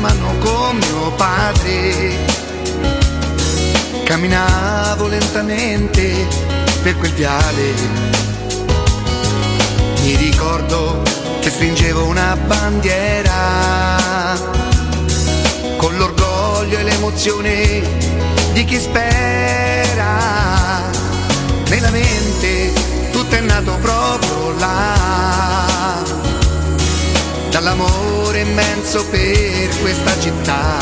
mano con mio padre. Camminavo lentamente per quel viale, mi ricordo che stringevo una bandiera con l'orgoglio e l'emozione di chi spera. Nella mente tutto è nato proprio là, dall'amore immenso per questa città.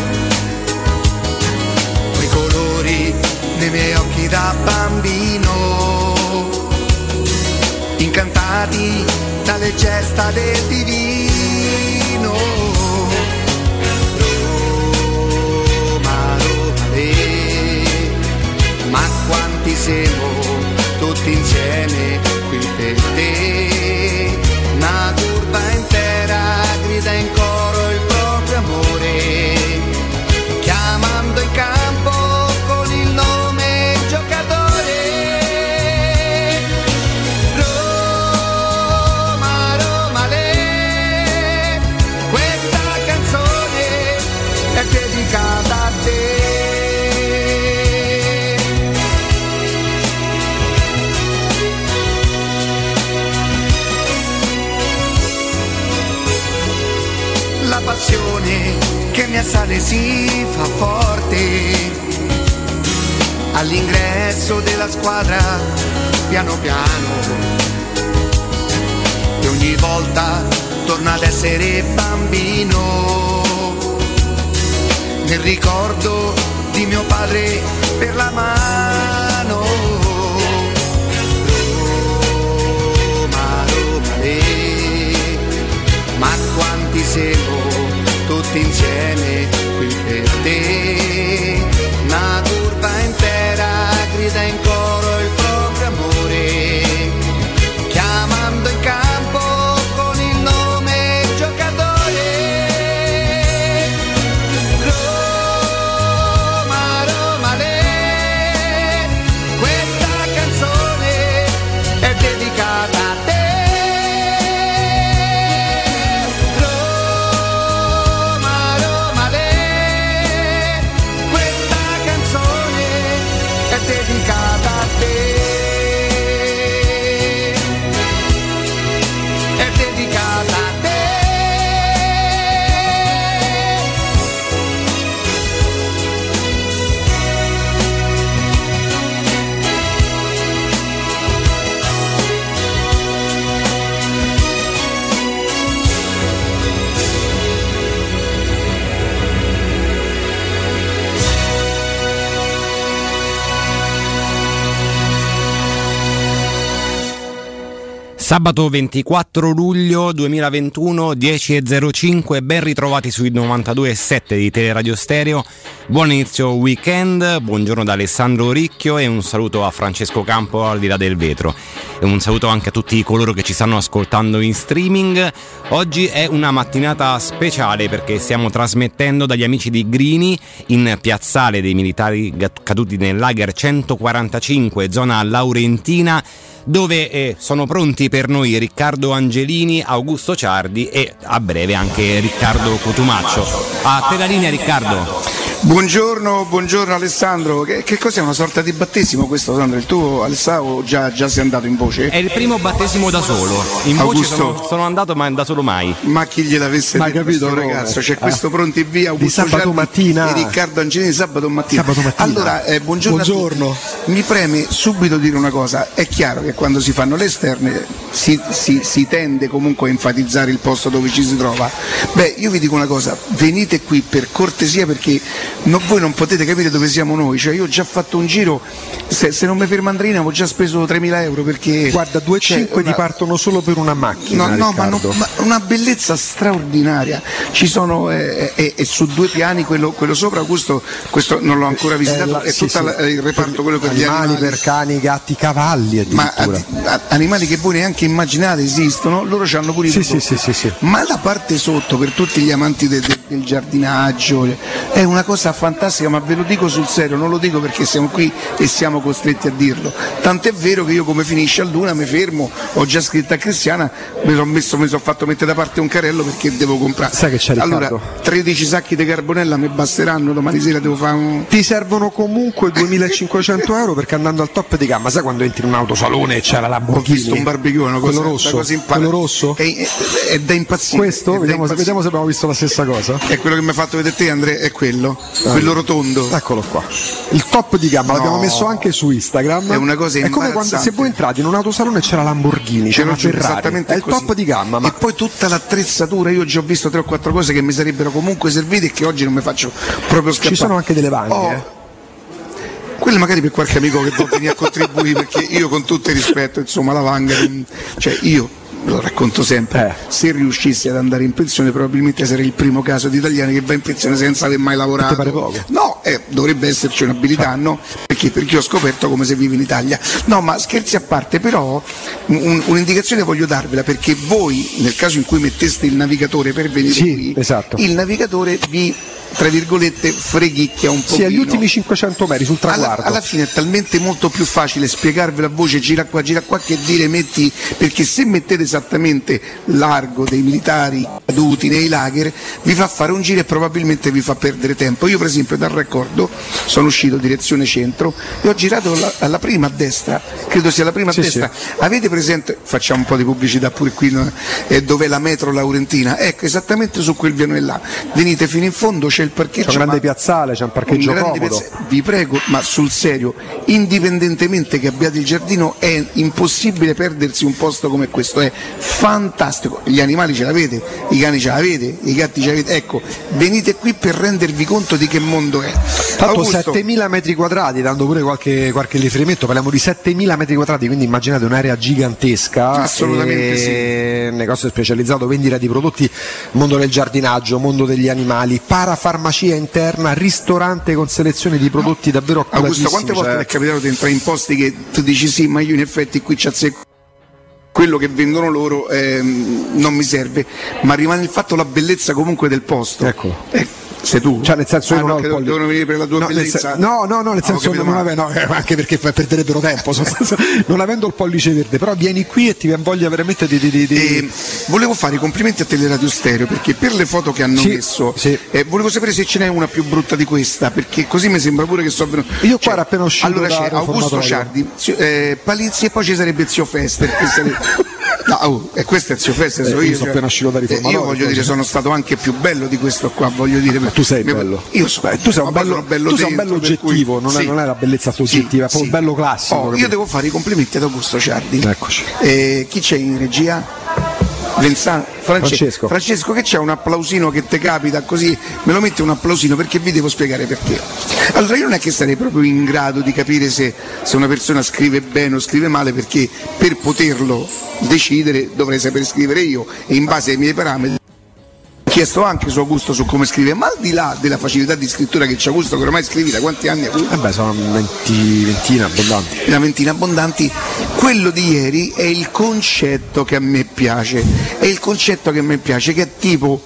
Quei colori nei miei occhi da bambino, incantati dalle gesta del divino. Roma, Roma, ma quanti siamo tutti insieme qui per te. Una curva intera grida in coro il proprio amore, chiamando in campo con il nome giocatore. Roma, Roma, questa canzone è dedicata a te. La passione che mi assale si fa forte all'ingresso della squadra, piano piano, e ogni volta torna ad essere bambino nel ricordo di mio padre per la mano. Roma, Roma, ma quanti siamo tutti insieme qui per te. Una curva intera grida in coro il proprio amore, chiamando in campo con il nome giocatore. Roma, Roma, questa canzone è dedicata a te. Dedicata a te, è dedicata a te. Sabato 24 luglio 2021, 10.05, ben ritrovati sui 92.7 di Teleradio Stereo. Buon inizio weekend, buongiorno da Alessandro Ricchio e un saluto a Francesco Campo al di là del vetro. E un saluto anche a tutti coloro che ci stanno ascoltando in streaming. Oggi è una mattinata speciale perché stiamo trasmettendo dagli amici di Grini in piazzale dei militari caduti nel lager 145, zona Laurentina, dove sono pronti per noi Riccardo Angelini, Augusto Ciardi e a breve anche Riccardo Cotumaccio. A te la linea, Riccardo. Buongiorno Alessandro. Che cos'è, una sorta di battesimo questo, Sandro? Il tuo, Alessandro, già sei andato in voce? È il primo battesimo da solo. In Augusto, voce sono andato, ma da solo mai. Ma chi gliel'avesse detto, capito, ragazzo? C'è questo pronti via Augusto di sabato Ciardi mattina e Riccardo Angelini sabato mattina. Allora, buongiorno. Mi preme subito dire una cosa. È chiaro che quando si fanno le esterne si tende comunque a enfatizzare il posto dove ci si trova. Beh, io vi dico una cosa, venite qui per cortesia, perché voi non potete capire dove siamo noi. Cioè, io ho già fatto un giro, se non mi fermo Andrina ho già speso 3.000 euro, perché guarda, 2,5 ti partono solo per una macchina. No, ma una bellezza straordinaria. Ci sono e su 2 piani, quello sopra, Augusto, questo non l'ho ancora visitato, è tutto il reparto, quello per gli animali, per cani, gatti, cavalli addirittura. Ma animali che voi neanche immaginate esistono, loro hanno pure i sì. Ma la parte sotto, per tutti gli amanti del giardinaggio, è una cosa cosa fantastica, ma ve lo dico sul serio, non lo dico perché siamo qui e siamo costretti a dirlo. Tant'è vero che io, come finisce a luna, mi fermo, ho già scritto a Cristiana, mi sono fatto mettere da parte un carrello perché devo comprare. Sai che c'è, Riccardo? Allora, 13 sacchi di carbonella mi basteranno, domani sera devo fare un... Ti servono comunque 2.500 euro perché andando al top di gamma, sai quando entri in un autosalone e c'è la Lamborghini? Ho visto un barbecue, una cosa, quello rosso, quello rosso? È da impazzire. Questo? Vediamo se abbiamo visto la stessa cosa. È quello che mi ha fatto vedere te, Andrea, è quello rotondo. Eccolo qua. Il top di gamma, l'abbiamo messo anche su Instagram. È una cosa imbarazzante. È come quando se voi entrate in un autosalone e c'è la Lamborghini, c'è una Ferrari. È il top di gamma. E poi tutta l'attrezzatura, io già ho visto 3 o 4 cose che mi sarebbero comunque servite e che oggi non mi faccio proprio scappare. Ci sono anche delle vanghe. Quelle magari per qualche amico che può venire a contribuire, perché io, con tutto il rispetto, insomma, la vanga, cioè io lo racconto sempre, se riuscissi ad andare in pensione probabilmente sarei il primo caso di italiani che va in pensione senza aver mai lavorato. Ti pare poco? No, dovrebbe esserci un'abilità, no? Perché ho scoperto come si vive in Italia. No, ma scherzi a parte, però un'indicazione voglio darvela, perché voi, nel caso in cui metteste il navigatore per venire qui, esatto, il navigatore vi, tra virgolette, freghicchia un po'. Sì, agli ultimi 500 metri sul traguardo. Alla fine è talmente molto più facile spiegarvela a voce, gira qua che dire metti, perché se mettete esattamente largo dei militari caduti nei lager vi fa fare un giro e probabilmente vi fa perdere tempo. Io per esempio dal raccordo sono uscito direzione centro e ho girato alla prima a destra, credo sia la prima a destra. Sì. Avete presente, facciamo un po' di pubblicità pure qui, dov'è la metro Laurentina? Ecco, esattamente su quel viano là, venite fino in fondo, c'è il parcheggio, c'è un grande piazzale, c'è un parcheggio comodo. Vi prego, ma sul serio, indipendentemente che abbiate il giardino, è impossibile perdersi un posto come questo, è fantastico. Gli animali ce l'avete, i cani ce l'avete, i gatti ce l'avete, ecco, venite qui per rendervi conto di che mondo è. Tanto 7.000 metri quadrati, dando pure qualche riferimento, parliamo di 7.000 metri quadrati, quindi immaginate un'area gigantesca. Assolutamente sì. Negozio specializzato, vendita di prodotti, mondo del giardinaggio, mondo degli animali, parafarmacia interna, ristorante con selezione di prodotti davvero accuratissimi. Augusto, quante volte ti è capitato di entrare in posti che tu dici sì, ma io in effetti qui ci azzecco quello che vendono loro, non mi serve, ma rimane il fatto, la bellezza comunque del posto. Ecco. Sei tu? Cioè, nel senso, io non ho devono venire per la tua bellezza? No, nel senso anche perché perderebbero tempo, non avendo il pollice verde, però vieni qui e ti viene voglia veramente di... Volevo fare i complimenti a Teleradio Stereo, perché per le foto che hanno messo, volevo sapere se ce n'è una più brutta di questa, perché così mi sembra pure che sto venuto. Io qua era appena uscito. Allora c'è Augusto Ciardi, Palizzi, e poi ci sarebbe Zio Fester, che sarebbe... No, e questo è Zio Fester, io sono appena uscito da riformatore. Io voglio dire, sono stato anche più bello di questo qua, voglio dire. Ma tu sei bello. Io tu sei un bello oggettivo, non è la bellezza soggettiva, è proprio un bello classico. Io devo fare i complimenti ad Augusto Ciardi. Eccoci. Chi c'è in regia? Francesco, che c'è un applausino che te capita così, me lo metti un applausino, perché vi devo spiegare perché. Allora, io non è che sarei proprio in grado di capire se una persona scrive bene o scrive male, perché per poterlo decidere dovrei saper scrivere io, e in base ai miei parametri ho chiesto anche suo gusto su come scrive, ma al di là della facilità di scrittura che c'ha Gusto, che ormai scrivi da quanti anni ha avuto? Sono ventina abbondanti. Una ventina abbondanti. Quello di ieri è il concetto che a me piace, che è tipo,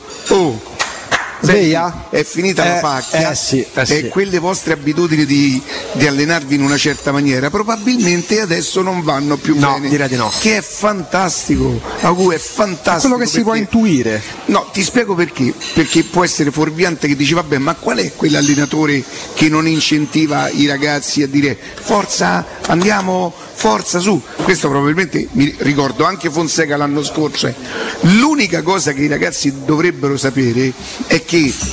Sveia? È finita la pacchia, e quelle vostre abitudini di allenarvi in una certa maniera probabilmente adesso non vanno più bene. No, direi di no. Che è fantastico, è fantastico. È quello che si può intuire. No, ti spiego perché. Perché può essere fuorviante che dici vabbè, ma qual è quell'allenatore che non incentiva i ragazzi a dire forza, andiamo, forza su. Questo probabilmente mi ricordo anche Fonseca l'anno scorso. L'unica cosa che i ragazzi dovrebbero sapere è che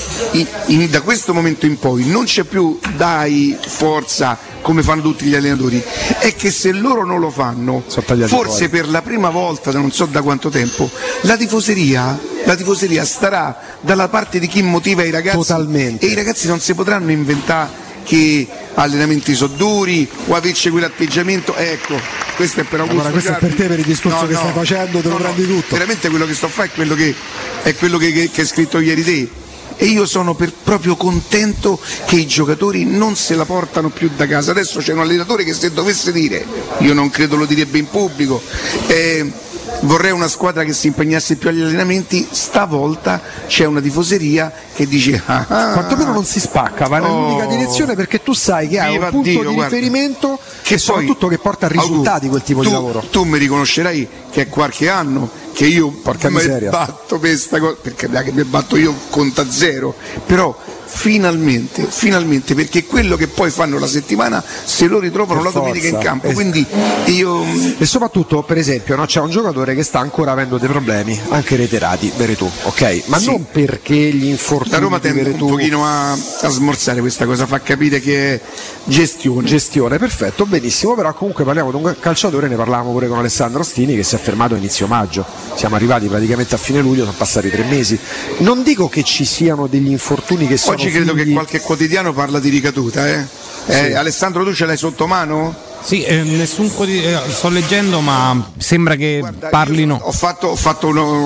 da questo momento in poi non c'è più dai forza come fanno tutti gli allenatori, è che se loro non lo fanno, forse per la prima volta da non so da quanto tempo, la tifoseria starà dalla parte di chi motiva i ragazzi. Totalmente. E i ragazzi non si potranno inventare che allenamenti sono duri o averci quell'atteggiamento. Ecco, questo è per Augusto. Allora, questo è per te, per il discorso che stai facendo, te lo prendi tutto. Veramente quello che sto a fare è quello che hai scritto ieri te. E io sono proprio contento che i giocatori non se la portano più da casa. Adesso c'è un allenatore che, se dovesse dire, io non credo lo direbbe in pubblico, vorrei una squadra che si impegnasse più agli allenamenti. Stavolta c'è una tifoseria che dice quantomeno non si spacca, va nell'unica direzione, perché tu sai che hai un punto di riferimento che soprattutto che porta a risultati quel tipo di lavoro. Tu mi riconoscerai che è qualche anno che io mi batto per questa cosa, perché che mi batto io conta zero, però finalmente, perché quello che poi fanno la settimana se lo ritrovano la domenica in campo, quindi io... E soprattutto, per esempio, no, c'è un giocatore che sta ancora avendo dei problemi, anche reiterati, Veretù, ok? Ma non perché gli infortuni la Roma tende Veretù... un pochino a smorzare questa cosa, fa capire che è gestione, perfetto, benissimo, però comunque parliamo di un calciatore, ne parlavamo pure con Alessandro Ostini, che si è fermato a inizio maggio, siamo arrivati praticamente a fine luglio, sono passati 3 mesi, non dico che ci siano degli infortuni che sono oggi credo che qualche quotidiano parla di ricaduta, sì. Alessandro, tu ce l'hai sotto mano? Sì, nessun sto leggendo, ma sembra che parlino. Ho fatto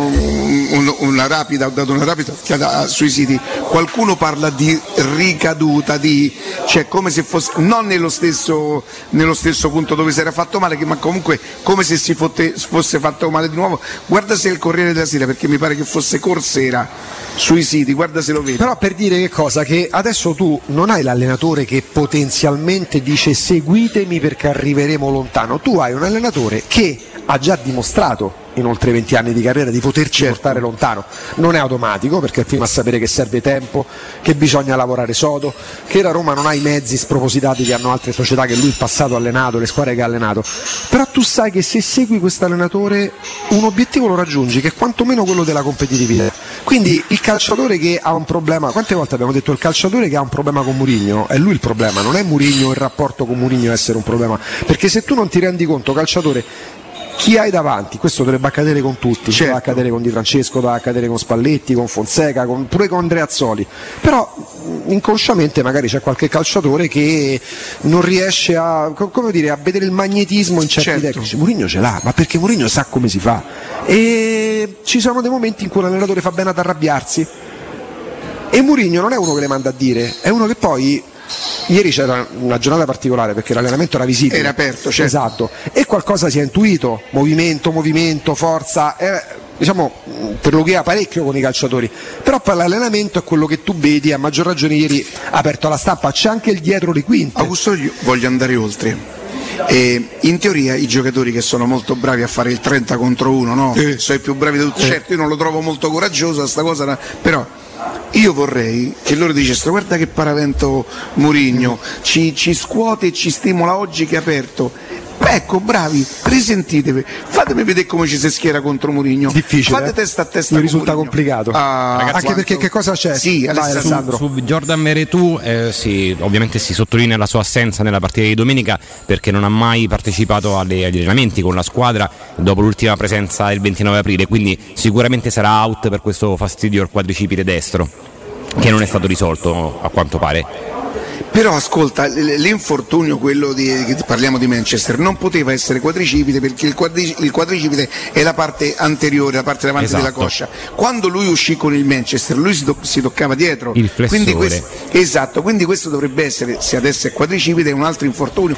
una rapida, ho dato una rapida occhiata sui siti. Qualcuno parla di ricaduta, cioè come se fosse non nello stesso punto dove si era fatto male, ma comunque come se si fosse fatto male di nuovo. Guarda se è il Corriere della Sera, perché mi pare che fosse Corsera sui siti, guarda se lo vedi. Però per dire che cosa? Che adesso tu non hai l'allenatore che potenzialmente dice seguitemi perché arriveremo lontano, tu hai un allenatore che ha già dimostrato in oltre 20 anni di carriera di poterci portare lontano, non è automatico perché prima a sapere che serve tempo, che bisogna lavorare sodo, che la Roma non ha i mezzi spropositati che hanno altre società che lui in passato ha allenato, le squadre che ha allenato, però tu sai che se segui questo allenatore un obiettivo lo raggiungi, che è quantomeno quello della competitività. Quindi il calciatore che ha un problema, quante volte abbiamo detto il calciatore che ha un problema con Mourinho, è lui il problema, non è Mourinho il rapporto con Mourinho essere un problema, perché se tu non ti rendi conto, calciatore, chi hai davanti, questo dovrebbe accadere con tutti, dovrebbe accadere con Di Francesco, dovrebbe accadere con Spalletti, con Fonseca, pure con Andreazzoli, però inconsciamente magari c'è qualche calciatore che non riesce a vedere il magnetismo in certi tecnici. Mourinho ce l'ha, ma perché Mourinho sa come si fa, e ci sono dei momenti in cui l'allenatore fa bene ad arrabbiarsi, e Mourinho non è uno che le manda a dire, è uno che poi... Ieri c'era una giornata particolare perché l'allenamento era visibile, era aperto, esatto, e qualcosa si è intuito, movimento, forza, per lo che ha parecchio con i calciatori, però poi l'allenamento è quello che tu vedi, a maggior ragione ieri aperto alla stampa, c'è anche il dietro le quinte. Augusto, io voglio andare oltre. In teoria i giocatori che sono molto bravi a fare il 30 contro 1, no? Sono i più bravi di tutti, certo io non lo trovo molto coraggioso sta cosa, però io vorrei che loro dicessero guarda che paravento Mourinho, ci scuote e ci stimola oggi che è aperto. Ecco, bravi, risentitevi, fatemi vedere come ci si schiera contro Mourinho. Difficile, fate testa a testa. Mi risulta complicato. Ragazzi, anche perché che cosa c'è? Sì, Alessandro. Su Jordan Veretout, ovviamente si sottolinea la sua assenza nella partita di domenica perché non ha mai partecipato agli allenamenti con la squadra dopo l'ultima presenza il 29 aprile, quindi sicuramente sarà out per questo fastidio al quadricipite destro che non è stato risolto a quanto pare. Però ascolta, l'infortunio, quello che parliamo di Manchester, non poteva essere quadricipite perché il quadricipite è la parte anteriore, la parte davanti della coscia. Quando lui uscì con il Manchester, lui si toccava dietro. Il flessore. Quindi questo dovrebbe essere, se adesso è quadricipite, un altro infortunio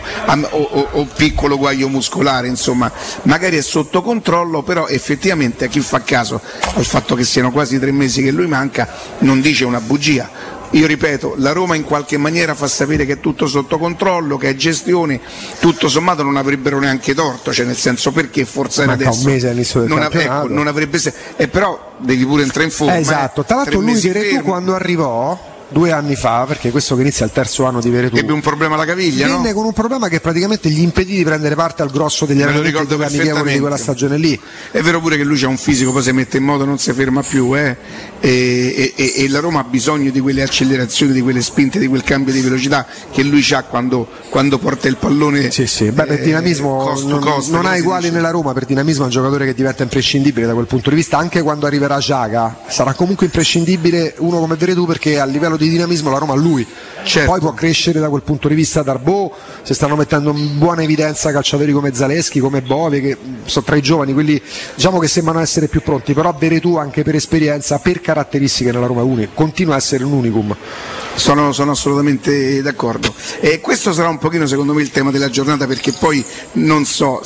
o piccolo guaio muscolare, insomma, magari è sotto controllo, però effettivamente a chi fa caso al fatto che siano quasi 3 mesi che lui manca, non dice una bugia. Io ripeto, la Roma in qualche maniera fa sapere che è tutto sotto controllo, che è gestione, tutto sommato non avrebbero neanche torto, cioè nel senso perché forzare manca adesso un mese all'inizio del campionato. Non avrebbe però devi pure entrare in forma. Esatto, tra l'altro lui Veretout quando arrivò 2 anni fa, perché questo che inizia il terzo anno di Veretout, ebbe un problema alla caviglia, venne con un problema che praticamente gli impedì di prendere parte al grosso degli allenamenti amichevoli di quella stagione lì. È vero pure che lui c'ha un fisico, poi si mette in moto, non si ferma più, e la Roma ha bisogno di quelle accelerazioni, di quelle spinte, di quel cambio di velocità che lui ha quando porta il pallone. Sì. Per dinamismo non ha uguali nella Roma, per dinamismo è un giocatore che diventa imprescindibile da quel punto di vista, anche quando arriverà Xhaka sarà comunque imprescindibile uno come Veretout, perché a livello di dinamismo la Roma ha lui. Poi può crescere da quel punto di vista Darboe, si stanno mettendo in buona evidenza calciatori come Zaleschi, come Bove, che sono tra i giovani, quelli diciamo che sembrano essere più pronti, però Veretout anche per esperienza, per caratteristiche nella Roma continua a essere un unicum. Sono assolutamente d'accordo. E questo sarà un pochino secondo me il tema della giornata, perché poi non so,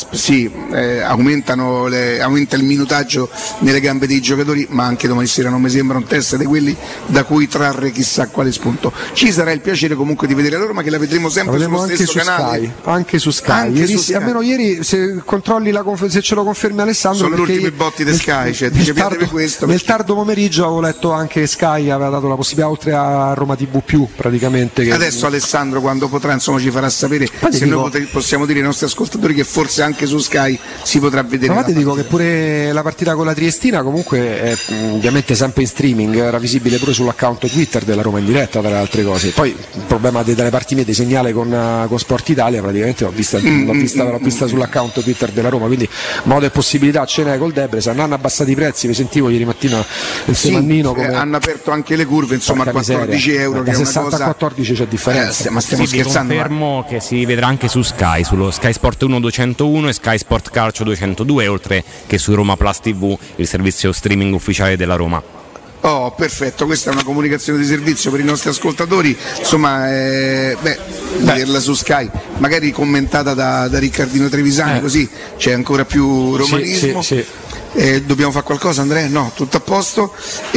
aumenta il minutaggio nelle gambe dei giocatori, ma anche domani sera non mi sembra un test di quelli da cui trarre chissà quale spunto. Ci sarà il piacere comunque di vedere la Roma, che la vedremo sempre sullo stesso canale. Anche su Sky. Almeno ieri, se controlli se ce lo confermi Alessandro, sono gli ultimi botti di Sky, nel tardo pomeriggio avevo letto anche Sky aveva dato la possibilità, oltre a Roma TV praticamente, che adesso Alessandro quando potrà ci farà sapere se noi possiamo dire ai nostri ascoltatori che forse anche su Sky si potrà vedere. Ma ti dico che pure la partita con la Triestina comunque è ovviamente sempre in streaming, era visibile pure sull'account Twitter della Roma in diretta, tra le altre cose. Poi il problema dalle parti mie dei segnale con Sport Italia praticamente l'ho vista sull'account Twitter della Roma, quindi modo e possibilità ce n'è col Debrecen. Hanno abbassato i prezzi, vi sentivo ieri mattina il Semannino hanno aperto anche le curve, insomma, a 14 euro, da 60 a 14 c'è differenza. Ma stiamo scherzando? Confermo che si vedrà anche su Sky, sullo Sky Sport 1 201 e Sky Sport Calcio 202, oltre che su Roma Plus TV, il servizio streaming ufficiale della Roma. Oh, perfetto, questa è una comunicazione di servizio per i nostri ascoltatori, insomma, vederla su Sky, magari commentata da Riccardino Trevisani, così c'è ancora più romanismo. Sì. Dobbiamo fare qualcosa, Andrea? No, tutto a posto.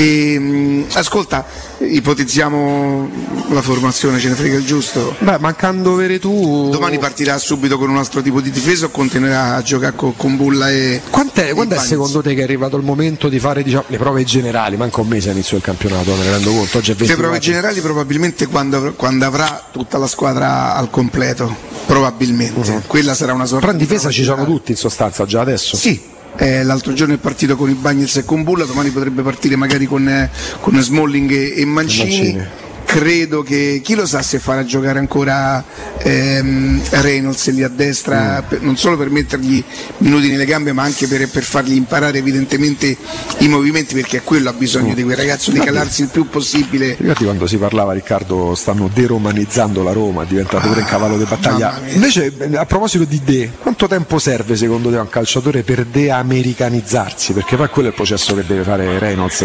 Ascolta, ipotizziamo la formazione, ce ne frega il giusto? Mancando Veretù, domani partirà subito con un altro tipo di difesa o continuerà a giocare con Bulla e quando è secondo te che è arrivato il momento di fare le prove generali? Manca un mese all'inizio del campionato, me ne rendo conto. Oggi è 24. Le prove generali probabilmente quando avrà tutta la squadra al completo, probabilmente. Quella sarà una sorta. Però in difesa ci sono tutti in sostanza già adesso. Sì. L'altro giorno è partito con i Bagnets e con Bulla, domani potrebbe partire magari con Smalling e Mancini. Credo che chi lo sa se farà giocare ancora Reynolds lì a destra, non solo per mettergli minuti nelle gambe, ma anche per fargli imparare evidentemente i movimenti, perché quello ha bisogno di quel ragazzo di calarsi il più possibile. Ricordi quando si parlava, Riccardo, stanno deromanizzando la Roma, è diventato pure un cavallo di battaglia. Invece, a proposito di quanto tempo serve secondo te a un calciatore per de-americanizzarsi? Perché poi quello è il processo che deve fare Reynolds,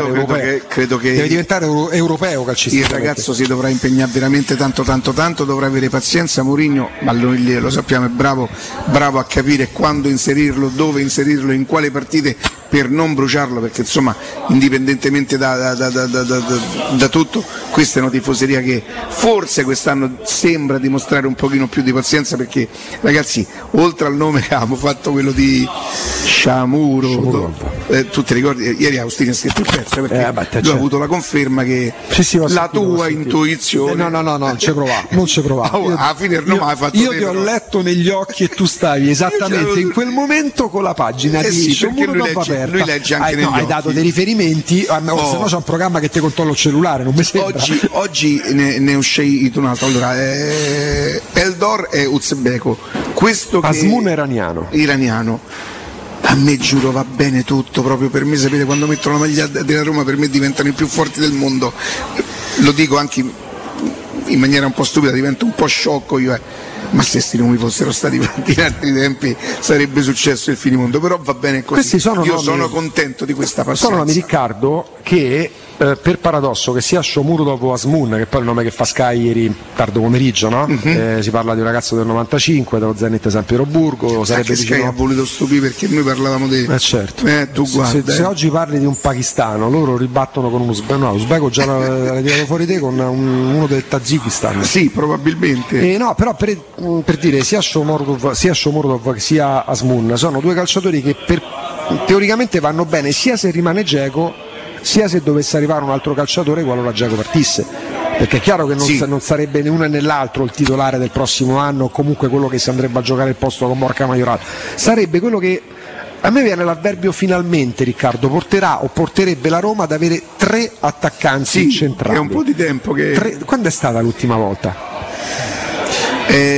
credo che deve diventare europeo calcisticamente. Il ragazzo si dovrà impegnare veramente tanto, dovrà avere pazienza. Mourinho, ma lui lo sappiamo, è bravo a capire quando inserirlo, dove inserirlo, in quale partite, per non bruciarlo, perché insomma indipendentemente da tutto, questa è una tifoseria che forse quest'anno sembra dimostrare un pochino più di pazienza, perché ragazzi, oltre al nome che abbiamo fatto quello di Sciamuro, tu ti ricordi, ieri Austini ha scritto il pezzo, perché lui ha avuto la conferma che la tua intuizione no, non ci provavo. Alla fine Roma hai fatto io ti ho letto negli occhi e tu stavi esattamente in quel momento con la pagina di Sciamuro lui legge anche negli occhi. Hai dato dei riferimenti, se no c'è un programma che ti controlla il cellulare, non mi sembra. Oggi ne è uscito un altro. Allora, Eldor e Uzbeko, questo che Asmun iraniano. A me giuro va bene tutto, proprio per me, sapete, quando mettono la maglia della Roma per me diventano i più forti del mondo. Lo dico anche in maniera un po' stupida, divento un po' sciocco io, ma se sti nomi fossero stati fatti in altri tempi sarebbe successo il finimondo, però va bene così. Sono contento di questa passione. Sono nomi, Riccardo, che per paradosso, che sia Shomurodov o Asmun, che poi è il nome che fa Sky ieri tardo pomeriggio, no? Si parla di un ragazzo del 95 dello Zenit San Pietroburgo, sarebbe Sky ha voluto stupire, perché noi parlavamo di certo. Tu guarda, se oggi parli di un pakistano, loro ribattono con un uzbeko già l'hai tirato fuori te, con uno del Tagikistan. Sì, probabilmente. No, però per dire, sia Shomurodov che sia Asmun sono due calciatori che teoricamente vanno bene sia se rimane Dzeko, sia se dovesse arrivare un altro calciatore qualora Dzeko partisse, perché è chiaro che non sarebbe né uno né l'altro il titolare del prossimo anno, o comunque quello che si andrebbe a giocare il posto con Borca Majoral, sarebbe quello che a me viene l'avverbio finalmente, Riccardo, porterebbe la Roma ad avere 3 attaccanti centrali. È un po' di tempo che quando è stata l'ultima volta?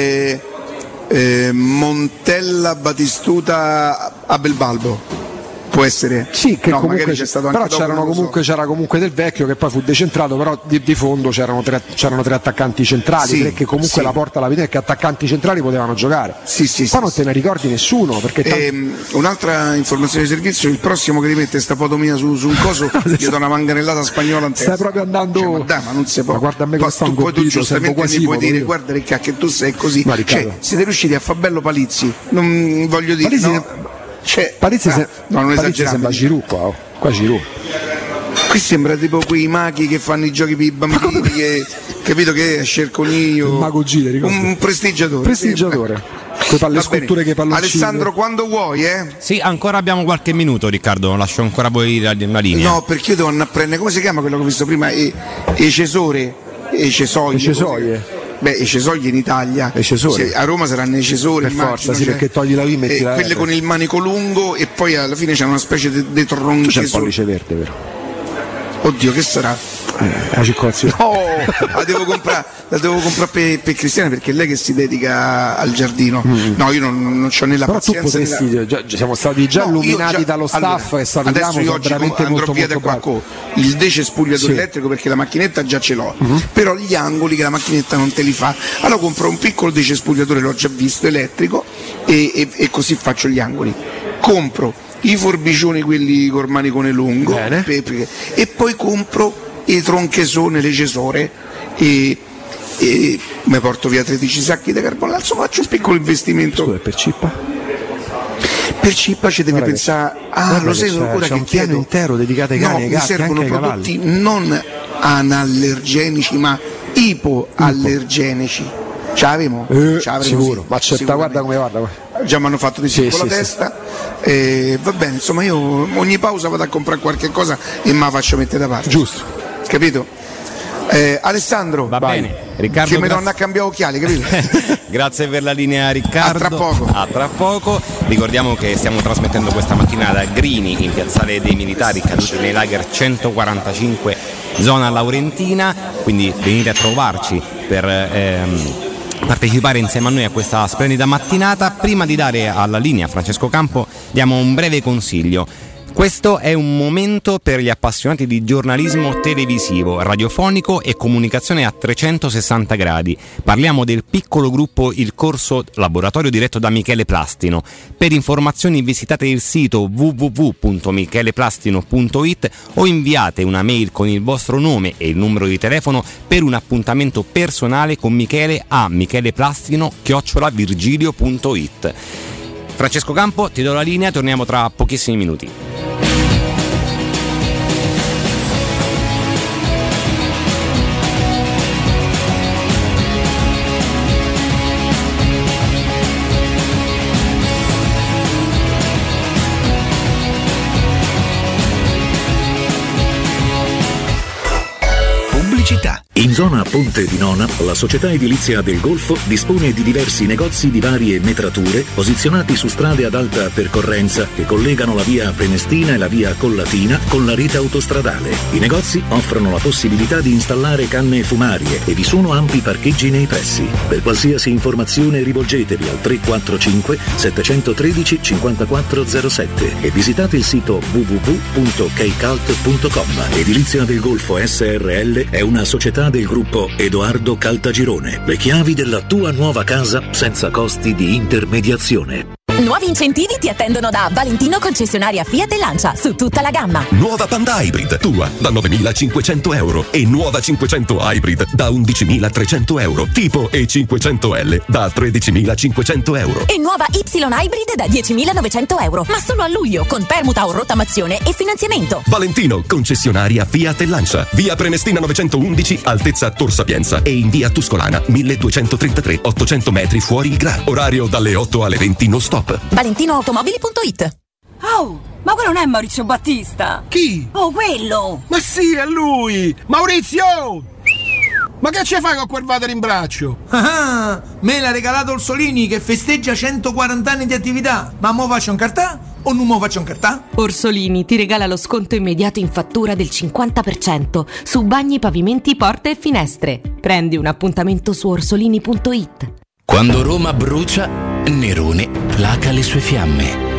Montella, Batistuta, Abel Balbo. può essere. Sì, che no, comunque magari c'è stato anche però dopo, c'era comunque Del Vecchio che poi fu decentrato, però di fondo c'erano tre attaccanti centrali, sì, perché comunque la porta alla verità è che attaccanti centrali potevano giocare. Poi non te ne ricordi nessuno, perché un'altra informazione di servizio, il prossimo che rimette sta foto mia su un coso gli do una manganellata spagnola in testa. Stai proprio andando, cioè, ma non si può. Ma guarda a me che sto tu poi tu giustamente mi puoi dire io. guarda Ricca che tu sei così, ma cioè, siete riusciti a far bello Palizzi, non voglio dire Palizzi, no? Cioè, Palizzi non esagerando, sembra Giroud qua Giroud. Qui sembra tipo quei maghi che fanno i giochi per i bambini, che capito che è Cerconiglio, un mago Gile, un prestigiatore. Le sculture che palloncini. Alessandro, quando vuoi, Sì, ancora abbiamo qualche minuto, Riccardo, lascio ancora voi la linea. No, perché io devo andare a prendere, come si chiama quello che ho visto prima? Cesore. Beh, Cesoglie in Italia. A Roma saranno i Cesori, per forza, sì, perché togli la V, metti la quelle con il manico lungo e poi alla fine c'è una specie di tronco. C'è il pollice verde, vero? Oddio, che sarà? La circolazione. No, la devo comprare per Cristiana, perché è lei che si dedica al giardino. No, io non c'ho né la pazienza. Però tu potresti, siamo stati illuminati dallo staff, allora, e salutiamo, adesso io oggi andrò via da qua con il decespugliatore elettrico, perché la macchinetta già ce l'ho, però gli angoli che la macchinetta non te li fa. Allora compro un piccolo decespugliatore, l'ho già visto, elettrico, e così faccio gli angoli. Compro i forbicioni, quelli col manicone lungo, e poi compro i tronchesone, le Cesore, e mi porto via 13 sacchi di carbonara, insomma faccio un piccolo investimento. Scusa, per Cippa? Per Cippa ci deve pensare, lo sai ancora che un piano intero dedicato ai cani, ai gatti, mi servono anche ai prodotti cavalli. non anallergenici ma ipoallergenici. Ce l'avremo? Sicuro, ma certa, guarda come guarda. Già mi hanno fatto di con la testa, va bene, insomma io ogni pausa vado a comprare qualche cosa e me la faccio mettere da parte. Giusto. Capito? Alessandro, va bene. Riccardo, che mi danno a cambiare occhiali, capito? Grazie per la linea, Riccardo. A tra poco. Ricordiamo che stiamo trasmettendo questa mattina da Grini, in Piazzale dei Militari, caduti nei lager 145, zona Laurentina, quindi venite a trovarci per partecipare insieme a noi a questa splendida mattinata. Prima di dare alla linea a Francesco Campo, diamo un breve consiglio. Questo è un momento per gli appassionati di giornalismo televisivo, radiofonico e comunicazione a 360 gradi. Parliamo del piccolo gruppo Il Corso Laboratorio, diretto da Michele Plastino. Per informazioni visitate il sito www.micheleplastino.it o inviate una mail con il vostro nome e il numero di telefono per un appuntamento personale con Michele a micheleplastino@virgilio.it. Francesco Campo, ti do la linea, torniamo tra pochissimi minuti. Pubblicità. In zona Ponte di Nona, la società edilizia del Golfo dispone di diversi negozi di varie metrature posizionati su strade ad alta percorrenza che collegano la via Prenestina e la via Collatina con la rete autostradale. I negozi offrono la possibilità di installare canne fumarie e vi sono ampi parcheggi nei pressi. Per qualsiasi informazione rivolgetevi al 345 713 5407 e visitate il sito www.keicalt.com. Edilizia del Golfo SRL è una società del gruppo Edoardo Caltagirone. Le chiavi della tua nuova casa senza costi di intermediazione. Nuovi incentivi ti attendono da Valentino concessionaria Fiat e Lancia su tutta la gamma. Nuova Panda Hybrid tua da 9.500 euro e nuova 500 Hybrid da 11.300 euro. Tipo E500L da 13.500 euro. E nuova Y Hybrid da 10.900 euro. Ma solo a luglio con permuta o rottamazione e finanziamento. Valentino concessionaria Fiat e Lancia. Via Prenestina 911 altezza Tor Sapienza e in via Tuscolana 1233 800 metri fuori il Gra. Orario dalle 8 alle 20 non stop. ValentinoAutomobili.it. Oh, ma quello non è Maurizio Battista? Chi? Oh, quello! Ma sì, è lui! Maurizio! Ma che ci fai con quel water in braccio? Ah, me l'ha regalato Orsolini che festeggia 140 anni di attività. Ma mo faccio un cartà o non mo faccio un cartà? Orsolini ti regala lo sconto immediato in fattura del 50% su bagni, pavimenti, porte e finestre. Prendi un appuntamento su orsolini.it. Quando Roma brucia, Nerone placa le sue fiamme.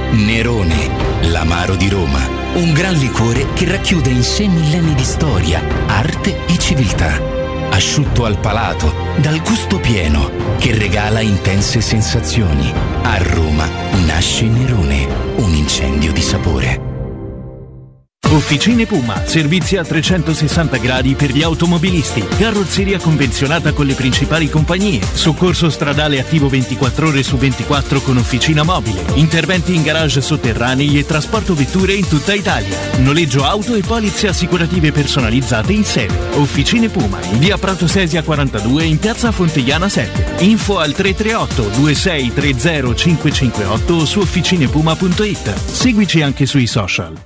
Nerone, l'amaro di Roma. Un gran liquore che racchiude in sé millenni di storia, arte e civiltà. Asciutto al palato, dal gusto pieno, che regala intense sensazioni. A Roma nasce Nerone, un incendio di sapore. Officine Puma, servizi a 360 gradi per gli automobilisti, carrozzeria convenzionata con le principali compagnie, soccorso stradale attivo 24 ore su 24 con officina mobile, interventi in garage sotterranei e trasporto vetture in tutta Italia, noleggio auto e polizze assicurative personalizzate in sede. Officine Puma, in via Prato Sesia 42 in piazza Fontigliana 7. Info al 338 2630 558 o su officinepuma.it. Seguici anche sui social.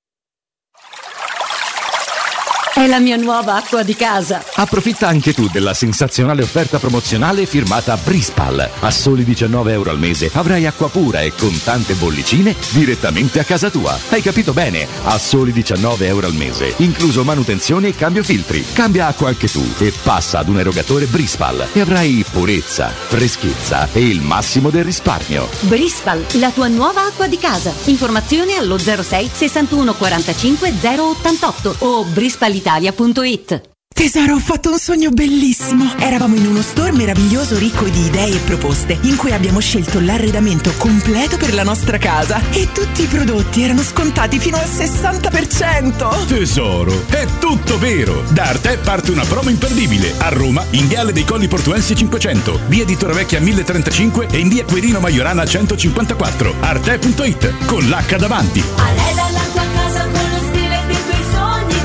È la mia nuova acqua di casa. Approfitta anche tu della sensazionale offerta promozionale firmata Brispal. A soli €19 al mese avrai acqua pura e con tante bollicine direttamente a casa tua. Hai capito bene? A soli €19 al mese, incluso manutenzione e cambio filtri. Cambia acqua anche tu e passa ad un erogatore Brispal e avrai purezza, freschezza e il massimo del risparmio. Brispal, la tua nuova acqua di casa. Informazioni allo 06 61 45 088 o brispalitalia.it. Tesoro, ho fatto un sogno bellissimo. Eravamo in uno store meraviglioso ricco di idee e proposte, in cui abbiamo scelto l'arredamento completo per la nostra casa e tutti i prodotti erano scontati fino al 60%. Tesoro, è tutto vero. Da Arte parte una promo imperdibile. A Roma, in Viale dei Colli Portuensi 500, via di Torrevecchia 1035 e in via Quirino Maiorana 154. Arte.it, con l'H davanti. Arreda la tua casa con lo stile dei tuoi sogni.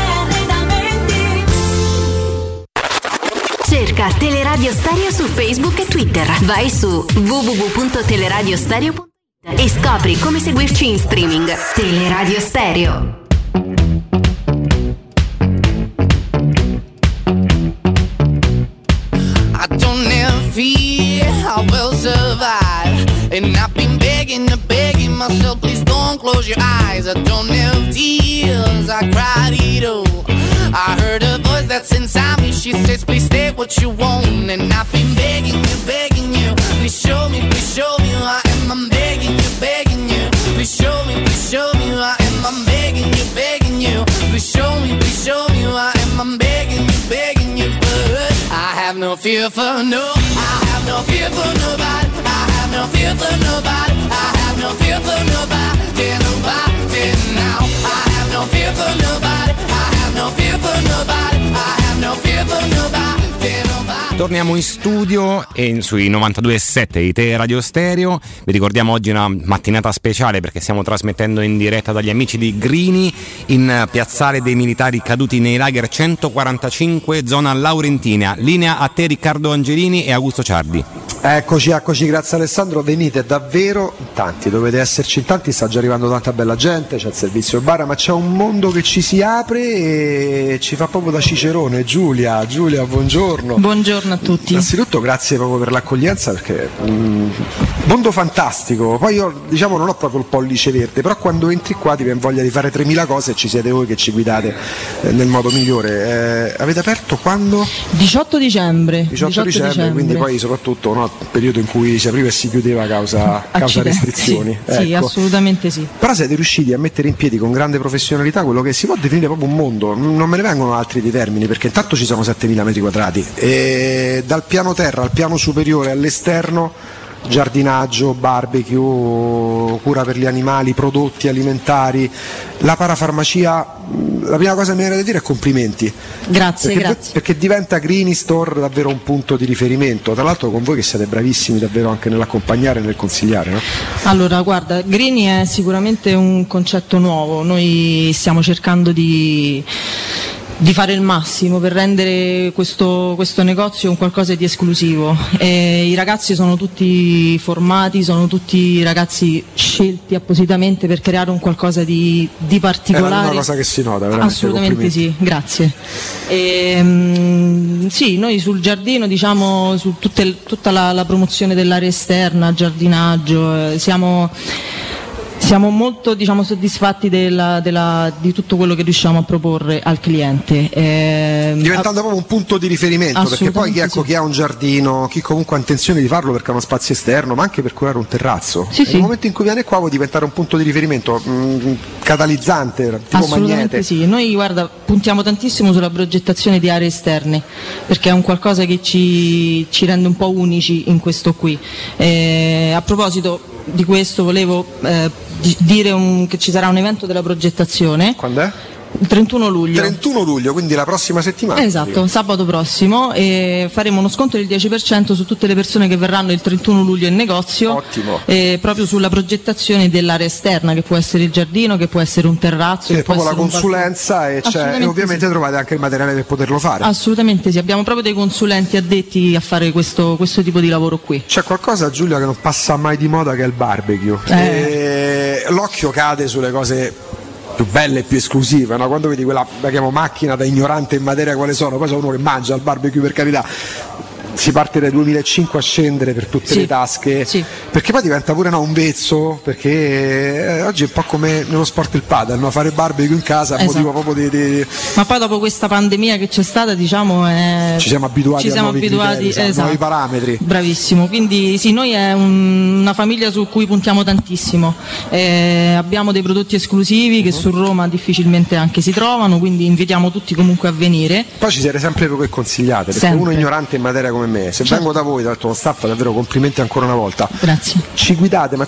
Cerca Teleradio Stereo su Facebook e Twitter. Vai su www.teleradiostereo.it e scopri come seguirci in streaming. Teleradio Stereo. I don't ever feel I will survive, and I've been begging myself, please don't close your eyes. I don't have tears, I cried it all. I heard a voice that's inside me, she says please stay what you want. And I've been begging you, please show me who I am. I'm begging you, please show me who I am. I'm begging you, please show me who I am. I'm begging you, but I have no fear for no, I have no fear for nobody. I have no fear for nobody. I have no fear for nobody, nobody now. I have no fear for nobody. I have no fear for nobody. I have no fear for nobody, nobody. Torniamo in studio e sui 92.7 di Teleradio Stereo. Vi ricordiamo oggi una mattinata speciale perché stiamo trasmettendo in diretta dagli amici di Grini in Piazzale dei Militari Caduti nei Lager 145, zona Laurentina. Linea a te Riccardo Angelini e Augusto Ciardi. Eccoci, grazie Alessandro, venite davvero in tanti, dovete esserci in tanti, sta già arrivando tanta bella gente, c'è il servizio bar, ma c'è un mondo che ci si apre e ci fa proprio da cicerone. Giulia, buongiorno. Buongiorno a tutti. Innanzitutto grazie proprio per l'accoglienza, perché mondo fantastico. Poi io non ho proprio il pollice verde, però quando entri qua ti viene voglia di fare 3000 cose e ci siete voi che ci guidate nel modo migliore. Avete aperto quando? 18 dicembre, quindi poi soprattutto periodo in cui si apriva e si chiudeva causa restrizioni. Sì, ecco. Assolutamente sì. Però siete riusciti a mettere in piedi con grande professionalità quello che si può definire proprio un mondo, non me ne vengono altri dei termini, perché intanto ci sono 7.000 metri quadrati e dal piano terra al piano superiore all'esterno giardinaggio, barbecue, cura per gli animali, prodotti alimentari, la parafarmacia. La prima cosa che mi viene da dire è complimenti. Grazie. Perché diventa Grini Store davvero un punto di riferimento. Tra l'altro con voi che siete bravissimi davvero anche nell'accompagnare e nel consigliare, no? Allora, guarda, Grini è sicuramente un concetto nuovo. Noi stiamo cercando di fare il massimo per rendere questo negozio un qualcosa di esclusivo. I ragazzi sono tutti formati, sono tutti ragazzi scelti appositamente per creare un qualcosa di particolare. È una cosa che si nota, veramente. Assolutamente sì, grazie. Sì, noi sul giardino, su tutta la promozione dell'area esterna, giardinaggio, siamo Siamo molto soddisfatti di tutto quello che riusciamo a proporre al cliente. Diventando proprio un punto di riferimento, perché poi chi ha un giardino, chi comunque ha intenzione di farlo perché ha uno spazio esterno, ma anche per curare un terrazzo, nel momento in cui viene qua può diventare un punto di riferimento, catalizzante, tipo assolutamente magnete. Sì, noi puntiamo tantissimo sulla progettazione di aree esterne, perché è un qualcosa che ci rende un po' unici in questo qui. A proposito di questo volevo dire che ci sarà un evento della progettazione. Quando è? Il 31 luglio. 31 luglio, quindi la prossima settimana. Esatto, sabato prossimo, e faremo uno sconto del 10% su tutte le persone che verranno il 31 luglio in negozio. Ottimo. Proprio sulla progettazione dell'area esterna, che può essere il giardino, che può essere un terrazzo. Sì, proprio la consulenza e ovviamente trovate anche il materiale per poterlo fare. Assolutamente sì, abbiamo proprio dei consulenti addetti a fare questo tipo di lavoro qui. C'è qualcosa, Giulia, che non passa mai di moda, che è il barbecue. L'occhio cade sulle cose più belle e più esclusive, no? Quando vedi quella, la chiamo macchina da ignorante in materia quale sono, poi sono uno che mangia il barbecue, per carità, si parte dai 2005 a scendere per tutte le tasche, perché poi diventa pure un vezzo, perché oggi è un po' come nello sport il padel, no? Fare barbecue in casa è un motivo proprio di... Ma poi dopo questa pandemia che c'è stata, ci siamo abituati a nuovi criteri, nuovi parametri. Bravissimo, quindi sì, noi è una famiglia su cui puntiamo tantissimo, abbiamo dei prodotti esclusivi che su Roma difficilmente anche si trovano, quindi invitiamo tutti comunque a venire. Poi ci siete sempre voi che consigliate, perché uno ignorante in materia come me, se vengo da voi, dal tuo staff, davvero complimenti ancora una volta. Grazie. Ci guidate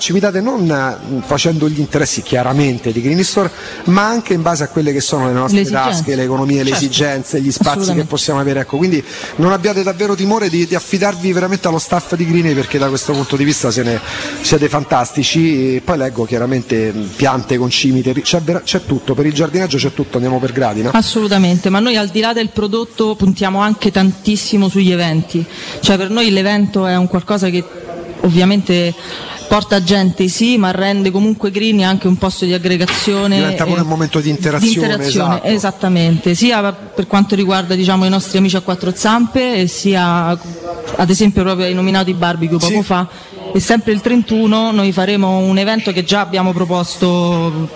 non facendo gli interessi chiaramente di Green Store, ma anche in base a quelle che sono le nostre tasche, le economie, le esigenze, gli spazi che possiamo avere. Ecco, quindi non abbiate davvero timore di affidarvi veramente allo staff di Green, perché da questo punto di vista siete fantastici. E poi leggo chiaramente piante con cimiteri, c'è tutto, per il giardinaggio c'è tutto, andiamo per gradi, no? Assolutamente, ma noi al di là del prodotto puntiamo anche tantissimo sugli eventi. Cioè per noi l'evento è un qualcosa che ovviamente porta gente, sì, ma rende comunque Green anche un posto di aggregazione. Diventa pure un momento di interazione. Esatto. Esattamente, sia per quanto riguarda i nostri amici a quattro zampe, sia ad esempio proprio hai nominato i barbecue poco fa. E sempre il 31 noi faremo un evento che già abbiamo proposto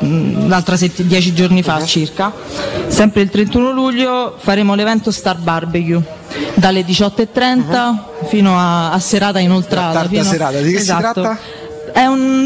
10 giorni fa circa. Sempre il 31 luglio faremo l'evento Star Barbecue dalle 18:30 fino a serata inoltrata. Tarda serata, di che si tratta? È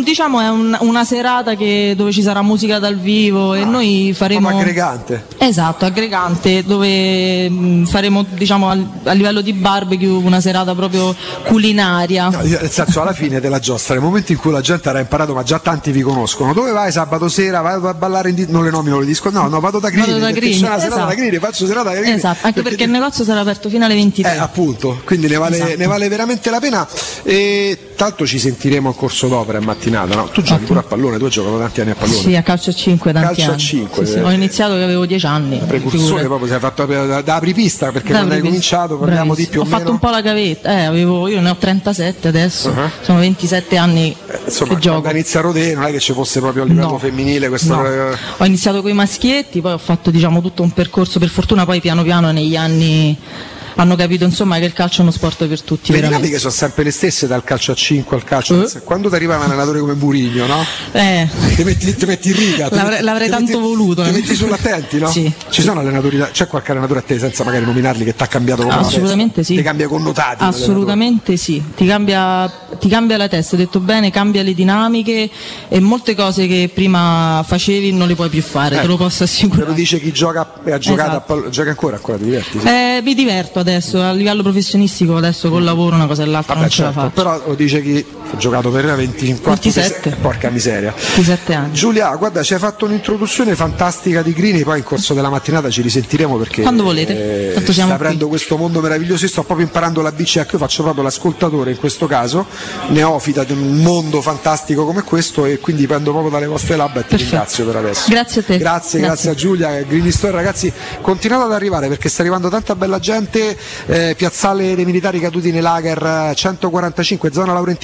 una serata dove ci sarà musica dal vivo e noi faremo aggregante. Esatto, aggregante, dove faremo a livello di barbecue una serata proprio culinaria. No, nel senso, alla fine della giostra, nel momento in cui la gente avrà imparato, ma già tanti vi conoscono, dove vai sabato sera? Vado a ballare non le nomino, le disco, no, vado da Green, c'è una serata da Green, faccio serata da Green. Esatto, anche perché il negozio sarà aperto fino alle 23. Appunto, quindi ne vale veramente la pena. E tanto ci sentiremo in corso d'opera in mattinata, no? Tu giochi pure a pallone, tu hai giocato tanti anni a pallone. Sì, a calcio a 5 tanti anni. Calcio a 5. Sì. Ho iniziato che avevo 10 anni. Precursore proprio, sei fatto da apripista, perché quando hai cominciato parliamo di più o meno. Ho fatto un po' la gavetta, io ne ho 37 adesso, sono 27 anni che gioco. Quando iniziato te non è che ci fosse proprio a livello femminile questo. No. Ho iniziato con i maschietti, poi ho fatto tutto un percorso, per fortuna poi piano piano negli anni hanno capito insomma che il calcio è uno sport per tutti. Le dinamiche che sono sempre le stesse, dal calcio a 5 al calcio quando ti arriva un allenatore come Mourinho, no? Ti metti in riga, l'avrei tanto voluto. Ti metti sull'attenti, no? Sì. Ci sono allenatori, c'è qualche allenatore a te, senza magari nominarli, che ti ha cambiato come assolutamente sì. Ti cambia connotati? Assolutamente sì, ti cambia la testa, hai detto bene, cambia le dinamiche e molte cose che prima facevi non le puoi più fare, te lo posso assicurare. Te lo dice chi gioca e ha giocato, gioca ancora, ti diverti? Sì. Mi diverto adesso, a livello professionistico, adesso col lavoro una cosa e l'altra non ce la faccio. Però lo dice chi ha giocato per 27. Porca miseria. 27 anni. Giulia, guarda, ci hai fatto un'introduzione fantastica di Green, poi in corso della mattinata ci risentiremo perché quando volete. Tanto siamo sta aprendo questo mondo meraviglioso. Io sto proprio imparando la BCH, io faccio proprio l'ascoltatore in questo caso, neofita di un mondo fantastico come questo, e quindi prendo proprio dalle vostre labbra e ti ringrazio per adesso. Grazie a te. Grazie a Giulia. Green Store, ragazzi, continuate ad arrivare perché sta arrivando tanta bella gente. Piazzale dei Militari Caduti nei Lager 145, zona Laurentina. Quando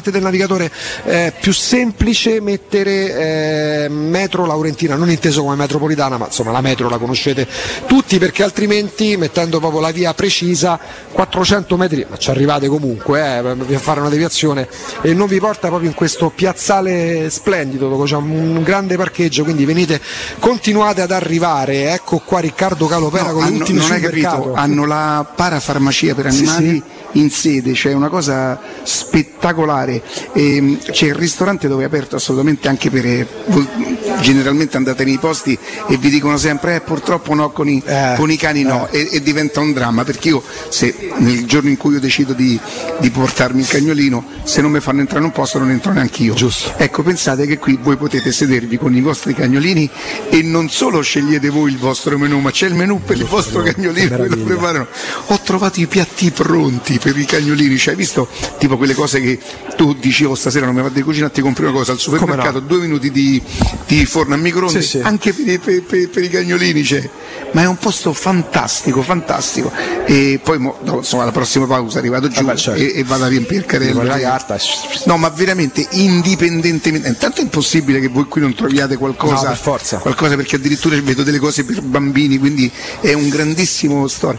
mettete il navigatore, più semplice mettere metro Laurentina, non inteso come metropolitana, ma insomma la metro la conoscete tutti, perché altrimenti mettendo proprio la via precisa 400 metri, ma ci arrivate comunque a fare una deviazione, e non vi porta proprio in questo piazzale splendido dove c'è un grande parcheggio, quindi venite, continuate ad arrivare. Ecco qua Riccardo Calopera con le ultime non sul hai capito, mercato. hanno la parafarmacia per animali in sede, c'è una cosa spettacolare, c'è il ristorante dove è aperto assolutamente anche per voi generalmente andate nei posti e vi dicono sempre purtroppo no con i cani no, e diventa un dramma, perché io se nel giorno in cui io decido di portarmi il cagnolino, se non mi fanno entrare in un posto non entro neanche io. Giusto. Ecco, pensate che qui voi potete sedervi con i vostri cagnolini e non solo scegliete voi il vostro menù, ma c'è il menù per il vostro cagnolino, ve lo preparano. Ho trovato i piatti pronti per i cagnolini, cioè hai visto tipo quelle cose che tu dici stasera non mi va di cucina, ti compri una cosa al supermercato, 2 minuti di forno a microonde, anche per i cagnolini c'è, ma è un posto fantastico, e poi insomma la prossima pausa arrivato giù e vado a riempire il carrello la carta. No, ma veramente indipendentemente, intanto è impossibile che voi qui non troviate qualcosa, no, per forza. qualcosa, perché addirittura vedo delle cose per bambini, quindi è un grandissimo store.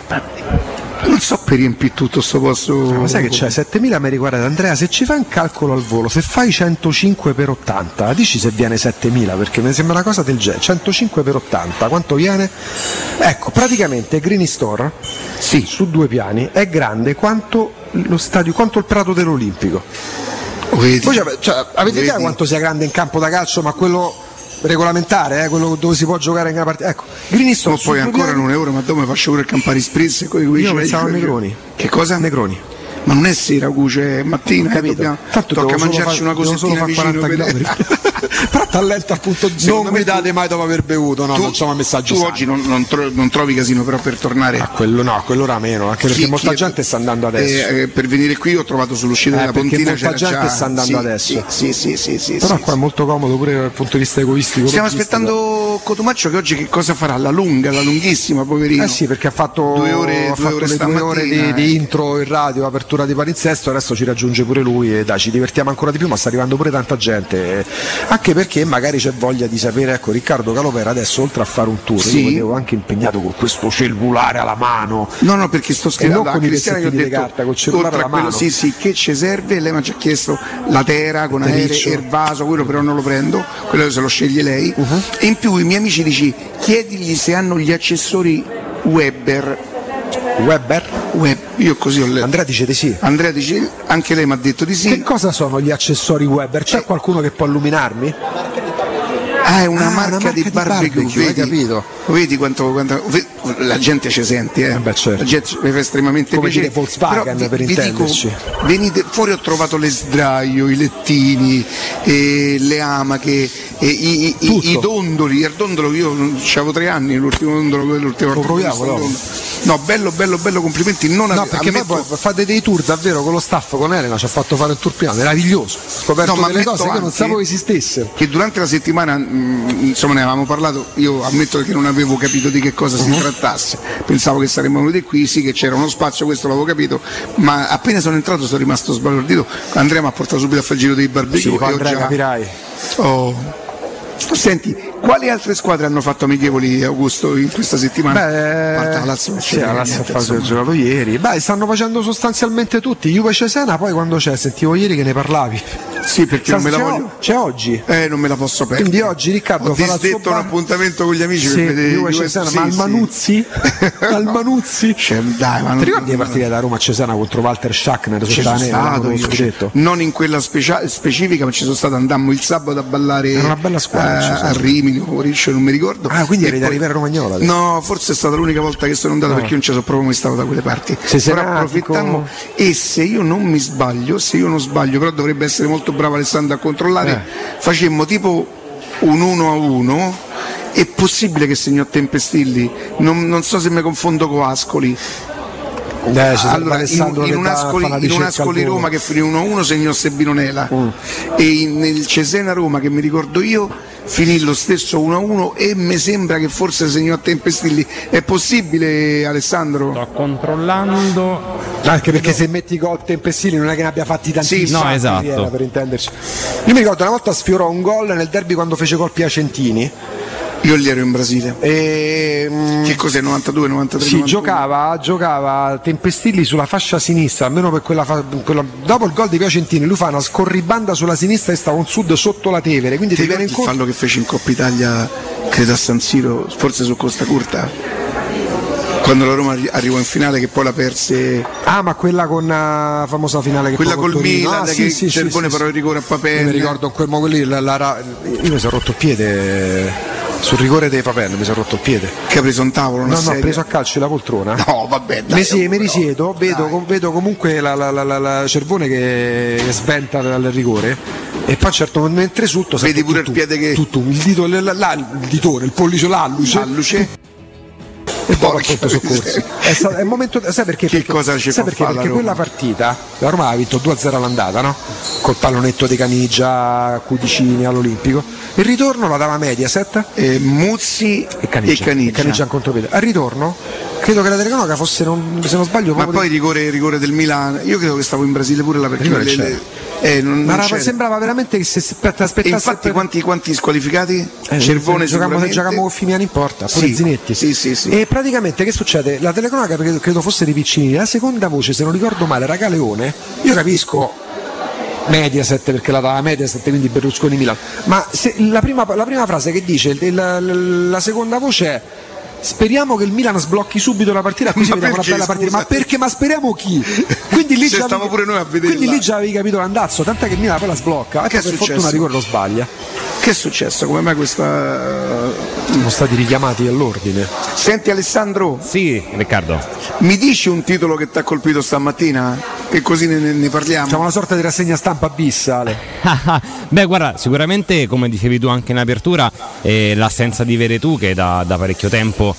Non so per riempire tutto sto posto. Ma sai che c'è 7.000 metri quadrati, Andrea, se ci fai un calcolo al volo, se fai 105 per 80, dici se viene 7.000, perché mi sembra una cosa del genere. 105 per 80, quanto viene? Ecco, praticamente Green Store su 2 piani è grande quanto lo stadio, quanto il prato dell'Olimpico. Voi avete idea quanto sia grande in campo da calcio, ma quello regolamentare, quello dove si può giocare in una partita. Ecco, Green Store. Ma poi ancora non è ora, ma dove faccio pure il Campari Spritz e io pensavo a Negroni. Che cosa? Negroni. Ma non è sera, c'è mattina, tocca mangiarci una cosettina vicino. Però talento al punto zero. Non mi date mai dopo aver bevuto, no, non so, messaggi. Tu oggi non trovi casino però per tornare? Quello no, quell'ora meno, anche perché molta gente sta andando adesso. Per venire qui ho trovato sull'uscita della Pontina, molta gente sta andando adesso. Sì. Però qua è molto comodo pure dal punto di vista egoistico. Stiamo aspettando Cotumaccio, che oggi che cosa farà? La lunghissima, poverino. Sì, perché ha fatto 2 ore di intro in radio, apertura di palinsesto, adesso ci raggiunge pure lui e ci divertiamo ancora di più, ma sta arrivando pure tanta gente, anche perché magari c'è voglia di sapere. Ecco, Riccardo Calopera adesso, oltre a fare un tour, io vedevo anche impegnato con questo cellulare alla mano. No, perché sto scrivendo a Cristiano, gli ho detto, carta, col cellulare alla mano. Che ci serve, lei mi ha già chiesto la Tera con aereo e il vaso, quello però non lo prendo, quello se lo sceglie lei. E in più i miei amici dici, chiedigli se hanno gli accessori Weber. Io così ho letto. Andrea dice di sì. Andrea dice, anche lei mi ha detto di sì. Che cosa sono gli accessori Weber? C'è qualcuno che può illuminarmi? È una marca di barbecue, vedi, hai capito? Vedi quanto la gente ci sente, certo. La gente mi fa estremamente come piacere. Come Volkswagen, però, per intenderci. Dico, venite fuori, ho trovato le sdraio, i lettini, le amache, i dondoli. Il dondolo, io avevo 3 anni, l'ultimo dondolo, l'ultima volta. Lo proviamo, no, bello, complimenti. Perché poi fate dei tour davvero con lo staff, con Elena, ci ha fatto fare un tour prima, meraviglioso. Ho scoperto delle cose che io non sapevo esistessero. Che durante la settimana, insomma, ne avevamo parlato, io ammetto che non avevo capito di che cosa si trattasse. Pensavo che saremmo venuti qui, sì, che c'era uno spazio, questo l'avevo capito, ma appena sono entrato sono rimasto sbalordito. Andrea mi ha portato subito a fare il giro dei barbecue. Sì, Andrea, capirai. Senti, quali altre squadre hanno fatto amichevoli, Augusto, in questa settimana? La Lazio ha giocato ieri. Stanno facendo sostanzialmente tutti. Juve Cesena, poi quando c'è? Sentivo ieri che ne parlavi. Sì, perché non me la voglio. C'è oggi? Non me la posso perdere. Quindi oggi Riccardo ho disdetto un appuntamento con gli amici per vedere Juve Cesena, ma al Manuzzi? Al Manuzzi? Dai, ma ti ricordi le partite da Roma a Cesena contro Walter Schachner? Non in quella specifica, ma ci sono stato, andammo il sabato a ballare. Era una bella squadra. A Rimini, Oriscio, non mi ricordo. Quindi eri da Rivera Romagnola? No, forse è stata l'unica volta che sono andato, perché io non ci sono proprio mai stato da quelle parti. Però approfittammo, e se io non sbaglio, però dovrebbe essere molto bravo Alessandro a controllare, facemmo tipo un 1-1. È possibile che segnò Tempestilli? Non so se mi confondo con Ascoli. Allora, in un Ascoli Roma che finì 1-1 segnò Sebino Nela e nel Cesena Roma, che mi ricordo io, finì lo stesso 1-1 e mi sembra che forse segnò a Tempestilli. È possibile, Alessandro? Sto controllando. Anche perché se metti gol Tempestilli non è che ne abbia fatti tantissimi. Sì, no, esatto. Per intenderci. Io mi ricordo una volta sfiorò un gol nel derby quando fece gol Piacentini. Io lì ero in Brasile. Che cos'è, 92, 93? Sì, 91? giocava Tempestilli sulla fascia sinistra, almeno per quella dopo il gol di Piacentini lui fa una scorribanda sulla sinistra e stava un sud sotto la Tevere, quindi ti viene in conto il fallo che fece in Coppa Italia, credo a San Siro, forse su Costa Curta, quando la Roma arrivò in finale, che poi la perse. Ma quella con la famosa finale che quella col Milan, che sì, Cervone però il rigore a Papelli. Mi ricordo in quel momento lì io mi sono rotto il piede sul rigore dei Papelli, mi sono rotto il piede. Che ha preso un tavolo? No, ho preso a calcio la poltrona. No, vabbè, dai, mi risiedo, vedo comunque la Cervone che sventa dal rigore e poi a un certo momento mentre sotto vedi pure il piede che tutto il dito, il ditone, il pollice, l'alluce. E poi appunto soccorsi. È un momento, sai perché? Cosa ci fa perché quella partita la Roma ha vinto 2-0 all'andata, no? Col pallonetto di Caniggia, Cudicini all'Olimpico. Il ritorno la dava Mediaset, Muzzi e Caniggia in contropiede. Al ritorno credo che la telecronaca fosse, se non sbaglio, ma poi rigore del Milan. Io credo che stavo in Brasile pure là, perché sembrava veramente che se aspettasse. Infatti quanti squalificati? Cervone giocavamo con Fimiani in porta, pure Zinetti. Sì. E praticamente che succede? La telecronaca, perché credo fosse di Piccini, la seconda voce, se non ricordo male, era Galeone. Io capisco Mediaset perché la dava Mediaset, quindi Berlusconi Milan, ma la prima frase che dice la seconda voce è: speriamo che il Milan sblocchi subito la partita, così vediamo una bella partita. Ma speriamo chi? Quindi lì già pure noi a vedere. Quindi lì già avevi capito l'andazzo, tant'è che il Milan poi la sblocca. Che per fortuna rigore lo sbaglia. Che è successo? Come mai questa. Sono stati richiamati all'ordine. Senti Alessandro. Sì, Riccardo. Mi dici un titolo che ti ha colpito stamattina? Che così ne parliamo. Facciamo una sorta di rassegna stampa bis, Ale. Beh, guarda, sicuramente come dicevi tu anche in apertura, l'assenza di Veretù, che da parecchio tempo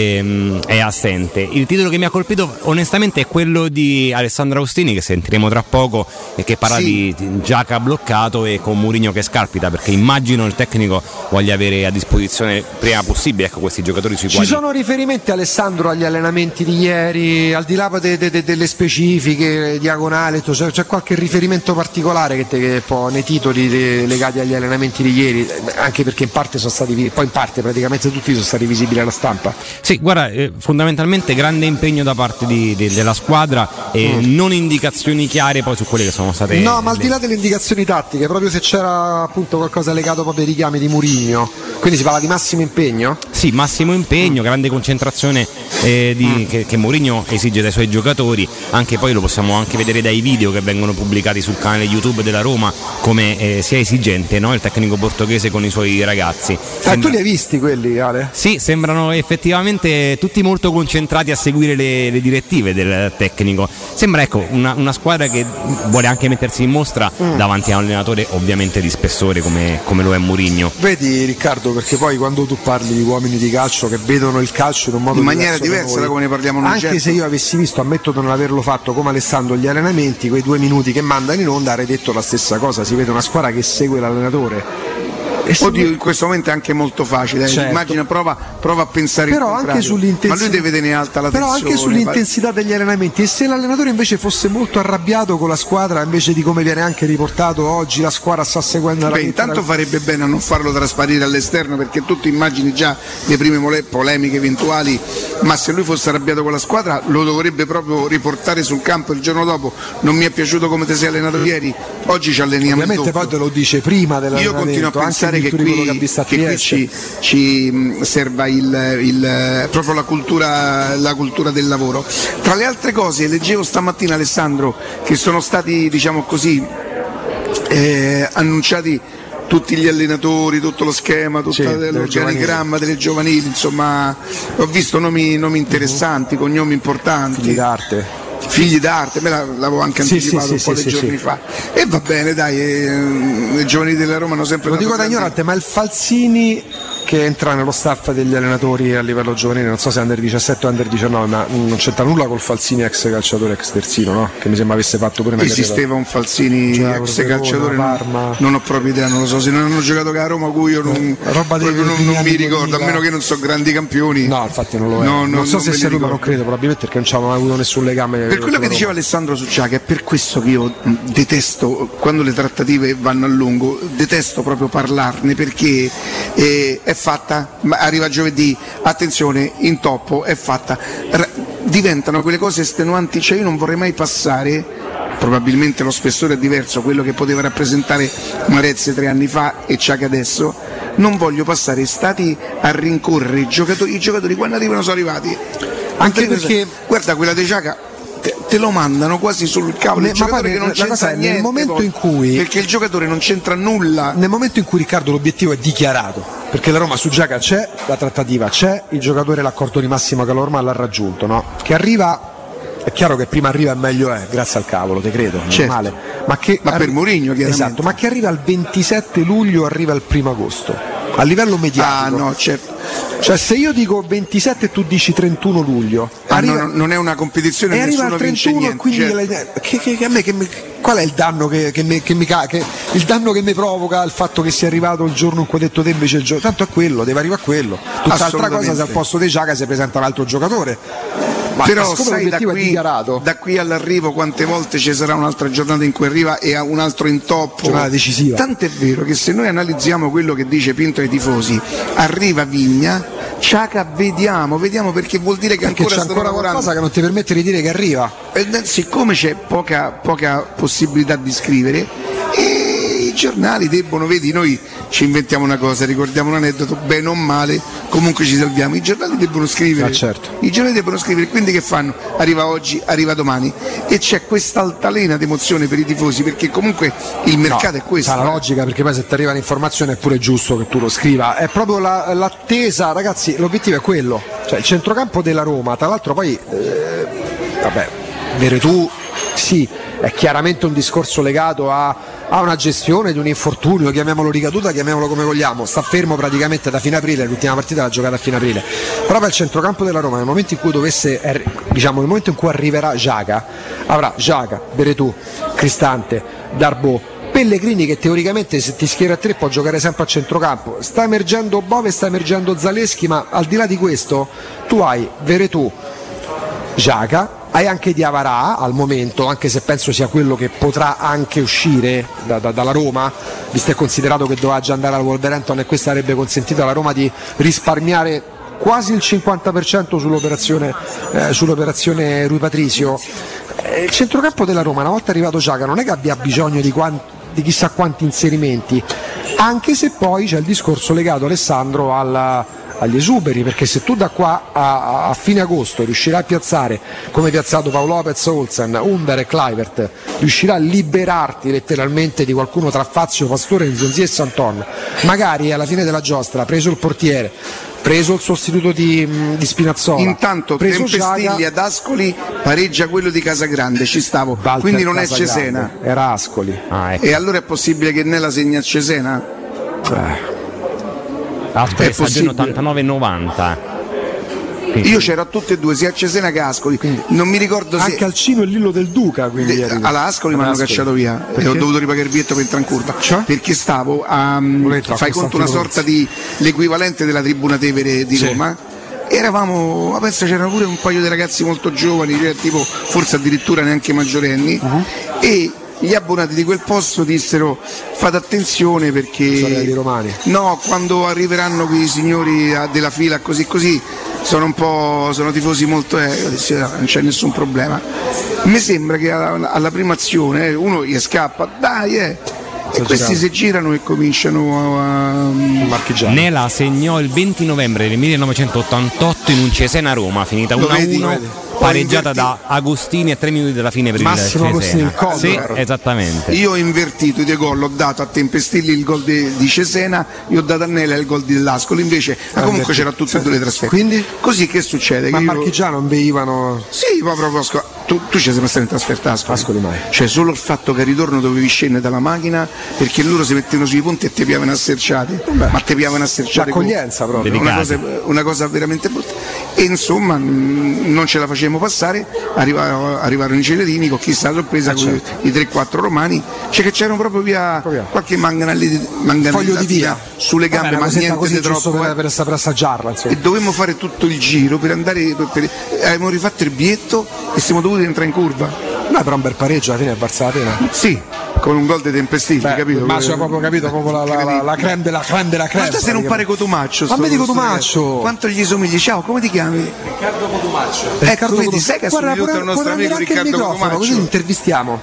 è assente. Il titolo che mi ha colpito onestamente è quello di Alessandro Austini, che sentiremo tra poco, e che parla di Giaca bloccato e con Mourinho che scalpita, perché immagino il tecnico voglia avere a disposizione prima possibile questi giocatori sui quali. Ci sono riferimenti, Alessandro, agli allenamenti di ieri, al di là delle specifiche, diagonale, c'è qualche riferimento particolare che può, nei titoli legati agli allenamenti di ieri, anche perché in parte sono stati, poi in parte praticamente tutti sono stati visibili alla stampa. Sì, guarda, fondamentalmente grande impegno da parte della squadra e non indicazioni chiare poi su quelle che sono state. No, ma al di là delle indicazioni tattiche, proprio se c'era appunto qualcosa legato proprio ai richiami di Mourinho, quindi si parla di massimo impegno? Sì, massimo impegno, grande concentrazione che Mourinho esige dai suoi giocatori, anche poi lo possiamo anche vedere dai video che vengono pubblicati sul canale YouTube della Roma, come sia esigente, no? Il tecnico portoghese con i suoi ragazzi. Tu li hai visti quelli, Ale? Sì, sembrano effettivamente tutti molto concentrati a seguire le direttive del tecnico. Sembra una squadra che vuole anche mettersi in mostra davanti a un allenatore ovviamente di spessore come lo è Mourinho. Vedi Riccardo, perché poi quando tu parli di uomini di calcio che vedono il calcio in un modo in maniera diversa da come ne parliamo noi, anche se io avessi visto, ammetto di non averlo fatto come Alessandro, gli allenamenti, quei 2 minuti che mandano in onda, avrei detto la stessa cosa. Si vede una squadra che segue l'allenatore. Oddio, in questo momento è anche molto facile, certo. Immagina, prova a pensare però il anche sull'intensità, ma lui deve tenere alta la tensione. Però anche sull'intensità degli allenamenti, e se l'allenatore invece fosse molto arrabbiato con la squadra, invece di come viene anche riportato oggi, la squadra sta seguendo la intanto farebbe bene a non farlo trasparire all'esterno, perché tu ti immagini già le prime polemiche eventuali, ma se lui fosse arrabbiato con la squadra lo dovrebbe proprio riportare sul campo il giorno dopo. Non mi è piaciuto come ti sei allenato ieri, oggi ci alleniamo. Ovviamente poi te lo dice prima dell'allenamento. Io continuo a pensare che qui ci serva proprio la cultura del lavoro. Tra le altre cose, leggevo stamattina, Alessandro, che sono stati, diciamo così, annunciati tutti gli allenatori, tutto lo schema, tutto l'organigramma delle giovanili, insomma ho visto nomi interessanti, cognomi importanti. Figli d'arte, me l'avevo anche anticipato un po' di giorni fa. E va bene, dai, le giovani della Roma hanno sempre. Lo dico da ignorante, ma il Falsini che entra nello staff degli allenatori a livello giovanile, non so se under 17 o under 19, ma non c'entra nulla col Falsini ex calciatore ex terzino, no? Che mi sembra avesse fatto pure una esisteva un Falsini ex calciatore, non ho proprio idea, non lo so, se non hanno giocato con la Roma cui io non mi ricordo, a meno che non so grandi campioni. No, infatti non lo è. Non so se sia lui, ma non credo, probabilmente perché non ci avevano avuto nessun legame. Per quello che diceva Alessandro Succià, che è per questo che io detesto quando le trattative vanno a lungo, detesto proprio parlarne, perché è fatta, arriva giovedì, attenzione, intoppo, è fatta, diventano quelle cose estenuanti, cioè io non vorrei mai passare, probabilmente lo spessore è diverso, quello che poteva rappresentare Marezzi 3 anni fa e Ciaca adesso, non voglio passare estati a rincorrere i giocatori quando arrivano sono arrivati, anche perché guarda quella di Ciaca te lo mandano quasi sul cavolo, il giocatore che non c'entra niente, nel momento in cui, perché il giocatore non c'entra nulla, nel momento in cui, Riccardo, l'obiettivo è dichiarato, perché la Roma su Giaca c'è, la trattativa c'è, il giocatore l'accordo di massima che ormai l'ha raggiunto, no? Che arriva, è chiaro che prima arriva e meglio è, grazie al cavolo, te credo, normale. Certo. Ma per Mourinho chiaramente. Esatto, ma che arriva il 27 luglio, arriva il 1 agosto. A livello mediatico. Ah no, certo. Cioè se io dico 27 e tu dici 31 luglio. Non è una competizione, e nessuno arriva al 31 vince e quindi niente, qual è il danno il danno che mi provoca il fatto che sia arrivato il giorno in cui ho detto te invece il giorno. Tanto è quello, deve arrivare a quello. Tutt'altra cosa se al posto di Giaca si presenta un altro giocatore. Ma però sai da qui all'arrivo quante volte ci sarà un'altra giornata in cui arriva e ha un altro intoppo, giornata decisiva. Tant'è vero che se noi analizziamo quello che dice Pinto ai tifosi, arriva Vigna, Ciaca vediamo perché vuol dire che ancora c'è ancora qualcosa che non ti permette di dire che arriva, siccome c'è poca possibilità di scrivere, i giornali debbono, vedi, noi ci inventiamo una cosa, ricordiamo un aneddoto, bene o male comunque ci salviamo, i giornali debbono scrivere, certo. I giornali debbono scrivere, quindi che fanno? Arriva oggi, arriva domani, e c'è questa altalena di emozione per i tifosi, perché comunque il mercato è questo. La logica, perché poi se ti arriva l'informazione è pure giusto che tu lo scriva, è proprio l'attesa, ragazzi, l'obiettivo è quello, cioè il centrocampo della Roma, tra l'altro poi Veretù sì, è chiaramente un discorso legato a una gestione di un infortunio, chiamiamolo ricaduta, chiamiamolo come vogliamo, sta fermo praticamente da fine aprile, l'ultima partita l'ha giocata a fine aprile, proprio il centrocampo della Roma nel momento in cui nel momento in cui arriverà Giaca, avrà Giaca, Veretù, Cristante, Darboe, Pellegrini, che teoricamente se ti schiera a 3 può giocare sempre a centrocampo, sta emergendo Bove, sta emergendo Zaleschi, ma al di là di questo tu hai Veretù, Giaca, hai anche Diavarà al momento, anche se penso sia quello che potrà anche uscire dalla Roma, visto e considerato che doveva già andare al Wolverhampton, e questo avrebbe consentito alla Roma di risparmiare quasi il 50% sull'operazione Rui Patricio. Il centrocampo della Roma, una volta arrivato Giaca, non è che abbia bisogno di chissà quanti inserimenti, anche se poi c'è il discorso legato, Alessandro, agli esuberi, perché se tu da qua a fine agosto riuscirai a piazzare, come piazzato Paolo Lopez, Olsen, Under e Kluivert, riuscirai a liberarti letteralmente di qualcuno tra Fazio, Pastore, Nzonzi e Santon, magari alla fine della giostra, preso il portiere, preso il sostituto di Spinazzola, intanto Tempestilli ad Ascoli pareggia quello di Casagrande, ci stavo, Walter quindi non Casagrande. È Cesena, era Ascoli. Ecco. E allora è possibile che Nella segna a Cesena? Ascoli è stagione 89-90. Io c'ero a tutte e due, sia a Cesena che a Ascoli, quindi non mi ricordo se anche Alcino e Lillo del Duca, quindi alla Ascoli mi hanno cacciato via, perché ho dovuto ripagare il biglietto per entrare in curva, perché stavo a fai conto una sorta di l'equivalente della Tribuna Tevere di Roma. Eravamo, penso c'erano pure un paio di ragazzi molto giovani, cioè tipo forse addirittura neanche maggiorenni, e gli abbonati di quel posto dissero fate attenzione perché no, quando arriveranno quei signori della fila così sono tifosi molto io dissi, non c'è nessun problema. Mi sembra che alla prima azione uno gli scappa, dai e questi si girano e cominciano a marcheggiare. Nela segnò il 20 novembre del 1988 in un Cesena-Roma, finita 1-1, pareggiata da Agostini a 3 minuti dalla fine per Massimo il Cesena. Agostini, sì, esattamente. Io ho invertito i due gol, ho dato a Tempestilli il gol di Cesena, io ho dato a Nela il gol dell'Ascoli, invece comunque c'era tutte e due le trasferte. Quindi? Così che succede? Ma Marchigiano non venivano? Sì, proprio tu ci sei sempre stato in trasferta Ascoli mai. Cioè solo il fatto che al ritorno dovevi scendere dalla macchina perché loro si mettevano sui ponti e ti piavano asserciati, ma ti piavano asserciati l'accoglienza proprio, una cosa veramente brutta. E insomma non ce la facevamo passare, arrivarono i celerini con chissà la sorpresa, con i 3-4 romani, cioè che c'erano proprio via qualche foglio di via sulle gambe, ma niente così di troppo per assaggiarla, insomma. E dovevamo fare tutto il giro per andare abbiamo rifatto il biglietto e siamo dovuti entrare in curva. No, però un bel pareggio alla fine è valsa la pena. Sì, con un gol dei tempestivi, capito? Ma c'è proprio capito proprio la creme della creme della creme. Ma te sei un pare Cotumaccio. Ma mi dico Cotumaccio. Quanto gli somigli? Ciao, come ti chiami? Riccardo Cotumaccio. Ecco, vedi, sai che assomigli tutto al nostro amico Riccardo Cotumaccio. Così li intervistiamo.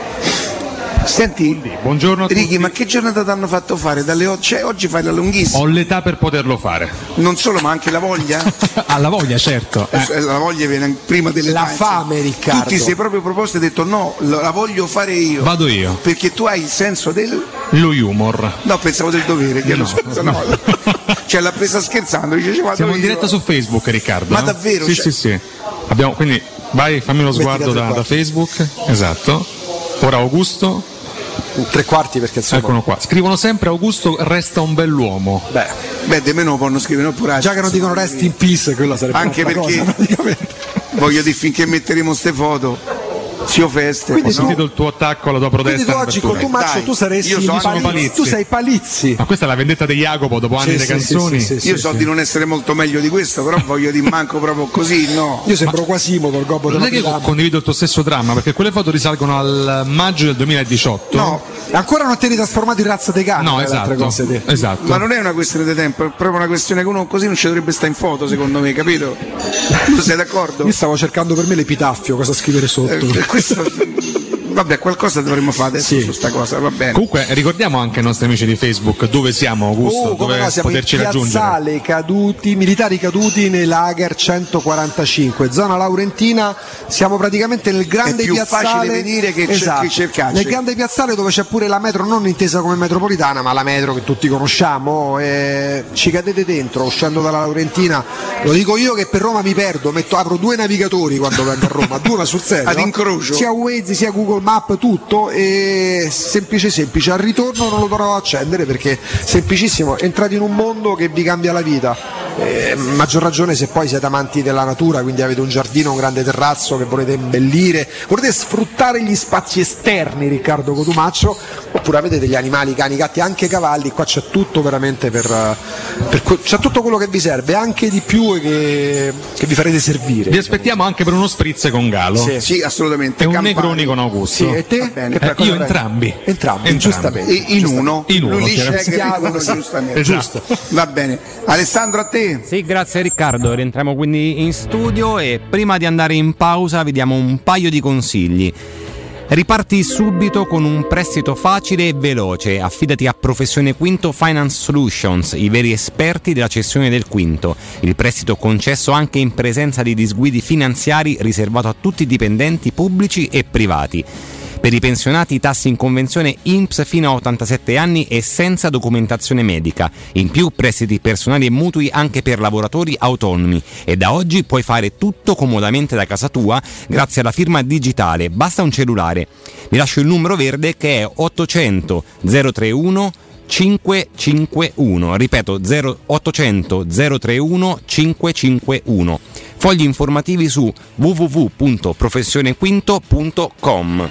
Senti, buongiorno a tutti. Ricky, ma che giornata ti hanno fatto fare? Cioè, oggi fai la lunghissima. Ho l'età per poterlo fare. Non solo, ma anche la voglia? La voglia, certo. La voglia viene prima dell'età. La fame, Riccardo. Tu ti sei proprio proposto e hai detto no, la voglio fare io. Vado io. Perché tu hai il senso lo humor. No, pensavo del dovere. Che no. Cioè l'ha presa scherzando. Dice, siamo in diretta su Facebook, Riccardo. Ma davvero? Sì. Abbiamo, quindi vai, fammi lo sguardo da Facebook. Esatto. Ora Augusto. 3/4 perché insomma. Eccolo qua. Scrivono sempre Augusto resta un bell'uomo. Beh, di me non possono scrivere oppure. Già che non dicono rest in peace, quella sarebbe anche perché voglio dire, finché metteremo ste foto Zio Feste. Quindi ho sentito il tuo attacco alla tua protesta. Quindi tu oggi con Cotumaccio tu saresti Palizzi. Tu sei Palizzi. Ma questa è la vendetta di Jacopo dopo anni di canzoni. Io so di non essere molto meglio di questo, però voglio dire manco proprio così, no. Io sembro Quasimo col gobbo della Milano. Non è che condivido il tuo stesso dramma, perché quelle foto risalgono al maggio del 2018. No, ancora non ti eri trasformato in razza dei cani. No, esatto. Ma non è una questione di tempo, è proprio una questione che uno così non ci dovrebbe stare in foto, secondo me, capito? Tu sei d'accordo? Io stavo cercando per me l'epitaffio, cosa scrivere sotto. Vabbè, qualcosa dovremmo fare adesso su sta cosa, va bene. Comunque ricordiamo anche ai nostri amici di Facebook dove siamo, Augusto, dove siamo poterci in raggiungere. Militari caduti nei lager 145, zona Laurentina, siamo praticamente nel grande piazzale. È più facile venire che cercarci. Nel grande piazzale dove c'è pure la metro, non intesa come metropolitana, ma la metro che tutti conosciamo, ci cadete dentro uscendo dalla Laurentina. Lo dico io che per Roma mi perdo, apro 2 navigatori quando vengo a Roma, 2 sul serio. Ad incrocio. Sia Waze sia Google Map, tutto, e semplice, al ritorno non lo dovrò accendere perché semplicissimo, entrate in un mondo che vi cambia la vita, maggior ragione se poi siete amanti della natura, quindi avete un giardino, un grande terrazzo che volete imbellire, volete sfruttare gli spazi esterni, Riccardo Cotumaccio, oppure avete degli animali, cani, gatti, anche cavalli, qua c'è tutto veramente c'è tutto quello che vi serve, anche di più e che vi farete servire. Vi aspettiamo anche per uno spritz con Galo. Sì, assolutamente. E un Negroni con Augusto. Sì, e te? Io entrambi, giustamente. In uno. Giustamente. Giusto. Va bene. Alessandro, a te. Sì, grazie Riccardo. Rientriamo quindi in studio e prima di andare in pausa vi diamo un paio di consigli. Riparti subito con un prestito facile e veloce. Affidati a Professione Quinto Finance Solutions, i veri esperti della cessione del quinto. Il prestito concesso anche in presenza di disguidi finanziari, riservato a tutti i dipendenti pubblici e privati. Per i pensionati tassi in convenzione INPS fino a 87 anni e senza documentazione medica. In più prestiti personali e mutui anche per lavoratori autonomi. E da oggi puoi fare tutto comodamente da casa tua grazie alla firma digitale. Basta un cellulare. Vi lascio il numero verde che è 800 031 551. Ripeto, 0800 031 551. Fogli informativi su www.professionequinto.com.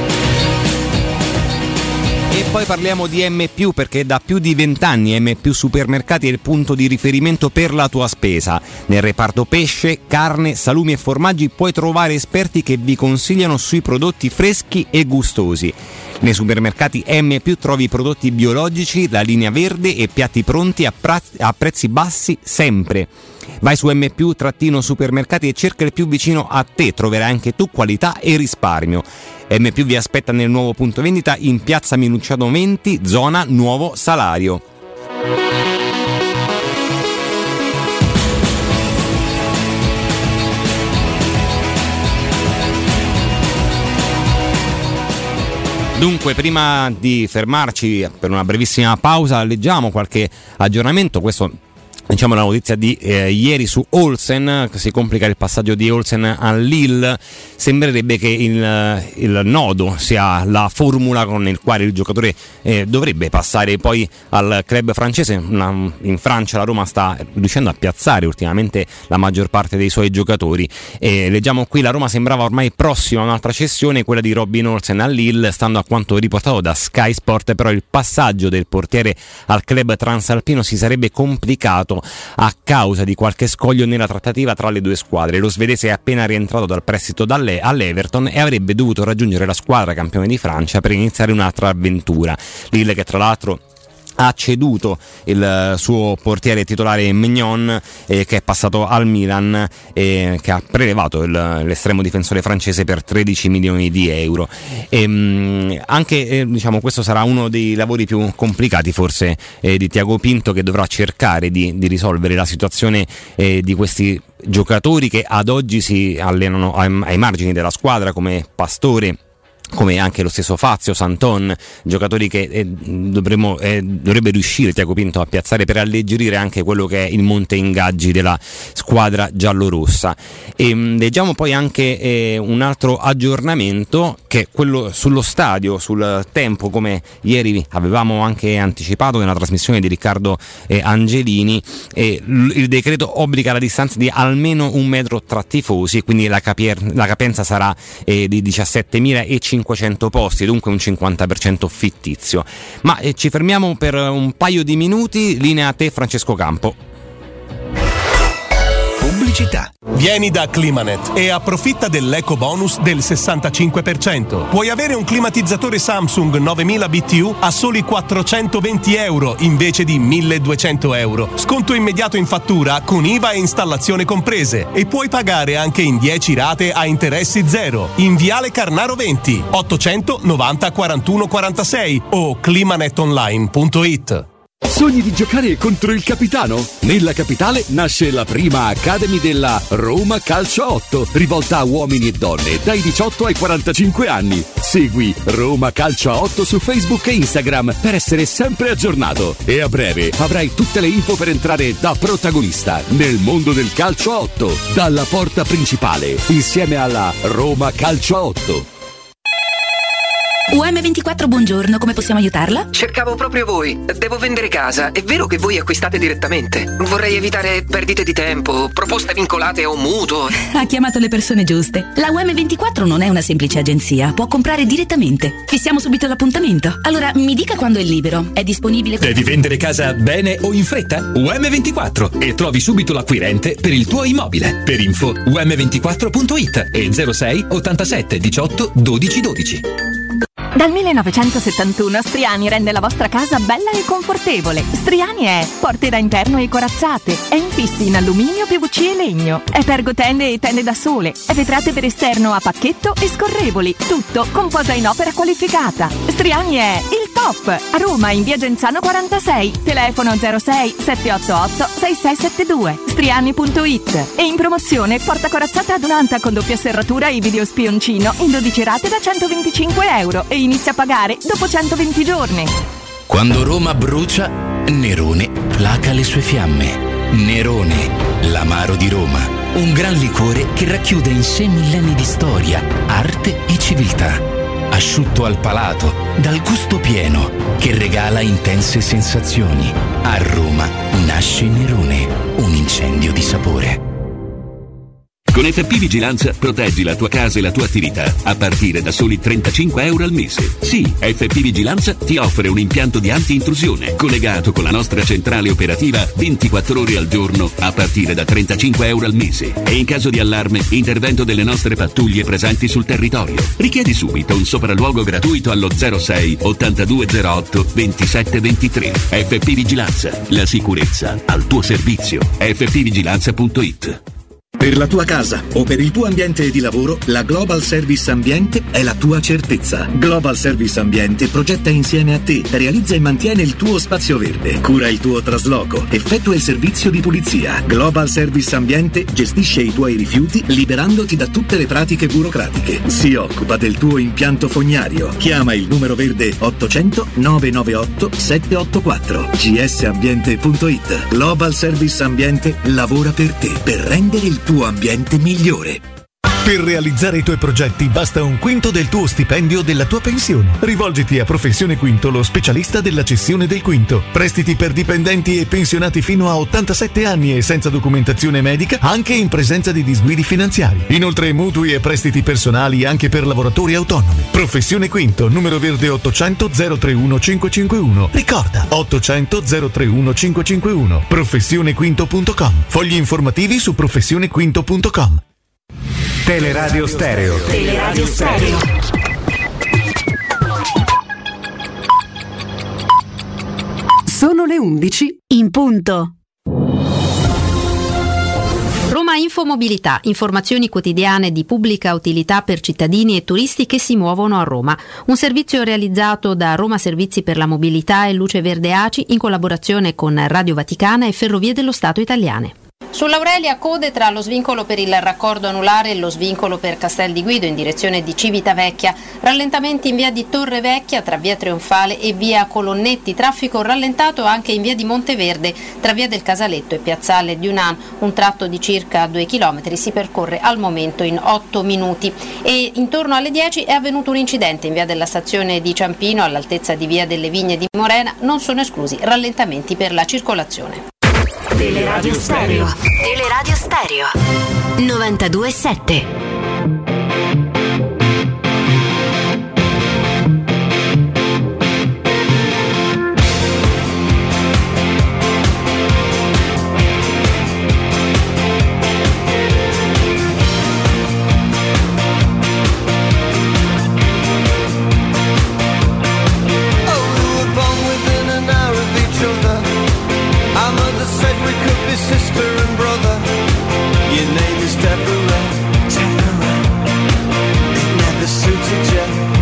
E poi parliamo di M+, perché da più di 20 anni M+ Supermercati è il punto di riferimento per la tua spesa. Nel reparto pesce, carne, salumi e formaggi puoi trovare esperti che vi consigliano sui prodotti freschi e gustosi. Nei supermercati M+ trovi prodotti biologici, la linea verde e piatti pronti a prezzi bassi sempre. Vai su M+-supermercati e cerca il più vicino a te, troverai anche tu qualità e risparmio. M+ vi aspetta nel nuovo punto vendita in piazza Minucciano 20, zona Nuovo Salario. Dunque, prima di fermarci per una brevissima pausa, leggiamo qualche aggiornamento. Questo Diciamo la notizia di ieri su Olsen, si complica il passaggio di Olsen a Lille. Sembrerebbe che il nodo sia la formula con il quale il giocatore dovrebbe passare poi al club francese. In Francia la Roma sta riuscendo a piazzare ultimamente la maggior parte dei suoi giocatori. Leggiamo qui, la Roma sembrava ormai prossima a un'altra cessione, quella di Robin Olsen a Lille, stando a quanto riportato da Sky Sport, però il passaggio del portiere al club transalpino si sarebbe complicato a causa di qualche scoglio nella trattativa tra le due squadre. Lo svedese è appena rientrato dal prestito all'Everton e avrebbe dovuto raggiungere la squadra campione di Francia per iniziare un'altra avventura. Lille, che tra l'altro ha ceduto il suo portiere titolare Mignon, che è passato al Milan, che ha prelevato l'estremo difensore francese per 13 milioni di euro. Anche diciamo questo sarà uno dei lavori più complicati forse di Tiago Pinto, che dovrà cercare di risolvere la situazione di questi giocatori che ad oggi si allenano ai margini della squadra, come Pastore, come anche lo stesso Fazio, Santon, giocatori che dovrebbe riuscire Tiago Pinto a piazzare per alleggerire anche quello che è il monte ingaggi della squadra giallorossa. Leggiamo poi anche un altro aggiornamento, che è quello sullo stadio, sul tempo, come ieri avevamo anche anticipato nella trasmissione di Riccardo Angelini. Il decreto obbliga la distanza di almeno 1 metro tra tifosi, quindi la capienza sarà di 17.500 posti, dunque un 50% fittizio. Ma ci fermiamo per un paio di minuti. Linea a te, Francesco Campo. Pubblicità. Vieni da Climanet e approfitta dell'eco bonus del 65%. Puoi avere un climatizzatore Samsung 9000 BTU a soli 420 euro invece di 1200 euro. Sconto immediato in fattura con IVA e installazione comprese, e puoi pagare anche in 10 rate a interessi zero. In Viale Carnaro 20 890 41 46 o climanetonline.it. Sogni di giocare contro il capitano? Nella capitale nasce la prima Academy della Roma Calcio 8, rivolta a uomini e donne dai 18 ai 45 anni. Segui Roma Calcio 8 su Facebook e Instagram per essere sempre aggiornato. E a breve avrai tutte le info per entrare da protagonista nel mondo del calcio 8, dalla porta principale, insieme alla Roma Calcio 8. UM24, buongiorno, come possiamo aiutarla? Cercavo proprio voi. Devo vendere casa. È vero che voi acquistate direttamente? Vorrei evitare perdite di tempo, proposte vincolate o mutuo. Ha chiamato le persone giuste. La UM24 non è una semplice agenzia, può comprare direttamente. Fissiamo subito l'appuntamento. Allora, mi dica quando è libero. È disponibile? Devi vendere casa bene o in fretta? UM24 e trovi subito l'acquirente per il tuo immobile. Per info um24.it e 06 87 18 12 12. Dal 1971 Striani rende la vostra casa bella e confortevole. Striani è porte da interno e corazzate, è infissi in alluminio, PVC e legno, è pergotende e tende da sole, è vetrate per esterno a pacchetto e scorrevoli, tutto con posa in opera qualificata. Striani è il top! A Roma in via Genzano 46, telefono 06 788 6672, striani.it. E in promozione porta corazzata adunata con doppia serratura e video spioncino in 12 rate da 125 euro e inizia a pagare dopo 120 giorni. Quando Roma brucia, Nerone placa le sue fiamme. Nerone, l'amaro di Roma. Un gran liquore che racchiude in sé millenni di storia, arte e civiltà. Asciutto al palato, dal gusto pieno, che regala intense sensazioni. A Roma nasce Nerone, un incendio di sapore. Con FP Vigilanza proteggi la tua casa e la tua attività a partire da soli 35 euro al mese. Sì, FP Vigilanza ti offre un impianto di anti-intrusione collegato con la nostra centrale operativa 24 ore al giorno a partire da 35 euro al mese. E in caso di allarme, intervento delle nostre pattuglie presenti sul territorio. Richiedi subito un sopralluogo gratuito allo 06 8208 27 23. FP Vigilanza, la sicurezza al tuo servizio. fpvigilanza.it. Per la tua casa o per il tuo ambiente di lavoro, la Global Service Ambiente è la tua certezza. Global Service Ambiente progetta insieme a te, realizza e mantiene il tuo spazio verde, cura il tuo trasloco, effettua il servizio di pulizia. Global Service Ambiente gestisce i tuoi rifiuti liberandoti da tutte le pratiche burocratiche. Si occupa del tuo impianto fognario. Chiama il numero verde 800 998 784. gsambiente.it. Global Service Ambiente lavora per te, per rendere il tuo ambiente migliore. Per realizzare i tuoi progetti basta un quinto del tuo stipendio della tua pensione. Rivolgiti a Professione Quinto, lo specialista della cessione del quinto. Prestiti per dipendenti e pensionati fino a 87 anni e senza documentazione medica, anche in presenza di disguidi finanziari. Inoltre mutui e prestiti personali anche per lavoratori autonomi. Professione Quinto, numero verde 800 031 551. Ricorda, 800 031 551. Professionequinto.com. Fogli informativi su professionequinto.com. Teleradio Stereo. Teleradio Stereo. Sono le 11 in punto. Roma Infomobilità, informazioni quotidiane di pubblica utilità per cittadini e turisti che si muovono a Roma. Un servizio realizzato da Roma Servizi per la Mobilità e Luce Verde ACI in collaborazione con Radio Vaticana e Ferrovie dello Stato Italiane. Sull'Aurelia code tra lo svincolo per il raccordo anulare e lo svincolo per Castel di Guido in direzione di Civitavecchia, rallentamenti in via di Torre Vecchia tra via Trionfale e via Colonnetti, traffico rallentato anche in via di Monteverde tra via del Casaletto e piazzale di Unan, un tratto di circa 2 km si percorre al momento in 8 minuti e intorno alle 10 è avvenuto un incidente in via della stazione di Ciampino all'altezza di via delle Vigne di Morena, non sono esclusi rallentamenti per la circolazione. Teleradio Stereo. Teleradio Stereo. 92.7. Sister and brother, your name is Deborah. It never suited you.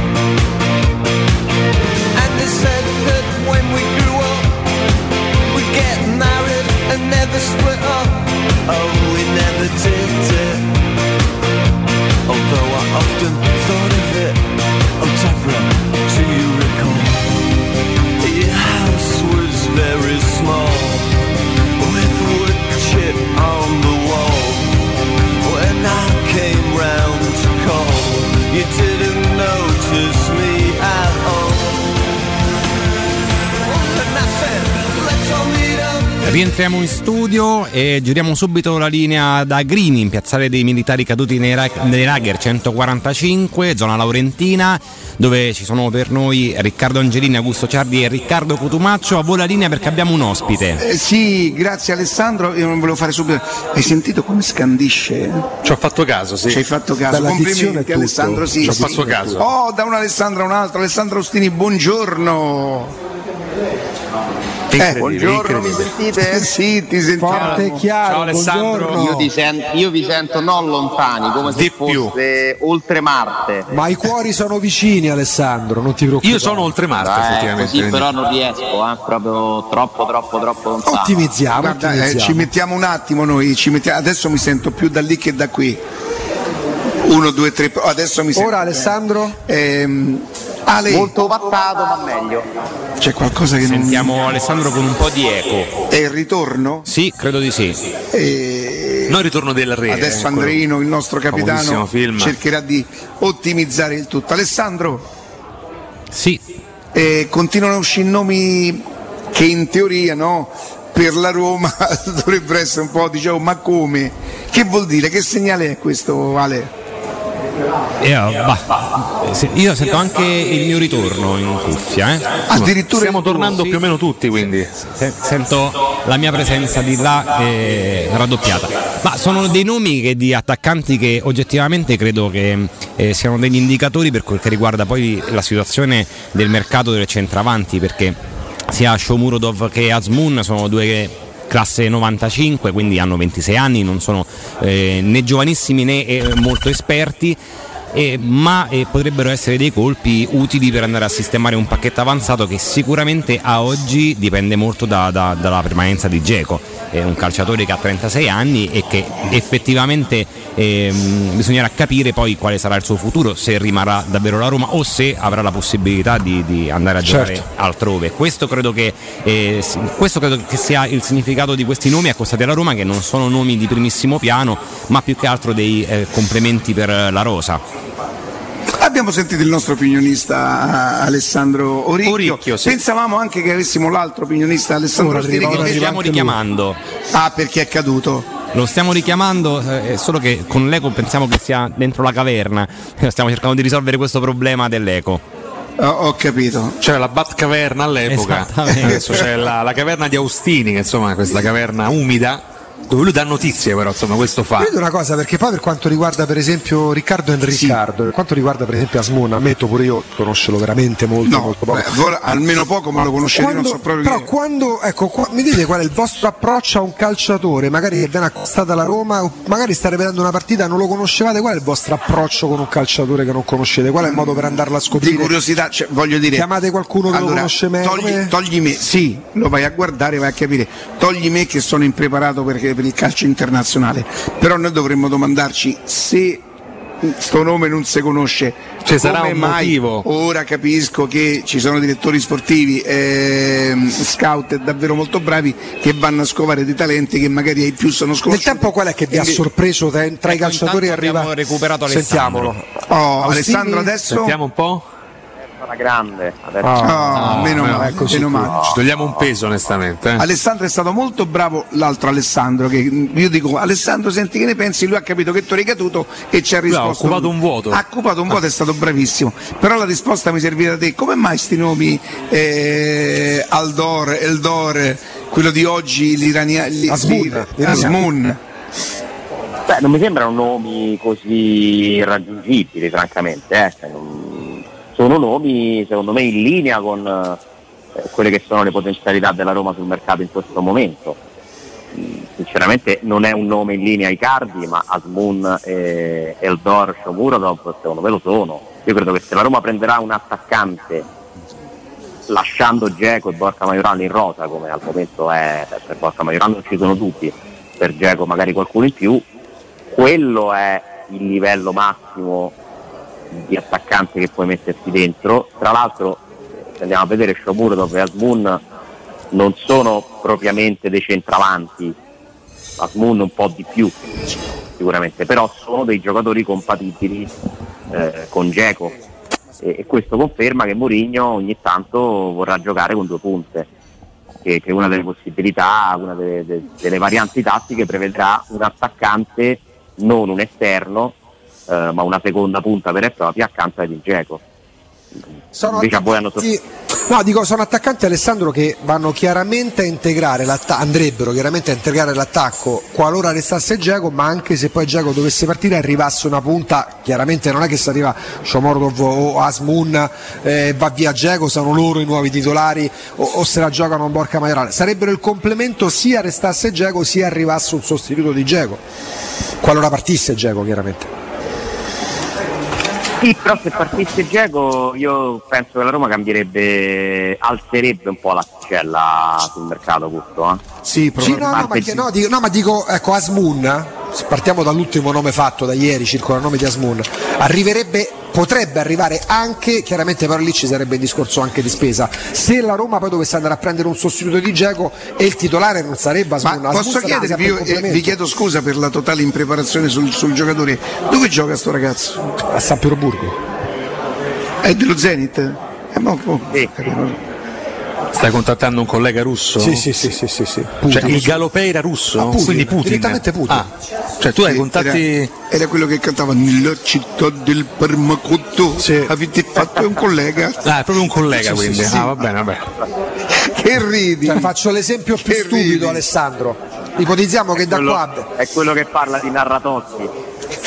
And they said that when we grew up, we'd get married and never split up. Oh, we never did it. Although I often thought of it. Oh, Deborah, do you recall? Your house was very small. Chip on the wall. When I came round to call, you didn't notice me at all. And I said, let's all meet up. Rientriamo in studio e giriamo subito la linea da Grini, in piazzale dei militari caduti nei lager 145, zona Laurentina, dove ci sono per noi Riccardo Angelini, Augusto Ciardi e Riccardo Cotumaccio. A voi la linea perché abbiamo un ospite. Sì, grazie Alessandro. Io non volevo fare subito. Hai sentito come scandisce? Ci ho fatto caso, sì. Ci hai fatto caso. Complimenti Alessandro, sì. Ci ho fatto caso. Oh, da un Alessandro a un altro. Alessandro Ostini, buongiorno. Buongiorno, mi sentite? Sì, ti sentiamo. Forte e chiaro. Ciao Alessandro. Io vi sento non lontani, come se fosse oltre Marte. Ma i cuori sono vicini, Alessandro, non ti preoccupare. Io sono oltre Marte, effettivamente. Così però non riesco, proprio troppo lontano. Ottimizziamo. Ci mettiamo un attimo noi, adesso mi sento più da lì che da qui. 1, 2, 3, adesso mi sento. Ora Alessandro? Ale. Molto vattato, ma meglio. C'è qualcosa che Sentiamo Alessandro con un po' di eco. È il ritorno? Sì, credo di sì. No, il ritorno del re. Adesso Andreino, il nostro capitano, cercherà di ottimizzare il tutto. Alessandro? Sì. Continuano a uscire nomi che in teoria, no, per la Roma dovrebbero essere un po', dicevo, ma come? Che vuol dire? Che segnale è questo, Ale? Io sento anche il mio ritorno in cuffia. Addirittura stiamo tornando più o meno tutti, quindi sento la mia presenza di là raddoppiata. Ma sono dei nomi di attaccanti che oggettivamente credo che siano degli indicatori per quel che riguarda poi la situazione del mercato del centravanti, perché sia Shomurodov che Azmoun sono due classe 95, quindi hanno 26 anni, non sono né giovanissimi né molto esperti. Ma potrebbero essere dei colpi utili per andare a sistemare un pacchetto avanzato che sicuramente a oggi dipende molto dalla permanenza di Dzeko. È un calciatore che ha 36 anni e che effettivamente bisognerà capire poi quale sarà il suo futuro, se rimarrà davvero la Roma o se avrà la possibilità di andare a giocare altrove. Questo credo che sia il significato di questi nomi accostati alla Roma, che non sono nomi di primissimo piano, ma più che altro dei complementi per la rosa. Abbiamo sentito il nostro opinionista Alessandro Oricchio, sì. Pensavamo anche che avessimo l'altro opinionista Alessandro Ostini, che lo stiamo richiamando. Perché è caduto? Lo stiamo richiamando, solo che con l'eco pensiamo che sia dentro la caverna. Stiamo cercando di risolvere questo problema dell'eco. Ho capito. C'era la Batcaverna all'epoca, adesso c'è la caverna di Austini, che insomma è questa caverna umida dove lui dà notizie, però insomma questo fa. Vedo una cosa, perché poi per quanto riguarda per esempio Riccardo Enricardo, per quanto riguarda per esempio Asmun, ammetto pure io conoscerlo veramente molto poco. Almeno poco, ma lo conoscete, non so proprio. Però quando mi dite qual è il vostro approccio a un calciatore magari che viene accostato alla Roma, o magari state vedendo una partita, non lo conoscevate, qual è il vostro approccio con un calciatore che non conoscete? Qual è il modo per andarlo a scoprire? Di curiosità, voglio dire, chiamate qualcuno che lo conosce meglio. Togli me, sì, lo vai a guardare, vai a capire. Togli me che sono impreparato per il calcio internazionale, però noi dovremmo domandarci se sto nome non si conosce, sarà un motivo. Ora capisco che ci sono direttori sportivi, scout davvero molto bravi, che vanno a scovare dei talenti che magari ai più sono sconosciuti. Nel tempo qual è che vi ha sorpreso tra i calciatori? Abbiamo recuperato Alessandro. Sentiamolo. Alessandro adesso. Sentiamo un po'. Una grande meno male. Ci togliamo un peso, onestamente. Alessandro è stato molto bravo, l'altro Alessandro, che io dico Alessandro senti che ne pensi, lui ha capito che tu eri caduto e ci ha risposto. Ha occupato un vuoto. Ha occupato un vuoto, è stato bravissimo. Però la risposta mi serviva da te. Come mai sti nomi Aldor, Eldor, quello di oggi, l'iraniano Asmun? Beh, non mi sembrano nomi così irraggiungibili, francamente, sono nomi secondo me in linea con quelle che sono le potenzialità della Roma sul mercato in questo momento. Sinceramente non è un nome in linea Icardi, ma Asmun, Eldor, Shomurodov secondo me lo sono. Io credo che se la Roma prenderà un attaccante lasciando Dzeko e Borja Majoral in rosa, come al momento è, per Borja Majoral non ci sono dubbi, per Dzeko magari qualcuno in più, quello è il livello massimo di attaccante che puoi mettersi dentro. Tra l'altro, se andiamo a vedere, Shomurodov e Asmun non sono propriamente dei centravanti, Asmun un po' di più sicuramente, però sono dei giocatori compatibili con Dzeko, e questo conferma che Mourinho ogni tanto vorrà giocare con due punte, che una delle possibilità, una delle varianti tattiche prevederà un attaccante, non un esterno, ma una seconda punta vera e propria accanto a Dzeko. Sono attaccanti, Alessandro, che vanno chiaramente a integrare andrebbero chiaramente a integrare l'attacco qualora restasse Dzeko, ma anche se poi Dzeko dovesse partire e arrivasse una punta, chiaramente non è che se arriva Shomurodov o Asmun va via Dzeko, sono loro i nuovi titolari, o se la giocano Borja Majoral, sarebbero il complemento sia restasse Dzeko sia arrivasse un sostituto di Dzeko, qualora partisse Dzeko chiaramente. Sì, però se partisse Dzeko io penso che la Roma alzerebbe un po' l'asticella sul mercato, Augusto. Sì, ma dico, ecco, Asmun, partiamo dall'ultimo nome fatto da ieri, circola il nome di Asmun, potrebbe arrivare anche, chiaramente però lì ci sarebbe il discorso anche di spesa, se la Roma poi dovesse andare a prendere un sostituto di Dzeko e il titolare non sarebbe Asmun. Ma posso chiedervi, io vi chiedo scusa per la totale impreparazione sul giocatore, dove gioca sto ragazzo? A San Pietroburgo. È dello Zenit? Stai contattando un collega russo? Sì. Cioè, il Galopeira russo? Putin, quindi Putin. Direttamente Putin. Cioè tu hai contatti. Era quello che cantava nella città del Parmacotto. Avete fatto un collega? È proprio un collega, quindi. Sì. Va bene. Che ridi? Faccio l'esempio più stupido, Alessandro. Ipotizziamo che da qua. È quello che parla di Narratozzi.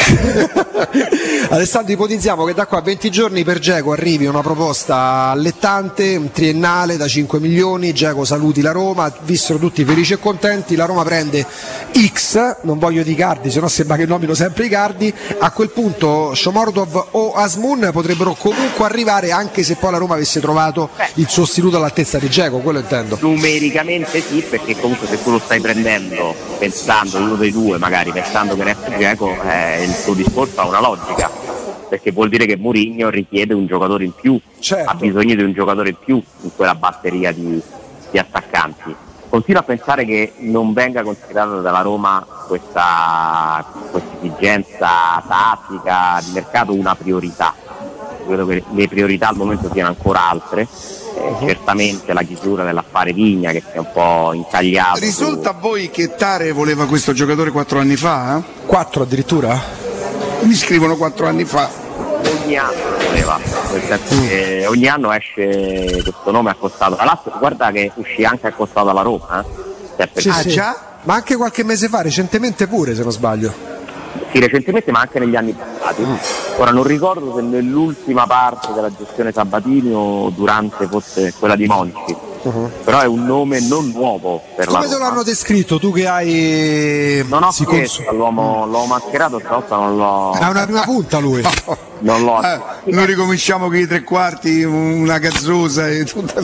Alessandro, ipotizziamo che da qua a 20 giorni per Dzeko arrivi una proposta allettante, un triennale da 5 milioni, Dzeko saluti la Roma, vissero tutti felici e contenti, la Roma prende X, non voglio di Icardi, se no sembra che nomino sempre Icardi, a quel punto Shomurodov o Asmun potrebbero comunque arrivare, anche se poi la Roma avesse trovato il sostituto all'altezza di Dzeko, quello intendo. Numericamente sì, perché comunque se tu lo stai prendendo pensando uno dei due, magari pensando che resta Dzeko, il suo discorso ha una logica, perché vuol dire che Mourinho richiede un giocatore in più, certo. Ha bisogno di un giocatore in più in quella batteria di attaccanti. Continuo a pensare che non venga considerata dalla Roma questa esigenza tattica di mercato una priorità. Credo che le priorità al momento siano ancora altre. Certamente la chiusura dell'affare Vigna che si è un po' incagliato. Risulta a voi che Tare voleva questo giocatore 4 anni fa? 4 addirittura? Mi scrivono 4 anni fa. Ogni anno voleva, nel senso che ogni anno esce questo nome accostato. Tra l'altro guarda che uscì anche accostato alla Roma. Sì. Già? Ma anche qualche mese fa, recentemente pure se non sbaglio. Sì, recentemente ma anche negli anni passati. Ora non ricordo se nell'ultima parte della gestione Sabatini o durante forse quella di Monchi, però è un nome non nuovo per la Roma. Come te l'hanno descritto tu che hai... Non ho chiesto, l'ho mascherato, stavolta non l'ho... È una prima punta lui. Non l'ho... Noi ricominciamo con i tre quarti, una gazzosa e tutta...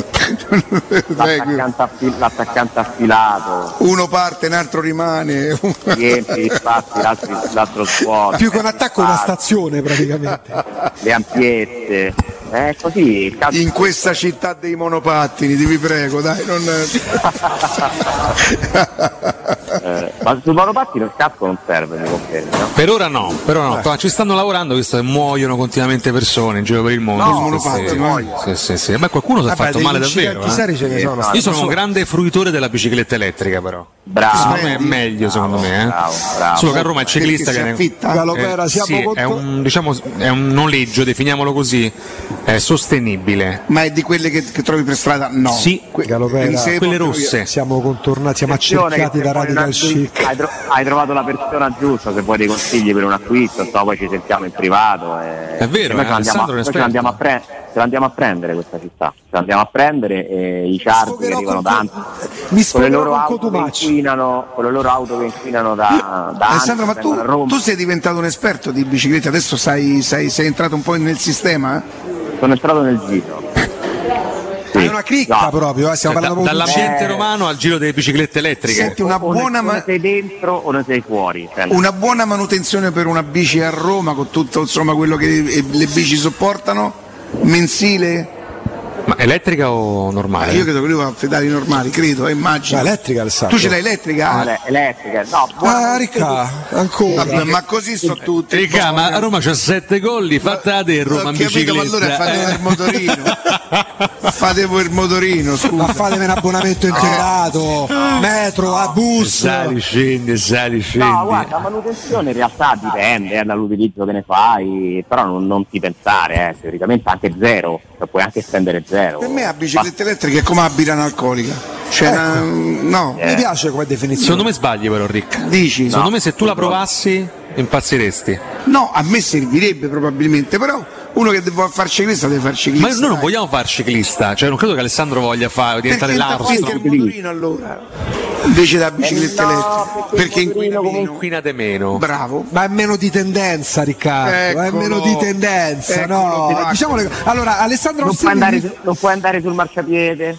L'attaccante affilato. Uno parte, un altro rimane. Riempie gli spazi, l'altro svuota. Più che un attacco è una stazione praticamente. Le ampiezze. È così il in questa città dei monopattini, vi prego, dai, non... ma sul monopattino il casco non serve, mi confermi, no? Per ora no, ci stanno lavorando, visto che muoiono continuamente persone in giro per il mondo. No, monopattino. Sì. Ma qualcuno si è fatto male davvero. Io sono un grande fruitore della bicicletta elettrica, però. Bravo. Secondo me è meglio, secondo me. Bravo. Solo che a Roma il ciclista è un noleggio, definiamolo così, è sostenibile. Ma è di quelle che trovi per strada? No. Sì, quelle rosse. Siamo contornati, siamo accerchiati da Radical Chic. Hai trovato la persona giusta, se vuoi dei consigli per un acquisto, poi ci sentiamo in privato. È vero, noi ce l'andiamo a prendere questa città, ce l'andiamo a prendere e i charti che arrivano tanti. Con le loro auto che inquinano da Alessandro, ma tu sei diventato un esperto di biciclette, adesso sei entrato un po' nel sistema? Sono entrato nel giro. È una cricca proprio, stiamo parlando dall'ambiente romano al giro delle biciclette elettriche. Senti, una buona o ne sei dentro o ne sei fuori. Una buona manutenzione per una bici a Roma con tutto insomma quello che le bici sopportano, mensile? Ma elettrica o normale? Io credo che lui va a pedali normali, credo, immagino. Elettrica, Alessandro. Tu ce l'hai elettrica? Elettrica, no. Ricca, ancora. Vabbè, ma così sono tutti. Ricca, ma a Roma c'ha 7 golli, fatta a te Roma in bicicletta. Ma allora fatevo il motorino. Fatevo il motorino, scusa. Ma fatevi un abbonamento integrato, metro, a bus. Sali, scendi. No, guarda, la manutenzione in realtà dipende dall'utilizzo che ne fai, però non ti pensare, teoricamente anche zero, cioè puoi anche spendere zero. Per me la bicicletta elettrica è come la birra analcolica. Cioè, no. Mi piace come definizione. Secondo me sbagli però, Rick. Dici? Secondo me se tu la provassi impazziresti. No, a me servirebbe probabilmente, però uno che vuole far ciclista deve far ciclista. Ma noi non vogliamo far ciclista, cioè non credo che Alessandro voglia diventare l'Armstrong. Perché il motorino allora? Invece da bicicletta elettrica, perché inquinate meno. Bravo. Ma è meno di tendenza, Riccardo. È meno di tendenza, no? Diciamo allora, Alessandro non puoi andare sul marciapiede.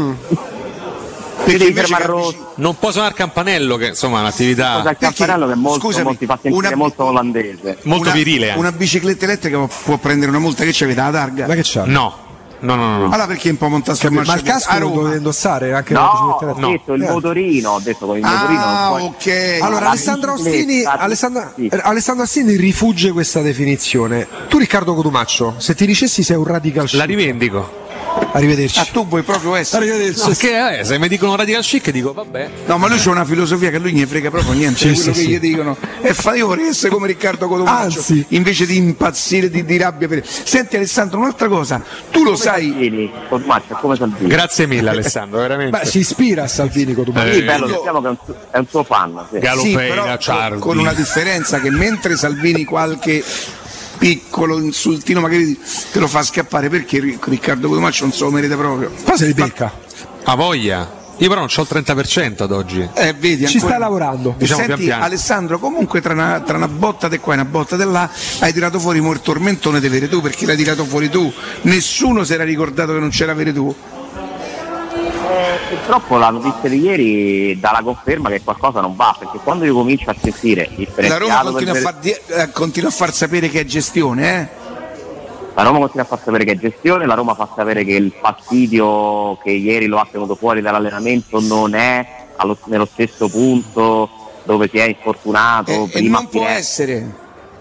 Non può suonare il campanello, che insomma è un'attività. Il campanello che è molto ti fa sentire molto olandese. Molto virile. Una bicicletta elettrica può prendere una multa, che c'è la targa? Ma che c'ha? No. Allora perché un po' montato sul ma il casco lo dovete indossare anche la bicicletta elettrica? No, ho detto il motorino, ho detto con il motorino non puoi. Ok. Allora Alessandro Ostini rifugge questa definizione. Tu, Riccardo Cotumaccio, se ti dicessi sei un radical chic, la rivendico. Arrivederci. Tu vuoi proprio essere? Arrivederci. No, perché se mi dicono radical chic dico vabbè. No, ma lui c'ha una filosofia che lui ne frega proprio niente di quello che gli dicono. E io vorrei essere come Riccardo Cotumaccio, invece di impazzire di rabbia per... Senti Alessandro, un'altra cosa, tu lo sai. Cotumaccio, come Salvini. Grazie mille Alessandro, veramente. Beh, si ispira a Salvini Cotumaccio. Sì, bello, diciamo che è un suo fan. Sì. Galopera, però con una differenza, che mentre Salvini qualche piccolo insultino magari te lo fa scappare, perché Riccardo Cotumaccio non se lo merita proprio. Poi se li becca. A voglia. Io però non c'ho il 30% ad oggi. Vedi, ci sta lavorando. Diciamo senti, pian piano. Alessandro, comunque tra una botta di qua e una botta di là hai tirato fuori il tormentone di Veretù, perché l'hai tirato fuori tu. Nessuno si era ricordato che non c'era Veretù. Purtroppo la notizia di ieri dà la conferma che qualcosa non va, perché quando io comincio a sentire la Roma continua a far sapere che è gestione, La Roma continua a far sapere che è gestione, la Roma fa sapere che il fastidio che ieri lo ha tenuto fuori dall'allenamento non è nello stesso punto dove si è infortunato. Prima non può essere.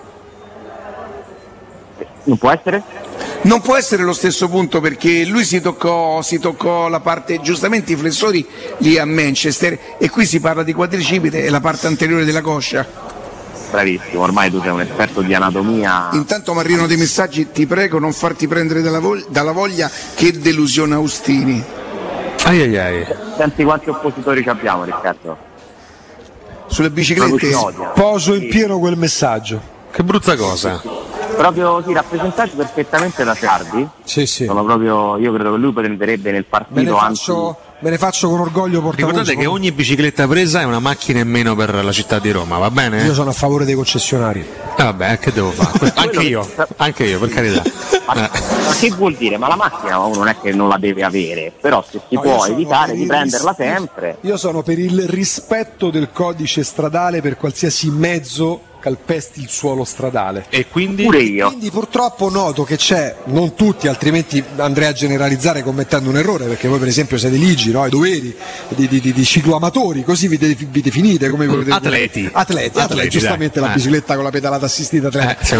Non può essere? Non può essere lo stesso punto, perché lui si toccò la parte, giustamente i flessori lì a Manchester, e qui si parla di quadricipite e la parte anteriore della coscia. Bravissimo, ormai tu sei un esperto di anatomia. Intanto mi arrivano dei messaggi: ti prego non farti prendere dalla voglia, che delusione Austini. Ai. Senti quanti oppositori ci abbiamo, Riccardo? Sulle biciclette poso in pieno quel messaggio. Che brutta cosa. Proprio rappresentati perfettamente da Ciardi. Sì. Sono proprio, io credo che lui prenderebbe nel partito. Me ne faccio con orgoglio portavoce. Ricordate che ogni bicicletta presa è una macchina in meno per la città di Roma, va bene? Io sono a favore dei concessionari. Vabbè, che devo fare? Anche io, per carità. Ma che vuol dire? Ma la macchina uno non è che non la deve avere, però se si può evitare di prenderla sempre. Io sono per il rispetto del codice stradale per qualsiasi mezzo calpesti il suolo stradale. E quindi? Pure io. Quindi purtroppo noto che c'è, non tutti, altrimenti andrei a generalizzare commettendo un errore, perché voi per esempio siete ligi, no? I doveri di cicloamatori, così vi definite come volete. Atleti, giustamente la bicicletta con la pedalata assistita,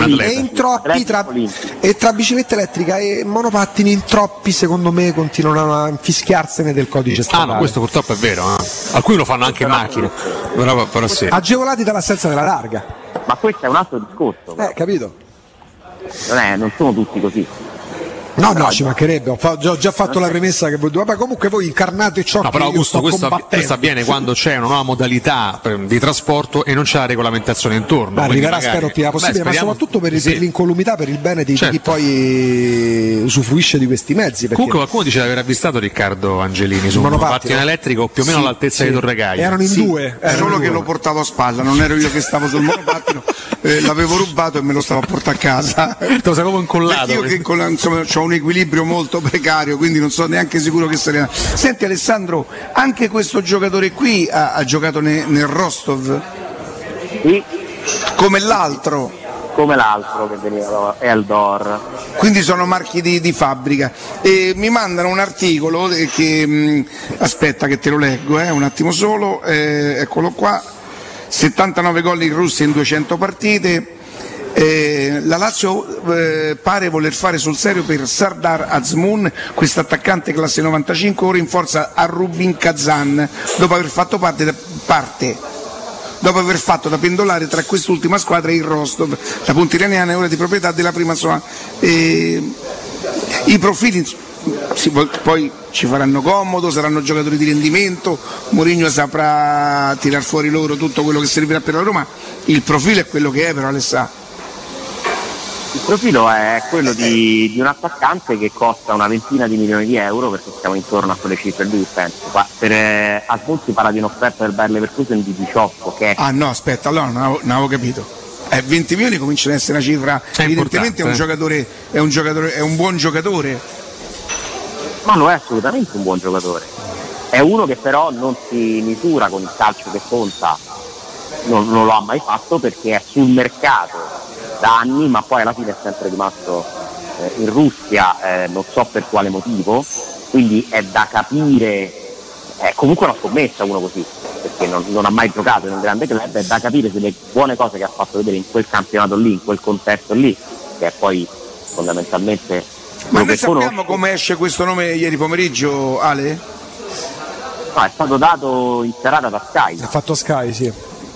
e tra bicicletta elettrica e monopattini in troppi secondo me continuano a infischiarsene del codice stradale. No, questo purtroppo è vero, alcuni lo fanno anche in macchina, però sì. Agevolati dall'assenza della targa. Ma questo è un altro discorso. Capito? Non sono tutti così. No, ci mancherebbe, ho già fatto la premessa che vabbè, comunque voi incarnate ciò che però io Augusto, sto combattendo. questo avviene quando c'è una nuova modalità di trasporto e non c'è la regolamentazione intorno. Arriverà spero prima possibile, ma soprattutto per l'incolumità, per il bene di chi poi usufruisce di questi mezzi. Comunque qualcuno dice di aver avvistato Riccardo Angelini su un monopattino elettrico più o meno all'altezza di Torregaia. Erano in due. Solo che lo portavo a spalla, non ero io che stavo sul monopattino, l'avevo rubato e me lo stavo a portare a casa. Te lo sei proprio incollato. Io che insomma ho un equilibrio molto precario, quindi non sono neanche sicuro che sarà. Senti Alessandro, anche questo giocatore qui ha giocato nel Rostov? Sì. Come l'altro che veniva Eldor. Quindi sono marchi di fabbrica. E mi mandano un articolo che aspetta che te lo leggo, un attimo solo, eccolo qua. 79 gol in Russia in 200 partite. La Lazio pare voler fare sul serio per Sardar Azmoun, questo attaccante classe 95, ora in forza a Rubin Kazan, dopo aver fatto da pendolare tra quest'ultima squadra e il Rostov. La punta iraniana è ora di proprietà della prima sua. I profili poi ci faranno comodo, saranno giocatori di rendimento, Mourinho saprà tirar fuori loro tutto quello che servirà per la Roma. Il profilo è quello che è, però Alessandro. Il profilo è quello di un attaccante che costa una ventina di milioni di euro, perché siamo intorno a quelle cifre lì, penso. Per Asmun si parla di un'offerta del Bayer Leverkusen di 18, che è... Ah no, aspetta, allora non avevo capito. 20 milioni comincia ad essere una cifra, evidentemente è un buon giocatore. Ma lo è assolutamente un buon giocatore. È uno che però non si misura con il calcio che conta, non lo ha mai fatto, perché è sul mercato da anni, ma poi alla fine è sempre rimasto in Russia, non so per quale motivo, quindi è da capire, è comunque una scommessa uno così, perché non ha mai giocato in un grande club, è da capire se le buone cose che ha fatto vedere in quel campionato lì, in quel contesto lì, che è poi fondamentalmente Ma noi sappiamo come esce questo nome ieri pomeriggio, Ale? No, è stato dato in serata da Sky. Ha fatto Sky, sì.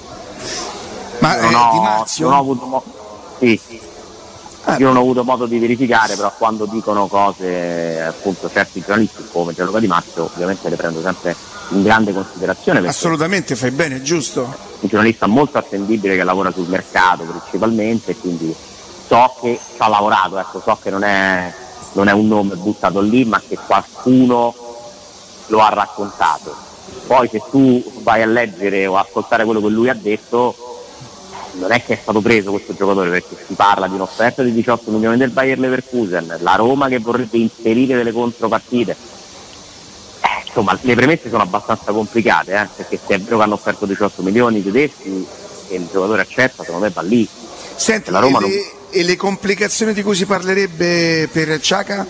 Ma Di Marzio? Non ho avuto sì. Io non ho avuto modo di verificare, però quando dicono cose, appunto, certi giornalisti come Gianluca Di Marzio, ovviamente le prendo sempre in grande considerazione. Assolutamente, fai bene, giusto? Un giornalista molto attendibile che lavora sul mercato principalmente, quindi so che ci ha lavorato, ecco, so che non è un nome buttato lì, ma che qualcuno lo ha raccontato. Poi se tu vai a leggere o ascoltare quello che lui ha detto, non è che è stato preso questo giocatore, perché si parla di un'offerta di 18 milioni del Bayer Leverkusen, la Roma che vorrebbe inserire delle contropartite. Insomma, le premesse sono abbastanza complicate, perché se è vero che hanno offerto 18 milioni tedeschi e il giocatore accetta, secondo me va lì. Senti, la Roma e le complicazioni di cui si parlerebbe per Xhaka?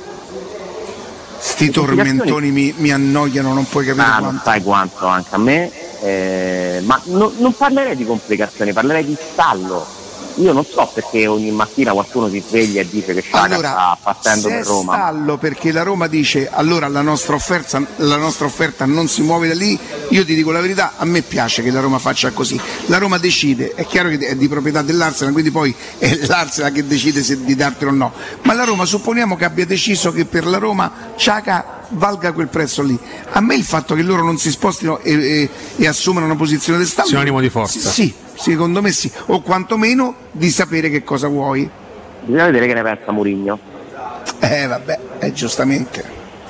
Sti tormentoni mi annoiano, non puoi capire quanto. Non sai quanto anche a me, ma non parlerei di complicazioni, parlerei di stallo. Io non so perché ogni mattina qualcuno si sveglia e dice che Xhaka sta partendo per Roma. Stallo perché la Roma dice allora la nostra offerta non si muove da lì. Io ti dico la verità, a me piace che la Roma faccia così. La Roma decide, è chiaro che è di proprietà dell'Arsenal, quindi poi è l'Arsenal che decide se di dartelo o no. Ma la Roma supponiamo che abbia deciso che per la Roma Xhaka valga quel prezzo lì. A me il fatto che loro non si spostino e assumano una posizione di stallo, sinonimo di forza. Sì, secondo me sì, o quantomeno di sapere che cosa vuoi. Bisogna vedere che ne pensa Mourinho. Vabbè, giustamente.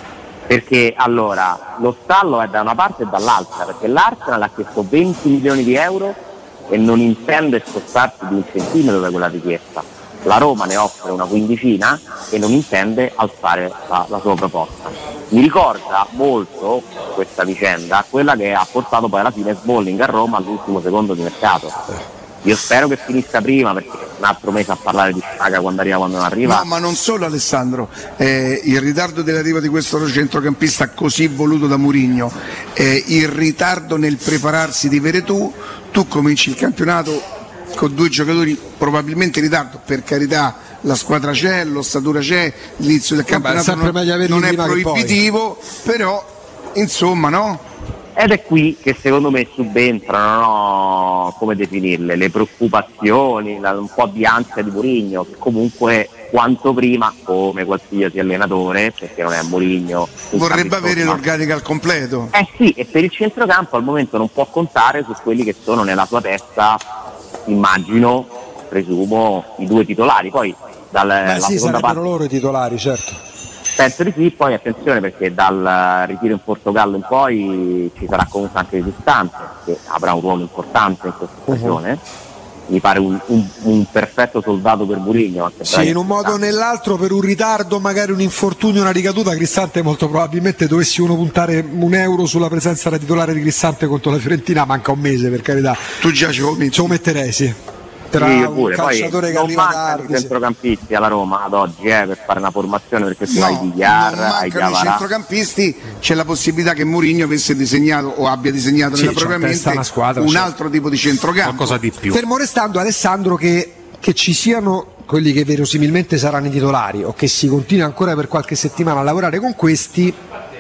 Perché allora lo stallo è da una parte e dall'altra, perché l'Arsenal ha chiesto 20 milioni di euro e non intende spostarsi di un centimetro da quella richiesta. La Roma ne offre una quindicina e non intende alzare la sua proposta. Mi ricorda molto questa vicenda quella che ha portato poi alla fine Smalling a Roma all'ultimo secondo di mercato. Io spero che finisca prima, perché un altro mese a parlare di Xhaka quando non arriva. No, ma non solo, Alessandro, il ritardo dell'arrivo di questo centrocampista così voluto da Mourinho, il ritardo nel prepararsi di Veretù, tu cominci il campionato con due giocatori probabilmente in ritardo, per carità la squadra c'è, l'ossatura c'è, l'inizio del campionato non è proibitivo, però insomma, no? Ed è qui che secondo me subentrano, no, come definirle, le preoccupazioni, un po' di ansia di Mourinho, che comunque quanto prima, come qualsiasi allenatore, perché non è Mourinho, vorrebbe avere l'organico al completo. Sì, e per il centrocampo al momento non può contare su quelli che sono nella sua testa, immagino, presumo, i due titolari. Poi dalla seconda parte loro i titolari, certo. Penso di sì, poi attenzione perché dal ritiro in Portogallo in poi ci sarà comunque anche di Cristante, che avrà un ruolo importante in questa stagione. Mi pare un perfetto soldato per Mourinho. Sì, in un modo o nell'altro, per un ritardo, magari un infortunio, una ricaduta, Cristante molto probabilmente, dovessi uno puntare €1 sulla presenza da titolare di Cristante contro la Fiorentina, manca un mese, per carità. Tu già ce lo metterei, sì. Tra un calciatore che arriva tardi, centrocampisti alla Roma ad oggi per fare una formazione, perché tu hai Digliar, hai Diawara. I centrocampisti, c'è la possibilità che Mourinho avesse disegnato o abbia disegnato nella propria mente un altro tipo di centrocampo, qualcosa di più. Fermo restando, Alessandro, che ci siano quelli che verosimilmente saranno i titolari o che si continua ancora per qualche settimana a lavorare con questi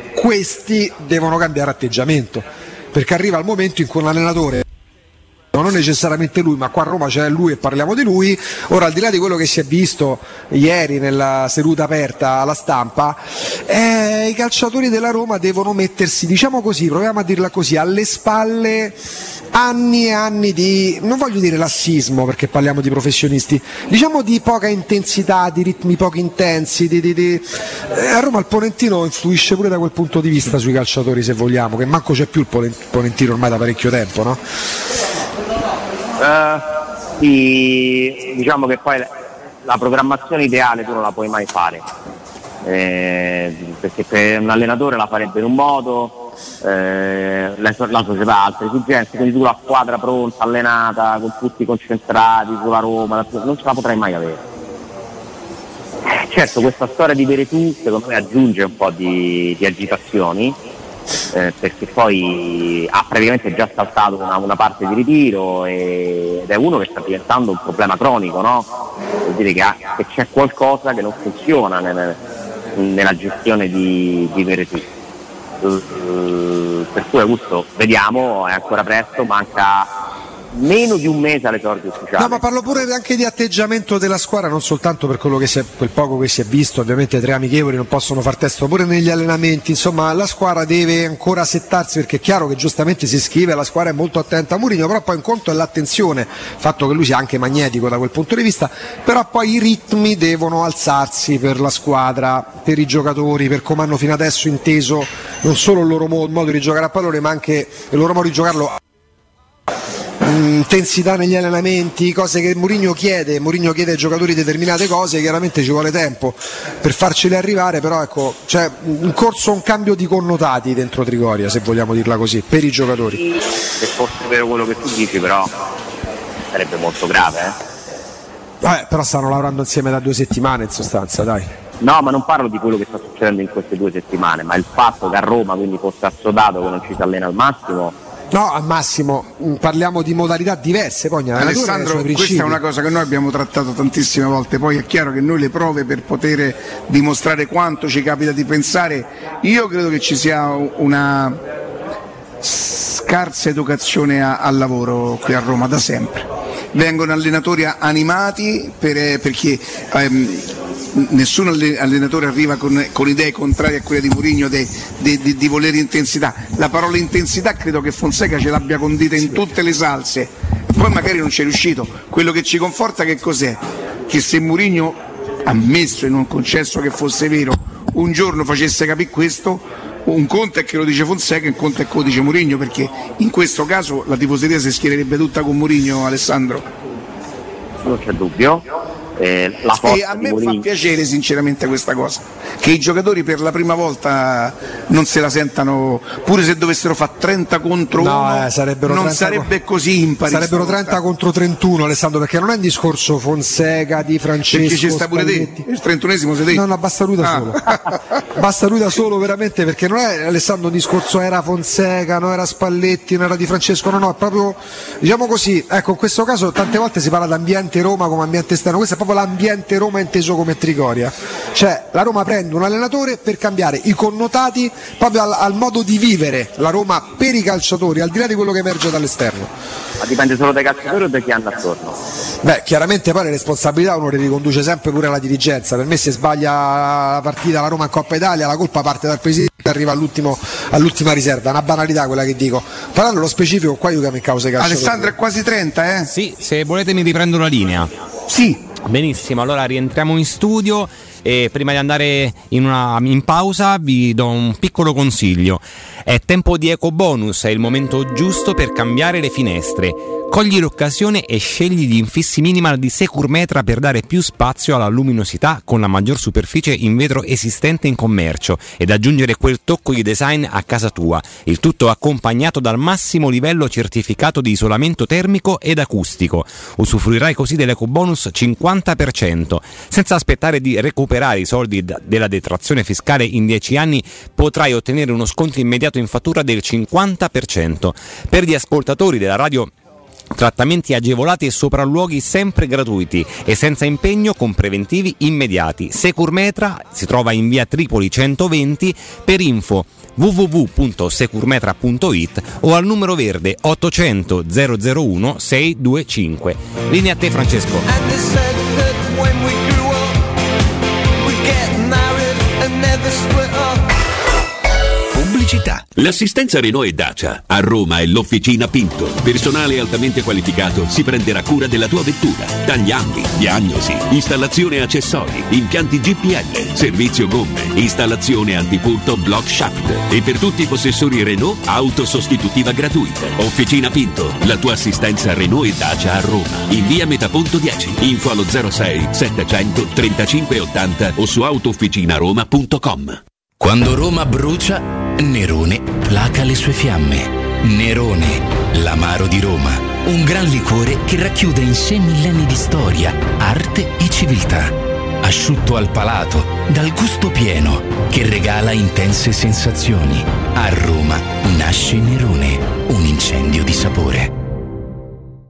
devono cambiare atteggiamento, perché arriva il momento in cui un allenatore, non necessariamente lui, ma qua a Roma c'è lui e parliamo di lui. Ora, al di là di quello che si è visto ieri nella seduta aperta alla stampa, i calciatori della Roma devono mettersi, diciamo così, proviamo a dirla così, alle spalle anni e anni di, non voglio dire lassismo perché parliamo di professionisti, diciamo di poca intensità, di ritmi poco intensi, a Roma il Ponentino influisce pure da quel punto di vista sui calciatori, se vogliamo, che manco c'è più il Ponentino ormai da parecchio tempo, no? Sì, diciamo che poi la programmazione ideale tu non la puoi mai fare, perché per un allenatore la farebbe in un modo, la società ha altre esigenze, quindi tu la squadra pronta, allenata, con tutti concentrati sulla Roma, non ce la potrai mai avere. Certo, questa storia di Veretù secondo me aggiunge un po' di agitazioni, perché poi ha praticamente già saltato una parte di ritiro ed è uno che sta diventando un problema cronico, no? Vuol dire che c'è qualcosa che non funziona nella gestione di Veretù. Per cui Augusto, vediamo, è ancora presto, manca meno di un mese all'esordio ufficiale. No, ma parlo pure anche di atteggiamento della squadra, non soltanto per quello quel poco che si è visto. Ovviamente 3 amichevoli non possono far testo, pure negli allenamenti, insomma la squadra deve ancora settarsi, perché è chiaro che giustamente si scrive, la squadra è molto attenta a Mourinho, però poi in conto è l'attenzione, il fatto che lui sia anche magnetico da quel punto di vista, però poi i ritmi devono alzarsi per la squadra, per i giocatori, per come hanno fino adesso inteso non solo il loro modo di giocare a pallone, ma anche il loro modo di giocarlo, intensità negli allenamenti, cose che Mourinho chiede ai giocatori determinate cose, chiaramente ci vuole tempo per farcele arrivare, però ecco, c'è in corso un cambio di connotati dentro Trigoria, se vogliamo dirla così, per i giocatori. Se fosse vero quello che tu dici, però sarebbe molto grave, però stanno lavorando insieme da 2 settimane in sostanza, dai. No, ma non parlo di quello che sta succedendo in queste 2 settimane, ma il fatto che a Roma quindi fosse assodato, che non ci si allena al massimo. No, al massimo parliamo di modalità diverse. Poi Alessandro, questa è una cosa che noi abbiamo trattato tantissime volte, poi è chiaro che noi le prove per poter dimostrare quanto ci capita di pensare, io credo che ci sia una scarsa educazione al lavoro qui a Roma da sempre. Vengono allenatori animati perché nessun allenatore arriva con idee contrarie a quelle di Mourinho di volere intensità. La parola intensità credo che Fonseca ce l'abbia condita in tutte le salse, poi magari non ci è riuscito. Quello che ci conforta che cos'è? Che se Mourinho, ammesso e non concesso che fosse vero, un giorno facesse capire questo, un conto è che lo dice Fonseca, un conto è che lo dice Mourinho, perché in questo caso la tifoseria si schiererebbe tutta con Mourinho, Alessandro. Non c'è dubbio. E a me fa piacere sinceramente questa cosa, che i giocatori per la prima volta non se la sentano, pure se dovessero fare 30 contro 1 non sarebbe così impari, sarebbero 30 contro 31, Alessandro, perché non è un discorso Fonseca, Di Francesco, perché ci sta pure te, il 31esimo sei te. No, basta lui da solo basta lui da solo veramente, perché non è, Alessandro, un discorso era Fonseca, no, era Spalletti, non era Di Francesco, no, è proprio, diciamo così, ecco, in questo caso tante volte si parla di ambiente Roma come ambiente esterno, questo è proprio l'ambiente Roma inteso come Trigoria, cioè la Roma prende un allenatore per cambiare i connotati proprio al modo di vivere la Roma per i calciatori, al di là di quello che emerge dall'esterno. Ma dipende solo dai calciatori o da chi hanno attorno? Beh, chiaramente poi le responsabilità uno le riconduce sempre pure alla dirigenza. Per me se sbaglia la partita la Roma in Coppa Italia, la colpa parte dal presidente e arriva all'ultima riserva, è una banalità quella che dico. Parlando nello specifico, qua aiutiamo in causa i calciatori. Alessandro, è quasi 30, eh? Sì, se volete mi riprendo la linea. Sì. Benissimo, allora rientriamo in studio e prima di andare in pausa vi do un piccolo consiglio. È tempo di ecobonus, è il momento giusto per cambiare le finestre. Cogli l'occasione e scegli gli infissi minimal di Securmetra per dare più spazio alla luminosità con la maggior superficie in vetro esistente in commercio ed aggiungere quel tocco di design a casa tua. Il tutto accompagnato dal massimo livello certificato di isolamento termico ed acustico. Usufruirai così dell'ecobonus 50%. Senza aspettare di recuperare i soldi della detrazione fiscale in 10 anni, potrai ottenere uno sconto immediato in fattura del 50%. Per gli ascoltatori della radio, trattamenti agevolati e sopralluoghi sempre gratuiti e senza impegno con preventivi immediati. Securmetra si trova in via Tripoli 120. Per info www.securmetra.it o al numero verde 800 001 625. Linea a te, Francesco. Pubblicità. L'assistenza Renault e Dacia a Roma è l'Officina Pinto. Personale altamente qualificato si prenderà cura della tua vettura. Tagliandi, diagnosi, installazione accessori, impianti GPL, servizio gomme, installazione antipurto block shaft. E per tutti i possessori Renault, auto sostitutiva gratuita. Officina Pinto, la tua assistenza Renault e Dacia a Roma. In via Metaponto 10. Info allo 06 700 35 80 o su autofficinaroma.com. Quando Roma brucia, Nerone placa le sue fiamme. Nerone, l'amaro di Roma. Un gran liquore che racchiude in sé millenni di storia, arte e civiltà. Asciutto al palato, dal gusto pieno, che regala intense sensazioni. A Roma nasce Nerone, un incendio di sapore.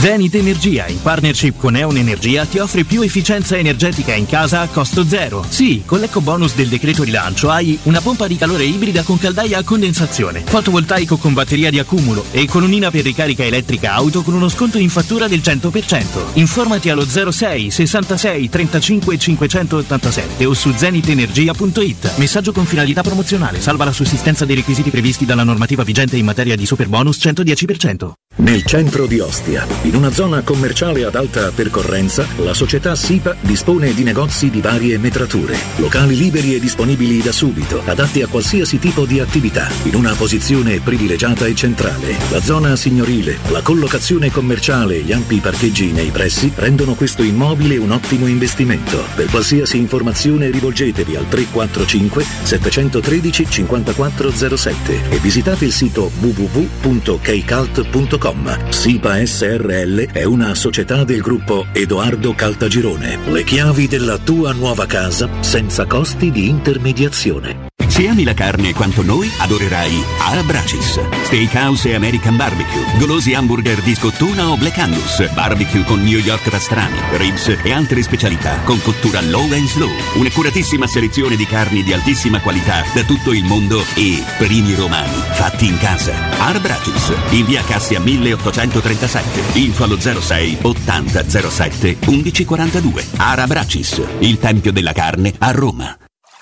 Zenith Energia, in partnership con Eon Energia, ti offre più efficienza energetica in casa a costo zero. Sì, con l'eco bonus del decreto rilancio hai una pompa di calore ibrida con caldaia a condensazione, fotovoltaico con batteria di accumulo e colonnina per ricarica elettrica auto con uno sconto in fattura del 100%. Informati allo 06 66 35 587 o su zenitenergia.it. Messaggio con finalità promozionale. Salva la sussistenza dei requisiti previsti dalla normativa vigente in materia di superbonus 110%. Nel centro di Ostia, in una zona commerciale ad alta percorrenza, la società SIPA dispone di negozi di varie metrature, locali liberi e disponibili da subito, adatti a qualsiasi tipo di attività, in una posizione privilegiata e centrale. La zona signorile, la collocazione commerciale e gli ampi parcheggi nei pressi rendono questo immobile un ottimo investimento. Per qualsiasi informazione rivolgetevi al 345 713 5407 e visitate il sito www.keicalt.com. SIPA SRL è una società del gruppo Edoardo Caltagirone. Le chiavi della tua nuova casa senza costi di intermediazione. Se ami la carne quanto noi, adorerai Arabracis. Steakhouse e American Barbecue, golosi hamburger di scottuna o Black Angus, barbecue con New York pastrami, ribs e altre specialità con cottura low and slow. Un'accuratissima selezione di carni di altissima qualità da tutto il mondo e primi romani fatti in casa. Arabracis, in via Cassia 1837, info allo 06 80 07 1142. Arabracis, il tempio della carne a Roma.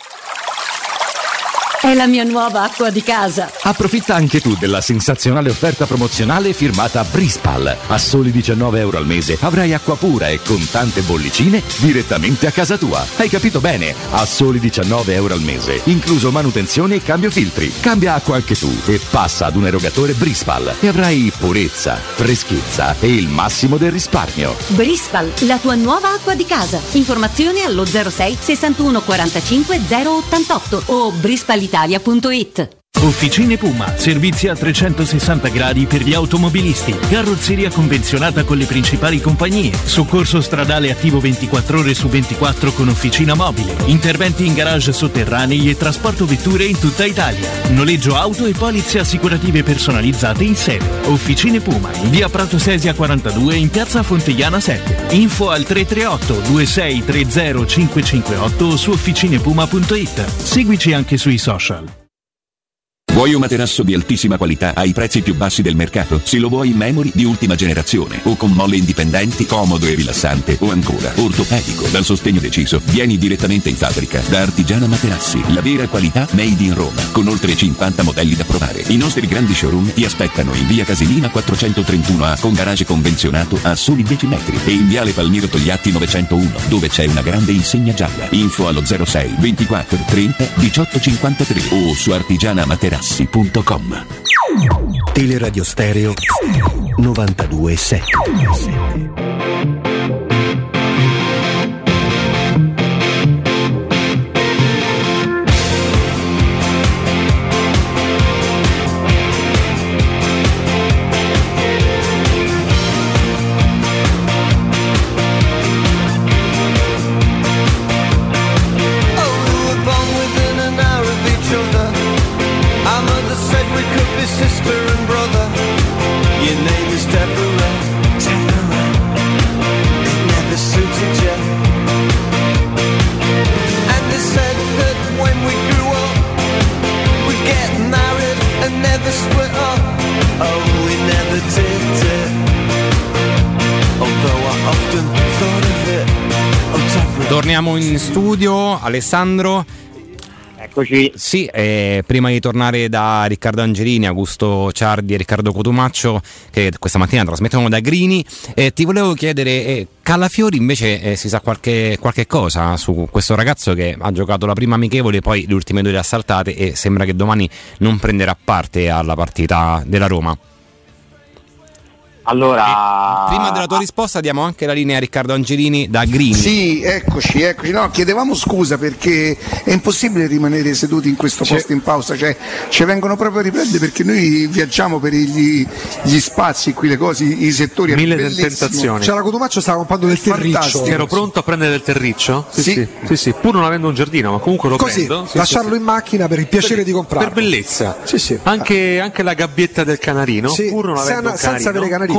È la mia nuova acqua di casa. Approfitta anche tu della sensazionale offerta promozionale firmata Brispal. A soli €19 al mese avrai acqua pura e con tante bollicine direttamente a casa tua. Hai capito bene? A soli €19 al mese, incluso manutenzione e cambio filtri. Cambia acqua anche tu e passa ad un erogatore Brispal e avrai purezza, freschezza e il massimo del risparmio. Brispal, la tua nuova acqua di casa. Informazioni allo 06 61 45 088 o brispalitalia.it. Officine Puma, servizi a 360 gradi per gli automobilisti, carrozzeria convenzionata con le principali compagnie, soccorso stradale attivo 24 ore su 24 con officina mobile, interventi in garage sotterranei e trasporto vetture in tutta Italia, noleggio auto e polizze assicurative personalizzate in sede. Officine Puma, in via Prato Sesia 42 in piazza Fontegliana 7. Info al 338 2630 558 o su officinepuma.it. Seguici anche sui social. Vuoi un materasso di altissima qualità ai prezzi più bassi del mercato? Se lo vuoi in memory di ultima generazione o con molle indipendenti, comodo e rilassante o ancora ortopedico dal sostegno deciso, vieni direttamente in fabbrica da Artigiana Materassi, la vera qualità made in Roma, con oltre 50 modelli da provare. I nostri grandi showroom ti aspettano in via Casilina 431A con garage convenzionato a soli 10 metri e in viale Palmiro Togliatti 901 dove c'è una grande insegna gialla. Info allo 06 24 30 18 53 o su artigianamaterassi.com. Teleradio Stereo 92.7. Sister and brother, your name is Deborah. Deborah, it never suited you. And they said that when we grew up, we'd get married and never split up. Oh, we never did it. Although I often thought of it. Oh, Deborah. Torniamo in studio, Alessandro. Eccoci. Sì, prima di tornare da Riccardo Angelini, Augusto Ciardi e Riccardo Cotumaccio, che questa mattina trasmettono da Grini, ti volevo chiedere, Calafiori invece si sa qualche cosa su questo ragazzo che ha giocato la prima amichevole, poi le ultime due le ha saltate e sembra che domani non prenderà parte alla partita della Roma. Allora, prima della tua risposta diamo anche la linea a Riccardo Angelini da Grini. Sì, eccoci. No, chiedevamo scusa perché è impossibile rimanere seduti in questo posto in pausa, cioè ci vengono proprio a riprendere perché noi viaggiamo per gli spazi, qui le cose, i settori. Mille tentazioni. C'era Cotumaccio, stava comprando del terriccio. Ero pronto a prendere del terriccio? Sì, pur non avendo un giardino, ma comunque lo così, prendo. Lasciarlo in macchina per il piacere di comprarlo. Per bellezza. Sì. Anche la gabbietta del canarino, pur non avendo un canarino, senza avere canarino.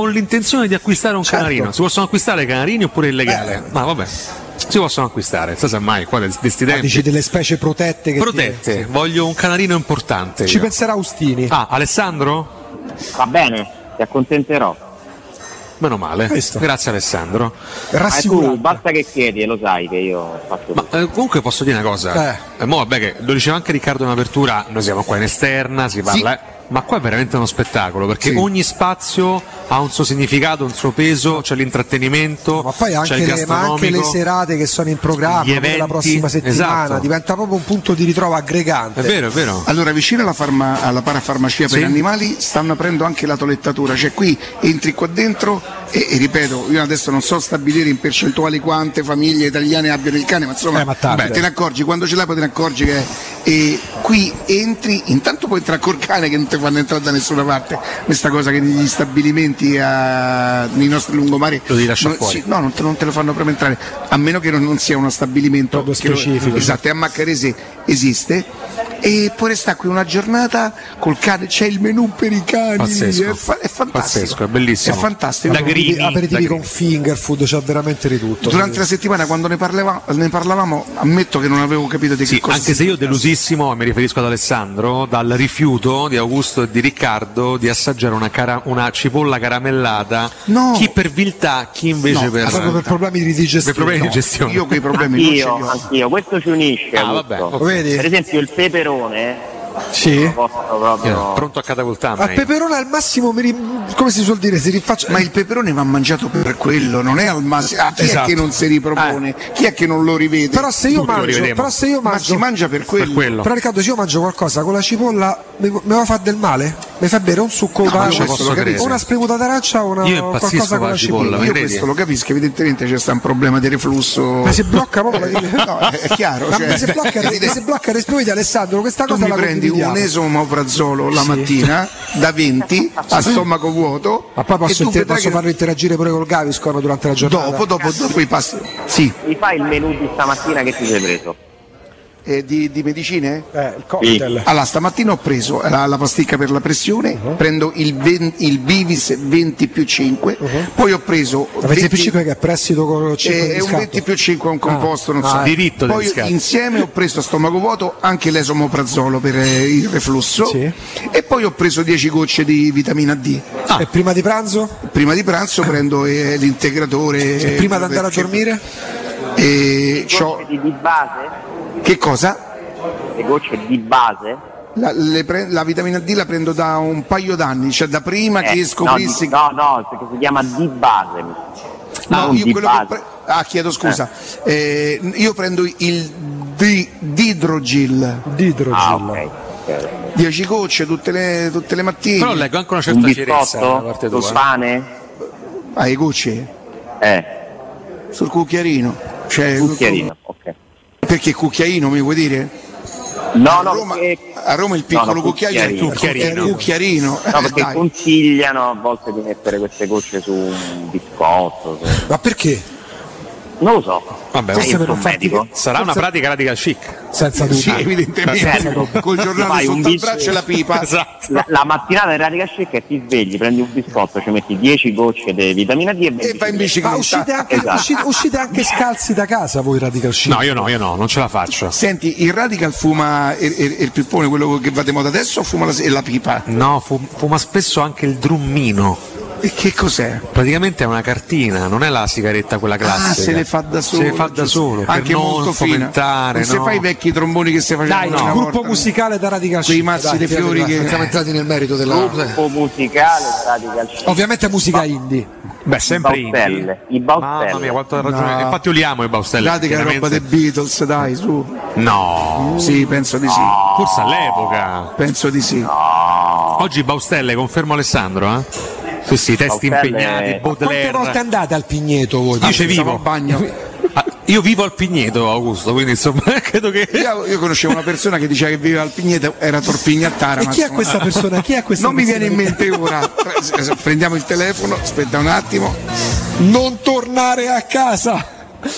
con l'intenzione di acquistare un canarino. Si possono acquistare canarini oppure è illegale? No, vabbè. Si possono acquistare, non so mai qua di sti tempi. Dici delle specie protette? Protette, voglio un canarino importante. Ci penserà Austini. Ah, Alessandro? Va bene, ti accontenterò. Meno male, grazie Alessandro. Tu basta che chiedi e lo sai che io faccio tutto. Comunque posso dire una cosa, mo vabbè che lo diceva anche Riccardo in apertura, noi siamo qua in esterna, si parla, ma qua è veramente uno spettacolo perché ogni spazio ha un suo significato, un suo peso, c'è l'intrattenimento, ma poi c'è il gastronomico, anche le serate che sono in programma, gli eventi, la prossima settimana, esatto. Diventa proprio un punto di ritrovo aggregante. È vero, è vero. Allora, vicino alla parafarmacia per animali stanno aprendo anche la toilettatura, cioè qui entri qua dentro e ripeto, io adesso non so stabilire in percentuali quante famiglie italiane abbiano il cane, ma insomma te ne accorgi, quando ce l'hai poi te ne accorgi che qui entri, intanto puoi entrare col cane che non ti fanno entrare da nessuna parte, questa cosa che negli stabilimenti nei nostri lungomari lo devi lasciare fuori. Non te lo fanno proprio entrare, a meno che non sia uno stabilimento specifico. Esatto, e a Maccarese esiste, e poi resta qui una giornata col cane, c'è il menù per i cani. Pazzesco. È fantastico, pazzesco, è bellissimo, è fantastico. Aperitivi con finger food, c'è veramente di tutto. Durante la settimana quando ne parlavamo ammetto che non avevo capito di che cosa. Anche se io delusissimo, mi riferisco ad Alessandro, dal rifiuto di Augusto e di Riccardo di assaggiare una cipolla caramellata, chi per viltà, chi invece per problemi di digestione. Io quei problemi anch'io, questo ci unisce. Vedi? Per esempio il peperone. Pronto a catapultarmi. Al peperone al massimo come si suol dire, si rifaccia. Ma il peperone va mangiato per quello, non è al massimo. Chi è che non si ripropone? Chi è che non lo rivede? Però se io mangio, ma si mangia per quello. Però Riccardo, se io mangio qualcosa con la cipolla mi va a fare del male? Mi fa bere un succo o una spremuta d'arancia o qualcosa con la cipolla. Io questo lo capisco, evidentemente c'è sta un problema di reflusso. Ma si blocca proprio no, è chiaro. Mi si blocca respiro di Alessandro, questa cosa la prendi un esomeprazolo la mattina da 20 a stomaco vuoto. Ma poi posso farlo interagire pure col Gaviscon durante la giornata? Dopo i passi. Sì. Mi fai il menù di stamattina che ti sei preso? Di medicine? Il cocktail. Allora, stamattina ho preso la pasticca per la pressione, prendo il Bivis 20+5, poi ho preso 20+5 che è prestito con 5 è un 20+5, è un composto, non so. Diritto poi insieme ho preso a stomaco vuoto anche l'esomeprazolo per il reflusso, e poi ho preso 10 gocce di vitamina D. E prima di pranzo? Prima di pranzo prendo l'integratore. E prima di andare a dormire? Di base? Che cosa? Le gocce di base? La vitamina D la prendo da un paio d'anni, cioè da prima che scoprissi. No, perché si chiama di base. Chiedo scusa. Io prendo il Didrogil. Ok. 10 gocce tutte le mattine. Però leggo anche una certa fierezza da parte tua. Pane? Le gocce? Sul cucchiarino. Cucchiarino, ok. Perché cucchiaino mi vuoi dire? A Roma il piccolo cucchiaino è il cucchiarino. No, perché consigliano a volte di mettere queste gocce su un biscotto. Ma perché? Non lo so. Vabbè, sarà una pratica radical chic. Senza dubbio. Sì, evidentemente. Col giornale sotto il braccio e la pipa. Esatto. La mattinata in radical chic e ti svegli, prendi un biscotto, ci metti 10 gocce di vitamina D e vai in bicicletta. Ma uscite anche scalzi da casa voi radical chic? No, io no, non ce la faccio. Senti, il radical fuma il pippone, quello che va di moda adesso, o fuma la pipa? No, fuma spesso anche il drummino. E che cos'è? Praticamente è una cartina, non è la sigaretta quella classica. Se ne fa da solo. Anche per molto non fomentare. Non si fa i vecchi tromboni che si facevano. Dai, gruppo musicale da Radical Chic. Quei mazzi di fiori che siamo entrati nel merito della gruppo musicale Radical Chic. Ovviamente musica indie. Beh, sempre indie. I Baustelle. Mamma mia, quanto ha ragione. Infatti io li amo i Baustelle. Radical roba dei Beatles, dai, su. No. Sì, penso di sì. Forse all'epoca. Penso di sì. Oggi Baustelle, confermo Alessandro, Sì, testi impegnati, Baudelaire. Quante volte andate al Pigneto voi? Io ci vivo. Bagno. Io vivo al Pigneto, Augusto, quindi insomma credo che. Io conoscevo una persona che diceva che viveva al Pigneto, era Torpignattara. E chi è questa persona? Non mi viene in mente ora. Prendiamo il telefono, aspetta un attimo. Non tornare a casa!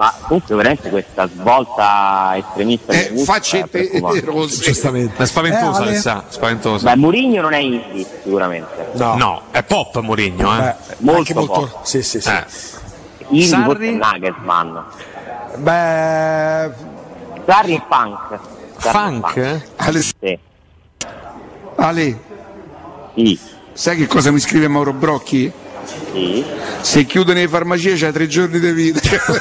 Ma comunque veramente questa svolta estremista faccette rosse, giustamente, è spaventosa, Alessà, spaventosa. Beh, Mourinho non è indie sicuramente, no, è pop Mourinho, molto pop. Sì. Indie Sarri? forse è Nagelsmann. Beh, Sarri e Funk. Sì. Ale, sì. Sai che cosa mi scrive Mauro Brocchi? Sì. Se chiudono le farmacie c'hai 3 giorni di vita.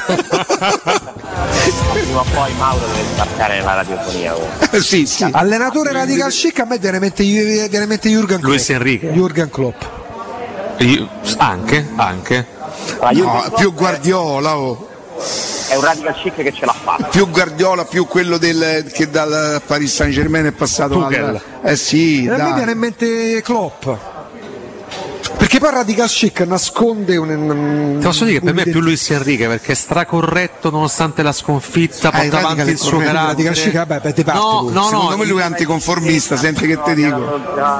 Prima o poi Mauro deve sbarcare nella radiofonia. Sì. Allenatore radical chic a me viene in mente Jürgen Klopp. Luis Enrique. Jürgen Klopp. Anche. No, più Guardiola. È un radical chic che ce l'ha fatta. Più Guardiola, più quello che dal Paris Saint-Germain è passato Tuchel. Sì, a me viene in mente Klopp. Perché poi radical chic nasconde Ti posso dire che per me è più Luis Enrique, perché è stracorretto nonostante la sconfitta, porta avanti il suo carattere. Radical chic, vabbè, ti parte secondo me lui è anticonformista, senti che ti dico.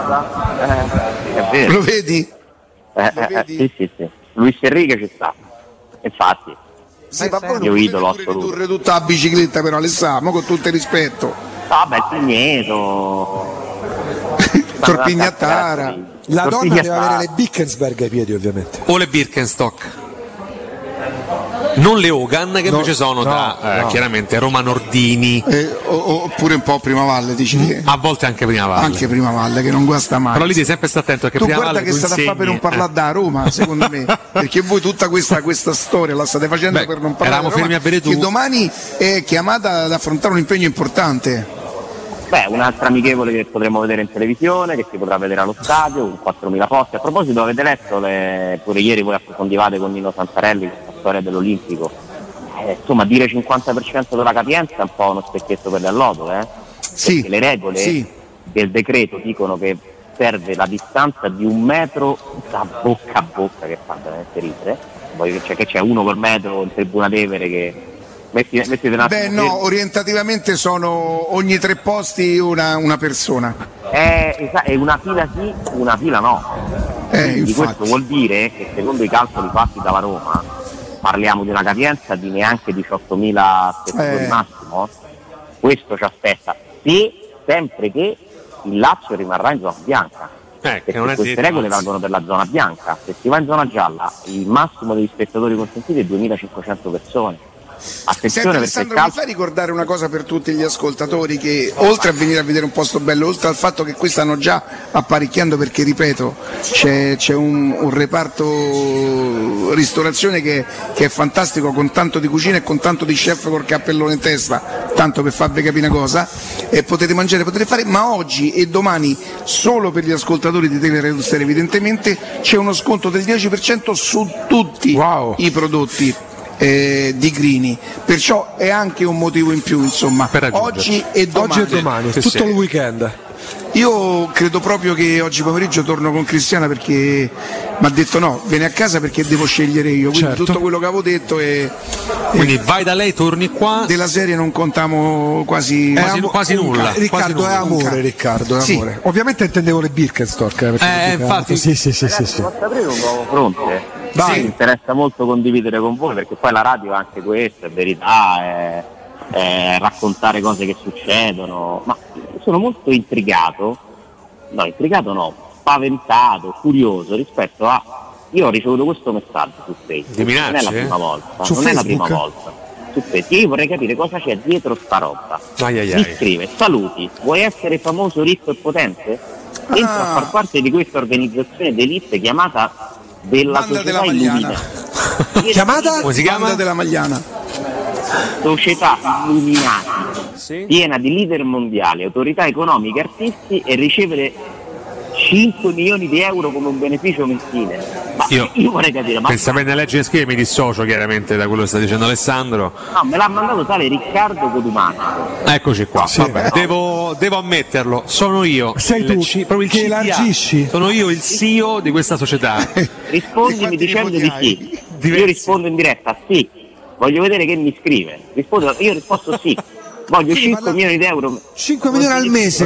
È vero. Lo vedi? Sì. Luis Enrique ci sta. Infatti. Sì, ma poi mio idolo non ridurre tutta la bicicletta, però Alessandro, con tutto il rispetto. Vabbè, il Pigneto. Torpignattara. La donna deve avere le Bickensberg ai piedi, ovviamente. O le Birkenstock. Non le Hogan, che invece sono chiaramente Roma Nordini. Oppure un po' Prima Valle, dici? A volte anche Prima Valle. Anche Prima Valle, che non guasta mai. Però lì devi sempre stare attento, perché tu Prima guarda Valle che state a fare per non parlare da Roma, secondo me. Perché voi tutta questa storia la state facendo per non parlare eravamo da Roma, fermi a bere tu. che domani è chiamata ad affrontare un impegno importante. Beh, un'altra amichevole che potremo vedere in televisione, che si potrà vedere allo stadio, con 4.000 posti. A proposito, avete letto, pure ieri voi approfondivate con Nino Santarelli questa storia dell'Olimpico. Insomma, dire 50% della capienza è un po' uno specchietto per l'allodo, Sì. Perché le regole del decreto dicono che serve la distanza di 1 metro da bocca a bocca, che fa veramente ridere. Poi che c'è uno per metro in Tribuna Tevere che... Mettete un attimo. Beh no, orientativamente sono ogni 3 posti una persona. È una fila sì, una fila no. Quindi questo vuol dire che secondo i calcoli fatti dalla Roma parliamo di una capienza di neanche 18.000 spettatori massimo. Questo ci aspetta, sempre che il Lazio rimarrà in zona bianca. Perché queste regole valgono per la zona bianca. Se si va in zona gialla il massimo degli spettatori consentiti è 2.500 persone. Attenzione. Senti, Alessandro, mi fai ricordare una cosa per tutti gli ascoltatori, che oltre a venire a vedere un posto bello, oltre al fatto che qui stanno già apparecchiando, perché ripeto c'è un reparto ristorazione che è fantastico, con tanto di cucina e con tanto di chef col cappellone in testa, tanto per farvi capire una cosa, e potete mangiare, potete fare, ma oggi e domani solo per gli ascoltatori di Teleradio Stereo evidentemente c'è uno sconto del 10% su tutti i prodotti di Grini, perciò è anche un motivo in più, insomma, oggi e domani, tutto il weekend. Io credo proprio che oggi pomeriggio torno con Cristiana, perché mi ha detto no, vieni a casa perché devo scegliere io, quindi tutto quello che avevo detto quindi vai da lei, torni qua. Della serie non contiamo quasi nulla. Riccardo, è amore, Riccardo, è amore. Ovviamente intendevo le Birkenstock, infatti sì. Posso aprire un nuovo fronte? Vai. Mi interessa molto condividere con voi, perché poi la radio è anche questo, è verità, è raccontare cose che succedono, ma sono molto spaventato, curioso rispetto a... Io ho ricevuto questo messaggio su Facebook, non è la prima volta, su non Facebook? è la prima volta. Su Facebook, io vorrei capire cosa c'è dietro sta roba. Mi scrive: saluti, vuoi essere famoso, ricco e potente? Entra a far parte di questa organizzazione d'elite chiamata della Banda società della illuminata. Chiamata? Come si chiama? Banda della Magliana. Società illuminati, piena di leader mondiali, autorità economiche, artisti, e ricevere 5 milioni di euro come un beneficio mensile. Ma io vorrei capire, per saperne leggere e scrivere mi dissocio chiaramente da quello che sta dicendo Alessandro. No, me l'ha mandato tale Riccardo Codumani. Eccoci qua, vabbè, devo ammetterlo, sono io. Sei tu proprio il che CDA. elargisci. Sono io il CEO di questa società. Rispondimi dicendo di sì. Io rispondo in diretta sì. Voglio vedere che mi scrive. Io ho risposto sì. Voglio 5 milioni di euro. 5 milioni al mese. Però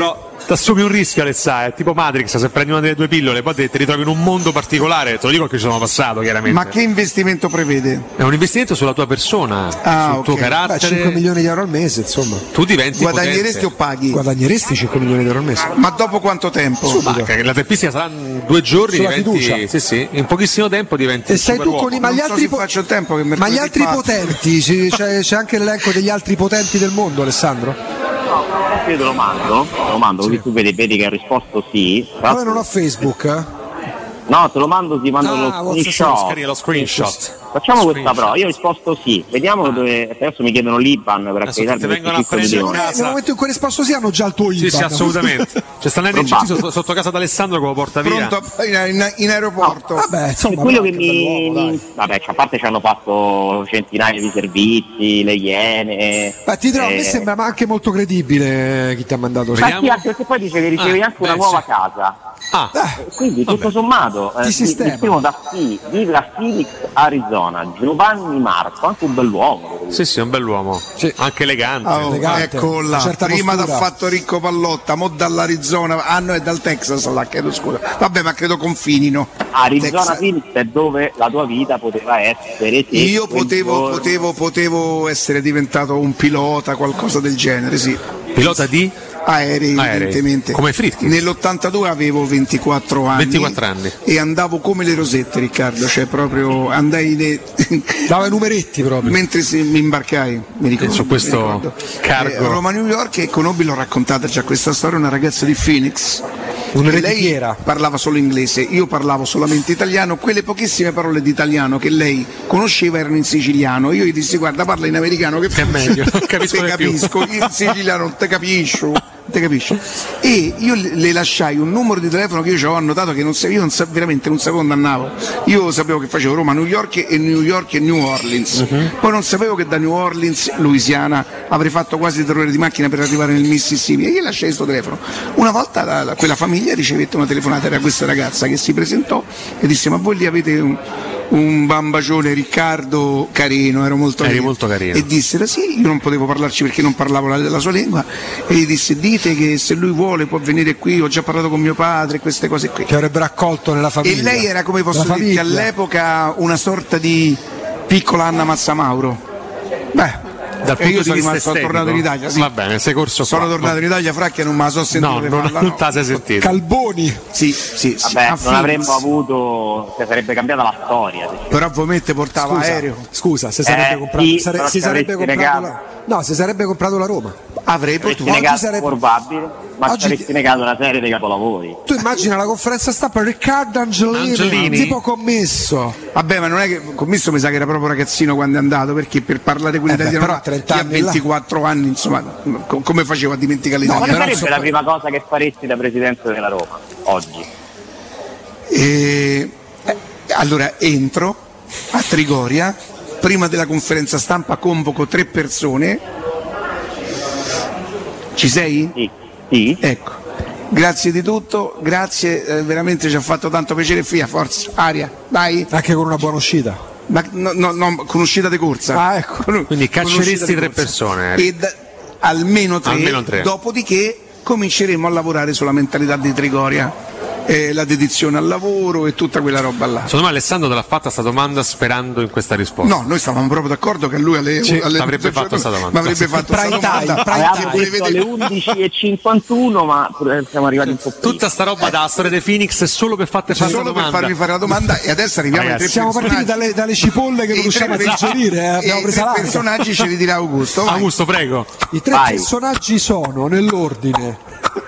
ti assumi un rischio, Alessà, è tipo Matrix, se prendi una delle due pillole poi ti ritrovi in un mondo particolare, te lo dico che ci sono passato chiaramente. Ma che investimento prevede? È un investimento sulla tua persona, sul tuo carattere. 5 milioni di euro al mese, insomma. Tu diventi guadagneresti potente. o paghi? Guadagneresti 5 milioni di euro al mese. Ma dopo quanto tempo? La tempistica sarà 2 giorni, Sulla diventi, fiducia. sì, in pochissimo tempo diventi E sei tu con i Non so se faccio il tempo che ma gli altri potenti, c'è anche l'elenco degli altri potenti del mondo, Alessandro? Io te lo mando, così tu vedi che ha risposto sì. Poi non ho Facebook. No, te lo mando, ti mando lo screenshot. Facciamo questa prova, io ho risposto sì, vediamo dove. Adesso mi chiedono l'Iban per accreditarmi. vengono a prendere nel momento in cui risposto sì hanno già il tuo Iban. Sì, assolutamente. C'è sta l'NCC sotto casa d'Alessandro che lo porta via. Pronto in aeroporto. No. Vabbè, insomma, quello che vabbè, a parte ci hanno fatto centinaia di servizi, le Iene. Ma ti trovo, a me sembra anche molto credibile chi ti ha mandato. Anche perché poi dice che ricevi anche una nuova casa. Quindi tutto sommato ti sistema. Da vive a Phoenix, Arizona. Giovanni Marco, anche un bell'uomo. Sì, è un bell'uomo, anche elegante. Ecco là, prima postura. t'ha fatto Ricco Pallotta, mo dall'Arizona, no, è dal Texas là, chiedo scusa. Vabbè, ma credo confinino. Arizona Phoenix è dove la tua vita poteva essere. Io potevo essere diventato un pilota, qualcosa del genere, sì. Pilota di? Aerei, evidentemente. Come Fritti. Nell'82 avevo 24 anni. E andavo come le rosette, Riccardo, cioè proprio andai dava i numeretti proprio. Mentre mi imbarcai, mi ricordo. Su questo cargo. Roma New York, e conobbi, l'ho raccontata già questa storia, una ragazza di Phoenix. Lei parlava solo inglese, io parlavo solamente italiano, quelle pochissime parole di italiano che lei conosceva erano in siciliano. Io gli dissi: guarda, parla in americano che è meglio, capisco, in siciliano non te capisco. Te capisci? E io le lasciai un numero di telefono che io ci avevo annotato, che veramente un secondo andavo. Io sapevo che facevo Roma, New York e New Orleans. Poi non sapevo che da New Orleans, Louisiana, avrei fatto quasi 3 ore di macchina per arrivare nel Mississippi, e io lasciai questo telefono. Una volta quella famiglia ricevette una telefonata, era questa ragazza che si presentò e disse: ma voi lì avete un bambacione, Riccardo, carino, ero molto carino. E dissero sì, io non potevo parlarci perché non parlavo la sua lingua, e gli disse: dite che se lui vuole può venire qui, ho già parlato con mio padre, queste cose qui. Che avrebbero accolto nella famiglia. E lei era, come posso dirti, all'epoca una sorta di piccola Anna Mazzamauro. Dal punto di vista sono tornato in Italia, sì. Va bene, sei corso qua. Sono tornato in Italia, Fracchia non me la so sentito. Non te la sei sentito. Calboni. Sì. Vabbè, non avremmo avuto, sarebbe cambiata la storia. Però ovviamente portava aereo. Scusa, se sarebbe comprato, si sarebbe comprato la Roma. Avrei potuto. Probabile, ma ci avresti negato una serie di capolavori. Tu immagina la conferenza stampa Riccardo Angelini. Tipo commesso. Vabbè, ma non è che commesso, mi sa che era proprio ragazzino quando è andato, perché per parlare con l'italiano chi ha 24 anni, insomma, come facevo a dimenticare l'italiano? Quale sarebbe la prima cosa che faresti da presidente della Roma oggi? Allora entro a Trigoria, prima della conferenza stampa convoco 3 persone. Ci sei? Sì. Ecco, grazie di tutto, grazie, veramente ci ha fatto tanto piacere. Via, forza, aria, dai. Anche con una buona uscita. Ma no, con uscita di corsa. Ecco. Quindi cacceresti 3 persone. Almeno 3. Dopodiché cominceremo a lavorare sulla mentalità di Trigoria. La dedizione al lavoro e tutta quella roba là. Secondo me Alessandro te l'ha fatta sta domanda sperando in questa risposta. No, noi stavamo proprio d'accordo che lui avrebbe fatto questa domanda. Ma avrebbe fatto questa domanda. Avevamo detto alle 11:51, ma siamo arrivati un po' prima. Tutta sta roba da storia di Phoenix è solo per farti fare la domanda. Per farmi fare la domanda, e adesso arriviamo ai 3 siamo personaggi. partiti dalle cipolle che non riusciamo a digerire. Abbiamo preso i 3 personaggi ce li dirà Augusto. Vai. Augusto, prego. I 3 personaggi sono nell'ordine.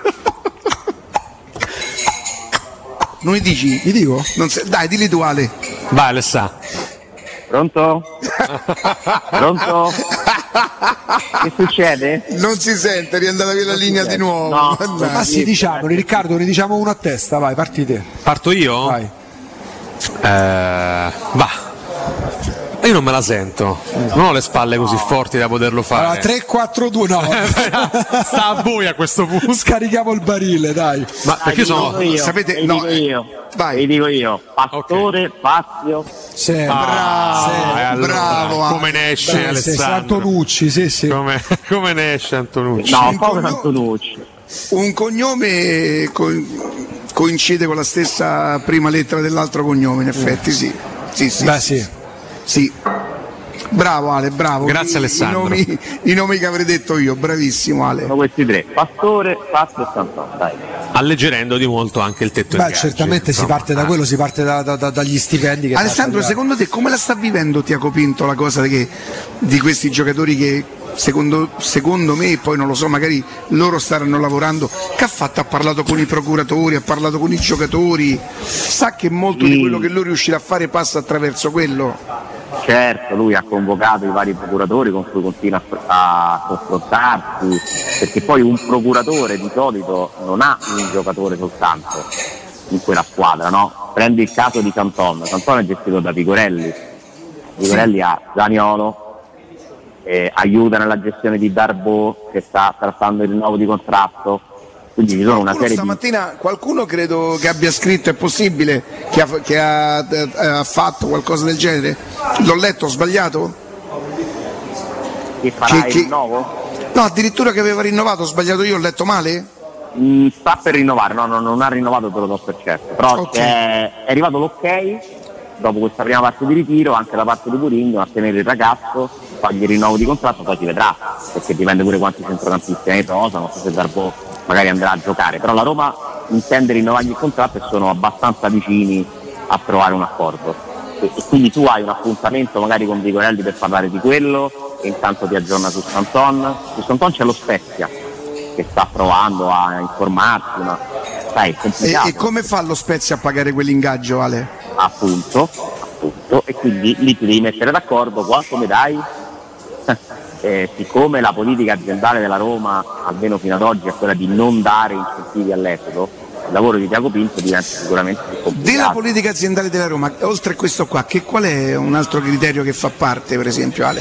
Non li dici? Li dico? Dai, dilli tu, Ale. Vai, Alessà. Pronto? Pronto? Che succede? Non si sente, è riandata via la linea di nuovo. No. Ma sì, diciamoli, Riccardo, ne diciamo uno a testa, vai, parti te. Parto io? Vai. Va. Io non me la sento, non ho le spalle così forti da poterlo fare. Allora, 3-4-2, no. Sta a voi a questo punto. Scarichiamo il barile, dai. Ma perché sapete, vi dico io, Pastore, Fazio. Bravo. Come ne esce Alessandro? Antonucci, sì. Come ne esce Antonucci? No, povero Antonucci. un cognome coincide con la stessa prima lettera dell'altro cognome, in effetti, sì. Beh, sì. Bravo Ale, bravo. Grazie Alessandro. I nomi che avrei detto io, bravissimo Ale. Sono questi tre, Pastore, Fazio e Santon, dai. Alleggerendo di molto anche il tetto ingaggi. Certamente insomma. Si parte da quello, si parte dagli stipendi che Alessandro, secondo te come la sta vivendo Tiago Pinto la cosa di questi giocatori che secondo me, poi non lo so, magari loro staranno lavorando, che ha fatto? Ha parlato con i procuratori, ha parlato con i giocatori, sa che molto di quello che lui riuscirà a fare passa attraverso quello. Certo, lui ha convocato i vari procuratori con cui continua a confrontarsi, perché poi un procuratore di solito non ha un giocatore soltanto in quella squadra, no? Prendi il caso di Canton è gestito da Vigorelli ha Zaniolo, aiuta nella gestione di Darbo che sta trattando il rinnovo di contratto, quindi ci sono una serie stamattina qualcuno credo che abbia scritto, è possibile che ha fatto qualcosa del genere, l'ho letto, ho sbagliato? Che farà il rinnovo? No, addirittura che aveva rinnovato, ho sbagliato io, ho letto male? Sta per rinnovare, no, non ha rinnovato, te lo do per certo, però è arrivato l'ok dopo questa prima parte di ritiro anche da parte di Mourinho a tenere il ragazzo, fargli il rinnovo di contratto, poi si vedrà, perché dipende pure quanti centrocampisti ne rosa, non so se Darbo magari andrà a giocare, però la Roma intende rinnovargli il contratto e sono abbastanza vicini a trovare un accordo, e quindi tu hai un appuntamento magari con Vigorelli per parlare di quello e intanto ti aggiorna su Santon c'è lo Spezia che sta provando a informarsi, ma sai, è complicato. E come fa lo Spezia a pagare quell'ingaggio, Ale? Appunto, e quindi lì ti devi mettere d'accordo, quanto mi dai? Siccome la politica aziendale della Roma, almeno fino ad oggi, è quella di non dare incentivi all'esodo, il lavoro di Tiago Pinto diventa sicuramente più complicato. Della politica aziendale della Roma, oltre a questo qua, qual è un altro criterio che fa parte, per esempio, Ale?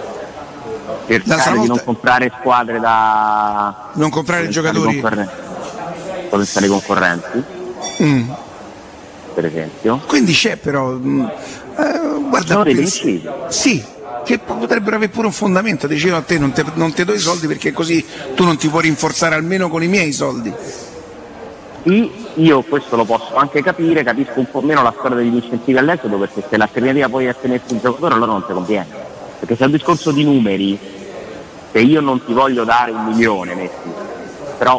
Cercare di non comprare squadre da... Non comprare giocatori? Potenziali concorrenti. Per esempio. Quindi c'è però... guarda, sì, che potrebbero avere pure un fondamento, dicevo a te non ti do i soldi perché così tu non ti puoi rinforzare almeno con i miei soldi. Io questo lo posso anche capire, capisco un po' meno la storia degli incentivi all'esodo, perché se l'alternativa poi è tenersi il giocatore allora non ti conviene, perché se è un discorso di numeri, se io non ti voglio dare 1 milione metti, però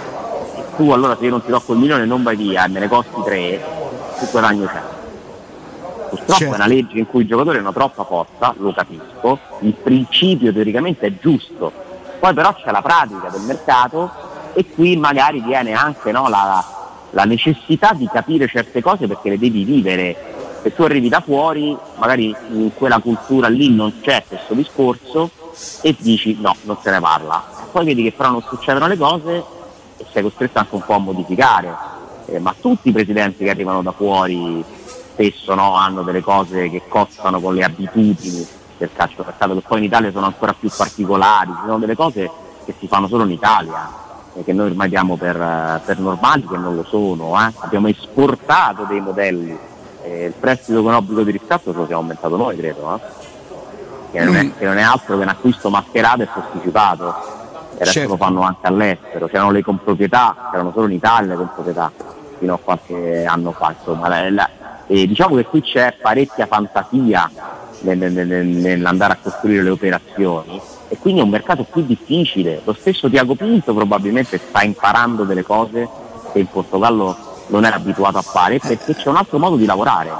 tu allora se io non ti do quel 1 milione non vai via e me ne costi 3, che guadagno c'è? Purtroppo è una legge in cui i giocatori hanno troppa forza, lo capisco, il principio teoricamente è giusto, poi però c'è la pratica del mercato e qui magari viene anche la necessità di capire certe cose perché le devi vivere. Se tu arrivi da fuori, magari in quella cultura lì non c'è questo discorso e dici no, non se ne parla. Poi vedi che però non succedono le cose e sei costretto anche un po' a modificare. Ma tutti i presidenti che arrivano da fuori spesso hanno delle cose che costano con le abitudini del calcio mercato, che poi in Italia sono ancora più particolari, ci sono delle cose che si fanno solo in Italia e che noi ormai diamo per normali, che non lo sono. Abbiamo esportato dei modelli, il prestito con obbligo di riscatto ce lo siamo aumentato noi, credo, che non è altro che un acquisto mascherato e posticipato, e adesso lo fanno anche all'estero, c'erano le comproprietà, c'erano solo in Italia le comproprietà fino a qualche anno fa, insomma. Diciamo che qui c'è parecchia fantasia nell'andare a costruire le operazioni e quindi è un mercato più difficile. Lo stesso Tiago Pinto probabilmente sta imparando delle cose che in Portogallo non era abituato a fare, perché c'è un altro modo di lavorare.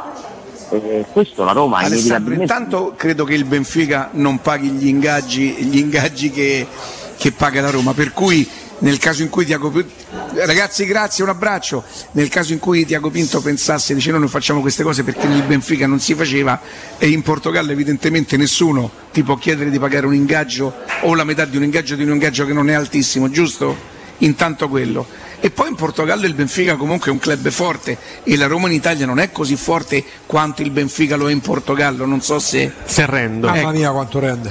Questo la Roma inevitabilmente... Intanto credo che il Benfica non paghi gli ingaggi che paga la Roma, per cui nel caso in cui Tiago Pinto, ragazzi grazie, un abbraccio, nel caso in cui Tiago Pinto pensasse, dice noi facciamo queste cose perché nel Benfica non si faceva e in Portogallo evidentemente nessuno ti può chiedere di pagare un ingaggio o la metà di un ingaggio che non è altissimo, giusto? Intanto quello. E poi in Portogallo il Benfica comunque è un club forte e la Roma in Italia non è così forte quanto il Benfica lo è in Portogallo, non so se rendo. Mamma mia quanto rende.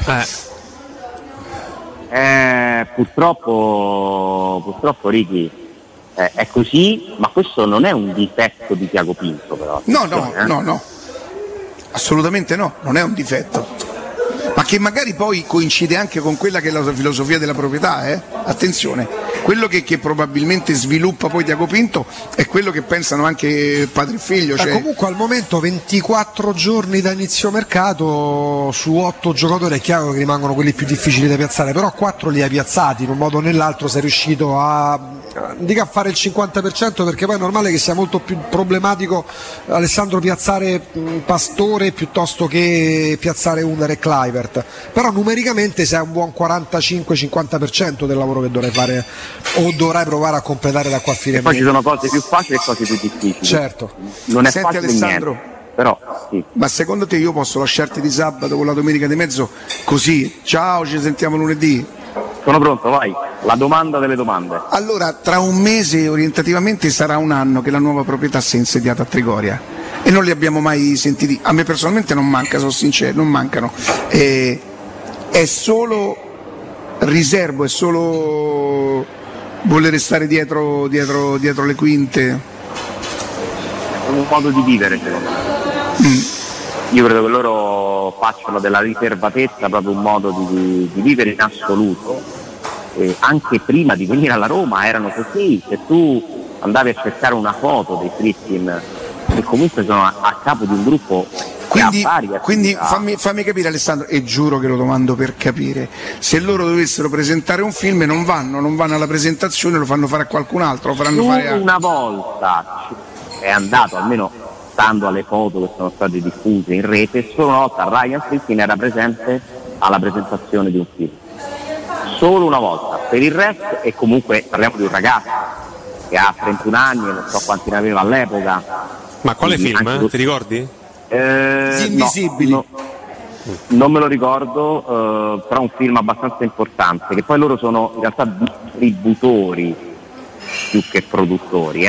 Purtroppo Ricky è così, ma questo non è un difetto di Tiago Pinto però. No, assolutamente no, non è un difetto, ma che magari poi coincide anche con quella che è la filosofia della proprietà, attenzione, quello che probabilmente sviluppa poi Tiago Pinto è quello che pensano anche padre e figlio. Cioè... Comunque al momento 24 giorni da inizio mercato, su 8 giocatori è chiaro che rimangono quelli più difficili da piazzare, però 4 li hai piazzati, in un modo o nell'altro sei riuscito a fare il 50%, perché poi è normale che sia molto più problematico, Alessandro, piazzare Pastore piuttosto che piazzare Under e Kluivert, però numericamente sei un buon 45-50% del lavoro che dovrai fare o dovrai provare a completare da qua a fine mese. Poi ci sono cose più facili e cose più difficili. Certo. Non è Senti, facile Alessandro, niente, però sì. Ma secondo te io posso lasciarti di sabato con la domenica di mezzo così? Ciao, ci sentiamo lunedì? Sono pronto, vai. La domanda delle domande. Allora, tra un mese orientativamente sarà un anno che la nuova proprietà si è insediata a Trigoria e non li abbiamo mai sentiti. A me personalmente non manca, sono sincero, non mancano. È solo riservo, è solo voler restare dietro le quinte. È un modo di vivere, secondo me. Io credo che loro facciano della riservatezza proprio un modo di vivere in assoluto. Anche prima di venire alla Roma erano così. Se tu andavi a cercare una foto dei Fritkin, che comunque sono a capo di un gruppo. Quindi fammi capire, Alessandro, e giuro che lo domando per capire, se loro dovessero presentare un film non vanno alla presentazione, lo fanno fare a qualcun altro, lo faranno fare a... Una volta è andato, almeno stando alle foto che sono state diffuse in rete, solo una volta Ryan Fritkin era presente alla presentazione di un film, solo una volta. Per il resto, e comunque parliamo di un ragazzo che ha 31 anni e non so quanti ne aveva all'epoca. Ma quale film? Ti ricordi? Invisibili. No, non me lo ricordo, però un film abbastanza importante, che poi loro sono in realtà distributori più che produttori,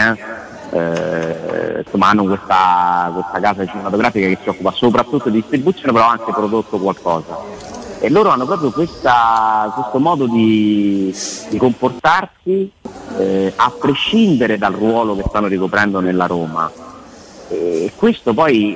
insomma hanno questa casa cinematografica che si occupa soprattutto di distribuzione, però ha anche prodotto qualcosa, e loro hanno proprio questo modo di comportarsi a prescindere dal ruolo che stanno ricoprendo nella Roma. E questo poi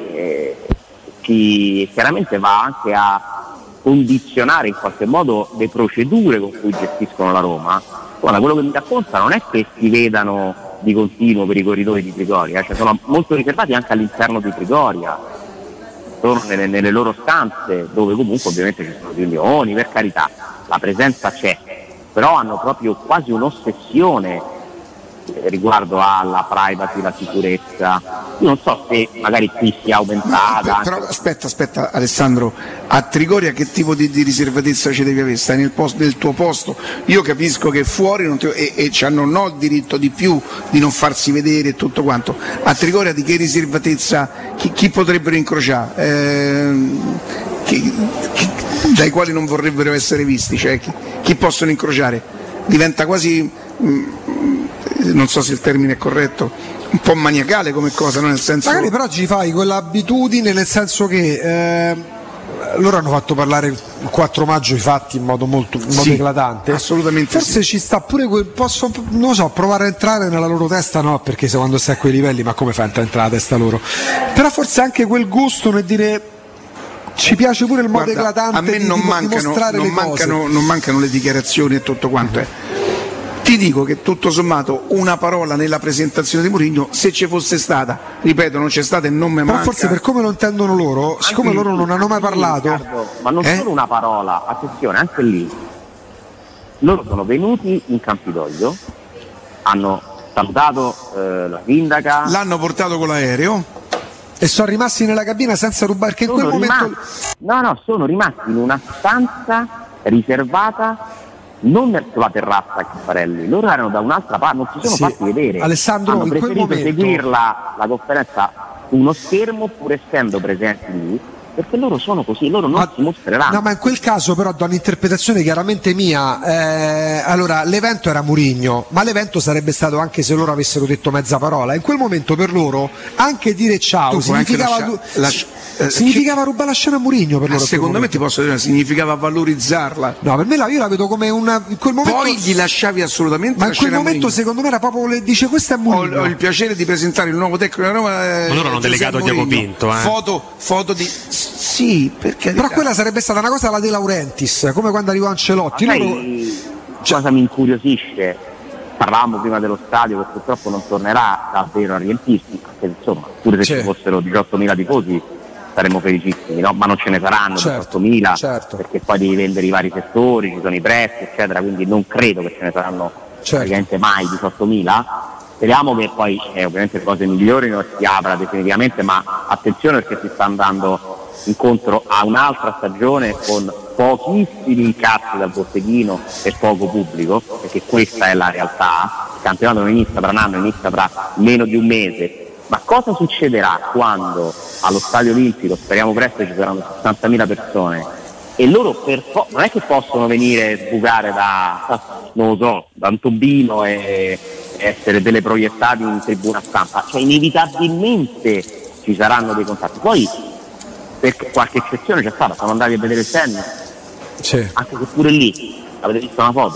chiaramente va anche a condizionare in qualche modo le procedure con cui gestiscono la Roma. Guarda, quello che mi racconta non è che si vedano di continuo per i corridoi di Trigoria, cioè sono molto riservati anche all'interno di Trigoria, sono nelle loro stanze, dove comunque ovviamente ci sono riunioni, per carità, la presenza c'è, però hanno proprio quasi un'ossessione riguardo alla privacy, la sicurezza. Io non so se magari qui sia aumentata. Però aspetta Alessandro, a Trigoria che tipo di riservatezza ci devi avere? Stai nel tuo posto? Io capisco che fuori non e hanno il diritto di più di non farsi vedere e tutto quanto. A Trigoria di che riservatezza chi potrebbero incrociare? Dai quali non vorrebbero essere visti, cioè chi possono incrociare? Diventa quasi non so se il termine è corretto, un po' maniacale come cosa, no? Nel senso... Magari però ci fai quell'abitudine, nel senso che loro hanno fatto parlare il 4 maggio i fatti in modo eclatante. Assolutamente. Forse ci sta pure posso, non lo so, provare a entrare nella loro testa, no, perché se quando stai a quei livelli, ma come fai a entrare nella testa loro? Però forse anche quel gusto nel dire ci piace pure il modo eclatante. A me non mancano le dichiarazioni e tutto quanto. Ti dico che tutto sommato una parola nella presentazione di Mourinho, se ci fosse stata, ripeto, non c'è stata e non me manca. Ma forse per come lo intendono loro, siccome loro non hanno mai parlato, Riccardo, ma non solo una parola, attenzione, anche lì loro sono venuti in Campidoglio, hanno salutato la sindaca, l'hanno portato con l'aereo e sono rimasti nella cabina senza rubare, che in quel momento sono rimasti in una stanza riservata non sulla terrazza a Caffarelli, loro erano da un'altra parte, non si sono fatti vedere. Alessandro, hanno in preferito quel momento seguirla la conferenza su uno schermo, pur essendo presenti lì, perché loro sono così, loro non si mostreranno. No, ma in quel caso però do un'interpretazione chiaramente mia. Allora, l'evento era Mourinho, ma l'evento sarebbe stato anche se loro avessero detto mezza parola. In quel momento per loro anche dire ciao significava rubare la scena a Mourinho per loro. Secondo me ti posso dire, significava valorizzarla. No, per me io la vedo come una. In quel momento, poi gli lasciavi assolutamente. Ma in quel momento secondo me era proprio dice questo è Mourinho. Ho il piacere di presentare il nuovo tecnico della Roma. Ma loro hanno delegato Tiago Pinto. Foto di. Sì, perché. Però quella sarebbe stata una cosa alla De Laurentiis, come quando arrivò Ancelotti. Cosa mi incuriosisce? parlavamo prima dello stadio che purtroppo non tornerà davvero a riempirsi, perché insomma pure se ci fossero 18.000 tifosi saremmo felicissimi, no? Ma non ce ne saranno 18.000, perché poi devi vendere i vari settori, ci sono i prezzi eccetera, quindi non credo che ce ne saranno praticamente mai 18.000. Speriamo che poi ovviamente le cose migliorino e si apra definitivamente, ma attenzione perché si sta andando incontro a un'altra stagione con pochissimi incassi dal botteghino e poco pubblico, perché questa è la realtà. Il campionato non inizia tra un anno, inizia tra meno di un mese. Ma cosa succederà quando allo Stadio Olimpico, speriamo presto, ci saranno 60.000 persone e loro non è che possono venire e sbucare da un tubino e essere teleproiettati in tribuna stampa, cioè inevitabilmente ci saranno dei contatti. Poi perché qualche eccezione c'è stata, sono andati a vedere il tennis, anche se pure lì avete visto una foto?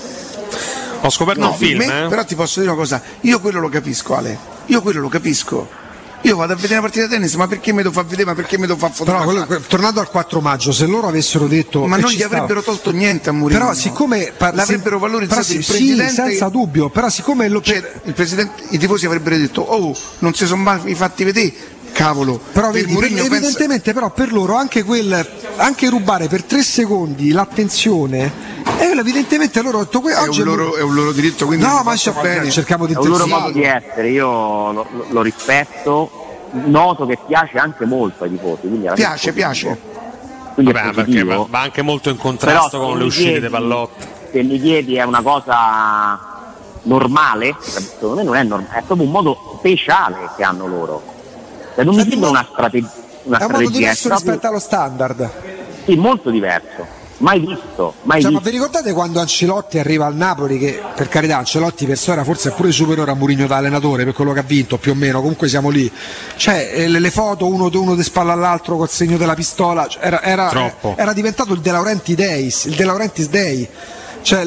Ho scoperto un film, però ti posso dire una cosa, io quello lo capisco, Ale, io vado a vedere una partita di tennis, ma perché mi devo far vedere, ma perché mi devo far fotografare? Però, tornando al 4 maggio, se loro avessero detto ma non gli avrebbero tolto niente a Mourinho, però siccome l'avrebbero valorizzato, il presidente, senza dubbio, però siccome il presidente, i tifosi avrebbero detto non si sono mai fatti vedere, cavolo, però vedi, evidentemente però per loro anche rubare per 3 secondi l'attenzione evidentemente loro detto, oggi è un loro diritto, quindi no, ma cerchiamo di è un loro modo di essere, io lo rispetto, noto che piace anche molto ai tifosi, quindi piace. Quindi vabbè, perché va anche molto in contrasto con le uscite dei Pallotta. Se mi chiedi è una cosa normale, secondo me non è normale, è proprio un modo speciale che hanno loro. Non mi sembra una strategia. È un modo diverso rispetto allo standard. Sì, molto diverso. Mai visto. Ma vi ricordate quando Ancelotti arriva al Napoli, che per carità Ancelotti per storia forse è pure superiore a Mourinho da allenatore per quello che ha vinto più o meno, comunque siamo lì, cioè le foto uno di spalla all'altro col segno della pistola, era diventato il De Laurentiis Day, cioè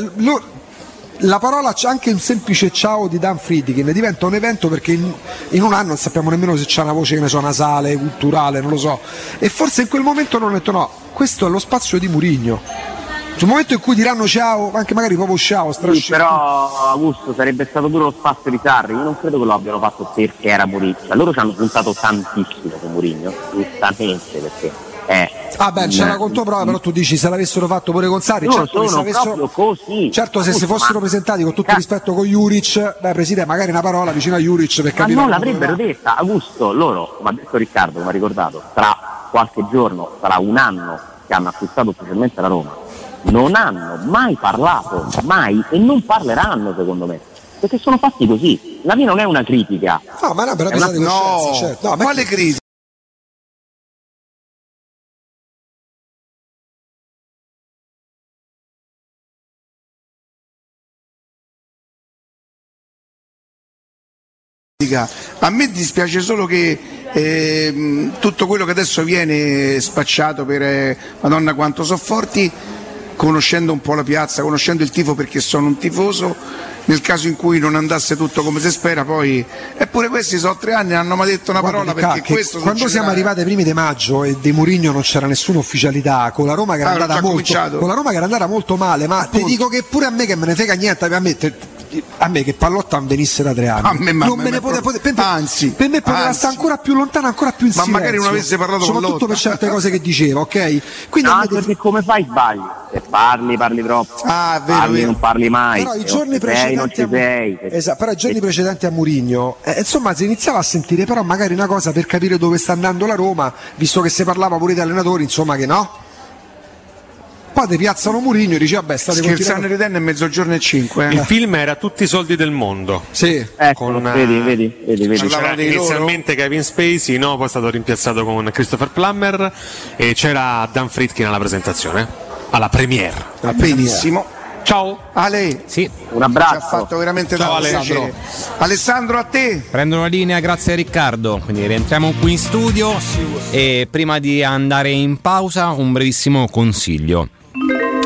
la parola, c'è anche un semplice ciao di Dan Friedkin diventa un evento, perché in un anno non sappiamo nemmeno se c'è una voce, che ne so, nasale, culturale, non lo so, e forse in quel momento non hanno detto no, questo è lo spazio di Mourinho. Sul momento in cui diranno ciao, anche magari proprio ciao, sì, però Augusto sarebbe stato pure lo spazio di Sarri, io non credo che lo abbiano fatto perché era Mourinho, cioè, loro ci hanno puntato tantissimo con Mourinho, giustamente, perché c'è la controprova, però tu dici se l'avessero fatto pure con Sarri, certo, proprio così. Certo, se si fossero presentati con tutto rispetto con Juric, presidente, magari una parola vicino a Juric per capire. Ma non l'avrebbero detta, Augusto, loro, come ha detto Riccardo, come ha ricordato, tra qualche giorno sarà un anno che hanno acquistato ufficialmente la Roma, non hanno mai parlato, mai, e non parleranno secondo me, perché sono fatti così. La mia non è una critica. No, ma è una no, certo. No, quale critica? A me dispiace solo che tutto quello che adesso viene spacciato per Madonna quanto sono forti, conoscendo un po' la piazza, conoscendo il tifo, perché sono un tifoso, nel caso in cui non andasse tutto come si spera, poi eppure questi sono 3 anni, non hanno mai detto una parola, perché questo quando siamo arrivati ai primi di maggio e di Mourinho non c'era nessuna ufficialità, con la Roma che era andata molto male, ma ti dico che pure a me che me ne frega niente, a me che Pallotta venisse da 3 anni non me ne poteva, anzi per me poteva stare ancora più lontana, ancora più in silenzio, magari non avesse parlato soprattutto per certe cose che diceva, ok? Quindi perché come fai sbagli, se parli troppo, vero. Non parli mai, però i giorni precedenti però i giorni precedenti a Mourinho insomma si iniziava a sentire però magari una cosa per capire dove sta andando la Roma, visto che si parlava pure di allenatori, insomma, che no, poi ti piazzano Mourinho e dici vabbè, state scherzando, ritorno è mezzogiorno e 5 Il film era Tutti i soldi del mondo, sì, vedi. C'era inizialmente Kevin Spacey, no, poi è stato rimpiazzato con Christopher Plummer e c'era Dan Friedkin alla presentazione, alla premiere. Benissimo. Ciao Ale, sì, un abbraccio. Ci ha fatto veramente tanto piacere. Alessandro, a te. Prendo la linea, grazie a Riccardo. Quindi rientriamo qui in studio e prima di andare in pausa un brevissimo consiglio.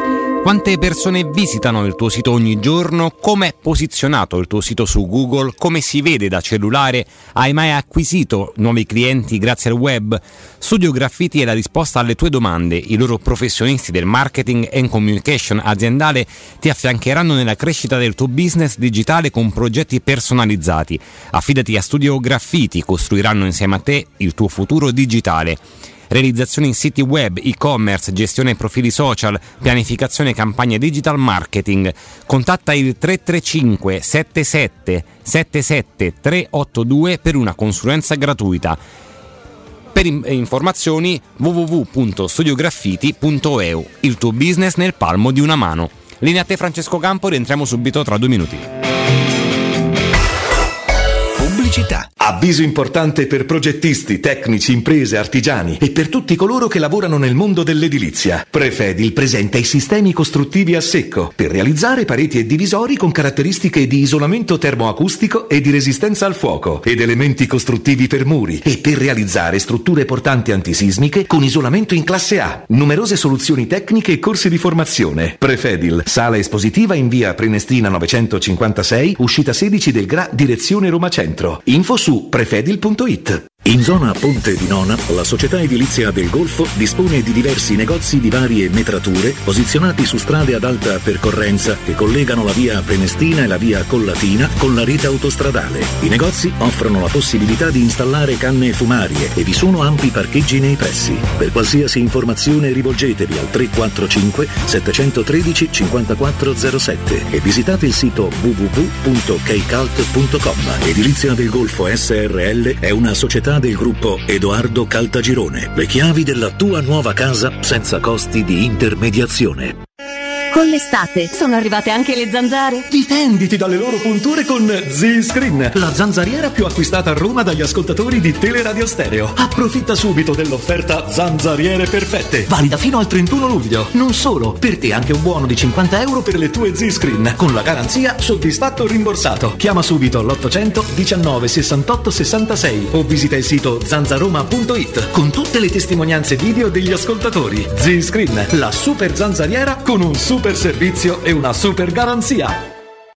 Quante persone visitano il tuo sito ogni giorno? Come è posizionato il tuo sito su Google? Come si vede da cellulare? Hai mai acquisito nuovi clienti grazie al web? Studio Graffiti è la risposta alle tue domande. I loro professionisti del marketing and communication aziendale ti affiancheranno nella crescita del tuo business digitale con progetti personalizzati. Affidati a Studio Graffiti, costruiranno insieme a te il tuo futuro digitale. Realizzazione in siti web, e-commerce, gestione profili social, pianificazione campagne digital marketing. Contatta il 335 77 77 382 per una consulenza gratuita. Per informazioni www.studiograffiti.eu. Il tuo business nel palmo di una mano. Linea a te Francesco Campo, rientriamo subito tra 2 minuti. Pubblicità. Avviso importante per progettisti, tecnici, imprese, artigiani e per tutti coloro che lavorano nel mondo dell'edilizia. Prefedil presenta i sistemi costruttivi a secco per realizzare pareti e divisori con caratteristiche di isolamento termoacustico e di resistenza al fuoco ed elementi costruttivi per muri e per realizzare strutture portanti antisismiche con isolamento in classe A. Numerose soluzioni tecniche e corsi di formazione. Prefedil, sala espositiva in via Prenestina 956, uscita 16 del GRA, direzione Roma Centro. Info su prefedil.it. In zona Ponte di Nona, la società edilizia del Golfo dispone di diversi negozi di varie metrature posizionati su strade ad alta percorrenza che collegano la via Prenestina e la via Collatina con la rete autostradale. I negozi offrono la possibilità di installare canne fumarie e vi sono ampi parcheggi nei pressi. Per qualsiasi informazione rivolgetevi al 345 713 5407 e visitate il sito www.kcalt.com. Edilizia del Golfo SRL è una società del gruppo Edoardo Caltagirone. Le chiavi della tua nuova casa senza costi di intermediazione. Con l'estate sono arrivate anche le zanzare? Difenditi dalle loro punture con Z-Screen, la zanzariera più acquistata a Roma dagli ascoltatori di Teleradio Stereo. Approfitta subito dell'offerta Zanzariere Perfette, valida fino al 31 luglio. Non solo, per te anche un buono di 50 euro per le tue Z-Screen, con la garanzia soddisfatto o rimborsato. Chiama subito l'800 19 68 66 o visita il sito zanzaroma.it con tutte le testimonianze video degli ascoltatori. Z-Screen, la super zanzariera con un super servizio e una super garanzia.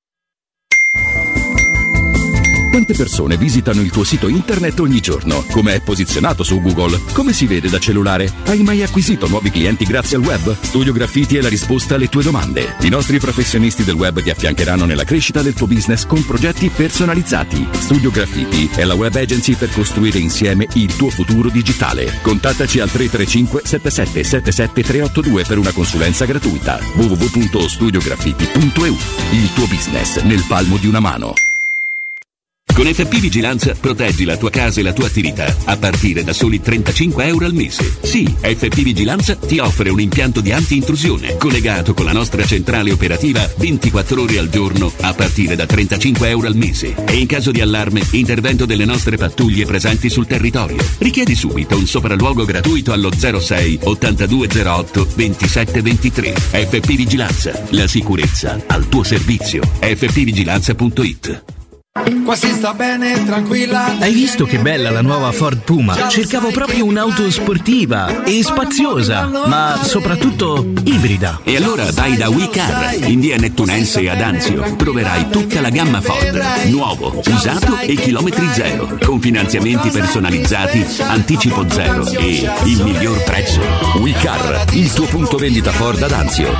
Quante persone visitano il tuo sito internet ogni giorno? Come è posizionato su Google? Come si vede da cellulare? Hai mai acquisito nuovi clienti grazie al web? Studio Graffiti è la risposta alle tue domande. I nostri professionisti del web ti affiancheranno nella crescita del tuo business con progetti personalizzati. Studio Graffiti è la web agency per costruire insieme il tuo futuro digitale. Contattaci al 335 77 77 382 per una consulenza gratuita. www.studiograffiti.eu. Il tuo business nel palmo di una mano. Con FP Vigilanza proteggi la tua casa e la tua attività a partire da soli 35 euro al mese. Sì, FP Vigilanza ti offre un impianto di anti-intrusione collegato con la nostra centrale operativa 24 ore al giorno a partire da 35 euro al mese. E in caso di allarme, intervento delle nostre pattuglie presenti sul territorio. Richiedi subito un sopralluogo gratuito allo 06 8208 27 23. FP Vigilanza, la sicurezza al tuo servizio. fpvigilanza.it. Qua si sta bene, tranquilla. Hai visto che bella la nuova Ford Puma? Cercavo proprio un'auto sportiva e spaziosa, ma soprattutto ibrida. E allora vai da WeCar, in via Nettunense ad Anzio. Troverai tutta la gamma Ford, nuovo, usato e chilometri zero, con finanziamenti personalizzati, anticipo zero e il miglior prezzo. WeCar, il tuo punto vendita Ford ad Anzio.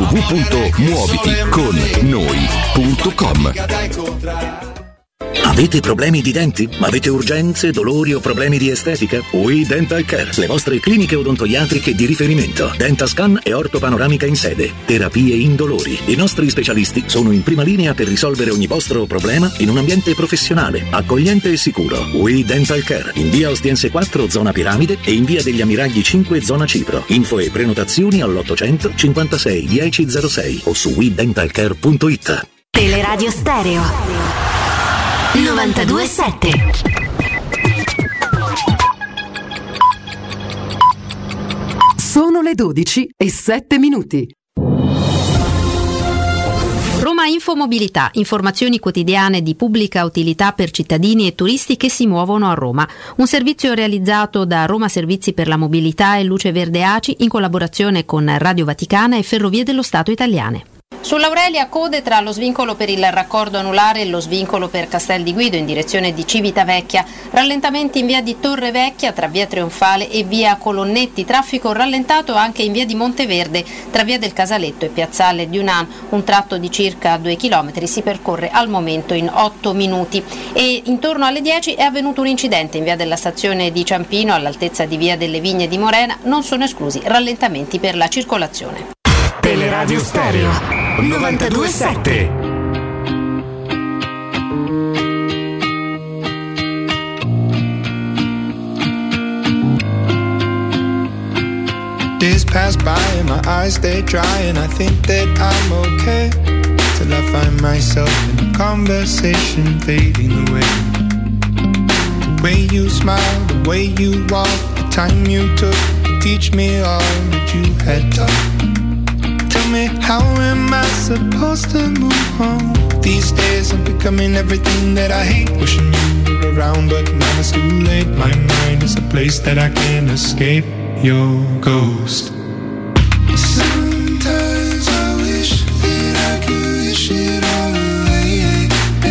www.muoviticonNoi.com. Avete problemi di denti? Avete urgenze, dolori o problemi di estetica? We Dental Care, le vostre cliniche odontoiatriche di riferimento. Dentascan e ortopanoramica in sede. Terapie indolori. I nostri specialisti sono in prima linea per risolvere ogni vostro problema in un ambiente professionale, accogliente e sicuro. We Dental Care, in via Ostiense 4, zona Piramide e in via degli Ammiragli 5, zona Cipro. Info e prenotazioni all'800 56 1006 o su wedentalcare.it. Teleradio Stereo 92.7. Sono le 12:07. Roma Infomobilità, informazioni quotidiane di pubblica utilità per cittadini e turisti che si muovono a Roma. Un servizio realizzato da Roma Servizi per la Mobilità e Luce Verde ACI in collaborazione con Radio Vaticana e Ferrovie dello Stato italiane. Sull'Aurelia code tra lo svincolo per il raccordo anulare e lo svincolo per Castel di Guido in direzione di Civitavecchia. Rallentamenti in via di Torre Vecchia tra via Trionfale e via Colonnetti. Traffico rallentato anche in via di Monteverde tra via del Casaletto e piazzale di Unan. Un tratto di circa 2 km si percorre al momento in 8 minuti. E intorno alle 10 è avvenuto un incidente in via della stazione di Ciampino all'altezza di via delle Vigne di Morena. Non sono esclusi rallentamenti per la circolazione. Teleradio Stereo 92.7. Days pass by and my eyes stay dry and I think that I'm okay till I find myself in a conversation fading away. The way you smile, the way you walk, the time you took to teach me all that you had taught. Tell me, how am I supposed to move on? These days I'm becoming everything that I hate. Wishing you were around, but now it's too late. My mind is a place that I can't escape your ghost. Sometimes I wish that I could wish it all away.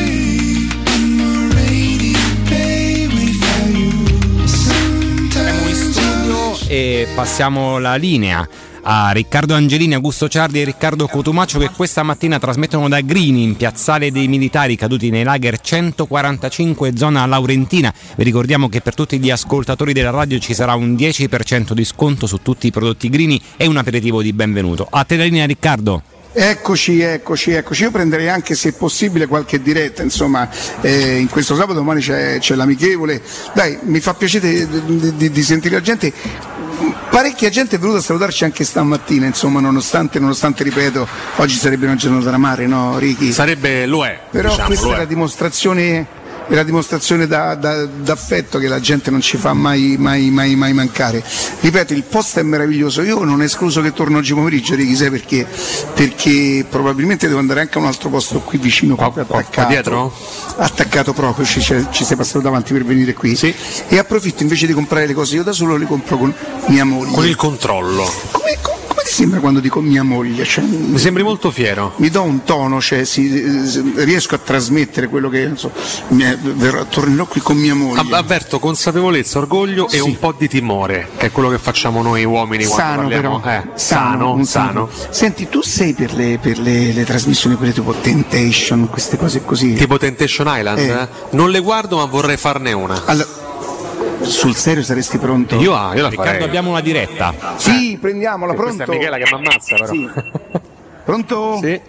On my rainy day without you. Siamo in studio e passiamo la linea a Riccardo Angelini, Augusto Ciardi e Riccardo Cotumaccio, che questa mattina trasmettono da Grini, in piazzale dei militari caduti nei lager 145 zona Laurentina. Vi ricordiamo che per tutti gli ascoltatori della radio ci sarà un 10% di sconto su tutti i prodotti Grini e un aperitivo di benvenuto. A te la linea, Riccardo. Eccoci, io prenderei anche, se possibile, qualche diretta, insomma, in questo sabato, domani c'è l'amichevole, dai, mi fa piacere di sentire la gente. Parecchia gente è venuta a salutarci anche stamattina, insomma, nonostante ripeto, oggi sarebbe una giornata da mare, no, Ricky? Lo è. Però diciamo, questa è la dimostrazione d'affetto che la gente non ci fa mai mancare. Ripeto, il posto è meraviglioso, io non escluso che torno oggi pomeriggio, Ricky, sai perché? Perché probabilmente devo andare anche a un altro posto qui vicino, proprio attaccato. Dietro? Attaccato proprio, ci sei passato davanti per venire qui. Sì. E approfitto, invece di comprare le cose io da solo, le compro con mia moglie. Con il controllo. Come ti sembra quando dico mia moglie? Cioè, mi sembri molto fiero. Mi do un tono, cioè riesco a trasmettere quello che insomma, tornerò qui con mia moglie. Avverto consapevolezza, orgoglio e un po' di timore, che è quello che facciamo noi uomini quando parliamo. Però, sano. Senti, tu sei per le trasmissioni quelle tipo Temptation, queste cose così? Tipo Temptation Island? Non le guardo, ma vorrei farne una. Allora, sul serio saresti pronto? Io la Riccardo, farei. abbiamo una diretta. Sì, prendiamola, pronto? Questa è Michela che mi ammazza, però. Sì. Pronto? Sì.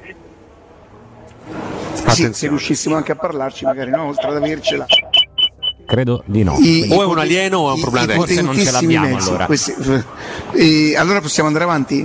Sì, se riuscissimo anche a parlarci, magari, no? Oltre ad avercela. Credo di no. O è un alieno o è un problema tecnico. Forse non ce l'abbiamo, mezzi, allora. Allora possiamo andare avanti?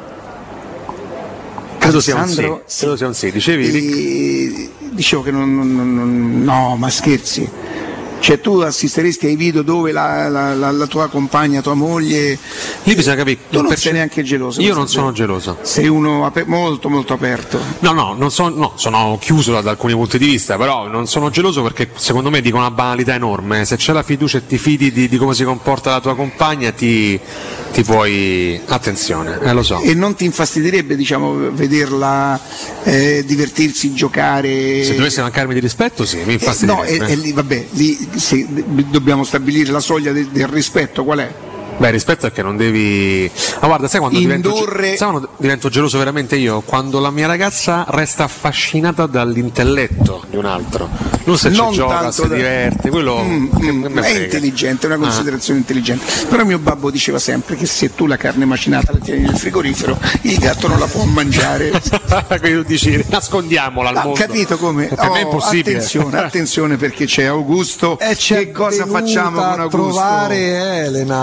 Credo sia un sì. Dicevi? Dicevo che no, ma scherzi. Cioè tu assisteresti ai video dove la tua compagna, tua moglie... Lì bisogna capire... Tu non sei neanche geloso. Io non sono geloso. Sei uno molto molto aperto. No, sono chiuso da alcuni punti di vista, però non sono geloso perché secondo me dico una banalità enorme. Se c'è la fiducia e ti fidi di come si comporta la tua compagna, ti puoi... Attenzione, lo so. E non ti infastidirebbe, diciamo, vederla divertirsi, giocare... Se dovesse mancarmi di rispetto, sì, mi infastidirebbe. No, lì, vabbè, lì dobbiamo stabilire la soglia del rispetto, qual è? Beh, rispetto è che non devi... Ah, guarda, sai quando divento geloso veramente io? Quando la mia ragazza resta affascinata dall'intelletto di un altro. Non se ci gioca, si diverte, quello è intelligente, è una considerazione intelligente. Però mio babbo diceva sempre che se tu la carne macinata la tieni nel frigorifero, il gatto non la può mangiare. Quindi tu dici, nascondiamola al mondo. Capito come? Per me è impossibile. Attenzione perché c'è Augusto. Che cosa facciamo con Augusto? Trovare Elena.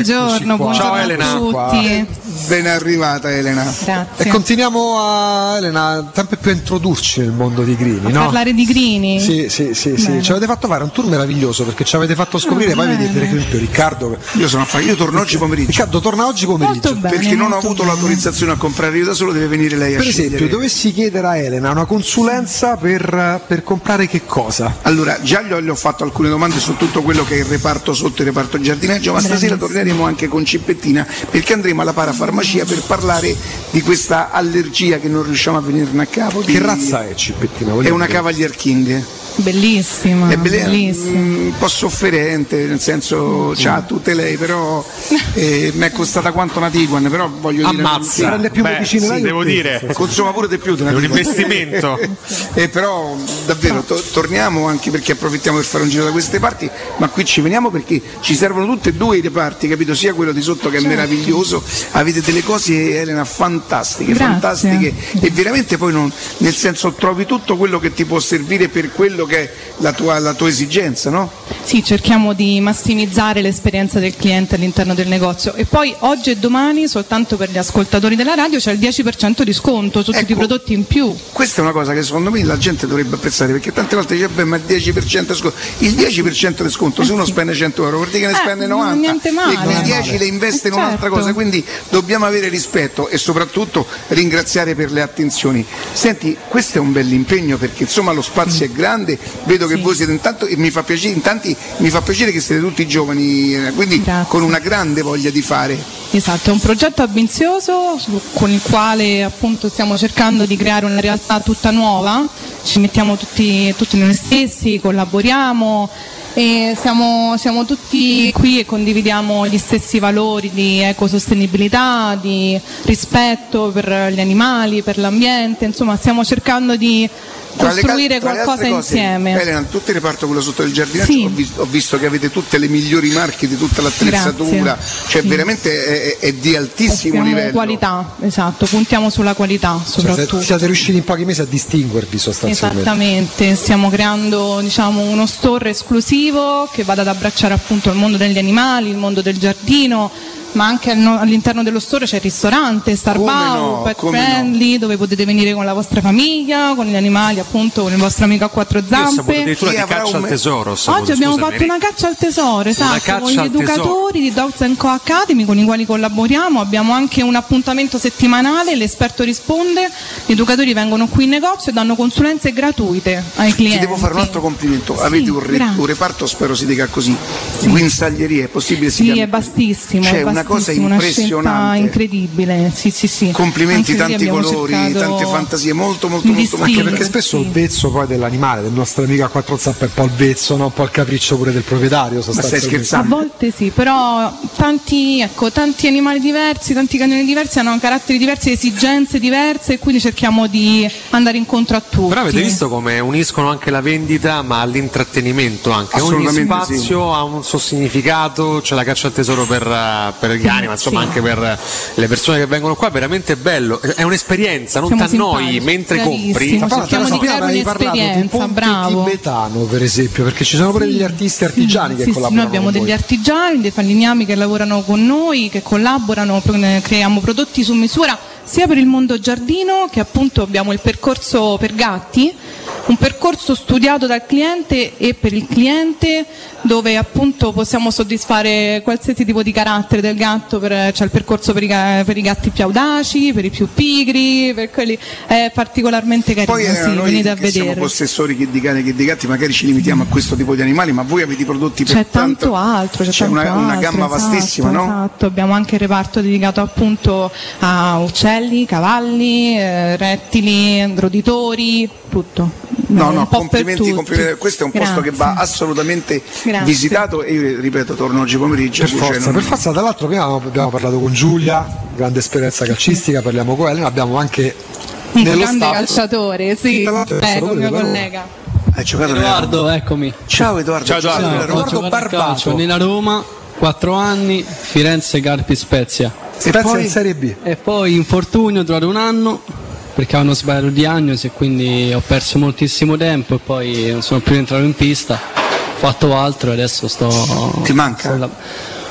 buongiorno Ciao, a Elena. tutti. Ben arrivata Elena. Grazie. E continuiamo Elena, sempre più a introdurci nel mondo di Grini, no? Parlare di Grini? Sì. Ci avete fatto fare un tour meraviglioso perché ci avete fatto scoprire, poi vedete per esempio Riccardo. Io torno oggi pomeriggio. Riccardo torna oggi pomeriggio. Molto bene, perché non ho molto avuto bene. l'autorizzazione a comprare io da solo, deve venire lei a Per scegliere. esempio, dovessi chiedere a Elena una consulenza per comprare che cosa? Allora, già gli ho fatto alcune domande su tutto quello che è il reparto sotto, il reparto giardinaggio, ma stasera torneremo anche con Cippettina perché andremo alla parafarmacia per parlare di questa allergia che non riusciamo a venirne a capo. Che razza è Cippettina? È una Cavalier King. Bellissima, È bellissima. un po' sofferente, nel senso c'ha tutte lei, però mi è costata quanto una Tiguan, però voglio dire Ammazza. prende più medicine lei, devo dire, consuma pure di più di una è un Tiguan. investimento. Però davvero torniamo anche perché approfittiamo per fare un giro da queste parti, ma qui ci veniamo perché ci servono tutti e due i reparti, capito? Sia quello di sotto che è meraviglioso, avete delle cose Elena fantastiche, Grazie. fantastiche e veramente poi non, nel senso trovi tutto quello che ti può servire per quello che è la tua esigenza, no? Sì, cerchiamo di massimizzare l'esperienza del cliente all'interno del negozio e poi oggi e domani soltanto per gli ascoltatori della radio c'è il 10% di sconto su tutti i prodotti in più. Questa è una cosa che secondo me la gente dovrebbe apprezzare perché tante volte dice beh ma il 10% di sconto, il 10% di sconto se uno spende 100 euro vuol dire che ne spende 90 niente male. e quei 10 le investe in un'altra certo. cosa, quindi dobbiamo avere rispetto e soprattutto ringraziare per le attenzioni. Senti, questo è un bell'impegno perché insomma lo spazio è grande, vedo che voi siete intanto e mi fa piacere che siete tutti giovani, quindi con una grande voglia di fare. Esatto, è un progetto ambizioso con il quale appunto stiamo cercando di creare una realtà tutta nuova, ci mettiamo tutti noi stessi, collaboriamo e siamo tutti qui e condividiamo gli stessi valori di ecosostenibilità, di rispetto per gli animali, per l'ambiente, insomma stiamo cercando di costruire tra le qualcosa altre cose, insieme. Elena, tutto il reparto quello sotto il giardinaggio, Sì. ho visto che avete tutte le migliori marche di tutta l'attrezzatura, cioè Sì. veramente è di altissimo Abbiamo livello. qualità, esatto, puntiamo sulla qualità soprattutto. Siete riusciti in pochi mesi a distinguervi sostanzialmente. Esattamente, stiamo creando uno store esclusivo che vada ad abbracciare appunto il mondo degli animali, il mondo del giardino, ma anche all'interno dello store c'è il ristorante, Starbau, Pet Friendly, dove potete venire con la vostra famiglia, con gli animali appunto, con il vostro amico a quattro Io ho saputo zampe. addirittura di caccia al tesoro. Oggi abbiamo fatto una caccia al tesoro, esatto, con gli educatori di Dogs & Co Academy con i quali collaboriamo, abbiamo anche un appuntamento settimanale, l'esperto risponde, gli educatori vengono qui in negozio e danno consulenze gratuite ai clienti. Ti devo fare un altro complimento, Sì, avete un grazie. reparto, spero si dica così, guinzaglieria, è possibile si Sì, chiami è vastissimo, Cioè, è una cosa vastissimo, una scelta impressionante. incredibile. Sì. Complimenti, Anche lì tanti abbiamo colori, cercato tante fantasie, molto Anche perché spesso il vezzo poi dell'animale, del nostro amico a quattro zampe è un po' il vezzo, no? Un po' il capriccio pure del proprietario sostanzialmente. A volte sì, però tanti animali diversi, tanti canioni diversi hanno caratteri diversi, esigenze diverse e quindi cerchiamo di andare incontro a tutti. Però avete visto come uniscono anche la vendita ma all'intrattenimento anche, ogni Assolutamente spazio ha un suo significato, c'è la caccia al tesoro per gli animi, ma insomma anche per le persone che vengono qua, veramente bello, è un'esperienza, non Siamo t'annoi simpatici, mentre bravissimo, compri. cerchiamo di creare hai parlato di un'esperienza, ponte bravo. tibetano per esempio, perché ci sono pure degli artisti artigiani che Sì, collaborano noi abbiamo con degli voi. artigiani, dei falegnami che lavorano con noi, che collaborano, creiamo prodotti su misura sia per il mondo giardino che appunto abbiamo il percorso per gatti, un percorso studiato dal cliente e per il cliente dove appunto possiamo soddisfare qualsiasi tipo di carattere del gatto, c'è il percorso per i gatti più audaci, per i più pigri, per quelli è particolarmente carino, Poi sì, noi venite a che siamo vedere. possessori che di cani che di gatti magari ci limitiamo a questo tipo di animali, ma voi avete i prodotti per C'è tanto altro, c'è tanto una altro, gamma vastissima, esatto, no? Esatto, abbiamo anche il reparto dedicato appunto a uccelli, cavalli, rettili, roditori, tutto. No, Un po' per complimenti, tutti. questo è un posto che va assolutamente Grazie. visitato e io ripeto, torno oggi pomeriggio. Per forza, tra l'altro prima abbiamo parlato con Giulia, grande esperienza calcistica, parliamo con Elena, abbiamo anche Un nello grande staff calciatore, sì, con il mio collega. Hai giocato Edoardo, eccomi. Ciao Edoardo. Edoardo Barbato. Nella Roma, 4 anni, Firenze, Carpi, Spezia. Spezia in Serie B. E poi infortunio, ho durato un anno perché avevano sbagliato diagnosi e quindi ho perso moltissimo tempo e poi non sono più entrato in pista, ho fatto altro e adesso sto... Ti manca?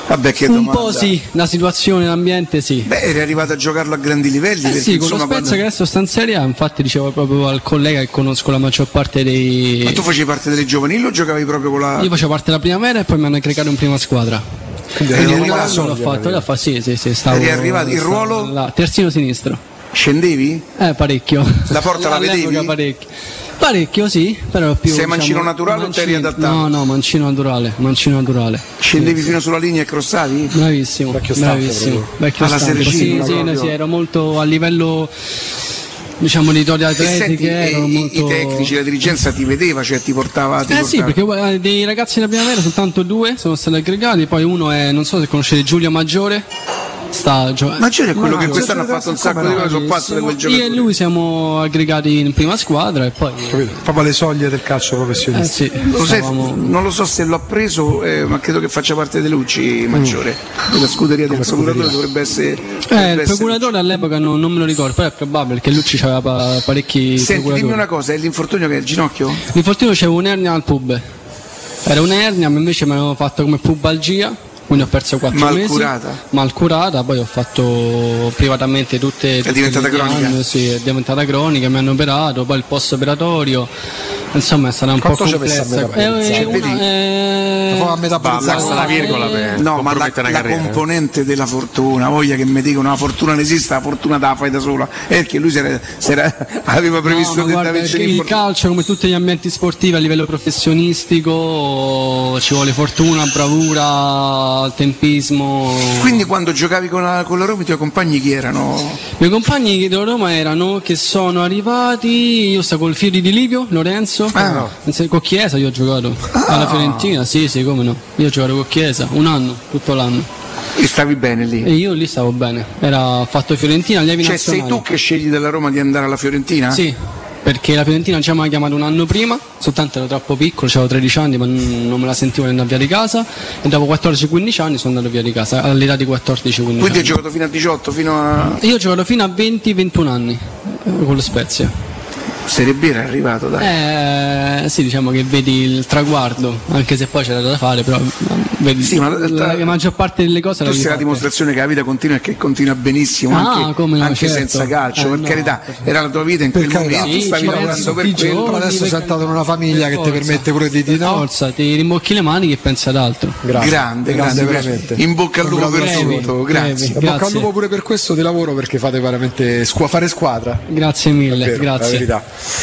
Vabbè, che un domanda. po' sì, la situazione, l'ambiente sì. Beh, eri arrivato a giocarlo a grandi livelli. Perché, sì, con lo insomma, Spezia che adesso sta in Serie A, infatti dicevo proprio al collega che conosco la maggior parte dei... Ma tu facevi parte delle giovanili o giocavi proprio con la... Io facevo parte della primavera e poi mi hanno aggregato in prima squadra. Quindi l'ho fatto, sì, stavo... Eri arrivato, il ruolo? Terzino sinistro. Scendevi? Parecchio. La porta la vedevi? Parecchio sì, però più... Sei mancino naturale o ti eri adattato? No, mancino naturale. Scendevi fino sulla linea e crossavi? Bravissimo. Vecchio stampo. Alla Serie C, sì, ero molto a livello, diciamo, di teorie atletiche. I tecnici, la dirigenza ti vedeva, cioè ti portava... Sì, perché dei ragazzi della primavera soltanto 2 sono stati aggregati, poi uno è, non so se conoscete Giulio Maggiore. Maggiore è quello che quest'anno ha fatto un sacco di cose, sono pazzo di quel giocatore. Io e lui siamo aggregati in prima squadra e poi... Proprio le soglie del calcio professionista. Sì, non lo so se l'ho preso, ma credo che faccia parte dei Lucci Maggiore, della scuderia del procuratore dovrebbe essere... il procuratore all'epoca non me lo ricordo, però è probabile che Lucci aveva parecchi... Senti, dimmi una cosa, è l'infortunio che è il ginocchio? L'infortunio c'era un'ernia al pub. Era un'ernia, ma invece mi avevano fatto come pubalgia. Quindi ho perso 4 mesi. Mal curata, poi ho fatto privatamente tutte è diventata cronica? Sì, è diventata cronica, mi hanno operato, poi il post operatorio, insomma è stata un po' complessa. Basta una virgola per no, ma la componente della fortuna, voglia che mi dicono la fortuna non esiste, la fortuna te la fai da sola, perché lui aveva previsto il calcio, come tutti gli ambienti sportivi a livello professionistico, ci vuole fortuna, bravura, tempismo. Quindi quando giocavi con la Roma i tuoi compagni chi erano? I miei compagni della Roma erano che sono arrivati, io stavo col Fiori di Livio, Lorenzo, con Chiesa io ho giocato alla Fiorentina, sì come no, io ho giocato con Chiesa un anno, tutto l'anno. E stavi bene lì? E io lì stavo bene, era fatto Fiorentina, allievi nazionali. Sei tu che scegli della Roma di andare alla Fiorentina? Sì. Perché la Fiorentina ci aveva chiamato un anno prima, soltanto ero troppo piccolo, avevo 13 anni ma non me la sentivo di andare via di casa e dopo 14-15 anni sono andato via di casa, all'età di 14-15 anni. Quindi hai giocato fino a 18, fino a... Io ho giocato fino a 20-21 anni con lo Spezia. Serie B era arrivato, dai. Sì, diciamo che vedi il traguardo, anche se poi c'era da fare, però vedi sì, ma la maggior parte delle cose tu sei la dimostrazione che la vita continua e che continua benissimo anche certo. Senza calcio, per carità, era la tua vita in quel momento, tu stavi lavorando per quello. Adesso sei stato in una famiglia che ti permette pure di no. Forza, ti rimbocchi le mani che pensi ad altro. Grande, veramente. In bocca al lupo per tutto, grazie. In bocca al lupo pure per questo di lavoro, perché fate veramente fare squadra. Grazie mille, grazie. La verità.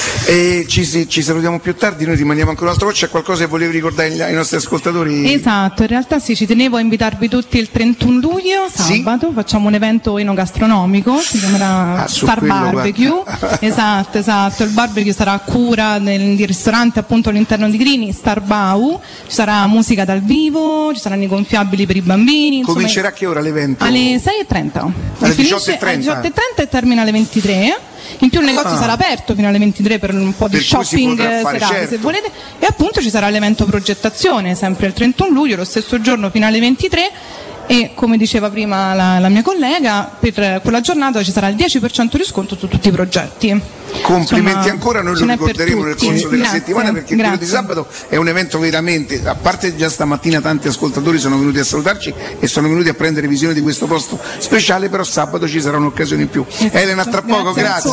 E ci salutiamo più tardi, noi rimaniamo ancora un'altra volta. C'è qualcosa che volevi ricordare ai nostri ascoltatori? Esatto, in realtà sì, ci tenevo a invitarvi tutti il 31 luglio, sabato, facciamo un evento enogastronomico, si chiamerà Star Barbecue. Esatto, il barbecue sarà a cura del ristorante appunto all'interno di Grini, Star Bau, ci sarà musica dal vivo, ci saranno i gonfiabili per i bambini. Comincerà a che ora l'evento? Alle 6:30. Alle 18:30? Alle 18:30 e termina alle 23. In più il negozio sarà aperto fino alle 23 per un po' di shopping serale, se volete, e appunto ci sarà l'evento progettazione sempre il 31 luglio, lo stesso giorno fino alle 23. E come diceva prima la mia collega, per quella giornata ci sarà il 10% di sconto su tutti i progetti. Complimenti ancora, noi lo ricorderemo nel corso della settimana, perché quello di sabato è un evento veramente, a parte già stamattina tanti ascoltatori sono venuti a salutarci e sono venuti a prendere visione di questo posto speciale, però sabato ci sarà un'occasione in più. Elena, tra poco, grazie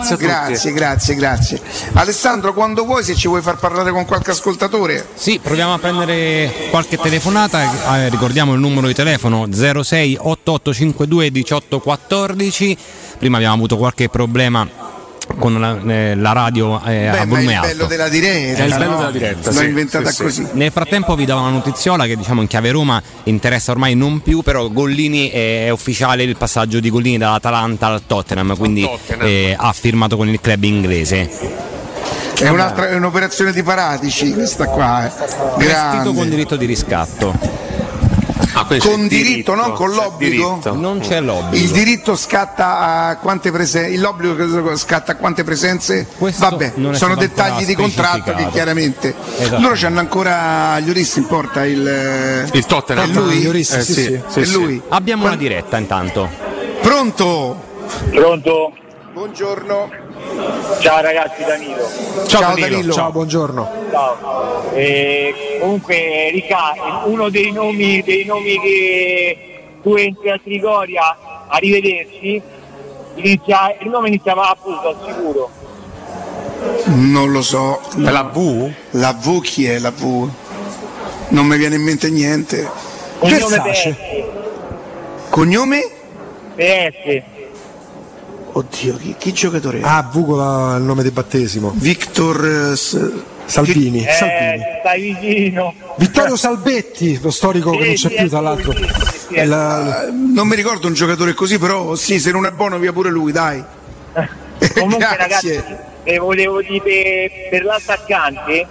a tutti. Grazie. Alessandro, quando vuoi, se ci vuoi far parlare con qualche ascoltatore. Sì, proviamo a prendere qualche telefonata, ricordiamo il numero di telefono 06 8852 1814. Prima abbiamo avuto qualche problema con la radio a volume alto. È il bello della diretta. È il bello della diretta. L'ho inventata così. Nel frattempo vi do una notiziola che diciamo in chiave Roma interessa ormai non più, però Gollini è ufficiale il passaggio di Gollini dall'Atalanta al Tottenham, quindi ha firmato con il club inglese. È un'operazione di Paratici questa qua. Prestito con diritto di riscatto. Con diritto, non con l'obbligo? Non c'è l'obbligo. Il diritto scatta a quante presenze? L'obbligo scatta a quante presenze? Vabbè, sono dettagli di contratto che chiaramente. Loro c'hanno ancora gli Lloris in porta il Tottenham. È lui? Sì. È lui. Abbiamo una diretta intanto. Pronto? Buongiorno. Ciao ragazzi, Danilo. Ciao Danilo. Ciao, buongiorno. Ciao. Comunque Ricca, uno dei nomi che tu entri a Trigoria, arrivederci, il nome iniziava a V, sono sicuro. Non lo so. È la V? La V chi è la V? Non mi viene in mente niente. Cognome PS. Cognome? PS. Oddio, chi giocatore è? Ah, V con il nome del battesimo. Victor Salvini. Salvini. Stai vicino. Vittorio Salbetti, lo storico che non c'è più, tra l'altro. Non mi ricordo un giocatore così, però sì, se non è buono via pure lui, dai. Comunque ragazzi, volevo dire per l'attaccante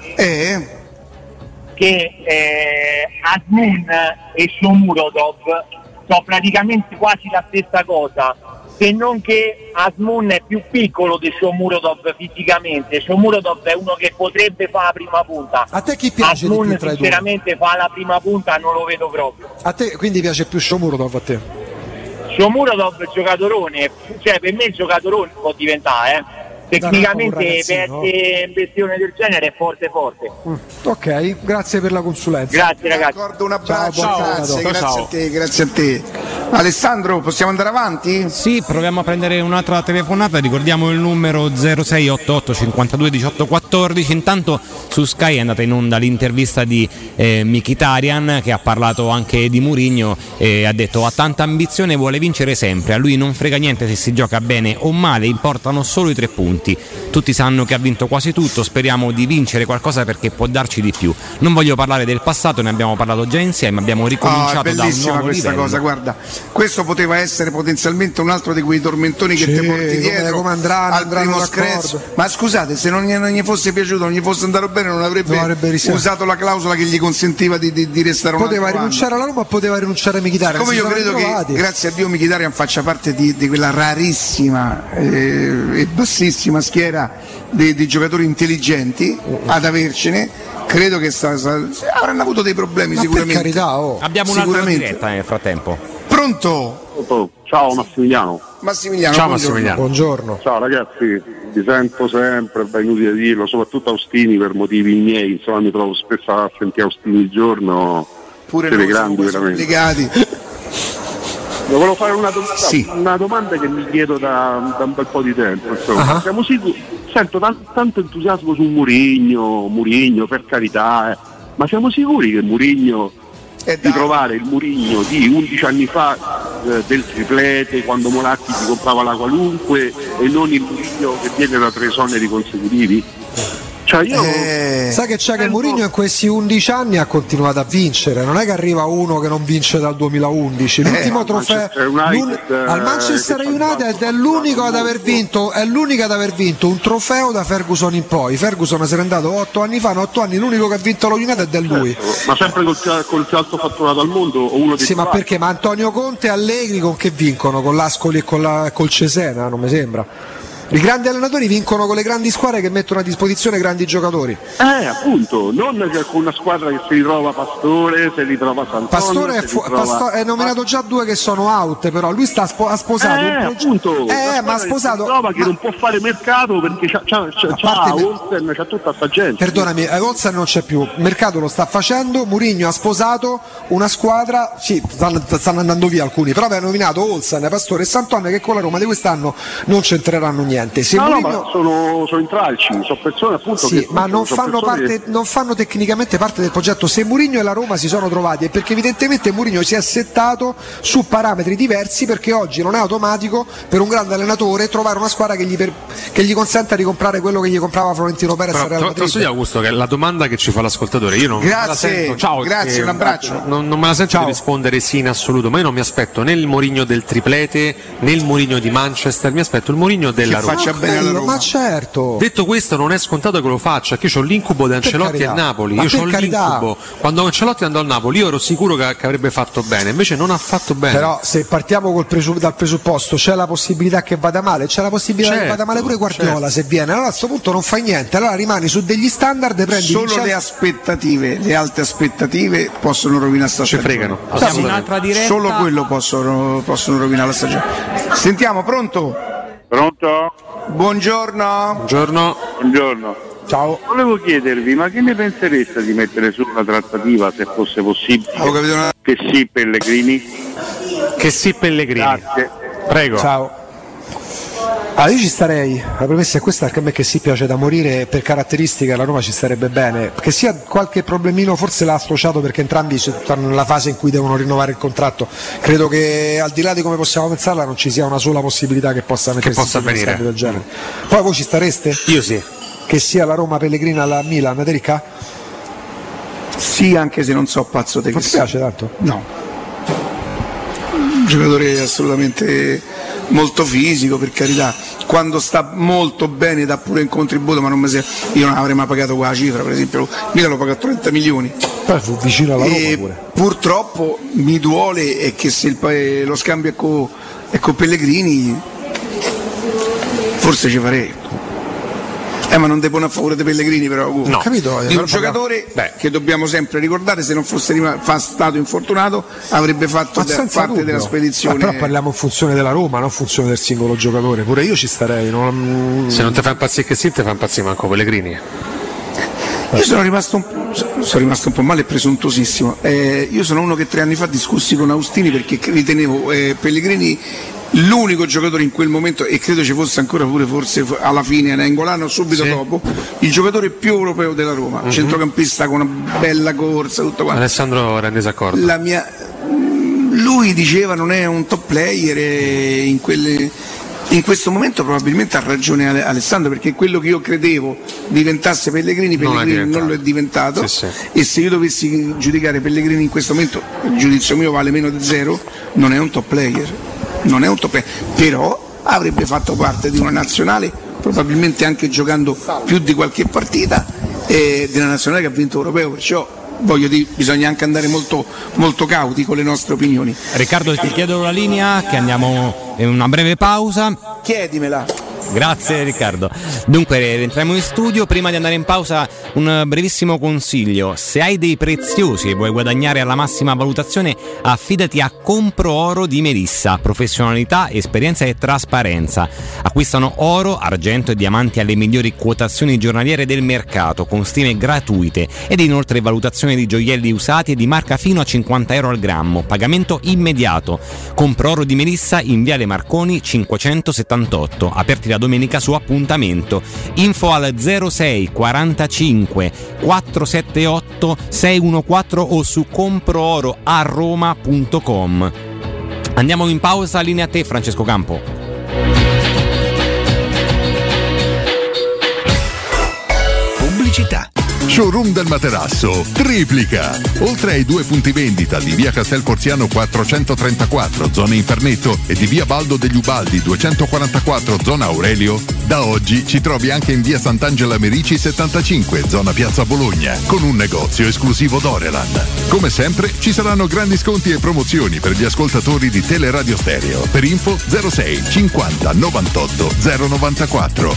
che Azmoun e Shomurodov sono praticamente quasi la stessa cosa, se non che Azmoun è più piccolo di Shomurodov fisicamente. Shomurodov è uno che potrebbe fare la prima punta. A te chi piace Azmoun di più tra i due? sinceramente fa la prima punta, non lo vedo proprio. A te quindi piace più Shomurodov a te? Shomurodov è giocatorone, cioè per me il giocatorone può diventare, tecnicamente per essere in questione del genere è forte. Ok, grazie per la consulenza. Grazie ragazzi. D'accordo, un abbraccio, Ciao, grazie a te. Alessandro, possiamo andare avanti? Sì, proviamo a prendere un'altra telefonata, ricordiamo il numero 0688 52 18 14. Intanto su Sky è andata in onda l'intervista di Mkhitaryan, che ha parlato anche di Mourinho e ha detto: ha tanta ambizione, vuole vincere sempre, a lui non frega niente se si gioca bene o male, importano solo i 3 punti. Tutti sanno che ha vinto quasi tutto, speriamo di vincere qualcosa perché può darci di più. Non voglio parlare del passato, ne abbiamo parlato già insieme, abbiamo ricominciato da un nuovo questa livello. Cosa, guarda, questo poteva essere potenzialmente un altro di quei tormentoni che ti porti dietro come andranno, al primo screzzo. Ma scusate, se non gli fosse piaciuto, non gli fosse andato bene, non avrebbe usato la clausola che gli consentiva di restare un poteva altro rinunciare anno. alla Roma, poteva rinunciare a Mkhitaryan. Come io credo che, grazie a Dio, Mkhitaryan faccia parte di quella rarissima e bassissima schiera di giocatori intelligenti ad avercene, credo che avranno avuto dei problemi. Ma sicuramente. Per carità, abbiamo un'altra diretta nel frattempo. Pronto? Ciao Massimiliano. Ciao Massimiliano. Buongiorno. Ciao ragazzi, vi sento sempre, è inutile dirlo, soprattutto Austini per motivi miei, insomma mi trovo spesso a sentire Austini il giorno. Pure siete noi grandi veramente. Volevo fare una domanda che mi chiedo da un bel po' di tempo, insomma. Siamo sicuri, sento tanto entusiasmo su Mourinho, per carità, ma siamo sicuri che Mourinho di trovare il Mourinho di 11 anni fa del triplete, quando Moratti ti comprava la qualunque, e non il Mourinho che viene da 3 esoneri consecutivi? Cioè sai che c'è che Mourinho in questi 11 anni ha continuato a vincere, non è che arriva uno che non vince dal 2011. L'ultimo trofeo al Manchester United è l'unico ad aver vinto un trofeo da Ferguson in poi. Ferguson se n'è andato 8 anni fa, in 8 anni l'unico che ha vinto lo United è lui. Ma sempre col più alto fatturato al mondo o uno dei ma perché? Ma Antonio Conte e Allegri con che vincono? Con l'Ascoli e col Cesena? Non mi sembra. I grandi allenatori vincono con le grandi squadre che mettono a disposizione grandi giocatori. Appunto, non con una squadra che si ritrova Pastore, si ritrova Sant'Antonio. Pastore è nominato già 2 che sono out, però lui ha sposato appunto, ma ha sposato che non può fare mercato perché c'ha Olsen, c'ha tutta sta gente. Perdonami, Olsen non c'è più, il mercato lo sta facendo. Mourinho ha sposato una squadra, sì, stanno andando via alcuni, però aveva nominato Olsen, Pastore e Sant'Antonio che con la Roma di quest'anno non c'entreranno niente. Se Mourinho... ma sono intralci, sono persone appunto sì, che ma non fanno tecnicamente parte del progetto. Se Mourinho e la Roma si sono trovati è perché evidentemente Mourinho si è settato su parametri diversi, perché oggi non è automatico per un grande allenatore trovare una squadra che gli consenta di comprare quello che gli comprava Florentino Perez a Real Madrid. Posso dire, Augusto, che la domanda che ci fa l'ascoltatore, io non me la sento, grazie, un abbraccio. Non me la sento di rispondere sì in assoluto, ma io non mi aspetto né il Mourinho del triplete né il Mourinho di Manchester, mi aspetto il Mourinho della Roma. Faccia bene alla Roma. Ma certo. Detto questo, non è scontato che lo faccia, che io ho l'incubo di Ancelotti a Napoli. Io ho l'incubo. Quando Ancelotti andò a Napoli io ero sicuro che avrebbe fatto bene, invece non ha fatto bene. Però se partiamo dal presupposto c'è la possibilità che vada male, c'è la possibilità che vada male pure Guardiola se viene. Allora a questo punto non fai niente, allora rimani su degli standard e prendi solo le aspettative, le alte aspettative possono rovinare sta stagione. Ci fregano. Un'altra diretta. Solo quello possono rovinare la stagione. Sentiamo, pronto? Pronto? Buongiorno. Buongiorno. Buongiorno. Ciao. Volevo chiedervi, ma che ne pensereste di mettere su una trattativa, se fosse possibile? Che sì, Pellegrini? Che sì, Pellegrini. Grazie. Prego. Ciao. Io ci starei, la premessa è questa, anche a me che si piace da morire, per caratteristiche la Roma ci starebbe bene, che sia qualche problemino forse l'ha associato perché entrambi stanno nella fase in cui devono rinnovare il contratto. Credo che al di là di come possiamo pensarla non ci sia una sola possibilità che possa mettersi su uno scambio del genere. Poi voi ci stareste? Io sì. Che sia la Roma Pellegrini alla Milan, Terica? Sì, anche se non so pazzo te che non ti piace tanto? No. Un giocatore assolutamente molto fisico, per carità, quando sta molto bene dà pure un contributo, ma non mi io non avrei mai pagato quella cifra, per esempio Milan lo paga 30 milioni. Poi fu vicino alla Roma pure. Purtroppo mi duole è che se lo scambio è con Pellegrini forse ci farei. Ma non depone a favore dei Pellegrini, però no. Capito, di un giocatore che dobbiamo sempre ricordare, se non fosse stato infortunato avrebbe fatto parte della spedizione. Però parliamo in funzione della Roma, non in funzione del singolo giocatore. Pure io ci starei. Se non ti fa impazzire che sì, ti fa impazzire manco Pellegrini. Io sono rimasto un po' male e presuntuosissimo. Io sono uno che 3 anni fa discussi con Austini perché ritenevo Pellegrini l'unico giocatore in quel momento, e credo ci fosse ancora pure forse alla fine Nainggolan subito dopo, il giocatore più europeo della Roma, centrocampista con una bella corsa, tutto quanto. Alessandro era in disaccordo. Lui diceva non è un top player in questo momento probabilmente ha ragione Alessandro, perché quello che io credevo diventasse Pellegrini non lo è diventato. Sì. E se io dovessi giudicare Pellegrini in questo momento, il giudizio mio vale meno di 0, non è un top player, però avrebbe fatto parte di una nazionale, probabilmente anche giocando più di qualche partita, di una nazionale che ha vinto europeo, perciò voglio dire, bisogna anche andare molto, molto cauti con le nostre opinioni. Riccardo, ti chiedo la linea, che andiamo in una breve pausa. Chiedimela. Grazie Riccardo. Dunque rientriamo in studio. Prima di andare in pausa un brevissimo consiglio: se hai dei preziosi e vuoi guadagnare alla massima valutazione, affidati a Compro Oro di Melissa. Professionalità, esperienza e trasparenza. Acquistano oro, argento e diamanti alle migliori quotazioni giornaliere del mercato, con stime gratuite, ed inoltre valutazione di gioielli usati e di marca fino a 50 euro al grammo. Pagamento immediato. Compro Oro di Melissa in Viale Marconi 578, aperti la domenica su appuntamento. Info al 06 45 478 614 o su comprooroaroma.com. Andiamo in pausa, linea a te Francesco Campo. Pubblicità. Showroom del Materasso triplica. Oltre ai 2 punti vendita di via Castel Porziano 434 zona Infernetto e di via Baldo degli Ubaldi 244 zona Aurelio, da oggi ci trovi anche in via Sant'Angela Merici 75 zona Piazza Bologna, con un negozio esclusivo Dorelan. Come sempre ci saranno grandi sconti e promozioni per gli ascoltatori di Teleradio Stereo. Per info 06 50 98 094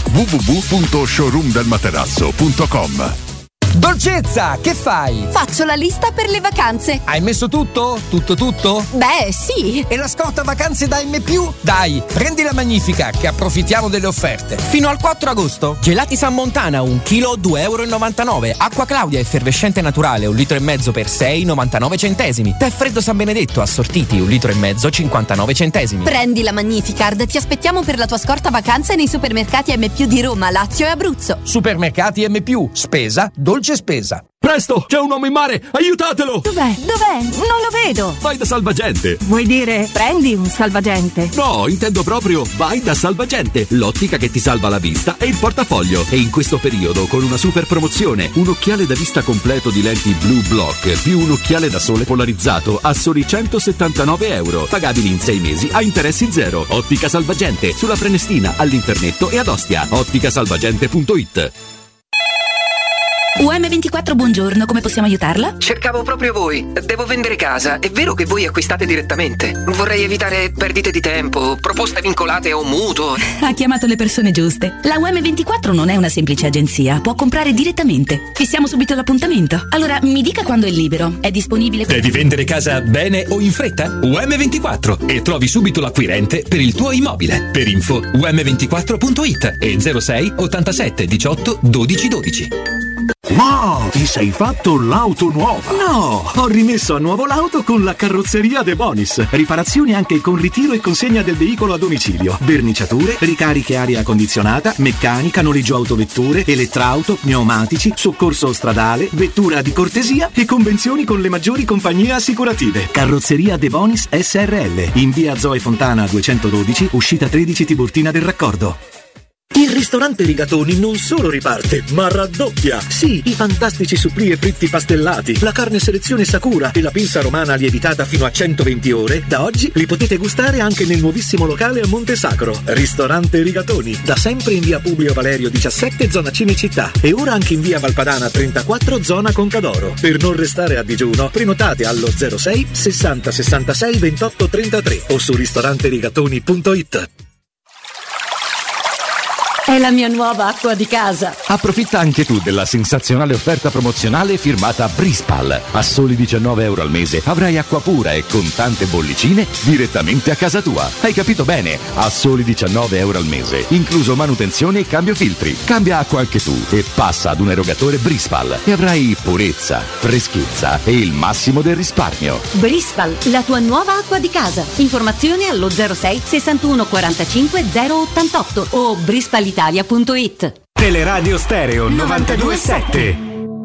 www.showroomdelmaterasso.com. Dolcezza, che fai? Faccio la lista per le vacanze. Hai messo tutto? Tutto? Beh, sì. E la scorta vacanze da M+? Dai, prendi la Magnifica, che approfittiamo delle offerte. Fino al 4 agosto. Gelati San Montana, 1 chilo, 2,99 €. Acqua Claudia effervescente naturale, 1,5 litri per 6,99 centesimi. Tè freddo San Benedetto, assortiti, 1,5 litri, 59 centesimi. Prendi la Magnificard, ti aspettiamo per la tua scorta vacanze nei supermercati M+ di Roma, Lazio e Abruzzo. Supermercati M+, spesa, dolce spesa. Presto, c'è un uomo in mare, aiutatelo! Dov'è? Non lo vedo. Vai da Salvagente. Vuoi dire prendi un salvagente? No, intendo proprio vai da Salvagente, l'ottica che ti salva la vista e il portafoglio. E in questo periodo con una super promozione, un occhiale da vista completo di lenti Blue Block più un occhiale da sole polarizzato a soli 179 €, pagabili in 6 mesi a interessi zero. Ottica Salvagente, sulla Prenestina, all'Infernetto e ad Ostia. otticasalvagente.it. UM24, buongiorno, come possiamo aiutarla? Cercavo proprio voi. Devo vendere casa. È vero che voi acquistate direttamente? Vorrei evitare perdite di tempo, proposte vincolate o mutuo. Ha chiamato le persone giuste. La UM24 non è una semplice agenzia, può comprare direttamente. Fissiamo subito l'appuntamento. Allora, mi dica quando è libero. È disponibile? Devi vendere casa bene o in fretta? UM24 e trovi subito l'acquirente per il tuo immobile. Per info um24.it e 06 87 18 12 12. Ma ti sei fatto l'auto nuova? No, ho rimesso a nuovo l'auto con la carrozzeria De Bonis. Riparazioni anche con ritiro e consegna del veicolo a domicilio. Verniciature, ricariche aria condizionata, meccanica, noleggio autovetture, elettrauto, pneumatici, soccorso stradale, vettura di cortesia e convenzioni con le maggiori compagnie assicurative. Carrozzeria De Bonis SRL, in via Zoe Fontana 212, uscita 13 Tiburtina del Raccordo. Il ristorante Rigatoni non solo riparte, ma raddoppia! Sì, i fantastici supplì e fritti pastellati, la carne selezione Sakura e la pinza romana lievitata fino a 120 ore, da oggi li potete gustare anche nel nuovissimo locale a Monte Sacro. Ristorante Rigatoni, da sempre in via Publio Valerio 17, zona Cinecittà, e ora anche in via Valpadana 34, zona Concadoro. Per non restare a digiuno, prenotate allo 06 60 66 28 33 o su ristoranterigatoni.it. È la mia nuova acqua di casa. Approfitta anche tu della sensazionale offerta promozionale firmata Brispal. A soli €19 al mese avrai acqua pura e con tante bollicine direttamente a casa tua. Hai capito bene? A soli €19 al mese, incluso manutenzione e cambio filtri. Cambia acqua anche tu e passa ad un erogatore Brispal e avrai purezza, freschezza e il massimo del risparmio. Brispal, la tua nuova acqua di casa. Informazioni allo 06 61 45 088 o brispalitalia.it. Teleradio Stereo 92.7.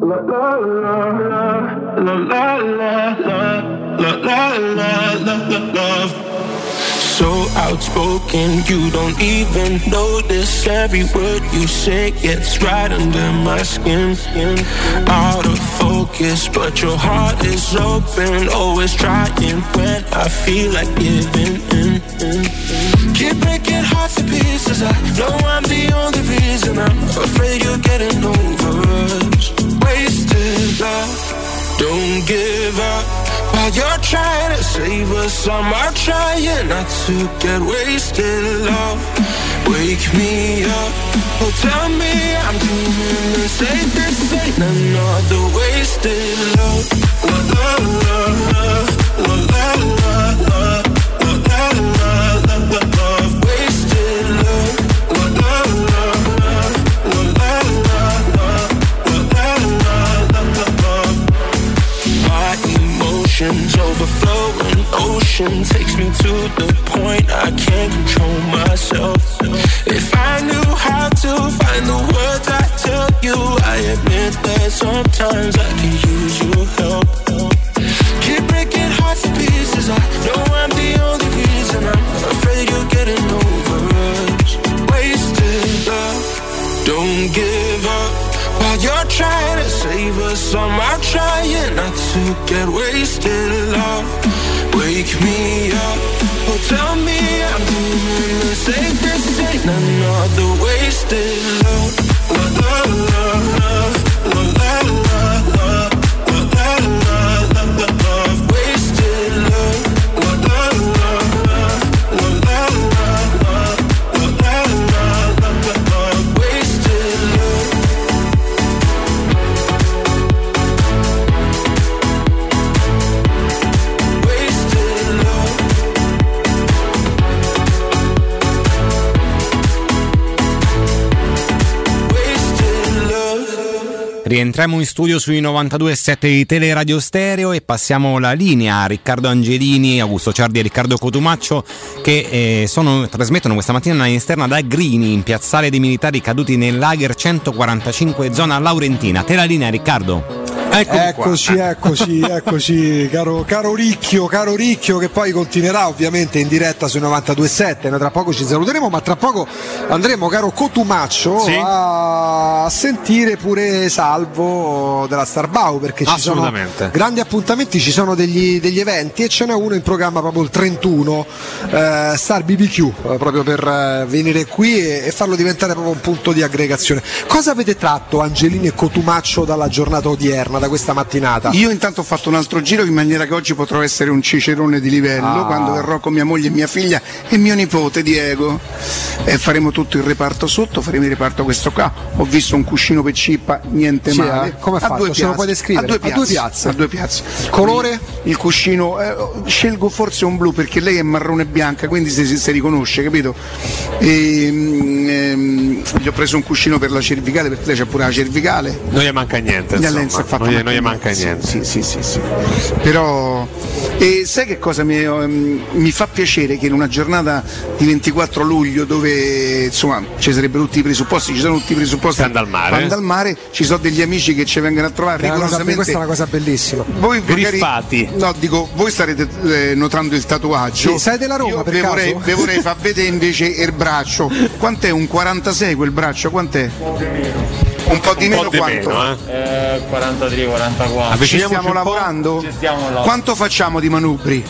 So outspoken, you don't even notice every word you say gets right under my skin. Out of focus, but your heart is open. Always trying when I feel like giving in. Keep breaking hearts to pieces. I know I'm the only reason. I'm afraid you're getting over us. Wasted love, don't give up. While you're trying to save us, I'm trying not to get wasted. Love, wake me up. Oh, tell me I'm doing the same. This ain't another wasted love. La la la la la la la la la la la. Wasted love. La la la la la la la la la. My emotions overflowing, ocean takes me to the point I can't control myself. If I knew how to find the words I tell you, I admit that sometimes I could use your help. Keep breaking hearts to pieces. I know I'm the only reason. I'm afraid you're getting over us. Wasted love, don't give up. While you're trying to save us, I'm trying not to get wasted. Love, wake me up. Oh, tell me I'm doing the same. This ain't another wasted love. La la la la la la la la la la la. Wasted love. La la la la la la la la la. Wasted love. Rientriamo in studio sui 92.7 di Teleradio Stereo e passiamo la linea a Riccardo Angelini, Augusto Ciardi e Riccardo Cotumaccio che trasmettono questa mattina una esterna da Grini in piazzale dei militari caduti nel lager 145 zona Laurentina. Te la linea, Riccardo. Eccoci, caro Ricchio, che poi continuerà ovviamente in diretta sui 92.7. Noi tra poco ci saluteremo, ma tra poco andremo, caro Cotumaccio, a sentire pure Salvo della Starbau, perché ci sono grandi appuntamenti, ci sono degli eventi e ce n'è uno in programma proprio il 31, Star BBQ, proprio per venire qui e farlo diventare proprio un punto di aggregazione. Cosa avete tratto, Angelini e Cotumaccio, dalla giornata odierna, da questa mattinata? Io intanto ho fatto un altro giro in maniera che oggi potrò essere un cicerone di livello quando verrò con mia moglie e mia figlia e mio nipote Diego, e faremo tutto il reparto sotto, faremo il reparto questo qua. Ho visto un cuscino per cippa, niente male. Come fatto? Ce lo puoi descrivere? A due piazze. Colore? Il cuscino scelgo forse un blu perché lei è marrone e bianca, quindi si riconosce, capito? Gli ho preso un cuscino per la cervicale perché lei c'ha pure la cervicale. Non gli manca niente, non gli manca niente. Sì. Però sai che cosa mi fa piacere? Che in una giornata di 24 luglio dove insomma ci sarebbero tutti i presupposti, ci sono tutti i presupposti per andare al mare, ci sono degli amici che ci vengono a trovare rigorosamente. Questa è una cosa bellissima. Voi magari, voi starete notando il tatuaggio. Sì, sai della Roma, io per caso? Vi vorrei far vedere invece il braccio. Quant'è? Un 46 quel braccio? Quant'è? Un po' di meno, quanto? 43, 44. Ci stiamo lavorando? Quanto facciamo di manubri?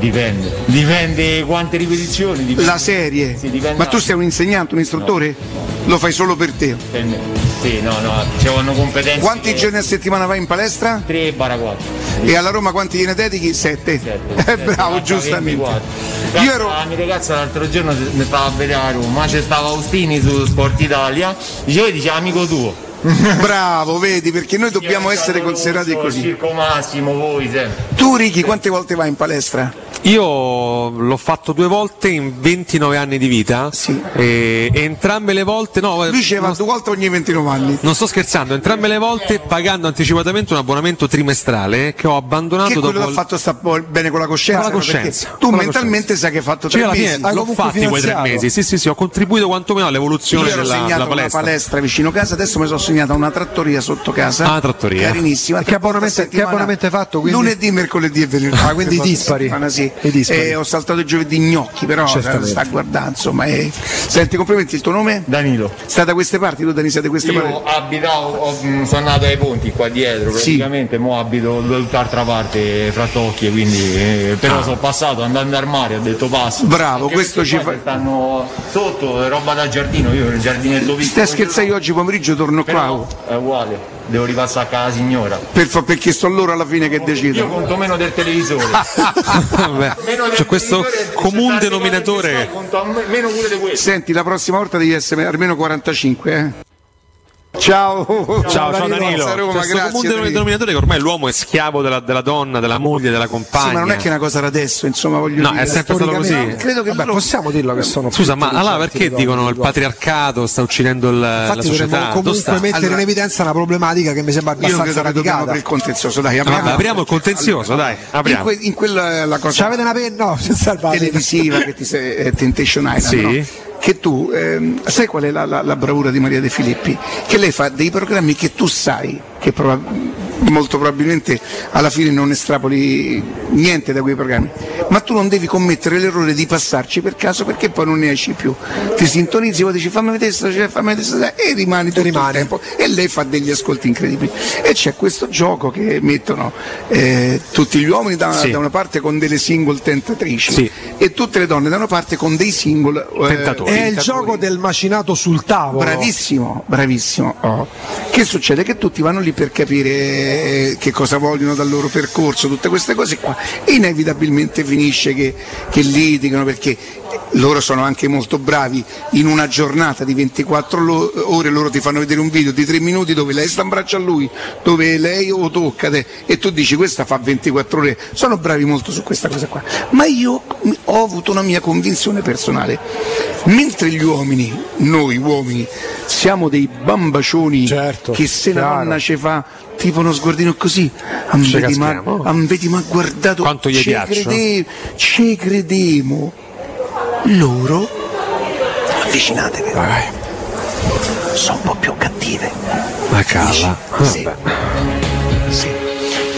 Dipende quante ripetizioni. Dipende. La serie? Sì, dipende. Ma tu sei un insegnante, un istruttore? No. Lo fai solo per te? Sì, no, ci vanno competenze. Quanti giorni a settimana vai in palestra? 3-4. E alla Roma quanti gliene dedichi? 7. Bravo, giustamente. Io ero. La mia ragazza l'altro giorno mi stava a vedere a Roma, c'è stava Austini su Sport Italia, dice amico tuo. Bravo, vedi, perché noi dobbiamo essere considerati così. Circo Massimo, voi sempre. Tu Ricky, quante volte vai in palestra? Io l'ho fatto 2 volte in 29 anni di vita. Sì. E entrambe le volte lui ci va 2 volte ogni 29 anni. Non sto scherzando, entrambe le volte pagando anticipatamente un abbonamento trimestrale che ho abbandonato che dopo. Quello che ho fatto sta bene con la coscienza. Con la coscienza. Tu mentalmente sai che hai fatto 3 mesi. L'ho fatti quei 3 mesi. Sì, ho contribuito quantomeno all'evoluzione della palestra. Una palestra vicino casa, adesso mi sono segnata una trattoria sotto casa. Trattoria. Carinissima. Che abbonamento hai fatto? Quindi? Lunedì, mercoledì e venerdì. Quindi dispari. Ho saltato i giovedì gnocchi, però sta a guardare, insomma. Senti, complimenti, il tuo nome? Danilo. Stai da queste parti? Tu Dani sei da queste parti? Io abitavo, sono nato ai ponti qua dietro, praticamente, mo abito da tutt'altra parte, fra Tocchie, quindi però sono passato andando al mare, ho detto passo. Bravo, questo ci fa. Stanno sotto, roba da giardino, io nel giardinetto piccolo. Stai scherzando, io oggi pomeriggio torno qua. È uguale. Devo ripassare a casa signora. Perché sono loro alla fine che decidono. Io conto meno del televisore. C'è questo comune denominatore. Meno pure di questo. Senti, la prossima volta devi essere almeno 45, Ciao Danilo. Roma, questo comune denominatore che ormai l'uomo è schiavo della donna, della moglie, della compagna. Sì, ma non è che è una cosa da adesso, insomma, voglio dire. No, è sempre stato così. Credo che possiamo dirlo che sono. Scusa, ma allora perché dicono il patriarcato sta uccidendo la società? Comunque mettere in evidenza una problematica che mi sembra abbastanza radicata. Per il contenzioso, dai, apriamo il contenzioso, dai. Apriamo. In quella la cosa. C'avete una penna? No, televisiva che ti sei Temptation Island, sì. No? Che tu sai qual è la bravura di Maria De Filippi? Che lei fa dei programmi che tu sai che molto probabilmente alla fine non estrapoli niente da quei programmi, ma tu non devi commettere l'errore di passarci per caso perché poi non ne esci più, ti sintonizzi, poi dici fammi vedere e rimani tutto il tempo, e lei fa degli ascolti incredibili. E c'è questo gioco che mettono tutti gli uomini da una parte con delle single tentatrici e tutte le donne da una parte con dei single tentatori. È il gioco del macinato sul tavolo. Bravissimo. Che succede? Che tutti vanno lì per capire che cosa vogliono dal loro percorso, tutte queste cose qua, e inevitabilmente finisce che litigano, perché loro sono anche molto bravi. In una giornata di 24 ore loro ti fanno vedere un video di 3 minuti dove lei sta in braccio a lui, dove lei lo tocca e tu dici questa fa 24 ore. Sono bravi molto su questa cosa qua, ma io ho avuto una mia convinzione personale. Mentre gli uomini, noi uomini, siamo dei bambacioni, che se la donna ci fa tipo uno sguardino così, vedi ma guardato quanto gli piace, ci credemo. Loro, avvicinatevi, sono un po' più cattive. Ma calla, sì.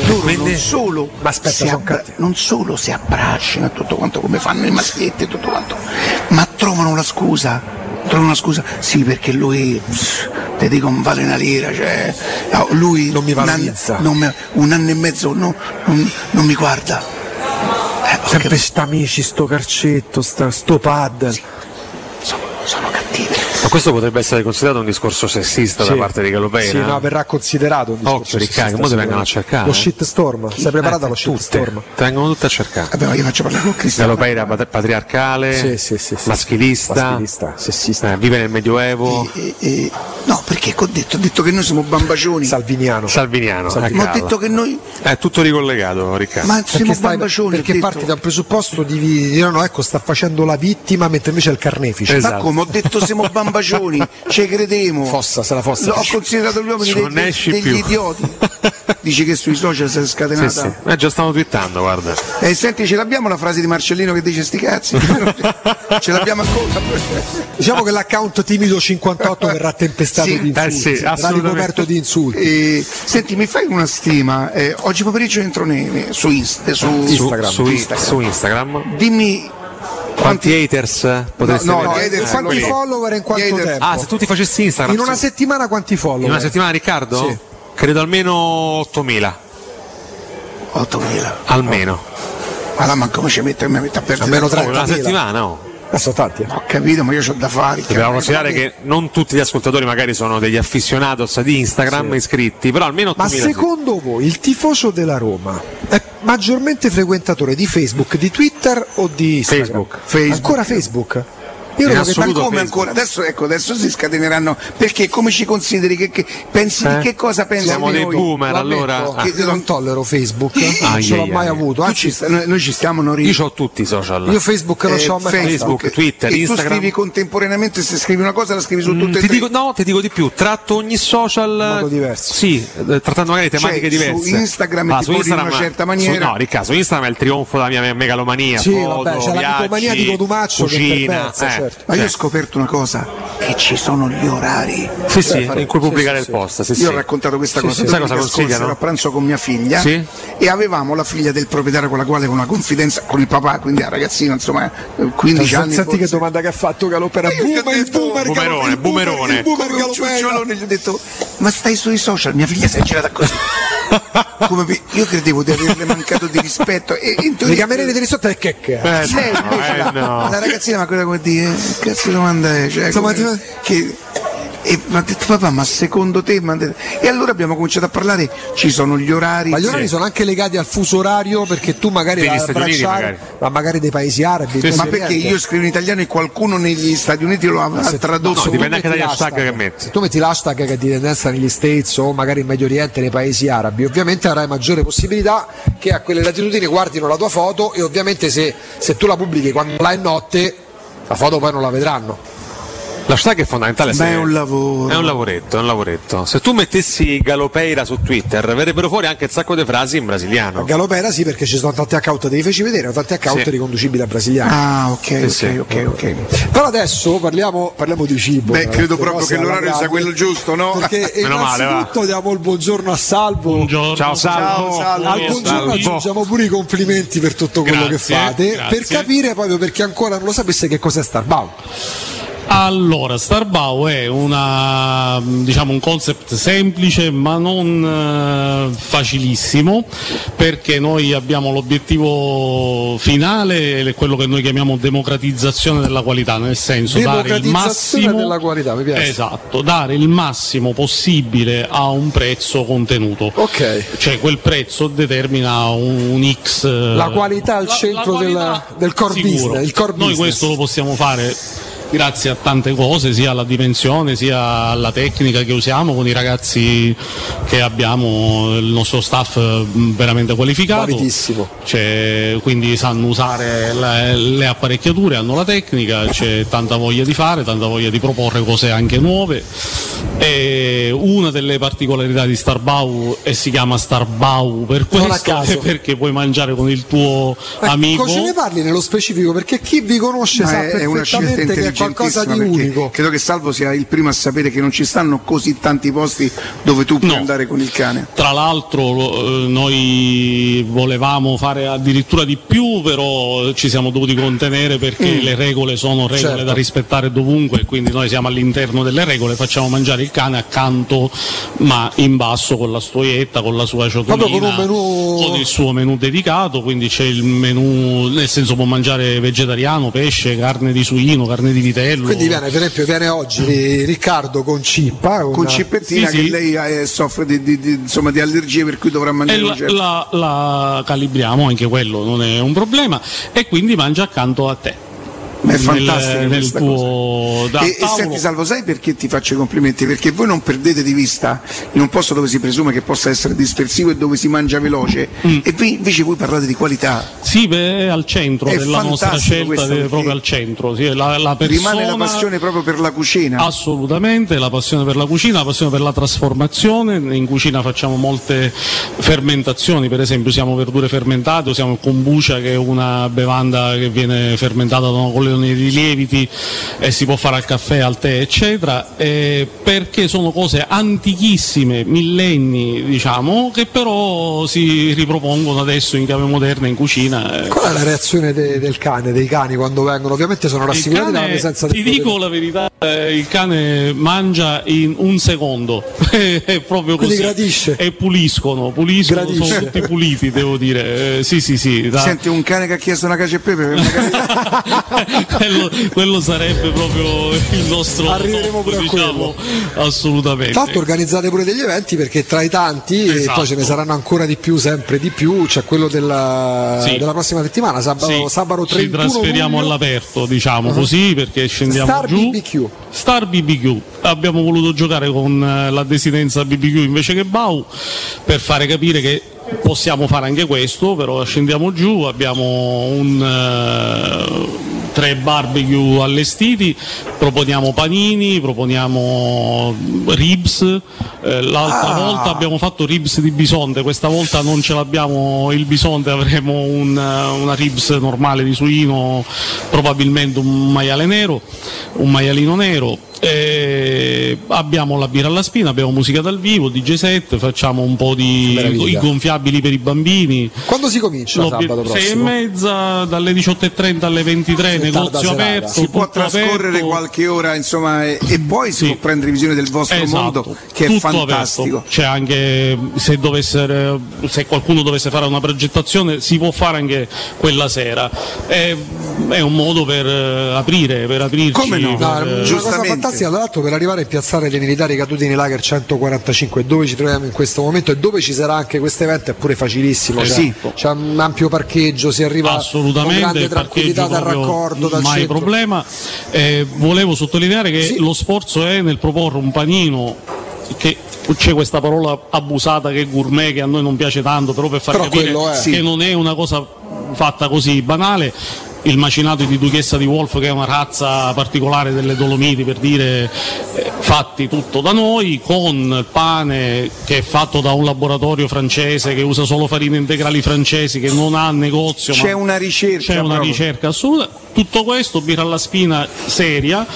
loro non solo si abbracciano e tutto quanto come fanno i maschietti e tutto quanto, ma trovano una scusa. Sì, perché lui ti dico non vale una lira, cioè lui non mi valorizza, un anno e mezzo non mi guarda. Sempre st'amici, sto calcetto, sto paddle. Sì, sono cattivi. Ma questo potrebbe essere considerato un discorso sessista da parte di Galopeira? Sì, no, verrà considerato un discorso sessista. Come ti vengono a cercare? Lo shitstorm, sei preparato allo shitstorm? Ti vengono tutti a cercare. Vabbè, ma io faccio parlare con Cristiano. Galopeira patriarcale, maschilista, sessista, vive nel Medioevo. No, perché ho detto che noi siamo bambacioni. Salviniano. Ma ho detto che noi... È tutto ricollegato, Riccardo. Ma siamo bambacioni. Perché parti da un presupposto di dire no, ecco, sta facendo la vittima mentre invece è il carnefice. Esatto. Ma come ho detto siamo bambacioni, ci crediamo. Ho considerato gli uomini degli idioti. Dici che sui social si è scatenata. Sì. Già stanno twittando, guarda. Senti, ce l'abbiamo la frase di Marcellino che dice sti cazzi? Ce l'abbiamo ancora. Diciamo che l'account timido 58 verrà tempestato di insulti, verrà ricoperto di insulti. Senti, mi fai una stima? Oggi pomeriggio entro su Instagram. Dimmi quanti haters potresti avere? Quanti follower e in quanto tempo? Se tu ti facessi Instagram in una settimana quanti follower? In una settimana, Riccardo? Sì. Credo almeno 8.000. 8.000 almeno. Ma ma come ci mette a perdere almeno 30.000 una settimana? No. Sono tanti. Ho capito, ma io ho da fare. Dobbiamo considerare che non tutti gli ascoltatori magari sono degli aficionados di Instagram iscritti, però almeno 8.000. Ma secondo voi il tifoso della Roma è maggiormente frequentatore di Facebook, di Twitter o di Instagram? Facebook. Ancora Facebook? Io ma come ancora? Adesso si scateneranno, perché come ci consideri? Che pensi di che cosa pensi? Siamo dei boomer. Allora io non tollero Facebook, non ce l'ho mai avuto. Noi ci stiamo io ho tutti i social. Io Facebook non ce l'ho mai fatto. Facebook, Twitter, e Instagram. Tu scrivi contemporaneamente, se scrivi una cosa la scrivi su tutte e tre. Ti dico di più, tratto ogni social in modo diverso. Sì, trattando magari tematiche diverse. Su Instagram ti poni in una certa maniera. No, Riccardo, Instagram è il trionfo della mia megalomania. Sì, vabbè, c'è la mitomania di Codumaccio cucina, certo. Ma io ho scoperto una cosa, che ci sono gli orari in cui pubblicare il post. Io ho raccontato questa cosa. Sai cosa consigliano? Ero a pranzo con mia figlia e avevamo la figlia del proprietario con la quale avevo una confidenza con il papà, quindi la ragazzina, insomma, 15 anni. Senti che domanda che ha fatto Galopera. Boomerone. Gli ho detto, ma stai sui social? Mia figlia si è girata così. Io credevo di averle mancato di rispetto. Le cameriere di risotto è che la ragazzina, ma cosa vuol dire? Che cazzo domanda è? Cioè, e mi ha detto papà, ma secondo te? E allora abbiamo cominciato a parlare, ci sono gli orari. Ma gli orari sono anche legati al fuso orario, perché tu magari vai a abbracciare, ma magari dei paesi arabi. Ma perché io scrivo in italiano e qualcuno negli Stati Uniti lo ha tradotto? No, dipende anche dagli hashtag che metti. Tu metti l'hashtag che è di tendenza negli States o magari in Medio Oriente, nei paesi arabi, ovviamente avrai maggiore possibilità che a quelle latitudini guardino la tua foto, e ovviamente se tu la pubblichi quando la è notte, la foto poi non la vedranno. L'hashtag è fondamentale. Ma è un lavoro. È un lavoretto. Se tu mettessi Galopeira su Twitter, verrebbero fuori anche un sacco di frasi in brasiliano. Galopeira sì, perché ci sono tanti account, devi feci vedere, tanti account riconducibili a brasiliano. Ah, ok. Però adesso parliamo di cibo. Credo proprio che l'orario sia quello giusto, no? Perché innanzitutto diamo il buongiorno a Salvo. Buongiorno. Ciao Salvo. Al buongiorno aggiungiamo pure i complimenti per tutto quello che fate, per capire proprio, perché ancora non lo sapesse, che cos'è Starbau. Allora, Starbau è un concept semplice ma non facilissimo, perché noi abbiamo l'obiettivo finale, quello che noi chiamiamo democratizzazione della qualità, nel senso dare il massimo della qualità, mi piace. Esatto, dare il massimo possibile a un prezzo contenuto. Ok. Cioè quel prezzo determina un X. La qualità al centro del core business. Il core noi business. questo lo possiamo fare grazie a tante cose, sia alla dimensione sia alla tecnica che usiamo con i ragazzi che abbiamo, il nostro staff veramente qualificato, validissimo. Quindi sanno usare le apparecchiature, hanno la tecnica, c'è tanta voglia di fare, tanta voglia di proporre cose anche nuove. E una delle particolarità di Starbau si chiama Starbau per questo, perché puoi mangiare con il tuo amico. Cosa ne parli nello specifico? Perché chi vi conosce sa perfettamente che qualcosa di unico. Credo che Salvo sia il primo a sapere che non ci stanno così tanti posti dove tu puoi andare con il cane. Tra l'altro noi volevamo fare addirittura di più, però ci siamo dovuti contenere perché le regole sono regole da rispettare dovunque, quindi noi siamo all'interno delle regole, facciamo mangiare il cane accanto ma in basso con la stuoietta, con la sua ciotolina, con il suo menù dedicato, quindi c'è il menù, nel senso può mangiare vegetariano, pesce, carne di suino, carne di vitello. Quindi viene, per esempio, viene oggi Riccardo con Cippa, con Cippettina, che lei soffre di allergie, per cui dovrà mangiare la calibriamo, anche quello non è un problema, e quindi mangia accanto a te. È fantastico nel tuo e senti Salvo, sai perché ti faccio i complimenti? Perché voi non perdete di vista in un posto dove si presume che possa essere dispersivo e dove si mangia veloce e invece voi parlate di qualità. Sì, è al centro della nostra scelta, proprio al centro. Sì, la persona... Rimane la passione proprio per la cucina. Assolutamente, la passione per la cucina, la passione per la trasformazione. In cucina facciamo molte fermentazioni, per esempio usiamo verdure fermentate, usiamo il kombucha, che è una bevanda che viene fermentata da una collezione di lieviti e si può fare al caffè, al tè, eccetera, perché sono cose antichissime, millenni, diciamo, che però si ripropongono adesso in chiave moderna in cucina. Qual è la reazione dei cani quando vengono? Ovviamente sono rassicurati dalla presenza del... Ti dico la verità, il cane mangia in un secondo, è proprio così. Gradisce. E puliscono, gradisce. Sono tutti puliti, devo dire. Sì. Senti, un cane che ha chiesto una cacio e pepe per magari... quello sarebbe proprio il nostro arriveremo top, diciamo, assolutamente. Tanto organizzate pure degli eventi, perché tra i tanti e poi ce ne saranno ancora di più, sempre di più, c'è quello della prossima settimana, sabato 31 ci trasferiamo luglio. All'aperto, diciamo così, perché scendiamo Star BBQ. Abbiamo voluto giocare con la desinenza BBQ invece che Bau, per fare capire che possiamo fare anche questo, però scendiamo giù, abbiamo 3 barbecue allestiti, proponiamo panini, proponiamo ribs, l'altra volta abbiamo fatto ribs di bisonte, questa volta non ce l'abbiamo il bisonte, avremo una ribs normale di suino, probabilmente un maialino nero. Abbiamo la birra alla spina, abbiamo musica dal vivo, DJ set, facciamo un po' di i gonfiabili per i bambini. Quando si comincia? Sabato prossimo? 6:30, dalle 18:30 alle 23, negozio aperto. Si può trascorrere aperto. Qualche ora, insomma, e poi si può prendere visione del vostro mondo, che è fantastico. C'è anche, se qualcuno dovesse fare una progettazione, si può fare anche quella sera. È un modo per aprirci. Come no? Giustamente. Fantastica, tra l'altro, per arrivare in piazzale dei Militari Caduti nei Lager 145, dove ci troviamo in questo momento e dove ci sarà anche questo evento, è pure facilissimo. C'è un ampio parcheggio, si arriva con grande tranquillità dal raccordo, dal mai centro. Problema. Volevo sottolineare che lo sforzo è nel proporre un panino, che c'è questa parola abusata che è gourmet, che a noi non piace tanto, però per far capire che non è una cosa fatta così banale. Il macinato di Duchessa di Wolf, che è una razza particolare delle Dolomiti, per dire, fatti tutto da noi, con pane che è fatto da un laboratorio francese che usa solo farine integrali francesi, che non ha negozio. C'è una ricerca assoluta. Tutto questo, birra alla spina seria,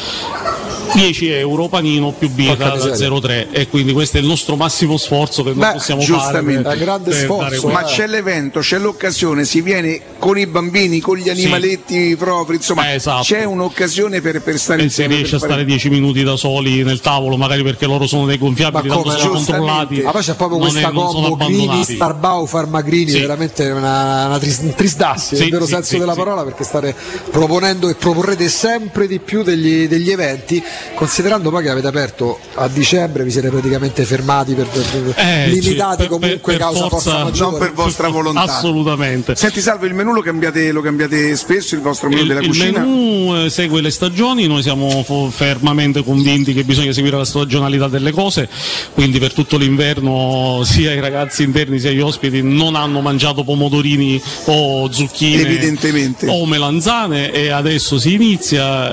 10 euro, panino più birra da 0,3, e quindi questo è il nostro massimo sforzo che noi possiamo fare. Grande sforzo. Ma c'è l'evento, c'è l'occasione, si viene con i bambini, con gli animaletti propri, insomma, c'è un'occasione per stare insieme. Si riesce a stare 10 minuti da soli nel tavolo, magari perché loro sono dei gonfiabili, tanto sono controllati. Ma poi c'è proprio questa combo Grini, Starbau, Farmagrini, veramente una trisdassi, nel vero senso della parola, perché state proponendo e proporrete sempre di più degli eventi. Considerando poi che avete aperto a dicembre, vi siete praticamente fermati limitati comunque causa forza maggiore, non per vostra volontà. Assolutamente. Senti Salvo, il menù lo cambiate spesso, il vostro menù della cucina? Il menù segue le stagioni, noi siamo fermamente convinti che bisogna seguire la stagionalità delle cose, quindi per tutto l'inverno sia i ragazzi interni sia gli ospiti non hanno mangiato pomodorini o zucchine, evidentemente, o melanzane, e adesso si inizia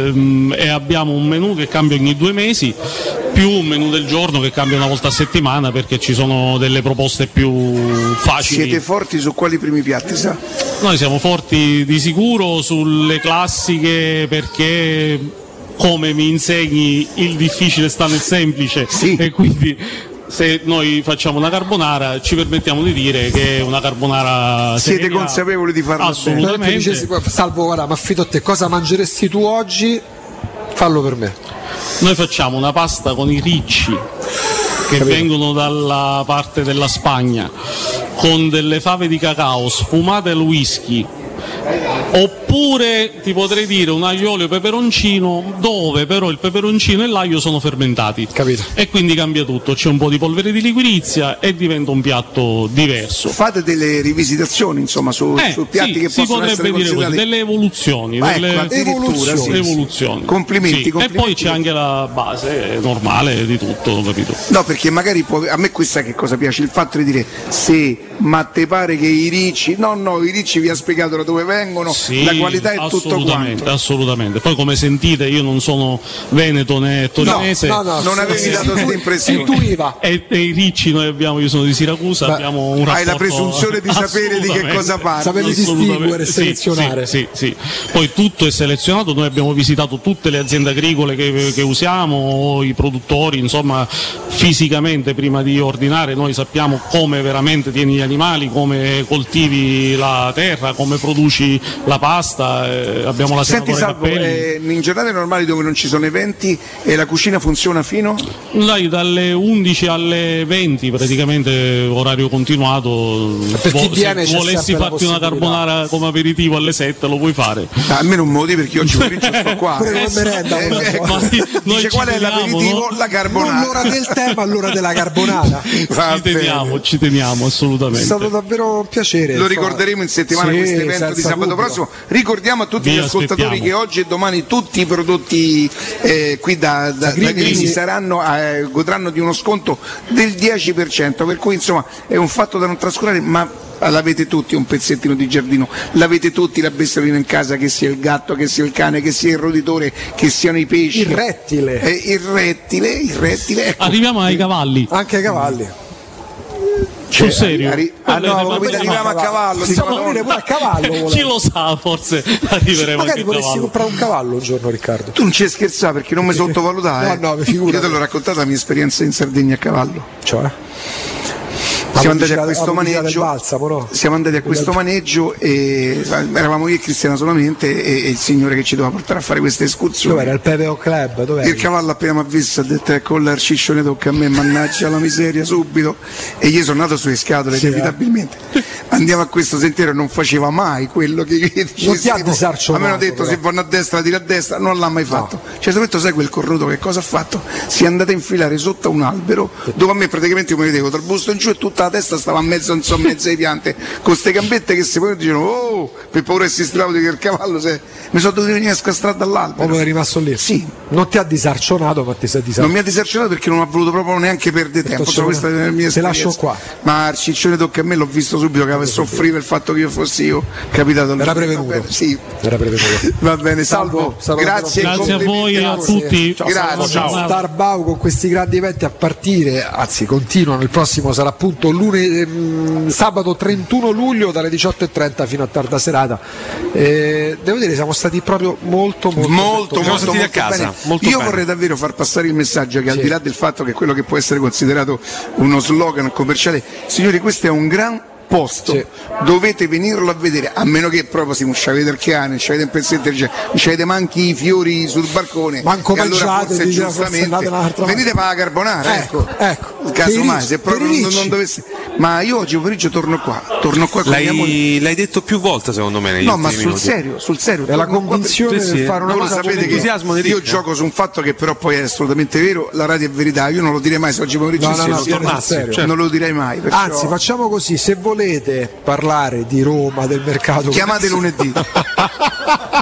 e abbiamo un menù che cambia ogni 2 mesi, più un menù del giorno che cambia una volta a settimana, perché ci sono delle proposte più facili. Siete forti su quali primi piatti, sa? Noi siamo forti di sicuro sulle classiche, perché come mi insegni il difficile sta nel semplice, e quindi se noi facciamo una carbonara ci permettiamo di dire che è una carbonara siete seria. consapevoli di farlo assolutamente. Salvo, guarda, ma affido a te, cosa mangeresti tu oggi? Fallo per me. Noi facciamo una pasta con i ricci che vengono dalla parte della Spagna, con delle fave di cacao sfumate al whisky, oppure ti potrei dire un aglio olio peperoncino, dove però il peperoncino e l'aglio sono fermentati. Capito. E quindi cambia tutto, c'è un po' di polvere di liquirizia e diventa un piatto diverso. Fate delle rivisitazioni, insomma, su piatti che possono essere considerati delle evoluzioni, evoluzioni. Complimenti, complimenti. E poi c'è anche la base normale di tutto, capito? No, perché magari a me questa che cosa piace, il fatto di dire ma te pare che i ricci, no, i ricci vi ha spiegato da dove vengono, la qualità è tutto quanto. Assolutamente. Poi come sentite io non sono veneto né torinese. No, non avevi dato questa impressione. Intuiva. E i ricci io sono di Siracusa, abbiamo un rapporto. Hai la presunzione di sapere di che cosa parli. Sapevi distinguere e selezionare. Sì. Poi tutto è selezionato, noi abbiamo visitato tutte le aziende agricole che usiamo, i produttori, insomma, fisicamente prima di ordinare noi sappiamo come veramente tieni gli animali, come coltivi la terra, come produci la pasta, abbiamo la Senti Salvo, in giornate normali dove non ci sono eventi e la cucina funziona fino? Dalle 11 alle 20 praticamente orario continuato. Per chi viene se volessi farti una carbonara come aperitivo alle 7 lo puoi fare. Almeno un motivo, perché oggi pomeriggio sto qua. Dice qual è l'aperitivo? No? La carbonara. Non l'ora del tema, all'ora della carbonara. Ci teniamo assolutamente. È stato davvero un piacere. Lo ricorderemo in settimana questo evento di sabato prossimo. Ricordiamo a tutti gli ascoltatori che oggi e domani tutti i prodotti qui da Grini godranno di uno sconto del 10%, per cui insomma è un fatto da non trascurare, ma l'avete tutti un pezzettino di giardino, l'avete tutti la bestiolina in casa, che sia il gatto, che sia il cane, che sia il roditore, che siano i pesci, il rettile, ecco. Arriviamo ai cavalli, anche ai cavalli. Sul serio? Arriviamo a cavallo. Possiamo venire pure a cavallo. Chi lo sa, forse arriveremo magari anche a cavallo. Magari vorresti comprare un cavallo un giorno, Riccardo. Tu non ci scherzare, perché non mi sottovalutare. No, figurati. Io te l'ho raccontata la mia esperienza in Sardegna a cavallo. Cioè? Siamo andati a questo maneggio, e eravamo io e Cristiana solamente e il signore che ci doveva portare a fare queste escursioni. Dov'era il Pepeo Club? Dov'era? Il cavallo appena mi ha visto ha detto ecco l'arciccione tocca a me, mannaggia la miseria subito, e io sono nato sulle scatole inevitabilmente. Andiamo a questo sentiero, non faceva mai quello che dicesimo. Non ti ha disarcionato. A me hanno detto però, se vanno a destra tira a destra, non l'ha mai fatto. Cioè detto, sai quel corroto che cosa ha fatto? Si è andato a infilare sotto un albero dove a me praticamente mi vedevo dal busto in giù e tutta la testa stava in mezzo alle piante con queste gambette che se poi dicevano per paura che si strauti che il cavallo mi sono dovuto venire a scastrare dall'albero. Come è rimasto lì? Sì. Non ti ha disarcionato, ma ti sei disarcionato. Non mi ha disarcionato perché non ha voluto proprio neanche perdere tempo. Questa è la mia esperienza. Te lascio qua. Ma il ciccione tocca a me, l'ho visto subito che soffriva il fatto che io fossi io capitato. Era prevenuto. Sì. Era prevenuto. Va bene, Salvo. Grazie a voi e a tutti. Grazie. Ciao. Starbau con questi grandi eventi a partire, anzi continuano, il prossimo sarà appunto sabato 31 luglio dalle 18:30 fino a tarda serata. Devo dire siamo stati proprio molto a casa. Io vorrei davvero far passare il messaggio che al di là del fatto che quello che può essere considerato uno slogan commerciale, signori, questo è un gran posto, dovete venirlo a vedere, a meno che proprio non c'avete il cane, non c'avete un pezzetto, non c'avete manchi i fiori sul balcone, manco e allora forse giustamente venite per la carbonara, ecco. Casomai, se proprio non dovesse, ma io oggi pomeriggio torno qua con l'hai detto più volte secondo me negli ma sul serio è la convinzione di fare una cosa. Sapete che io gioco su un fatto che però poi è assolutamente vero, la radio è verità, io non lo direi mai se oggi pomeriggio non lo direi mai, perciò... Anzi, facciamo così, se volete parlare di Roma, del mercato, chiamate lunedì.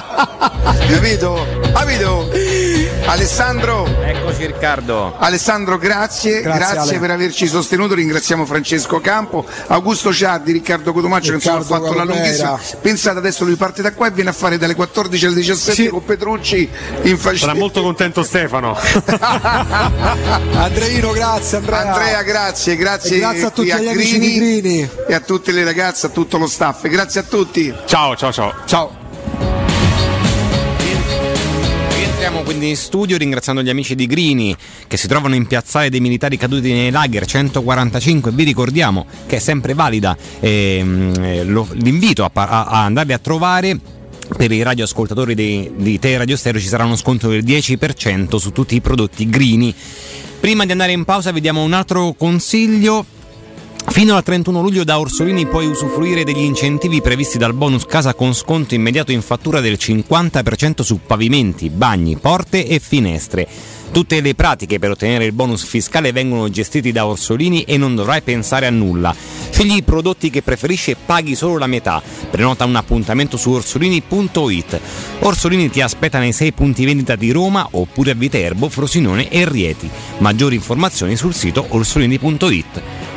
Capito? Alessandro, eccoci Riccardo. Alessandro, grazie per averci sostenuto. Ringraziamo Francesco Campo, Augusto Ciardi, Riccardo Cotumaccio, che hanno fatto la lunghissima. Pensate, adesso lui parte da qua e viene a fare dalle 14 alle 17 con Petrucci in faccia. Sarà molto contento Stefano. Andreino, grazie Andrea, grazie a tutti gli amici di Grini e a tutte le ragazze, a tutto lo staff. Grazie a tutti. Ciao. Entriamo quindi in studio ringraziando gli amici di Grini che si trovano in Piazzale dei Militari Caduti nei Lager 145. Vi ricordiamo che è sempre valida l'invito a andarli a trovare. Per i radioascoltatori di Teleradio Stereo ci sarà uno sconto del 10% su tutti i prodotti Grini. Prima di andare in pausa vi diamo un altro consiglio. Fino al 31 luglio da Orsolini puoi usufruire degli incentivi previsti dal bonus casa con sconto immediato in fattura del 50% su pavimenti, bagni, porte e finestre. Tutte le pratiche per ottenere il bonus fiscale vengono gestiti da Orsolini e non dovrai pensare a nulla. Scegli i prodotti che preferisci e paghi solo la metà. Prenota un appuntamento su orsolini.it. Orsolini ti aspetta nei 6 punti vendita di Roma oppure a Viterbo, Frosinone e Rieti. Maggiori informazioni sul sito orsolini.it.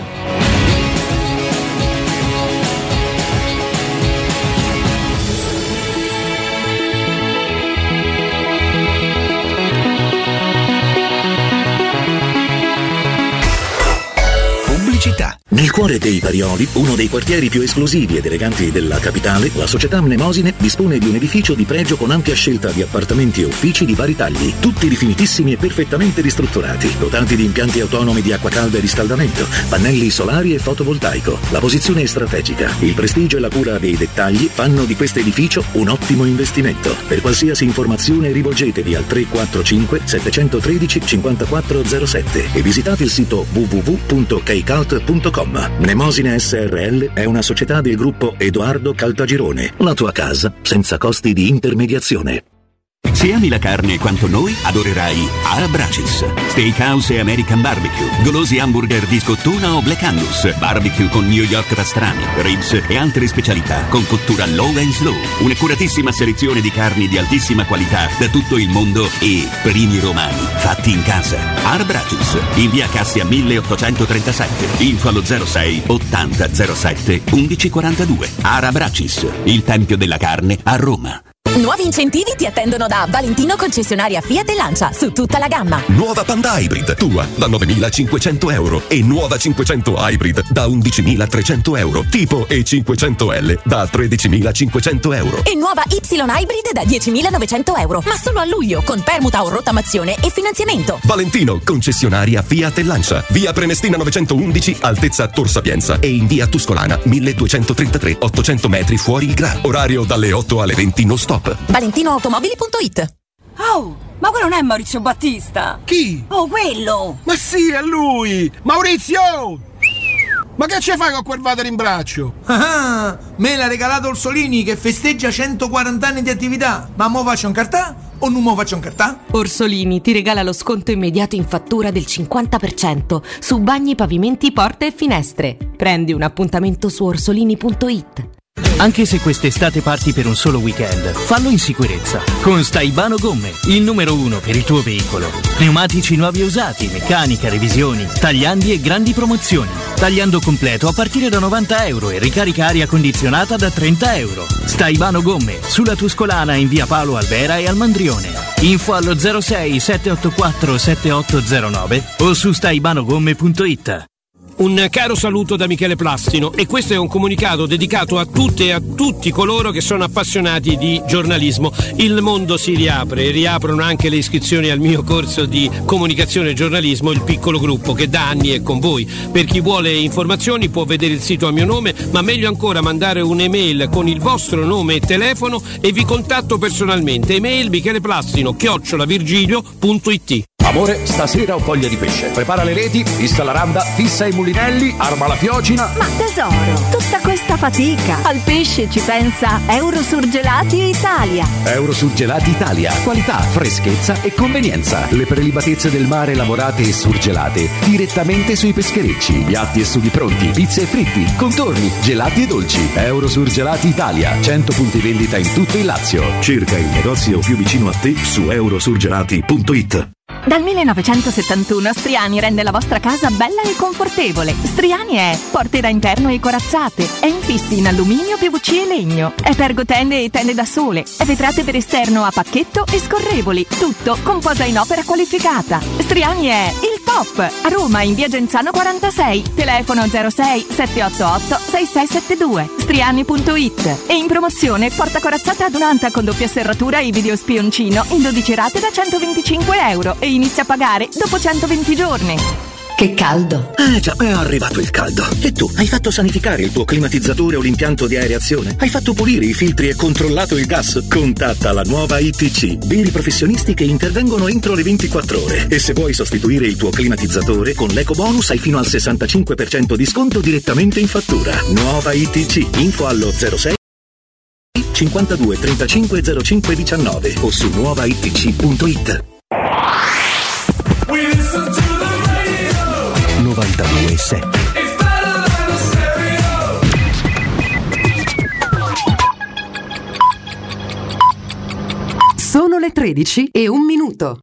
Nel cuore dei Parioli, uno dei quartieri più esclusivi ed eleganti della capitale, la società Mnemosine dispone di un edificio di pregio con ampia scelta di appartamenti e uffici di vari tagli, tutti rifinitissimi e perfettamente ristrutturati, dotati di impianti autonomi di acqua calda e riscaldamento, pannelli solari e fotovoltaico. La posizione è strategica, il prestigio e la cura dei dettagli fanno di questo edificio un ottimo investimento. Per qualsiasi informazione rivolgetevi al 345 713 5407 e visitate il sito www.kcult.com. Mnemosine SRL è una società del gruppo Edoardo Caltagirone. La tua casa senza costi di intermediazione. Se ami la carne quanto noi, adorerai Arabracis. Steakhouse e American Barbecue, golosi hamburger di scottuna o Black Angus, barbecue con New York pastrami, ribs e altre specialità con cottura low and slow. Un'accuratissima selezione di carni di altissima qualità da tutto il mondo e primi romani fatti in casa. Arabracis, in via Cassia 1837, info allo 06 80 07 1142. Arabracis, il tempio della carne a Roma. Nuovi incentivi ti attendono da Valentino concessionaria Fiat e Lancia su tutta la gamma. Nuova Panda Hybrid tua da 9.500 euro e nuova 500 Hybrid da 11.300 euro. Tipo E500L da 13.500 euro. E nuova Y Hybrid da 10.900 euro. Ma solo a luglio con permuta o rottamazione e finanziamento. Valentino concessionaria Fiat e Lancia. Via Prenestina 911 altezza Tor Sapienza e in via Tuscolana 1233 800 metri fuori il Gra. Orario dalle 8 alle 20 non stop. ValentinoAutomobili.it. Oh, ma quello non è Maurizio Battista? Chi? Oh, quello! Ma sì, è lui! Maurizio! Ma che ci fai con quel water in braccio? Ah, me l'ha regalato Orsolini che festeggia 140 anni di attività. Ma mo faccio un cartà o non mo faccio un cartà? Orsolini ti regala lo sconto immediato in fattura del 50% su bagni, pavimenti, porte e finestre. Prendi un appuntamento su orsolini.it. Anche se quest'estate parti per un solo weekend, fallo in sicurezza. Con Staibano Gomme, il numero 1 per il tuo veicolo. Pneumatici nuovi e usati, meccanica, revisioni, tagliandi e grandi promozioni. Tagliando completo a partire da 90 euro e ricarica aria condizionata da 30 euro. Staibano Gomme, sulla Tuscolana in via Paolo Albera e al Mandrione. Info allo 06 784 7809 o su staibanogomme.it. Un caro saluto da Michele Plastino e questo è un comunicato dedicato a tutte e a tutti coloro che sono appassionati di giornalismo. Il mondo si riapre, riaprono anche le iscrizioni al mio corso di comunicazione e giornalismo, il piccolo gruppo che da anni è con voi. Per chi vuole informazioni può vedere il sito a mio nome, ma meglio ancora mandare un'email con il vostro nome e telefono e vi contatto personalmente. Email micheleplastino@virgilio.it. Amore, stasera ho voglia di pesce. Prepara le reti, fissa la randa, fissa i mulinelli, arma la fiocina. Ma tesoro, tutta questa fatica. Al pesce ci pensa Eurosurgelati Italia. Eurosurgelati Italia. Qualità, freschezza e convenienza. Le prelibatezze del mare lavorate e surgelate direttamente sui pescherecci. Piatti e sughi pronti, pizze e fritti, contorni, gelati e dolci. Eurosurgelati Italia. 100 punti vendita in tutto il Lazio. Cerca il negozio più vicino a te su eurosurgelati.it. Dal 1971 Striani rende la vostra casa bella e confortevole. Striani è porte da interno e corazzate, è infissi in alluminio, PVC e legno, è pergotende e tende da sole, è vetrate per esterno a pacchetto e scorrevoli, tutto con posa in opera qualificata. Striani è il top! A Roma in via Genzano 46, telefono 06 788 6672, striani.it. E in promozione porta corazzata adunata con doppia serratura e video spioncino in 12 rate da €125 e inizia a pagare dopo 120 giorni. Che caldo! Già, è arrivato il caldo. E tu, hai fatto sanificare il tuo climatizzatore o l'impianto di aerazione? Hai fatto pulire i filtri e controllato il gas? Contatta la nuova ITC, veri professionisti che intervengono entro le 24 ore. E se vuoi sostituire il tuo climatizzatore, con l'EcoBonus hai fino al 65% di sconto direttamente in fattura. Nuova ITC, info allo 06 52 35 05 19 o su nuovaitc.it. 92.7. Sono le 13:01.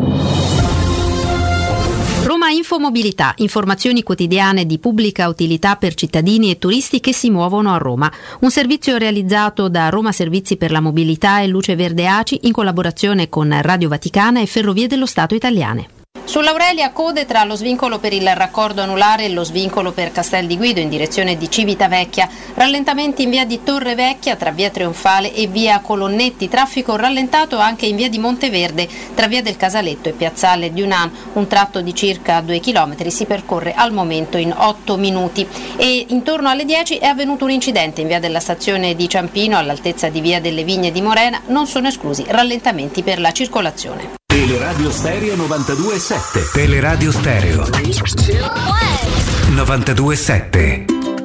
Roma Infomobilità, informazioni quotidiane di pubblica utilità per cittadini e turisti che si muovono a Roma. Un servizio realizzato da Roma Servizi per la Mobilità e Luce Verde ACI in collaborazione con Radio Vaticana e Ferrovie dello Stato Italiane. Sull'Aurelia code tra lo svincolo per il raccordo anulare e lo svincolo per Castel di Guido in direzione di Civitavecchia, rallentamenti in via di Torre Vecchia tra via Trionfale e via Colonnetti, traffico rallentato anche in via di Monteverde tra via del Casaletto e piazzale di Unan, un tratto di circa 2 km si percorre al momento in 8 minuti. E intorno alle 10 è avvenuto un incidente in via della stazione di Ciampino all'altezza di via delle Vigne di Morena, non sono esclusi rallentamenti per la circolazione. Teleradio Stereo 92.7. Teleradio Stereo 92.7.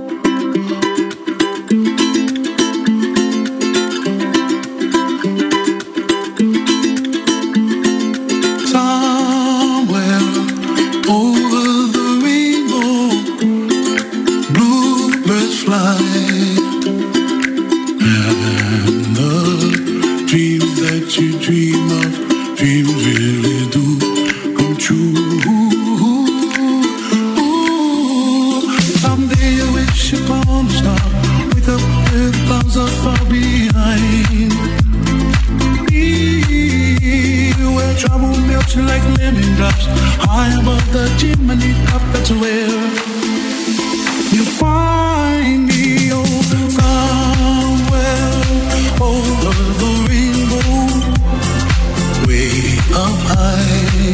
Like lemon drops high above the chimney top, that's where you find me. Oh, somewhere over the rainbow, way up high,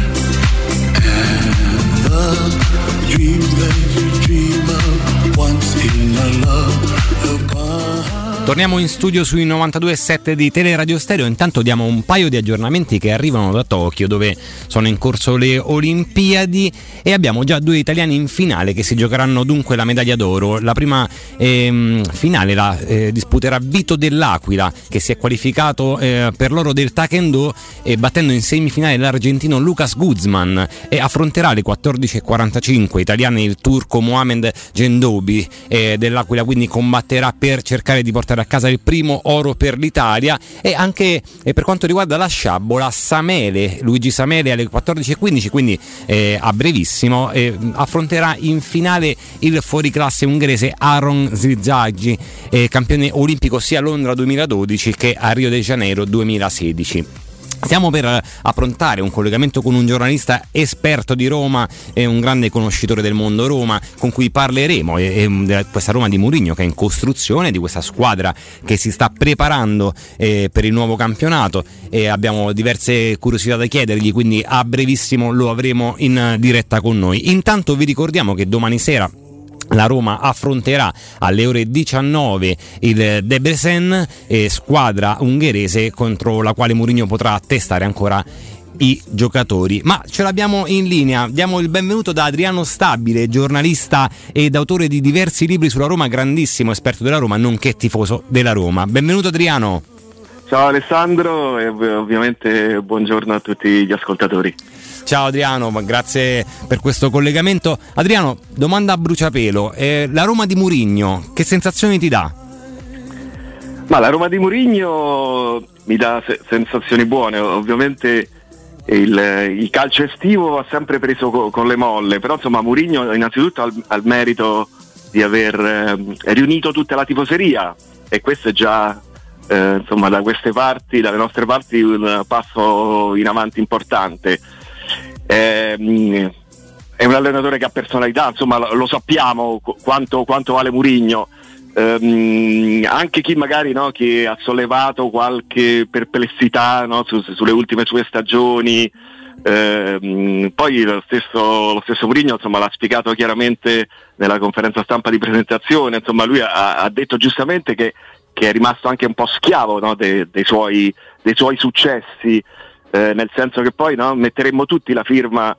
and the dreams that you dream of once in a love. Torniamo in studio sui 92.7 di Teleradio Stereo. Intanto diamo un paio di aggiornamenti che arrivano da Tokyo, dove sono in corso le Olimpiadi, e abbiamo già 2 italiani in finale che si giocheranno dunque la medaglia d'oro. La prima finale la disputerà Vito Dell'Aquila, che si è qualificato per l'oro del taekwondo, battendo in semifinale l'argentino Lucas Guzman, e affronterà alle 14.45 italiane il turco Mohamed Gendobi dell'Aquila, quindi combatterà per cercare di portare a casa il primo oro per l'Italia. E anche per quanto riguarda la sciabola, Luigi Samele alle 14.15, quindi a brevissimo affronterà in finale il fuoriclasse ungherese Aaron Zizagi, campione olimpico sia a Londra 2012 che a Rio de Janeiro 2016. Stiamo per approntare un collegamento con un giornalista esperto di Roma e un grande conoscitore del mondo Roma, con cui parleremo di questa Roma di Mourinho che è in costruzione, di questa squadra che si sta preparando per il nuovo campionato, e abbiamo diverse curiosità da chiedergli, quindi a brevissimo lo avremo in diretta con noi. Intanto vi ricordiamo che domani sera la Roma affronterà alle ore 19 il Debrecen, squadra ungherese contro la quale Mourinho potrà testare ancora i giocatori. Ma ce l'abbiamo in linea, diamo il benvenuto da Adriano Stabile, giornalista ed autore di diversi libri sulla Roma, grandissimo esperto della Roma nonché tifoso della Roma. Benvenuto Adriano. Ciao Alessandro e ovviamente buongiorno a tutti gli ascoltatori. Ciao Adriano, grazie per questo collegamento. Adriano, domanda a bruciapelo, la Roma di Mourinho che sensazioni ti dà? Ma la Roma di Mourinho mi dà sensazioni buone, ovviamente il calcio estivo ha sempre preso con le molle, però insomma Mourinho innanzitutto ha il merito di aver riunito tutta la tifoseria e questo è già insomma da queste parti, dalle nostre parti, un passo in avanti importante. È un allenatore che ha personalità, insomma lo sappiamo quanto vale Mourinho. Anche chi magari chi ha sollevato qualche perplessità sulle ultime sue stagioni, poi lo stesso Mourinho insomma l'ha spiegato chiaramente nella conferenza stampa di presentazione, insomma lui ha detto giustamente che è rimasto anche un po' schiavo dei suoi successi, nel senso che poi metteremmo tutti la firma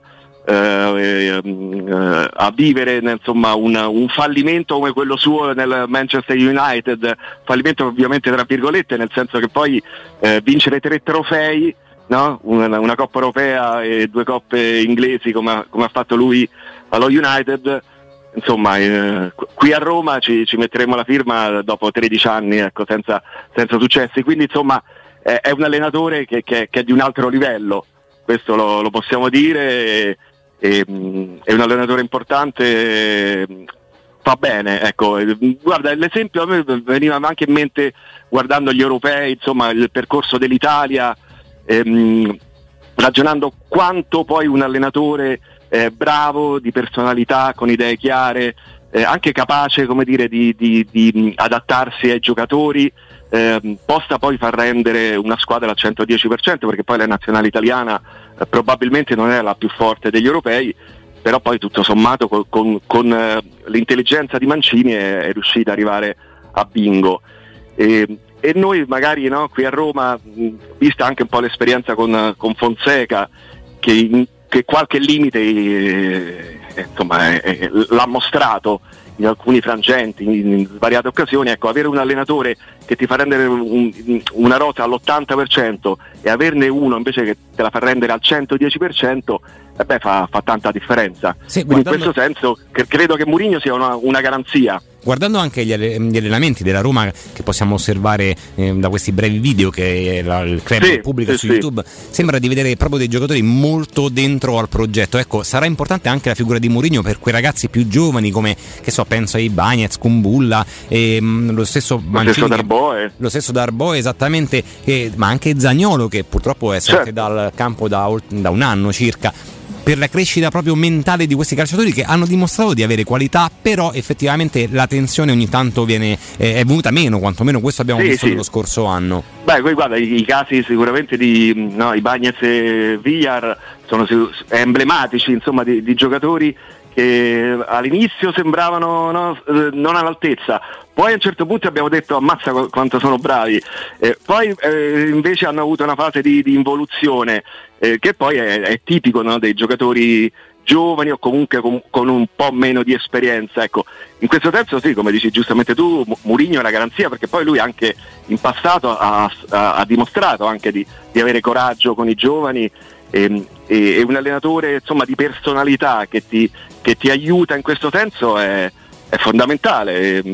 a vivere insomma un fallimento come quello suo nel Manchester United, fallimento ovviamente tra virgolette, nel senso che poi vincere 3 trofei, una Coppa Europea e 2 coppe inglesi come ha fatto lui allo United, insomma qui a Roma ci metteremo la firma dopo 13 anni, ecco, senza successi, quindi insomma è un allenatore che è di un altro livello, questo lo possiamo dire, è un allenatore importante, fa bene, ecco. Guarda, l'esempio a me veniva anche in mente guardando gli europei, insomma il percorso dell'Italia, ragionando quanto poi un allenatore bravo, di personalità, con idee chiare, anche capace, come dire, di adattarsi ai giocatori, possa poi far rendere una squadra al 110%, perché poi la nazionale italiana probabilmente non è la più forte degli europei, però poi tutto sommato con l'intelligenza di Mancini è riuscita ad arrivare a bingo. E noi magari qui a Roma, vista anche un po' l'esperienza con Fonseca, che qualche limite l'ha mostrato in alcuni frangenti, in svariate occasioni, ecco, avere un allenatore che ti fa rendere una rosa all'80% e averne uno invece che te la fa rendere al 110%, fa tanta differenza. Sì, quindi in questo senso credo che Mourinho sia una garanzia. Guardando anche gli allenamenti della Roma che possiamo osservare da questi brevi video che il club pubblica su YouTube, sembra di vedere proprio dei giocatori molto dentro al progetto. Ecco, sarà importante anche la figura di Mourinho per quei ragazzi più giovani come, che so, penso ai Bagnez, Kumbulla, lo stesso Mancini, lo stesso Darboe, esattamente, ma anche Zaniolo, che purtroppo è sempre dal campo da un anno circa, per la crescita proprio mentale di questi calciatori che hanno dimostrato di avere qualità, però effettivamente la tensione ogni tanto è venuta meno, quantomeno questo abbiamo visto nello scorso anno. Poi guarda, i casi sicuramente di i Bagnez e Villar sono emblematici, insomma, di giocatori che all'inizio sembravano non all'altezza, poi a un certo punto abbiamo detto ammazza quanto sono bravi, poi invece hanno avuto una fase di involuzione, che poi è tipico dei giocatori giovani o comunque con un po' meno di esperienza, ecco. In questo senso sì, come dici giustamente tu, Mourinho è una garanzia, perché poi lui anche in passato ha dimostrato anche di avere coraggio con i giovani, e un allenatore insomma di personalità che ti aiuta in questo senso è fondamentale.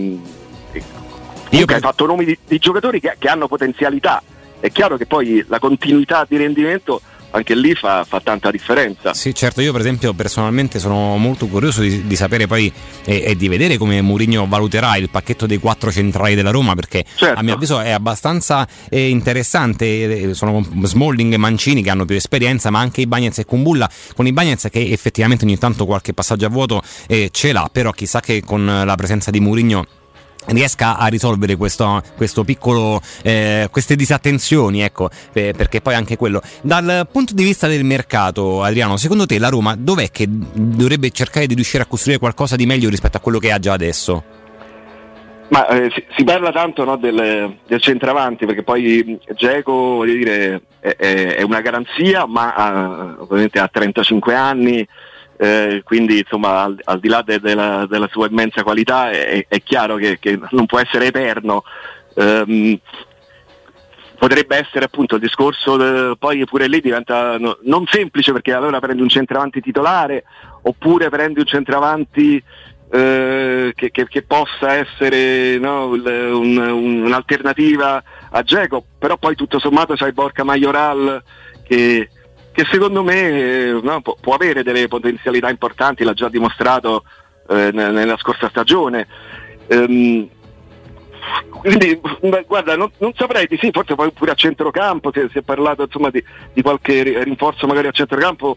Hai fatto nomi di giocatori che hanno potenzialità, è chiaro che poi la continuità di rendimento anche lì fa tanta differenza. Sì, certo, io per esempio personalmente sono molto curioso di sapere poi e di vedere come Mourinho valuterà il pacchetto dei 4 centrali della Roma, perché a mio avviso è abbastanza interessante. Sono Smalling e Mancini che hanno più esperienza, ma anche i Bagnez e Kumbulla, con i Bagnez che effettivamente ogni tanto qualche passaggio a vuoto ce l'ha, però chissà che con la presenza di Mourinho riesca a risolvere questo piccolo queste disattenzioni, ecco, perché poi anche quello. Dal punto di vista del mercato, Adriano, secondo te la Roma dov'è che dovrebbe cercare di riuscire a costruire qualcosa di meglio rispetto a quello che ha già adesso? Ma si parla tanto, no, del centravanti, perché poi Dzeko, voglio dire, è una garanzia, ma ovviamente ha 35 anni, quindi insomma al di là della sua immensa qualità è chiaro che non può essere eterno. Potrebbe essere appunto il discorso, poi pure lì diventa non semplice, perché allora prendi un centravanti titolare oppure prendi un centravanti che possa essere, no, un'alternativa a Dzeko, però poi tutto sommato c'hai Borja Mayoral che secondo me può avere delle potenzialità importanti, l'ha già dimostrato nella scorsa stagione. Quindi guarda, non saprei, sì, forse poi pure a centrocampo si è parlato insomma di qualche rinforzo magari a centrocampo.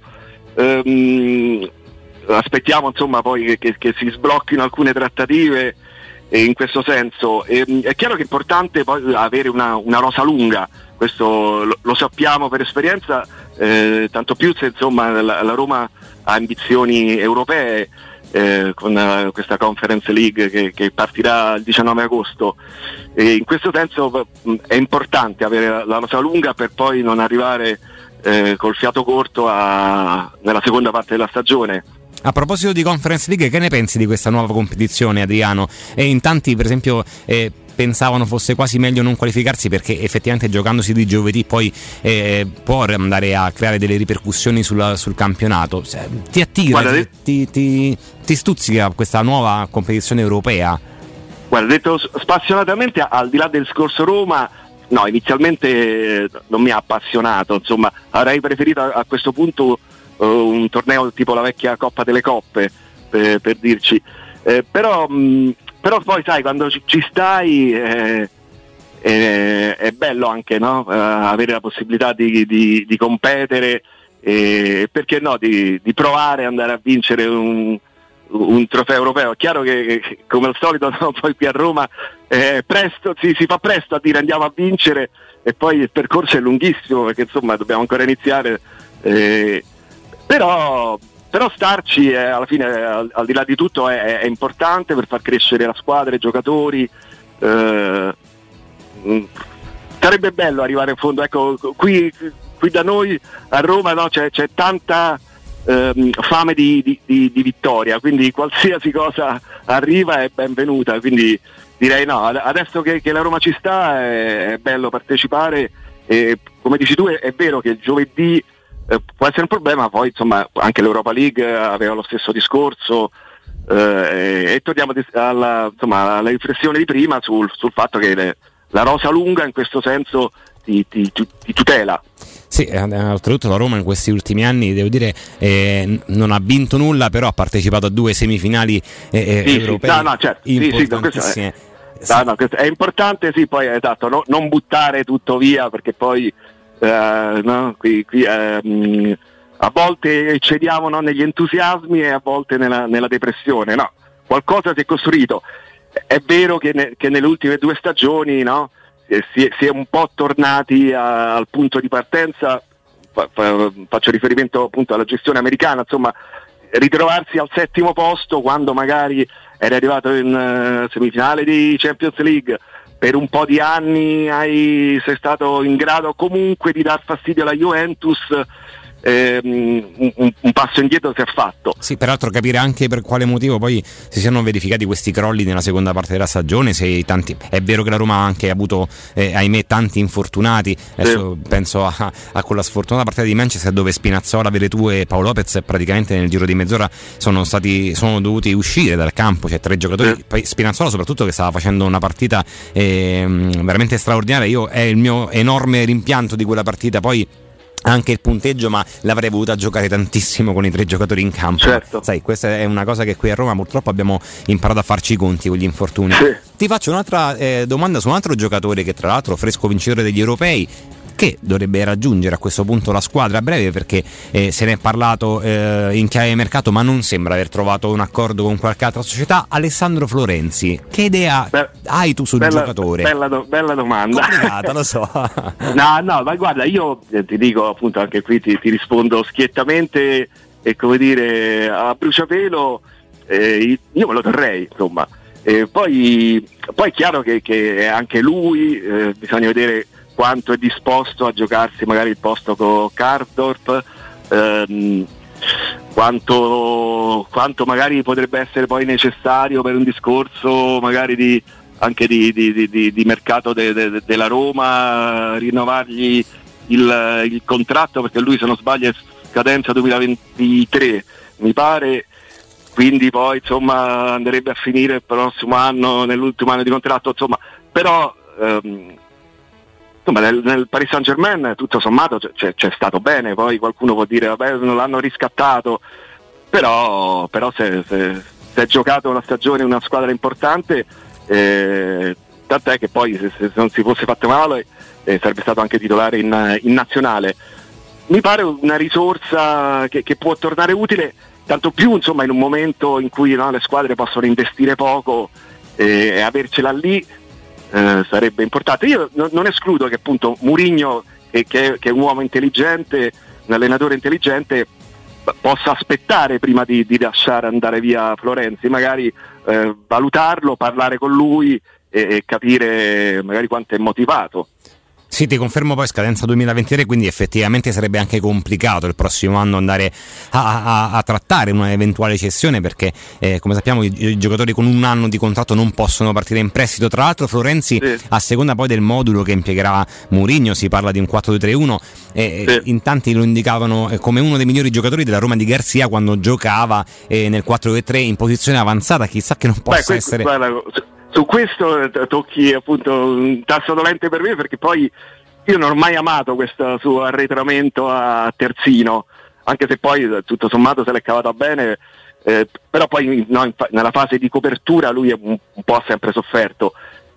Aspettiamo insomma poi che si sblocchino alcune trattative in questo senso. È chiaro che è importante poi avere una rosa lunga, questo lo sappiamo per esperienza, tanto più se insomma la Roma ha ambizioni europee, con questa Conference League che partirà il 19 agosto, e in questo senso è importante avere la rosa lunga per poi non arrivare col fiato corto nella seconda parte della stagione. A proposito di Conference League, che ne pensi di questa nuova competizione, Adriano? In tanti per esempio pensavano fosse quasi meglio non qualificarsi, perché effettivamente giocandosi di giovedì poi può andare a creare delle ripercussioni sul campionato. Ti attira, ti stuzzica questa nuova competizione europea? Guarda, detto spassionatamente, al di là del discorso Roma, no, inizialmente non mi ha appassionato, insomma avrei preferito a questo punto un torneo tipo la vecchia Coppa delle Coppe, per dirci, però poi sai, quando ci stai è bello anche, no? Avere la possibilità di competere, e perché no, di provare ad andare a vincere un trofeo europeo. È chiaro che come al solito, no, poi qui a Roma presto si fa presto a dire andiamo a vincere, e poi il percorso è lunghissimo, perché insomma dobbiamo ancora iniziare, però starci alla fine, al di là di tutto, è importante per far crescere la squadra, i giocatori. Sarebbe bello arrivare in fondo, ecco, qui da noi a Roma, no, c'è tanta fame di vittoria, quindi qualsiasi cosa arriva è benvenuta, quindi direi no, adesso che la Roma ci sta è bello partecipare, e come dici tu è vero che il giovedì può essere un problema, poi insomma anche l'Europa League aveva lo stesso discorso, e torniamo alla riflessione di prima sul fatto che la rosa lunga in questo senso ti tutela. Sì, oltretutto la Roma in questi ultimi anni, devo dire, non ha vinto nulla, però ha partecipato a 2 semifinali europee importantissime. Questo è importante, sì, poi esatto, non buttare tutto via, perché poi qui a volte eccediamo, no, negli entusiasmi e a volte nella depressione, no, qualcosa si è costruito. È vero che nelle ultime 2 stagioni, no, si è un po' tornati al punto di partenza, faccio riferimento appunto alla gestione americana, insomma ritrovarsi al 7° posto quando magari eri arrivato in semifinale di Champions League, per un po' di anni sei stato in grado comunque di dar fastidio alla Juventus, un passo indietro si è fatto. Sì, peraltro capire anche per quale motivo poi si siano verificati questi crolli nella seconda parte della stagione. È vero che la Roma ha anche avuto ahimè tanti infortunati, adesso penso a quella sfortunata partita di Manchester dove Spinazzola, Veretù e Paolo Lopez praticamente nel giro di mezz'ora sono dovuti uscire dal campo, cioè 3 giocatori, poi Spinazzola soprattutto, che stava facendo una partita veramente straordinaria. È il mio enorme rimpianto di quella partita, poi anche il punteggio, ma l'avrei voluta giocare tantissimo con i 3 giocatori in campo. Certo. Sai, questa è una cosa che qui a Roma purtroppo abbiamo imparato a farci i conti con gli infortuni. Sì. Ti faccio un'altra domanda su un altro giocatore che tra l'altro fresco vincitore degli europei, che dovrebbe raggiungere a questo punto la squadra a breve, perché se ne è parlato in chiave mercato, ma non sembra aver trovato un accordo con qualche altra società. Alessandro Florenzi, che idea hai tu sul giocatore? Bella domanda. Complicata, lo so. No, ma guarda, io ti dico appunto, anche qui ti rispondo schiettamente e come dire a bruciapelo, io me lo terrei, insomma. Poi è chiaro che anche lui bisogna vedere quanto è disposto a giocarsi magari il posto con Karsdorp, quanto magari potrebbe essere poi necessario per un discorso magari anche di mercato della Roma, rinnovargli il contratto, perché lui, se non sbaglio, è scadenza 2023 mi pare, quindi poi insomma andrebbe a finire il prossimo anno, nell'ultimo anno di contratto, insomma, però insomma, nel Paris Saint-Germain tutto sommato c'è stato bene. Poi qualcuno può dire vabbè, non l'hanno riscattato, però si è giocato una stagione in una squadra importante, tant'è che poi se non si fosse fatto male sarebbe stato anche titolare in nazionale. Mi pare una risorsa che può tornare utile, tanto più insomma in un momento in cui le squadre possono investire poco, e avercela lì sarebbe importante. Io non escludo che appunto Mourinho, che è un uomo intelligente, un allenatore intelligente, possa aspettare prima di lasciare andare via Florenzi, magari valutarlo, parlare con lui e capire magari quanto è motivato. Sì, ti confermo, poi scadenza 2023, quindi effettivamente sarebbe anche complicato il prossimo anno andare a trattare una eventuale cessione, perché come sappiamo i giocatori con un anno di contratto non possono partire in prestito. Tra l'altro Florenzi, a seconda poi del modulo che impiegherà Mourinho, si parla di un 4-2-3-1, in tanti lo indicavano come uno dei migliori giocatori della Roma di Garcia quando giocava nel 4-2-3 in posizione avanzata. Chissà che non possa essere... Su questo tocchi appunto un tasto dolente per me, perché poi io non ho mai amato questo suo arretramento a terzino, anche se poi tutto sommato se l'è cavata bene, però poi nella fase di copertura lui un po' ha sempre sofferto.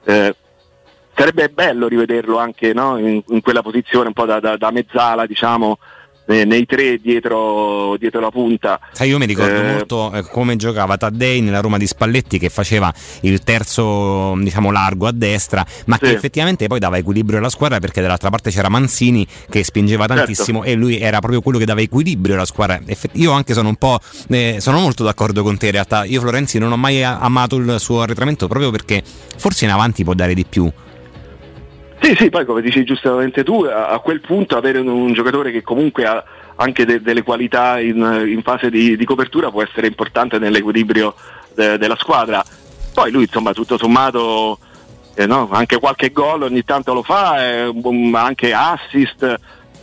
Sarebbe bello rivederlo anche in quella posizione un po' da mezzala, diciamo, nei tre dietro la punta. Sai, io mi ricordo molto come giocava Taddei nella Roma di Spalletti, che faceva il terzo, diciamo, largo a destra, ma che effettivamente poi dava equilibrio alla squadra, perché dall'altra parte c'era Manzini che spingeva tantissimo, e lui era proprio quello che dava equilibrio alla squadra. Io anche sono molto d'accordo con te in realtà. Io Florenzi non ho mai amato il suo arretramento, proprio perché forse in avanti può dare di più. Sì, poi come dici giustamente tu, a quel punto avere un giocatore che comunque ha anche delle qualità in fase di copertura può essere importante nell'equilibrio della squadra. Poi lui insomma tutto sommato anche qualche gol ogni tanto lo fa, anche assist,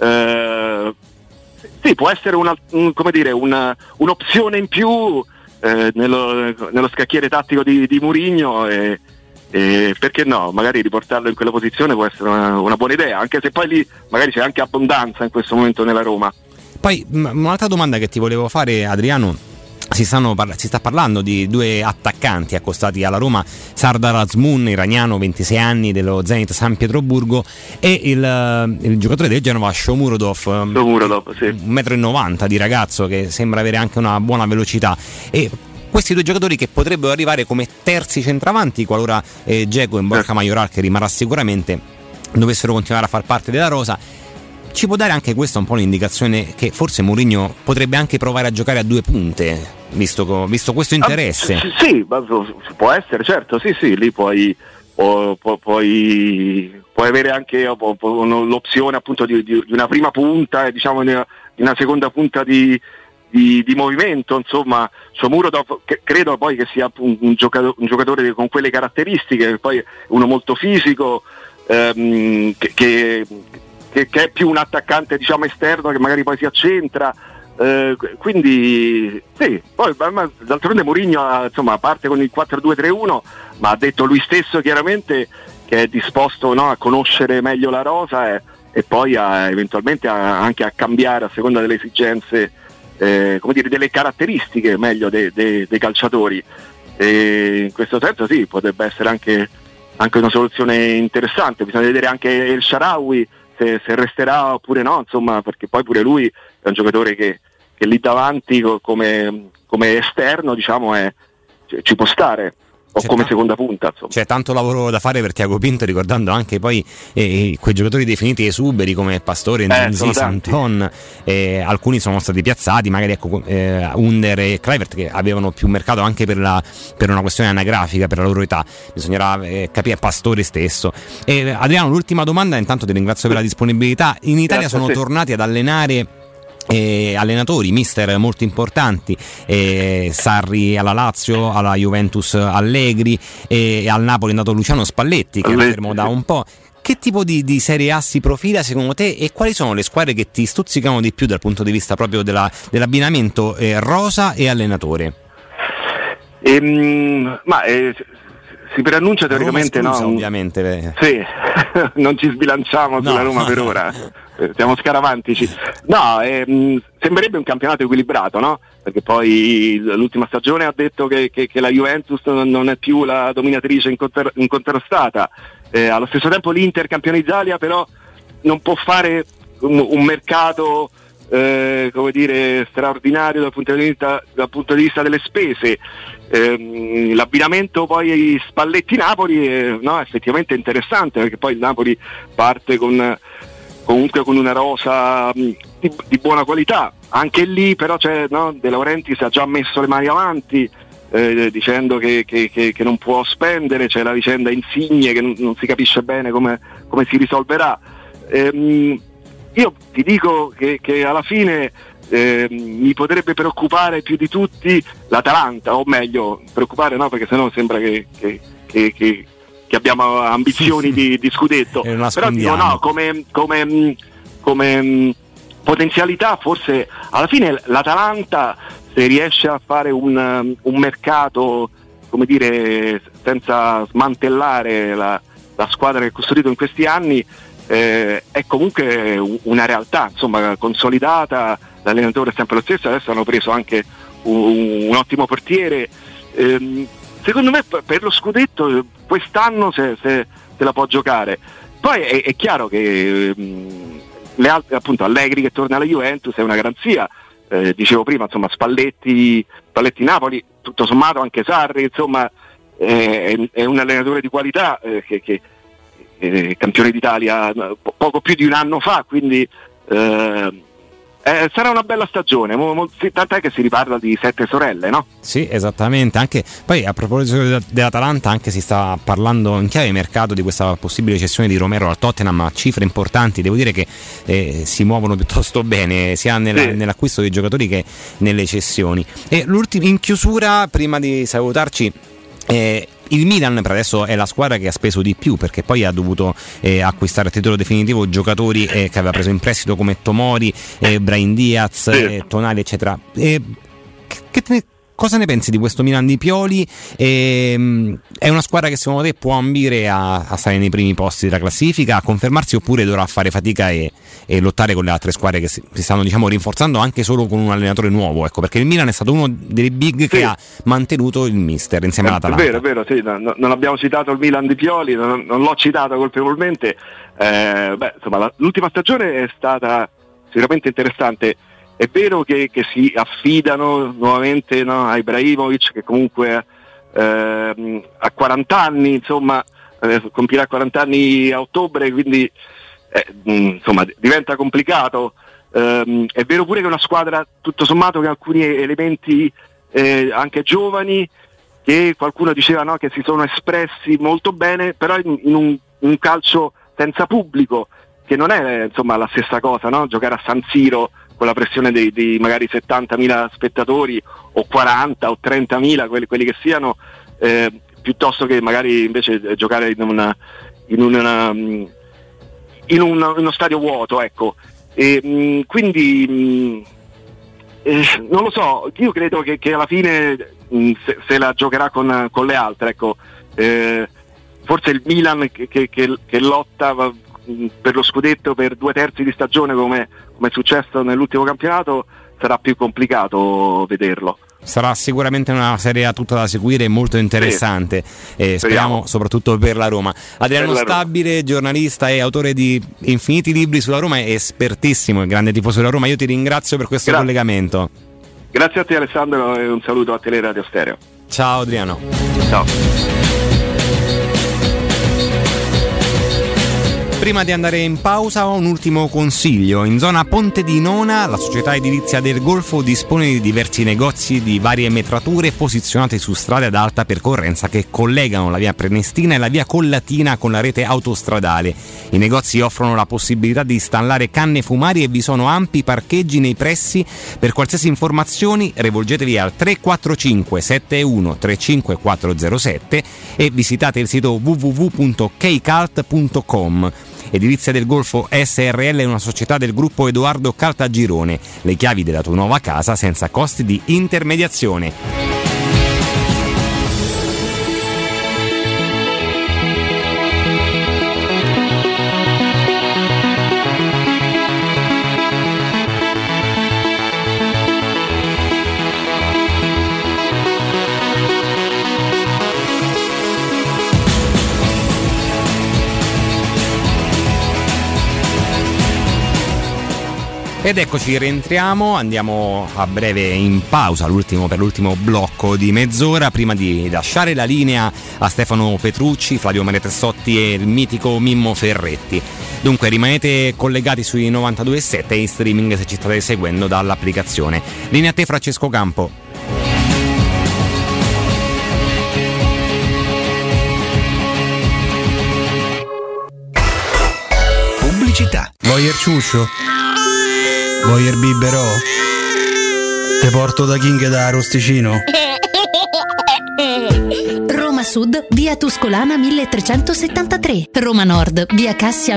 sì, può essere un'opzione in più nello scacchiere tattico di Mourinho, e perché no, magari riportarlo in quella posizione può essere una buona idea, anche se poi lì magari c'è anche abbondanza in questo momento nella Roma. Poi un'altra domanda che ti volevo fare, Adriano: si sta parlando di due attaccanti accostati alla Roma, Sardar Azmoun, iraniano, 26 anni, dello Zenit San Pietroburgo, e il giocatore del Genova Shomurodov, sì. 1,90 m di ragazzo, che sembra avere anche una buona velocità. E questi due giocatori che potrebbero arrivare come terzi centravanti qualora Dzeko e Borja Mayoral, che rimarrà sicuramente, dovessero continuare a far parte della rosa. Ci può dare anche questa un po' l'indicazione che forse Mourinho potrebbe anche provare a giocare a due punte, visto questo interesse? Sì, può essere, certo, sì, lì puoi avere anche l'opzione appunto di una prima punta e diciamo di una seconda punta di movimento, insomma. Shomurodov credo poi che sia un giocatore con quelle caratteristiche, poi uno molto fisico, che è più un attaccante, diciamo, esterno, che magari poi si accentra, quindi sì. Poi d'altronde Mourinho insomma parte con il 4-2-3-1, ma ha detto lui stesso chiaramente che è disposto a conoscere meglio la rosa e poi eventualmente anche a cambiare a seconda delle esigenze, delle caratteristiche meglio dei calciatori, e in questo senso sì, potrebbe essere anche una soluzione interessante. Bisogna vedere anche El Shaarawy se resterà oppure no, insomma, perché poi pure lui è un giocatore che lì davanti come esterno, diciamo, ci può stare. come seconda punta, insomma. C'è tanto lavoro da fare per Tiago Pinto, ricordando anche poi quei giocatori definiti esuberi come Pastore, Nzonzi, Santon, alcuni sono stati piazzati, magari Under e Kluivert, che avevano più mercato anche per una questione anagrafica, per la loro età. Bisognerà capire Pastore stesso. Adriano, l'ultima domanda, intanto ti ringrazio per la disponibilità. In Italia sono tornati ad allenare allenatori, mister molto importanti, Sarri alla Lazio, alla Juventus Allegri, e al Napoli è andato Luciano Spalletti, che è fermo da un po'. Che tipo di Serie A si profila secondo te, e quali sono le squadre che ti stuzzicano di più dal punto di vista proprio dell'abbinamento rosa e allenatore? Si preannuncia teoricamente, Roma esclusa, no? Ovviamente. Sì, non ci sbilanciamo sulla Roma per ora, siamo scaramantici. No, sembrerebbe un campionato equilibrato, no? Perché poi l'ultima stagione ha detto che la Juventus non è più la dominatrice incontrastata. Allo stesso tempo l'Inter, campione d'Italia, però non può fare un mercato come dire, straordinario dal punto di vista delle spese. L'abbinamento poi Spalletti-Napoli è effettivamente interessante, perché poi il Napoli parte comunque con una rosa di buona qualità. Anche lì però c'è, De Laurentiis ha già messo le mani avanti, dicendo che non può spendere. C'è la vicenda Insigne che non si capisce bene come si risolverà. Io ti dico che alla fine mi potrebbe preoccupare più di tutti l'Atalanta, o meglio, preoccupare no, perché sennò sembra che abbiamo ambizioni di scudetto. Però dico no, come potenzialità forse alla fine l'Atalanta, se riesce a fare un mercato, come dire, senza smantellare la squadra che ha costruito in questi anni, è comunque una realtà, insomma, consolidata. L'allenatore è sempre lo stesso, adesso hanno preso anche un ottimo portiere. Secondo me per lo scudetto quest'anno se la può giocare. Poi è chiaro che le altre, appunto, Allegri che torna alla Juventus è una garanzia. Dicevo prima, insomma, Spalletti Napoli, tutto sommato anche Sarri, insomma, è un allenatore di qualità, che campione d'Italia poco più di un anno fa, quindi sarà una bella stagione, tant'è che si riparla di 7 sorelle, no? Sì, esattamente. Anche poi, a proposito dell'Atalanta, anche si sta parlando in chiave mercato di questa possibile cessione di Romero al Tottenham a cifre importanti. Devo dire che si muovono piuttosto bene sia nell'acquisto dei giocatori che nelle cessioni. E in chiusura, prima di salutarci, il Milan per adesso è la squadra che ha speso di più, perché poi ha dovuto acquistare a titolo definitivo giocatori che aveva preso in prestito come Tomori, Brahim Diaz, Tonali, eccetera. Cosa ne pensi di questo Milan di Pioli? È una squadra che secondo te può ambire a stare nei primi posti della classifica, a confermarsi, oppure dovrà fare fatica e lottare con le altre squadre che si stanno, diciamo, rinforzando anche solo con un allenatore nuovo? Ecco, perché il Milan è stato uno dei big che ha mantenuto il mister insieme all'Atalanta. È vero, sì, non abbiamo citato il Milan di Pioli, non l'ho citato colpevolmente. Insomma, l'ultima stagione è stata sicuramente interessante. È vero che si affidano nuovamente a Ibrahimovic, che comunque ha 40 anni, insomma, compirà 40 anni a ottobre, quindi insomma diventa complicato. È vero pure che è una squadra tutto sommato che ha alcuni elementi anche giovani, che qualcuno diceva che si sono espressi molto bene, però in un calcio senza pubblico, che non è insomma la stessa cosa, no? Giocare a San Siro con la pressione di magari 70.000 spettatori, o 40 o 30.000, quelli che siano, piuttosto che magari invece giocare in uno stadio vuoto, ecco. Quindi non lo so, io credo che alla fine se la giocherà con le altre, ecco. Forse il Milan che lotta per lo scudetto per 2/3 di stagione, come è successo nell'ultimo campionato, sarà più complicato vederlo. Sarà sicuramente una serie A tutta da seguire, molto interessante, speriamo soprattutto per la Roma. Adriano Stabile, giornalista e autore di infiniti libri sulla Roma, è espertissimo, grande tifoso della Roma. Io ti ringrazio per questo collegamento. Grazie a te, Alessandro, e un saluto a Teleradio Stereo. Ciao Adriano. Ciao. Prima di andare in pausa un ultimo consiglio. In zona Ponte di Nona la società edilizia del Golfo dispone di diversi negozi di varie metrature posizionati su strade ad alta percorrenza che collegano la via Prenestina e la via Collatina con la rete autostradale. I negozi offrono la possibilità di installare canne fumari e vi sono ampi parcheggi nei pressi. Per qualsiasi informazioni rivolgetevi al 345 71 35407 e visitate il sito www.kcalt.com. Edilizia del Golfo SRL è una società del gruppo Edoardo Caltagirone. Le chiavi della tua nuova casa senza costi di intermediazione. Ed eccoci, rientriamo, andiamo a breve in pausa per l'ultimo blocco di mezz'ora prima di lasciare la linea a Stefano Petrucci, Flavio Maria-Tessotti e il mitico Mimmo Ferretti. Dunque rimanete collegati sui 92.7 e in streaming se ci state seguendo dall'applicazione. Linea a te Francesco Campo. Pubblicità. Vuoi il ciuscio? Vuoi il biberò? Te porto da King da Arosticino? Roma Sud, via Tuscolana 1373. Roma Nord, via Cassia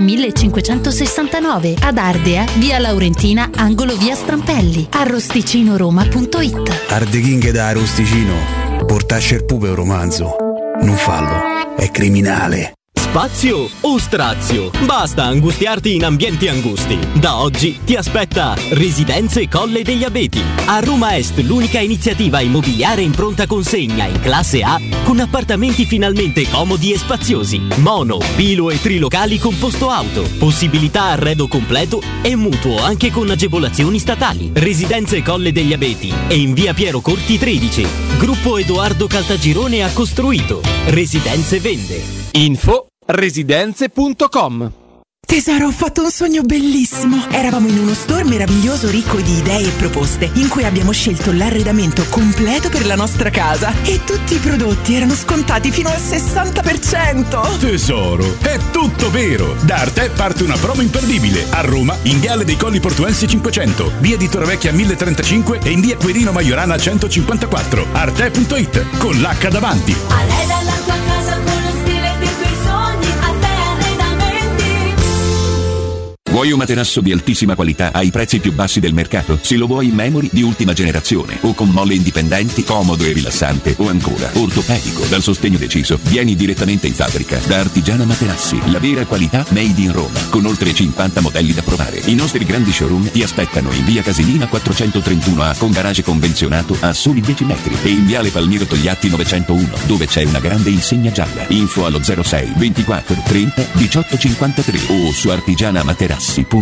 1569. Ad Ardea, via Laurentina, angolo via Strampelli. Arrosticinoroma.it. Arde King da Arosticino. Portasce il pupe un romanzo. Non fallo, è criminale. Spazio o strazio? Basta angustiarti in ambienti angusti. Da oggi ti aspetta Residenze Colle degli Abeti. A Roma Est l'unica iniziativa immobiliare in pronta consegna in classe A con appartamenti finalmente comodi e spaziosi. Mono, bilo e trilocali con posto auto. Possibilità arredo completo e mutuo anche con agevolazioni statali. Residenze Colle degli Abeti e in via Piero Corti 13. Gruppo Edoardo Caltagirone ha costruito. Residenze vende. Info residenze.com. Tesoro, ho fatto un sogno bellissimo. Eravamo in uno store meraviglioso ricco di idee e proposte, in cui abbiamo scelto l'arredamento completo per la nostra casa e tutti i prodotti erano scontati fino al 60%. Tesoro, è tutto vero. Da Arte parte una promo imperdibile. A Roma, in Viale dei Colli Portuensi 500, via di Torrevecchia 1035 e in via Quirino Maiorana 154. Arte.it con l'H davanti. Arreda la tua casa con lo stile dei tuoi sogni. Arte Arredamenti. Vuoi un materasso di altissima qualità ai prezzi più bassi del mercato? Se lo vuoi in memory di ultima generazione o con molle indipendenti, comodo e rilassante, o ancora ortopedico dal sostegno deciso, vieni direttamente in fabbrica da Artigiana Materassi, la vera qualità made in Roma, con oltre 50 modelli da provare. I nostri grandi showroom ti aspettano in via Casilina 431A con garage convenzionato a soli 10 metri e in viale Palmiro Togliatti 901 dove c'è una grande insegna gialla. Info allo 06 24 30 18 53 o su artigianamaterassi.com.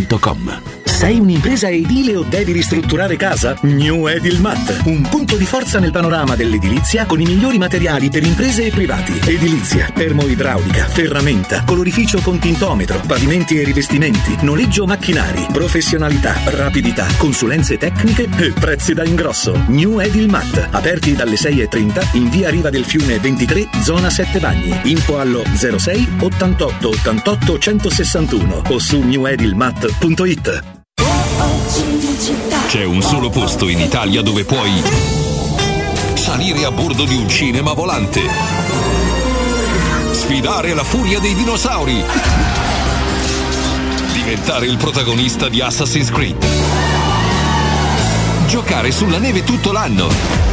Sei un'impresa edile o devi ristrutturare casa? New Edilmat, un punto di forza nel panorama dell'edilizia con i migliori materiali per imprese e privati. Edilizia, termoidraulica, ferramenta, colorificio con tintometro, pavimenti e rivestimenti, noleggio macchinari, professionalità, rapidità, consulenze tecniche e prezzi da ingrosso. New Edilmat, aperti dalle 6:30 in via Riva del Fiume 23, zona 7 Bagni. Info allo 06 88 88 161 o su newedilmat.it. C'è un solo posto in Italia dove puoi salire a bordo di un cinema volante, sfidare la furia dei dinosauri, diventare il protagonista di Assassin's Creed, giocare sulla neve tutto l'anno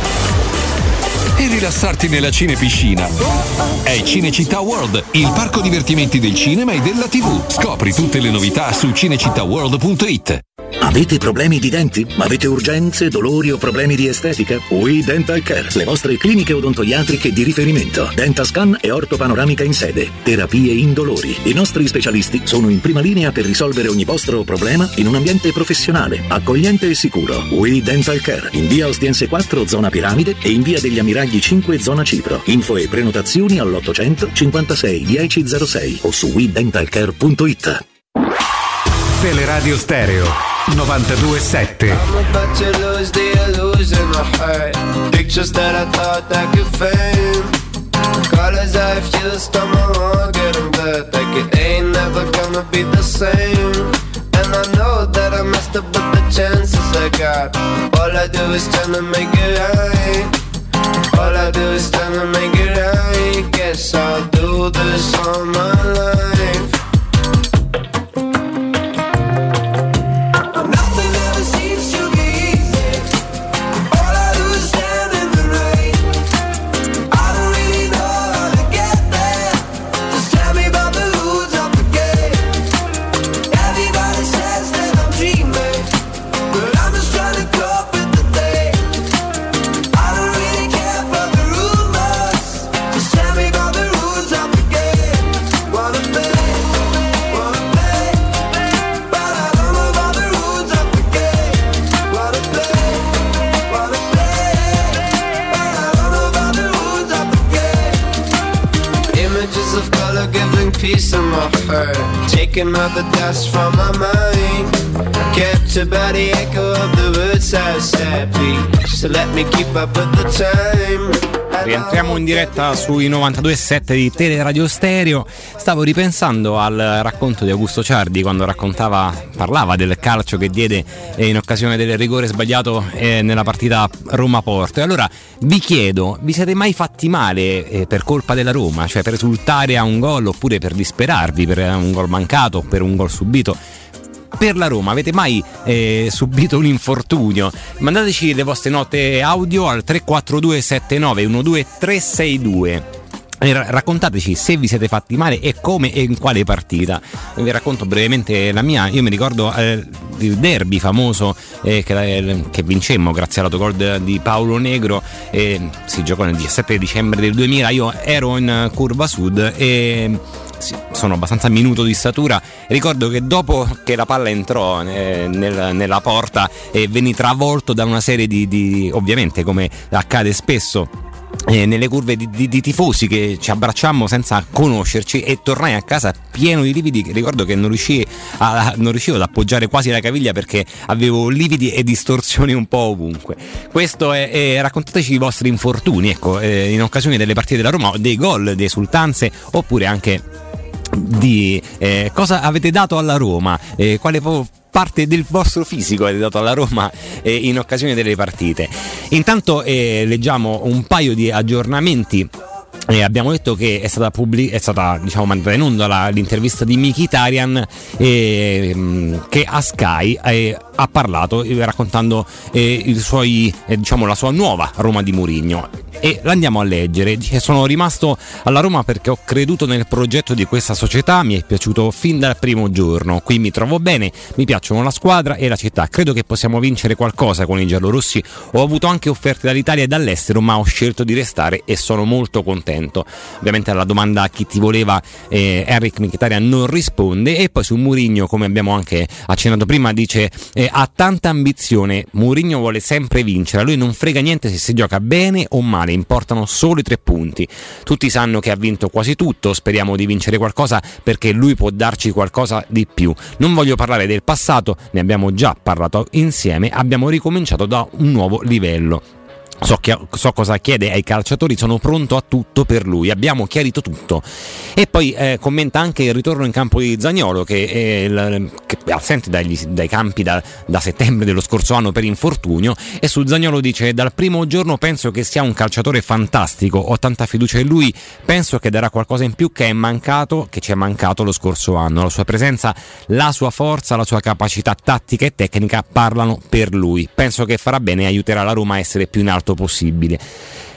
e rilassarti nella cinepiscina. È Cinecittà World, il parco divertimenti del cinema e della TV. Scopri tutte le novità su cinecittàworld.it. Avete problemi di denti? Avete urgenze, dolori o problemi di estetica? We Dental Care, le vostre cliniche odontoiatriche di riferimento. Dentascan e ortopanoramica in sede. Terapie indolori. I nostri specialisti sono in prima linea per risolvere ogni vostro problema in un ambiente professionale, accogliente e sicuro. We Dental Care, in via Ostiense 4, zona Piramide, e in via degli Ammiragli 5, zona Cipro. Info e prenotazioni all'800 56 1006 o su wedentalcare.it. Teleradio Stereo 92.7. I'm about to lose the illusion of her. Pictures that I thought I could fame. Colors I've used on my own, getting back. Like it ain't never gonna be the same. And I know that I messed up with the chances I got. All I do is tryna make it right. All I do is tryna make it right. Guess I'll do this all my life. Piece of my heart, taking all the dust from my mind. Kept about the echo of the words I said, please, so let me keep up with the time. Rientriamo in diretta sui 92.7 di Teleradio Stereo. Stavo ripensando al racconto di Augusto Ciardi quando parlava del calcio che diede in occasione del rigore sbagliato nella partita Roma-Porto. E allora vi chiedo, vi siete mai fatti male per colpa della Roma? Cioè per esultare a un gol oppure per disperarvi per un gol mancato, per un gol subito? Per la Roma avete mai subito un infortunio? Mandateci le vostre note audio al 342 79 12 362 e raccontateci se vi siete fatti male e come e in quale partita. Vi racconto brevemente la mia. Io mi ricordo il derby famoso che vincemmo grazie all'autogol di Paolo Negro, si giocò nel 17 dicembre del 2000. Io ero in curva sud e sono abbastanza minuto di statura. Ricordo che dopo che la palla entrò nella porta venni travolto da una serie di ovviamente, come accade spesso nelle curve di tifosi, che ci abbracciammo senza conoscerci e tornai a casa pieno di lividi. Ricordo che non riuscivo ad appoggiare quasi la caviglia perché avevo lividi e distorsioni un po' ovunque. Questo è raccontateci i vostri infortuni, ecco, in occasione delle partite della Roma, dei gol, delle esultanze, oppure anche di cosa avete dato alla Roma, quale parte del vostro fisico avete dato alla Roma in occasione delle partite. Intanto leggiamo un paio di aggiornamenti. Abbiamo detto che è stata diciamo mandata in onda l'intervista di Mkhitaryan che a Sky ha parlato raccontando la sua nuova Roma di Mourinho, e l'andiamo a leggere. Sono rimasto alla Roma perché ho creduto nel progetto di questa società, mi è piaciuto fin dal primo giorno, qui mi trovo bene, mi piacciono la squadra e la città, credo che possiamo vincere qualcosa con i giallorossi. Ho avuto anche offerte dall'Italia e dall'estero, ma ho scelto di restare e sono molto contento. Ovviamente alla domanda chi ti voleva Henrik Mkhitaryan non risponde. E poi su Mourinho, come abbiamo anche accennato prima, dice ha tanta ambizione, Mourinho vuole sempre vincere, a lui non frega niente se si gioca bene o male, importano solo i 3 punti. Tutti sanno che ha vinto quasi tutto, speriamo di vincere qualcosa perché lui può darci qualcosa di più. Non voglio parlare del passato, ne abbiamo già parlato insieme, abbiamo ricominciato da un nuovo livello. So cosa chiede ai calciatori, sono pronto a tutto per lui, abbiamo chiarito tutto. E poi commenta anche il ritorno in campo di Zaniolo che è assente dai campi da settembre dello scorso anno per infortunio, e su Zaniolo dice: dal primo giorno penso che sia un calciatore fantastico, ho tanta fiducia in lui, penso che darà qualcosa in più che ci è mancato lo scorso anno. La sua presenza, la sua forza, la sua capacità tattica e tecnica parlano per lui, penso che farà bene e aiuterà la Roma a essere più in alto possibile.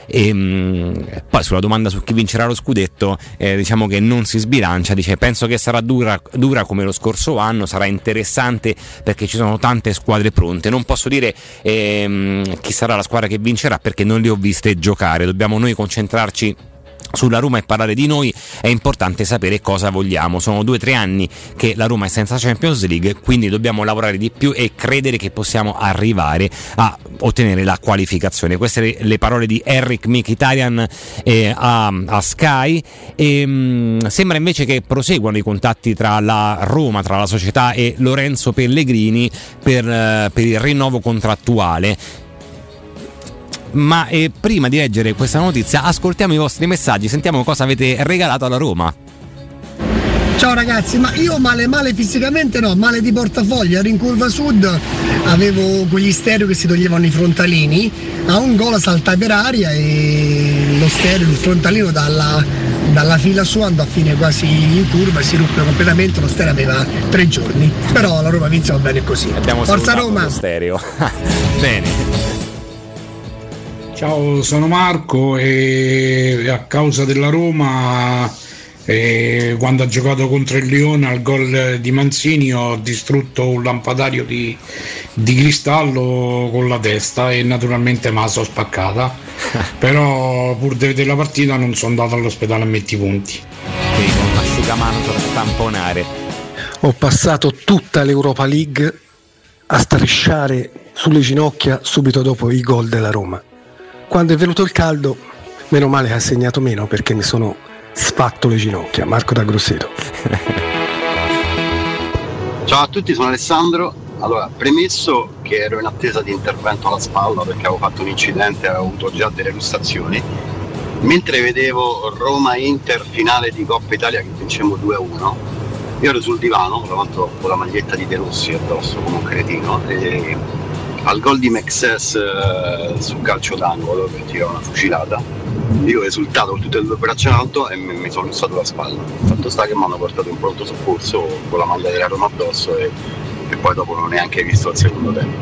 Poi sulla domanda su chi vincerà lo scudetto, diciamo che non si sbilancia, dice penso che sarà dura come lo scorso anno, sarà interessante perché ci sono tante squadre pronte, non posso dire chi sarà la squadra che vincerà perché non le ho viste giocare, dobbiamo noi concentrarci sulla Roma e parlare di noi, è importante sapere cosa vogliamo. Sono 2-3 anni che la Roma è senza Champions League, quindi dobbiamo lavorare di più e credere che possiamo arrivare a ottenere la qualificazione. Queste le parole di Henrik Mkhitaryan a Sky. Sembra invece che proseguano i contatti tra la Roma, tra la società e Lorenzo Pellegrini per il rinnovo contrattuale. Ma prima di leggere questa notizia ascoltiamo i vostri messaggi, sentiamo cosa avete regalato alla Roma. Ciao ragazzi, ma io male fisicamente no, male di portafoglio. Ero in curva sud, avevo quegli stereo che si toglievano i frontalini, a un gol saltai per aria e lo stereo, il frontalino dalla fila su andò a fine quasi in curva e si ruppe completamente, lo stereo aveva 3 giorni, però la Roma vinse, va bene così. Abbiamo Forza Roma! Lo stereo. Bene. Ciao, sono Marco e a causa della Roma quando ha giocato contro il Lione al gol di Manzini ho distrutto un lampadario di cristallo con la testa e naturalmente me la sono spaccata, però pur di vedere la partita non sono andato all'ospedale a metti punti. Quindi con un asciugamano per tamponare. Ho passato tutta l'Europa League a strisciare sulle ginocchia subito dopo i gol della Roma. Quando è venuto il caldo, meno male che ha segnato meno perché mi sono sfatto le ginocchia. Marco da Grosseto. Ciao a tutti, sono Alessandro. Allora, premesso che ero in attesa di intervento alla spalla perché avevo fatto un incidente e avevo avuto già delle lussazioni, mentre vedevo Roma-Inter finale di Coppa Italia che vincemmo 2-1, io ero sul divano, tra l'altro con la maglietta di De Rossi addosso come un cretino, e al gol di Mexes sul calcio d'angolo per tirare una fucilata io ho esultato con tutte e 2 braccia in alto e mi sono lussato la spalla. Fatto sta che mi hanno portato in pronto soccorso con la maglia della Roma addosso e poi dopo non ho neanche visto il secondo tempo.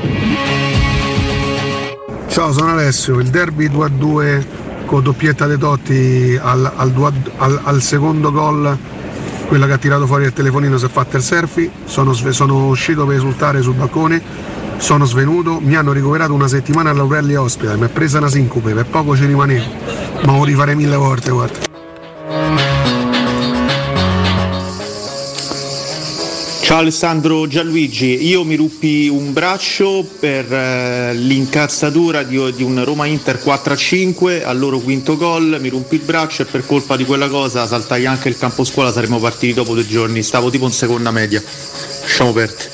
Ciao, sono Alessio. Il derby 2-2 con doppietta dei Totti al secondo gol, quella che ha tirato fuori il telefonino si è fatta il selfie, sono uscito per esultare sul balcone, sono svenuto, mi hanno ricoverato una settimana all'Aurelli Hospital, mi è presa una sincope, per poco ci rimanevo, ma lo rifare 1000 volte, guarda. Ciao Alessandro, Gianluigi, io mi ruppi un braccio per l'incazzatura di un Roma-Inter 4-5 al loro quinto gol, mi rompi il braccio e per colpa di quella cosa saltai anche il campo scuola, saremmo partiti dopo 2 giorni, stavo tipo in seconda media. Lasciamo perdere.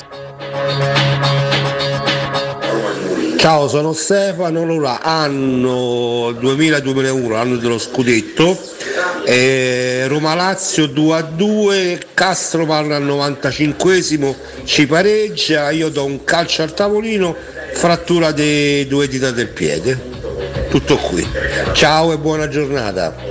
Ciao, sono Stefano. Allora, anno 2000-2001, anno dello scudetto, Roma-Lazio 2-2, Castro parla al 95esimo, ci pareggia, io do un calcio al tavolino, frattura delle 2 dita del piede. Tutto qui. Ciao e buona giornata.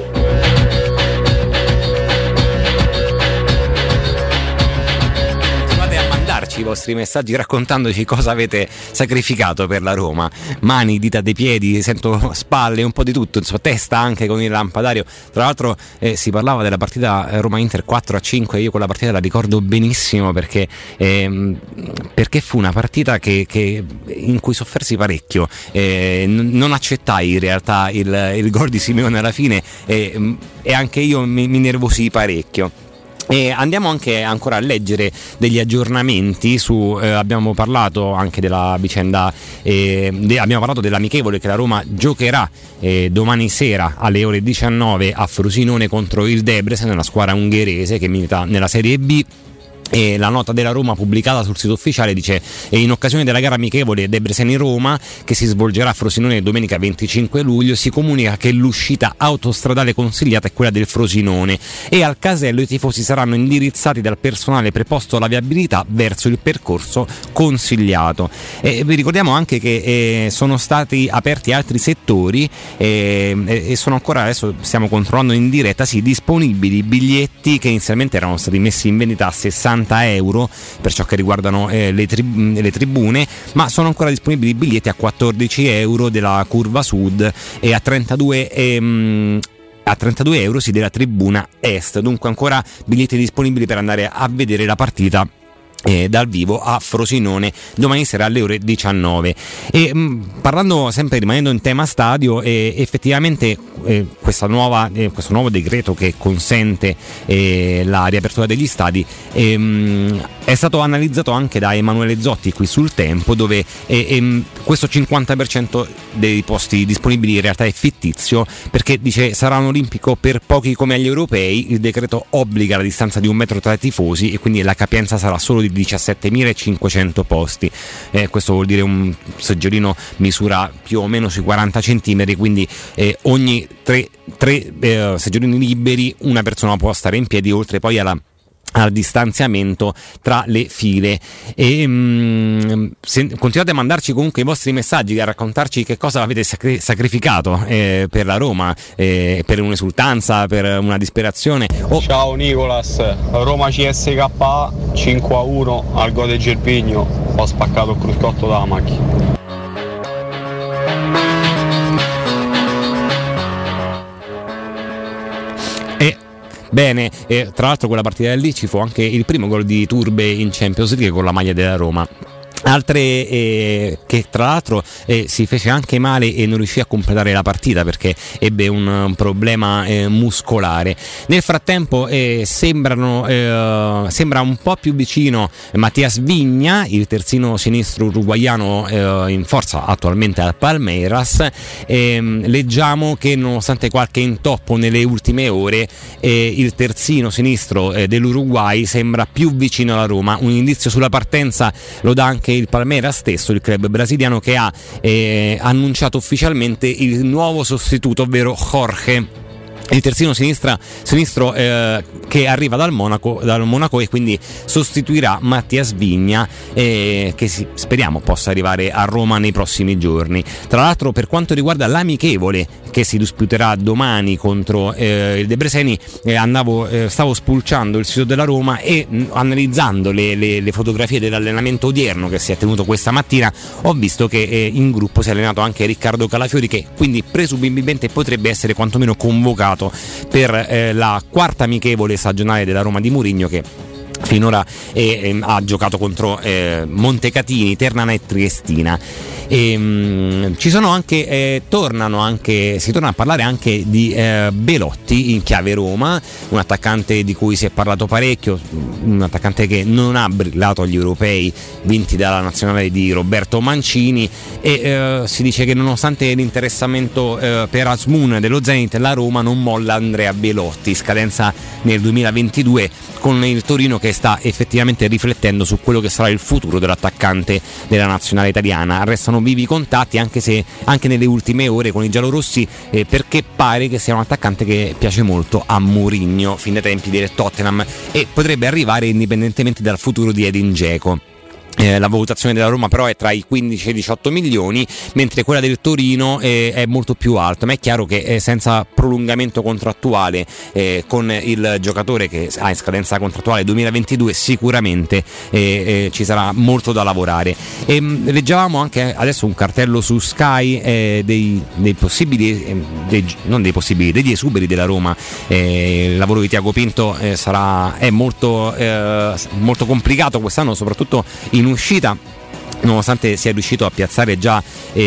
I vostri messaggi raccontandoci cosa avete sacrificato per la Roma, mani, dita dei piedi, sento spalle, un po' di tutto, insomma testa anche con il lampadario. Tra l'altro si parlava della partita Roma-Inter 4-5, io quella partita la ricordo benissimo perché fu una partita in cui soffersi parecchio, non accettai in realtà il gol di Simeone alla fine e anche io mi nervosii parecchio. E andiamo anche ancora a leggere degli aggiornamenti su abbiamo parlato anche della vicenda, abbiamo parlato dell'amichevole che la Roma giocherà domani sera alle ore 19 a Frosinone contro il Debrecen, una squadra ungherese che milita nella Serie B. E la nota della Roma pubblicata sul sito ufficiale dice: in occasione della gara amichevole Debrecen-Roma che si svolgerà a Frosinone domenica 25 luglio si comunica che l'uscita autostradale consigliata è quella del Frosinone e al casello i tifosi saranno indirizzati dal personale preposto alla viabilità verso il percorso consigliato. Vi ricordiamo anche che sono stati aperti altri settori e sono ancora, adesso stiamo controllando in diretta, disponibili biglietti che inizialmente erano stati messi in vendita a 60 €60 per ciò che riguardano le tribune, ma sono ancora disponibili biglietti a €14 della curva sud e a 32 € della tribuna est. Dunque ancora biglietti disponibili per andare a vedere la partita dal vivo a Frosinone domani sera alle ore 19. E parlando sempre, rimanendo in tema stadio, effettivamente questo nuovo decreto che consente la riapertura degli stadi è stato analizzato anche da Emanuele Zotti qui sul Tempo, dove questo 50% dei posti disponibili in realtà è fittizio, perché dice sarà un olimpico per pochi come agli europei, il decreto obbliga la distanza di 1 metro tra i tifosi e quindi la capienza sarà solo di 17.500 posti. Questo vuol dire un seggiolino misura più o meno sui 40 centimetri, quindi ogni tre seggiolini liberi una persona può stare in piedi, oltre poi al distanziamento tra le file. E continuate a mandarci comunque i vostri messaggi, a raccontarci che cosa avete sacrificato per la Roma, per un'esultanza, per una disperazione. Ciao Nicolas, Roma CSK 5-1 al gol di Gerpigno, ho spaccato il cruscotto dalla macchina. Bene, tra l'altro quella partita lì ci fu anche il primo gol di Turbe in Champions League con la maglia della Roma. Altre che tra l'altro si fece anche male e non riuscì a completare la partita perché ebbe un problema muscolare. Nel frattempo sembra un po' più vicino Mattias Vigna, il terzino sinistro uruguaiano in forza attualmente al Palmeiras. Leggiamo che nonostante qualche intoppo nelle ultime ore, il terzino sinistro dell'Uruguay sembra più vicino alla Roma. Un indizio sulla partenza lo dà anche il Palmeiras stesso, il club brasiliano, che ha annunciato ufficialmente il nuovo sostituto, ovvero Jorge, il terzino sinistro che arriva dal Monaco e quindi sostituirà Mattias Vigna, che speriamo possa arrivare a Roma nei prossimi giorni. Tra l'altro, per quanto riguarda l'amichevole che si disputerà domani contro il Debreceni, stavo spulciando il sito della Roma e analizzando le fotografie dell'allenamento odierno che si è tenuto questa mattina, ho visto che in gruppo si è allenato anche Riccardo Calafiori, che quindi presumibilmente potrebbe essere quantomeno convocato per la quarta amichevole stagionale della Roma di Mourinho, che finora ha giocato contro Montecatini, Ternana e Triestina. Ci sono anche si torna a parlare anche di Belotti in chiave Roma, un attaccante di cui si è parlato parecchio, un attaccante che non ha brillato agli europei vinti dalla nazionale di Roberto Mancini, e si dice che nonostante l'interessamento per Asmun dello Zenit, la Roma non molla Andrea Belotti, scadenza nel 2022 con il Torino, che sta effettivamente riflettendo su quello che sarà il futuro dell'attaccante della nazionale italiana. Restano vivi i contatti, anche se anche nelle ultime ore con i giallorossi, perché pare che sia un attaccante che piace molto a Mourinho fin dai tempi del Tottenham e potrebbe arrivare indipendentemente dal futuro di Edin Dzeko. La valutazione della Roma però è tra i 15 e i 18 milioni, mentre quella del Torino è molto più alta, ma è chiaro che senza prolungamento contrattuale con il giocatore che ha in scadenza contrattuale 2022 sicuramente ci sarà molto da lavorare. Leggevamo anche adesso un cartello su Sky degli esuberi della Roma. Il lavoro di Tiago Pinto è molto complicato quest'anno, soprattutto in uscita, nonostante sia riuscito a piazzare già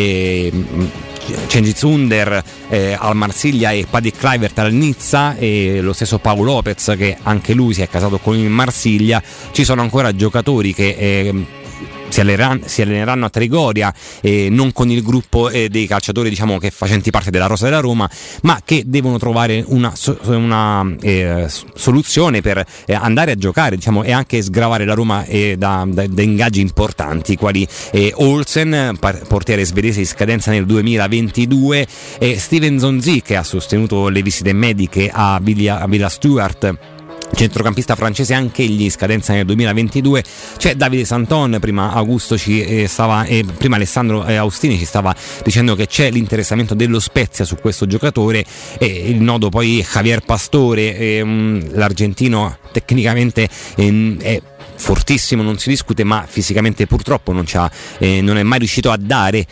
Cengiz Under al Marsiglia e Paddy Kluivert al Nizza, e lo stesso Pau Lopez, che anche lui si è casato con il Marsiglia. Ci sono ancora giocatori che si alleneranno a Trigoria, non con il gruppo dei calciatori, diciamo, che facenti parte della rosa della Roma, ma che devono trovare una soluzione per andare a giocare, diciamo, e anche sgravare la Roma da ingaggi importanti, quali Olsen, portiere svedese in scadenza nel 2022, Steven Zonzi, che ha sostenuto le visite mediche a Villa Stuart, centrocampista francese anche egli in scadenza nel 2022. C'è Davide Santon, prima Alessandro Austini ci stava dicendo che c'è l'interessamento dello Spezia su questo giocatore, e il nodo poi Javier Pastore, l'argentino tecnicamente fortissimo, non si discute, ma fisicamente purtroppo non è mai riuscito a dare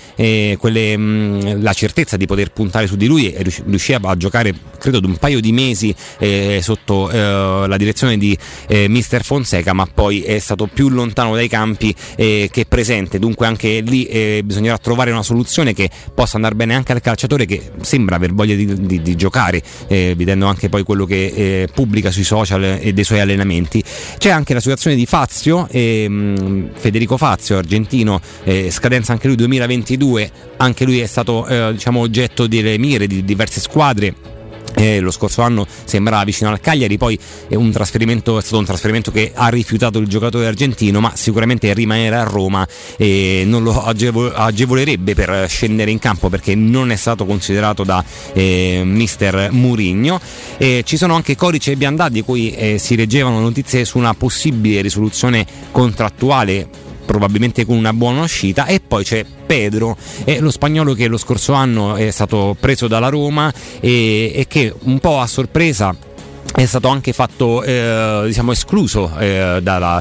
la certezza di poter puntare su di lui, e riusciva a giocare credo un paio di mesi sotto la direzione di Mister Fonseca, ma poi è stato più lontano dai campi che presente. Dunque anche lì bisognerà trovare una soluzione che possa andare bene anche al calciatore, che sembra aver voglia di giocare, vedendo anche poi quello che pubblica sui social e dei suoi allenamenti. C'è anche la situazione di Fazio, Federico Fazio, argentino, scadenza anche lui 2022, anche lui è stato oggetto delle mire di diverse squadre. Lo scorso anno sembrava vicino al Cagliari, poi è stato un trasferimento che ha rifiutato il giocatore argentino, ma sicuramente rimanere a Roma non lo agevolerebbe per scendere in campo, perché non è stato considerato da mister Mourinho. Ci sono anche Corice e Biandà, di cui si leggevano notizie su una possibile risoluzione contrattuale, probabilmente con una buona uscita. E poi c'è Pedro, lo spagnolo che lo scorso anno è stato preso dalla Roma e che un po' a sorpresa è stato anche fatto escluso dalla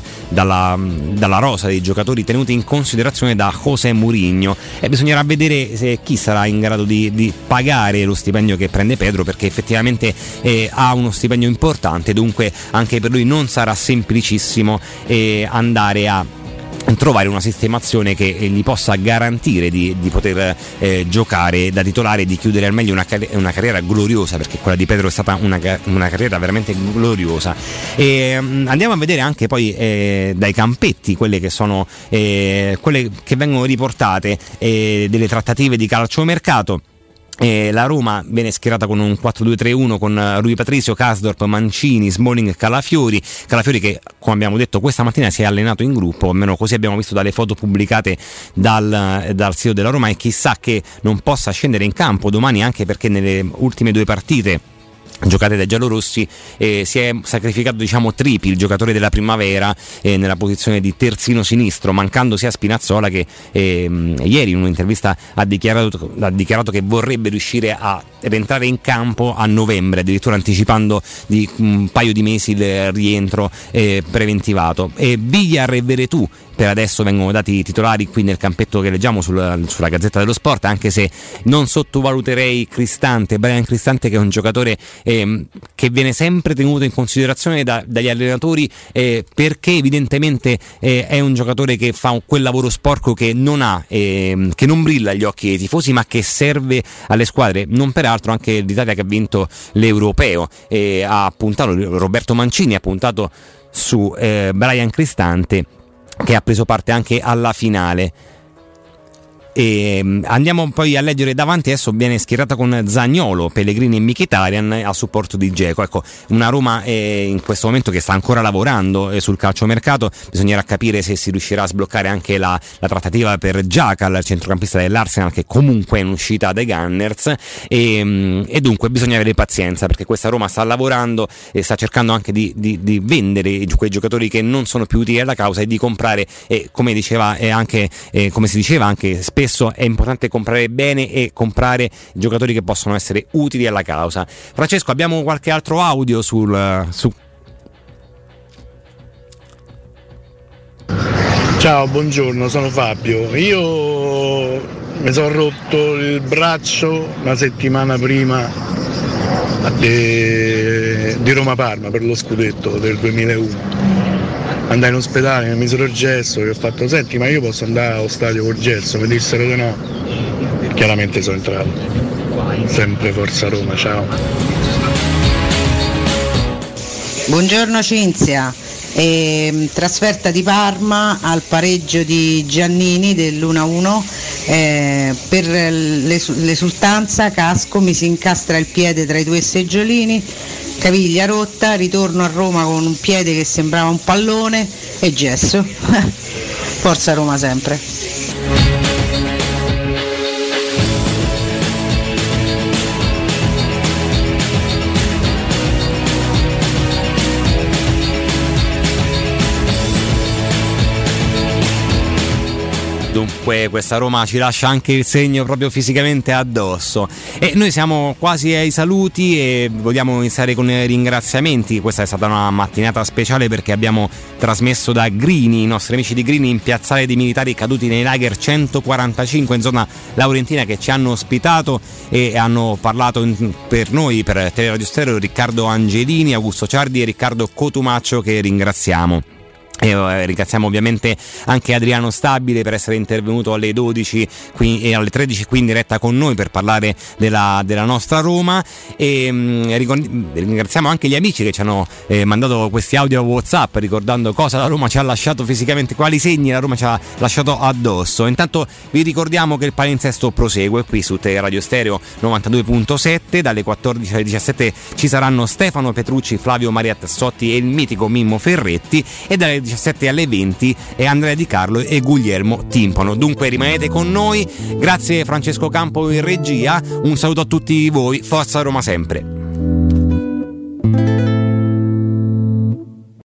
rosa dei giocatori tenuti in considerazione da José Mourinho, e bisognerà vedere chi sarà in grado di pagare lo stipendio che prende Pedro, perché effettivamente ha uno stipendio importante. Dunque anche per lui non sarà semplicissimo andare a trovare una sistemazione che gli possa garantire di poter giocare da titolare e di chiudere al meglio una carriera gloriosa, perché quella di Pedro è stata una carriera veramente gloriosa. Andiamo a vedere anche poi dai campetti quelle che sono quelle che vengono riportate delle trattative di calciomercato. La Roma viene schierata con un 4-2-3-1 con Rui Patricio, Karsdorp, Mancini, Smalling, Calafiori che, come abbiamo detto, questa mattina si è allenato in gruppo, almeno così abbiamo visto dalle foto pubblicate dal sito della Roma, e chissà che non possa scendere in campo domani, anche perché nelle ultime 2 partite giocate dai giallorossi si è sacrificato Tripi, il giocatore della primavera, nella posizione di terzino sinistro, mancando sia Spinazzola che ieri in un'intervista ha dichiarato che vorrebbe riuscire a rientrare in campo a novembre, addirittura anticipando di un paio di mesi il rientro preventivato. Villar e Veretù per adesso vengono dati titolari qui nel campetto che leggiamo sulla Gazzetta dello Sport, anche se non sottovaluterei Brian Cristante, che è un giocatore che viene sempre tenuto in considerazione dagli allenatori, perché evidentemente è un giocatore che fa quel lavoro sporco che non ha, che non brilla agli occhi dei tifosi, ma che serve alle squadre. Non peraltro anche l'Italia, che ha vinto l'Europeo, ha puntato, Roberto Mancini ha puntato su Brian Cristante, che ha preso parte anche alla finale. Andiamo poi a leggere davanti. Adesso viene schierata con Zaniolo, Pellegrini e Mkhitaryan a supporto di Dzeko. Ecco, una Roma in questo momento che sta ancora lavorando sul calciomercato. Bisognerà capire se si riuscirà a sbloccare anche la trattativa per Džakal, il centrocampista dell'Arsenal, che comunque è in uscita dai Gunners, e dunque bisogna avere pazienza, perché questa Roma sta lavorando e sta cercando anche di vendere quei giocatori che non sono più utili alla causa, e di comprare, come diceva come si diceva anche spesso, è importante comprare bene e comprare giocatori che possono essere utili alla causa. Francesco, abbiamo qualche altro audio su Ciao, buongiorno, sono Fabio. Io mi sono rotto il braccio una settimana prima di Roma-Parma per lo scudetto del 2001. Andai in ospedale, mi misero il gesso, e ho fatto: senti, ma io posso andare allo stadio col gesso? Mi dissero di no. Chiaramente sono entrato. Sempre Forza Roma, ciao. Buongiorno Cinzia. Trasferta di Parma al pareggio di Giannini dell'1-1, per l'esultanza Casco mi si incastra il piede tra i 2 seggiolini, caviglia rotta, ritorno a Roma con un piede che sembrava un pallone e gesso. Forza Roma sempre. Dunque questa Roma ci lascia anche il segno proprio fisicamente addosso, e noi siamo quasi ai saluti e vogliamo iniziare con i ringraziamenti. Questa è stata una mattinata speciale perché abbiamo trasmesso da Grini, i nostri amici di Grini, in piazzale dei militari caduti nei lager 145 in zona laurentina, che ci hanno ospitato e hanno parlato per noi, per Teleradio Stereo, Riccardo Angelini, Augusto Ciardi e Riccardo Cotumaccio, che ringraziamo. E ringraziamo ovviamente anche Adriano Stabile per essere intervenuto alle 12 qui, e alle 13 qui in diretta con noi per parlare della nostra Roma, e ringraziamo anche gli amici che ci hanno mandato questi audio WhatsApp ricordando cosa la Roma ci ha lasciato fisicamente, quali segni la Roma ci ha lasciato addosso. Intanto vi ricordiamo che il palinsesto prosegue qui su Radio Stereo 92.7, dalle 14 alle 17 ci saranno Stefano Petrucci, Flavio Maria Tassotti e il mitico Mimmo Ferretti, e dalle 17 alle 20 è Andrea Di Carlo e Guglielmo Timpano. Dunque rimanete con noi, grazie Francesco Campo in regia, un saluto a tutti voi, forza Roma sempre.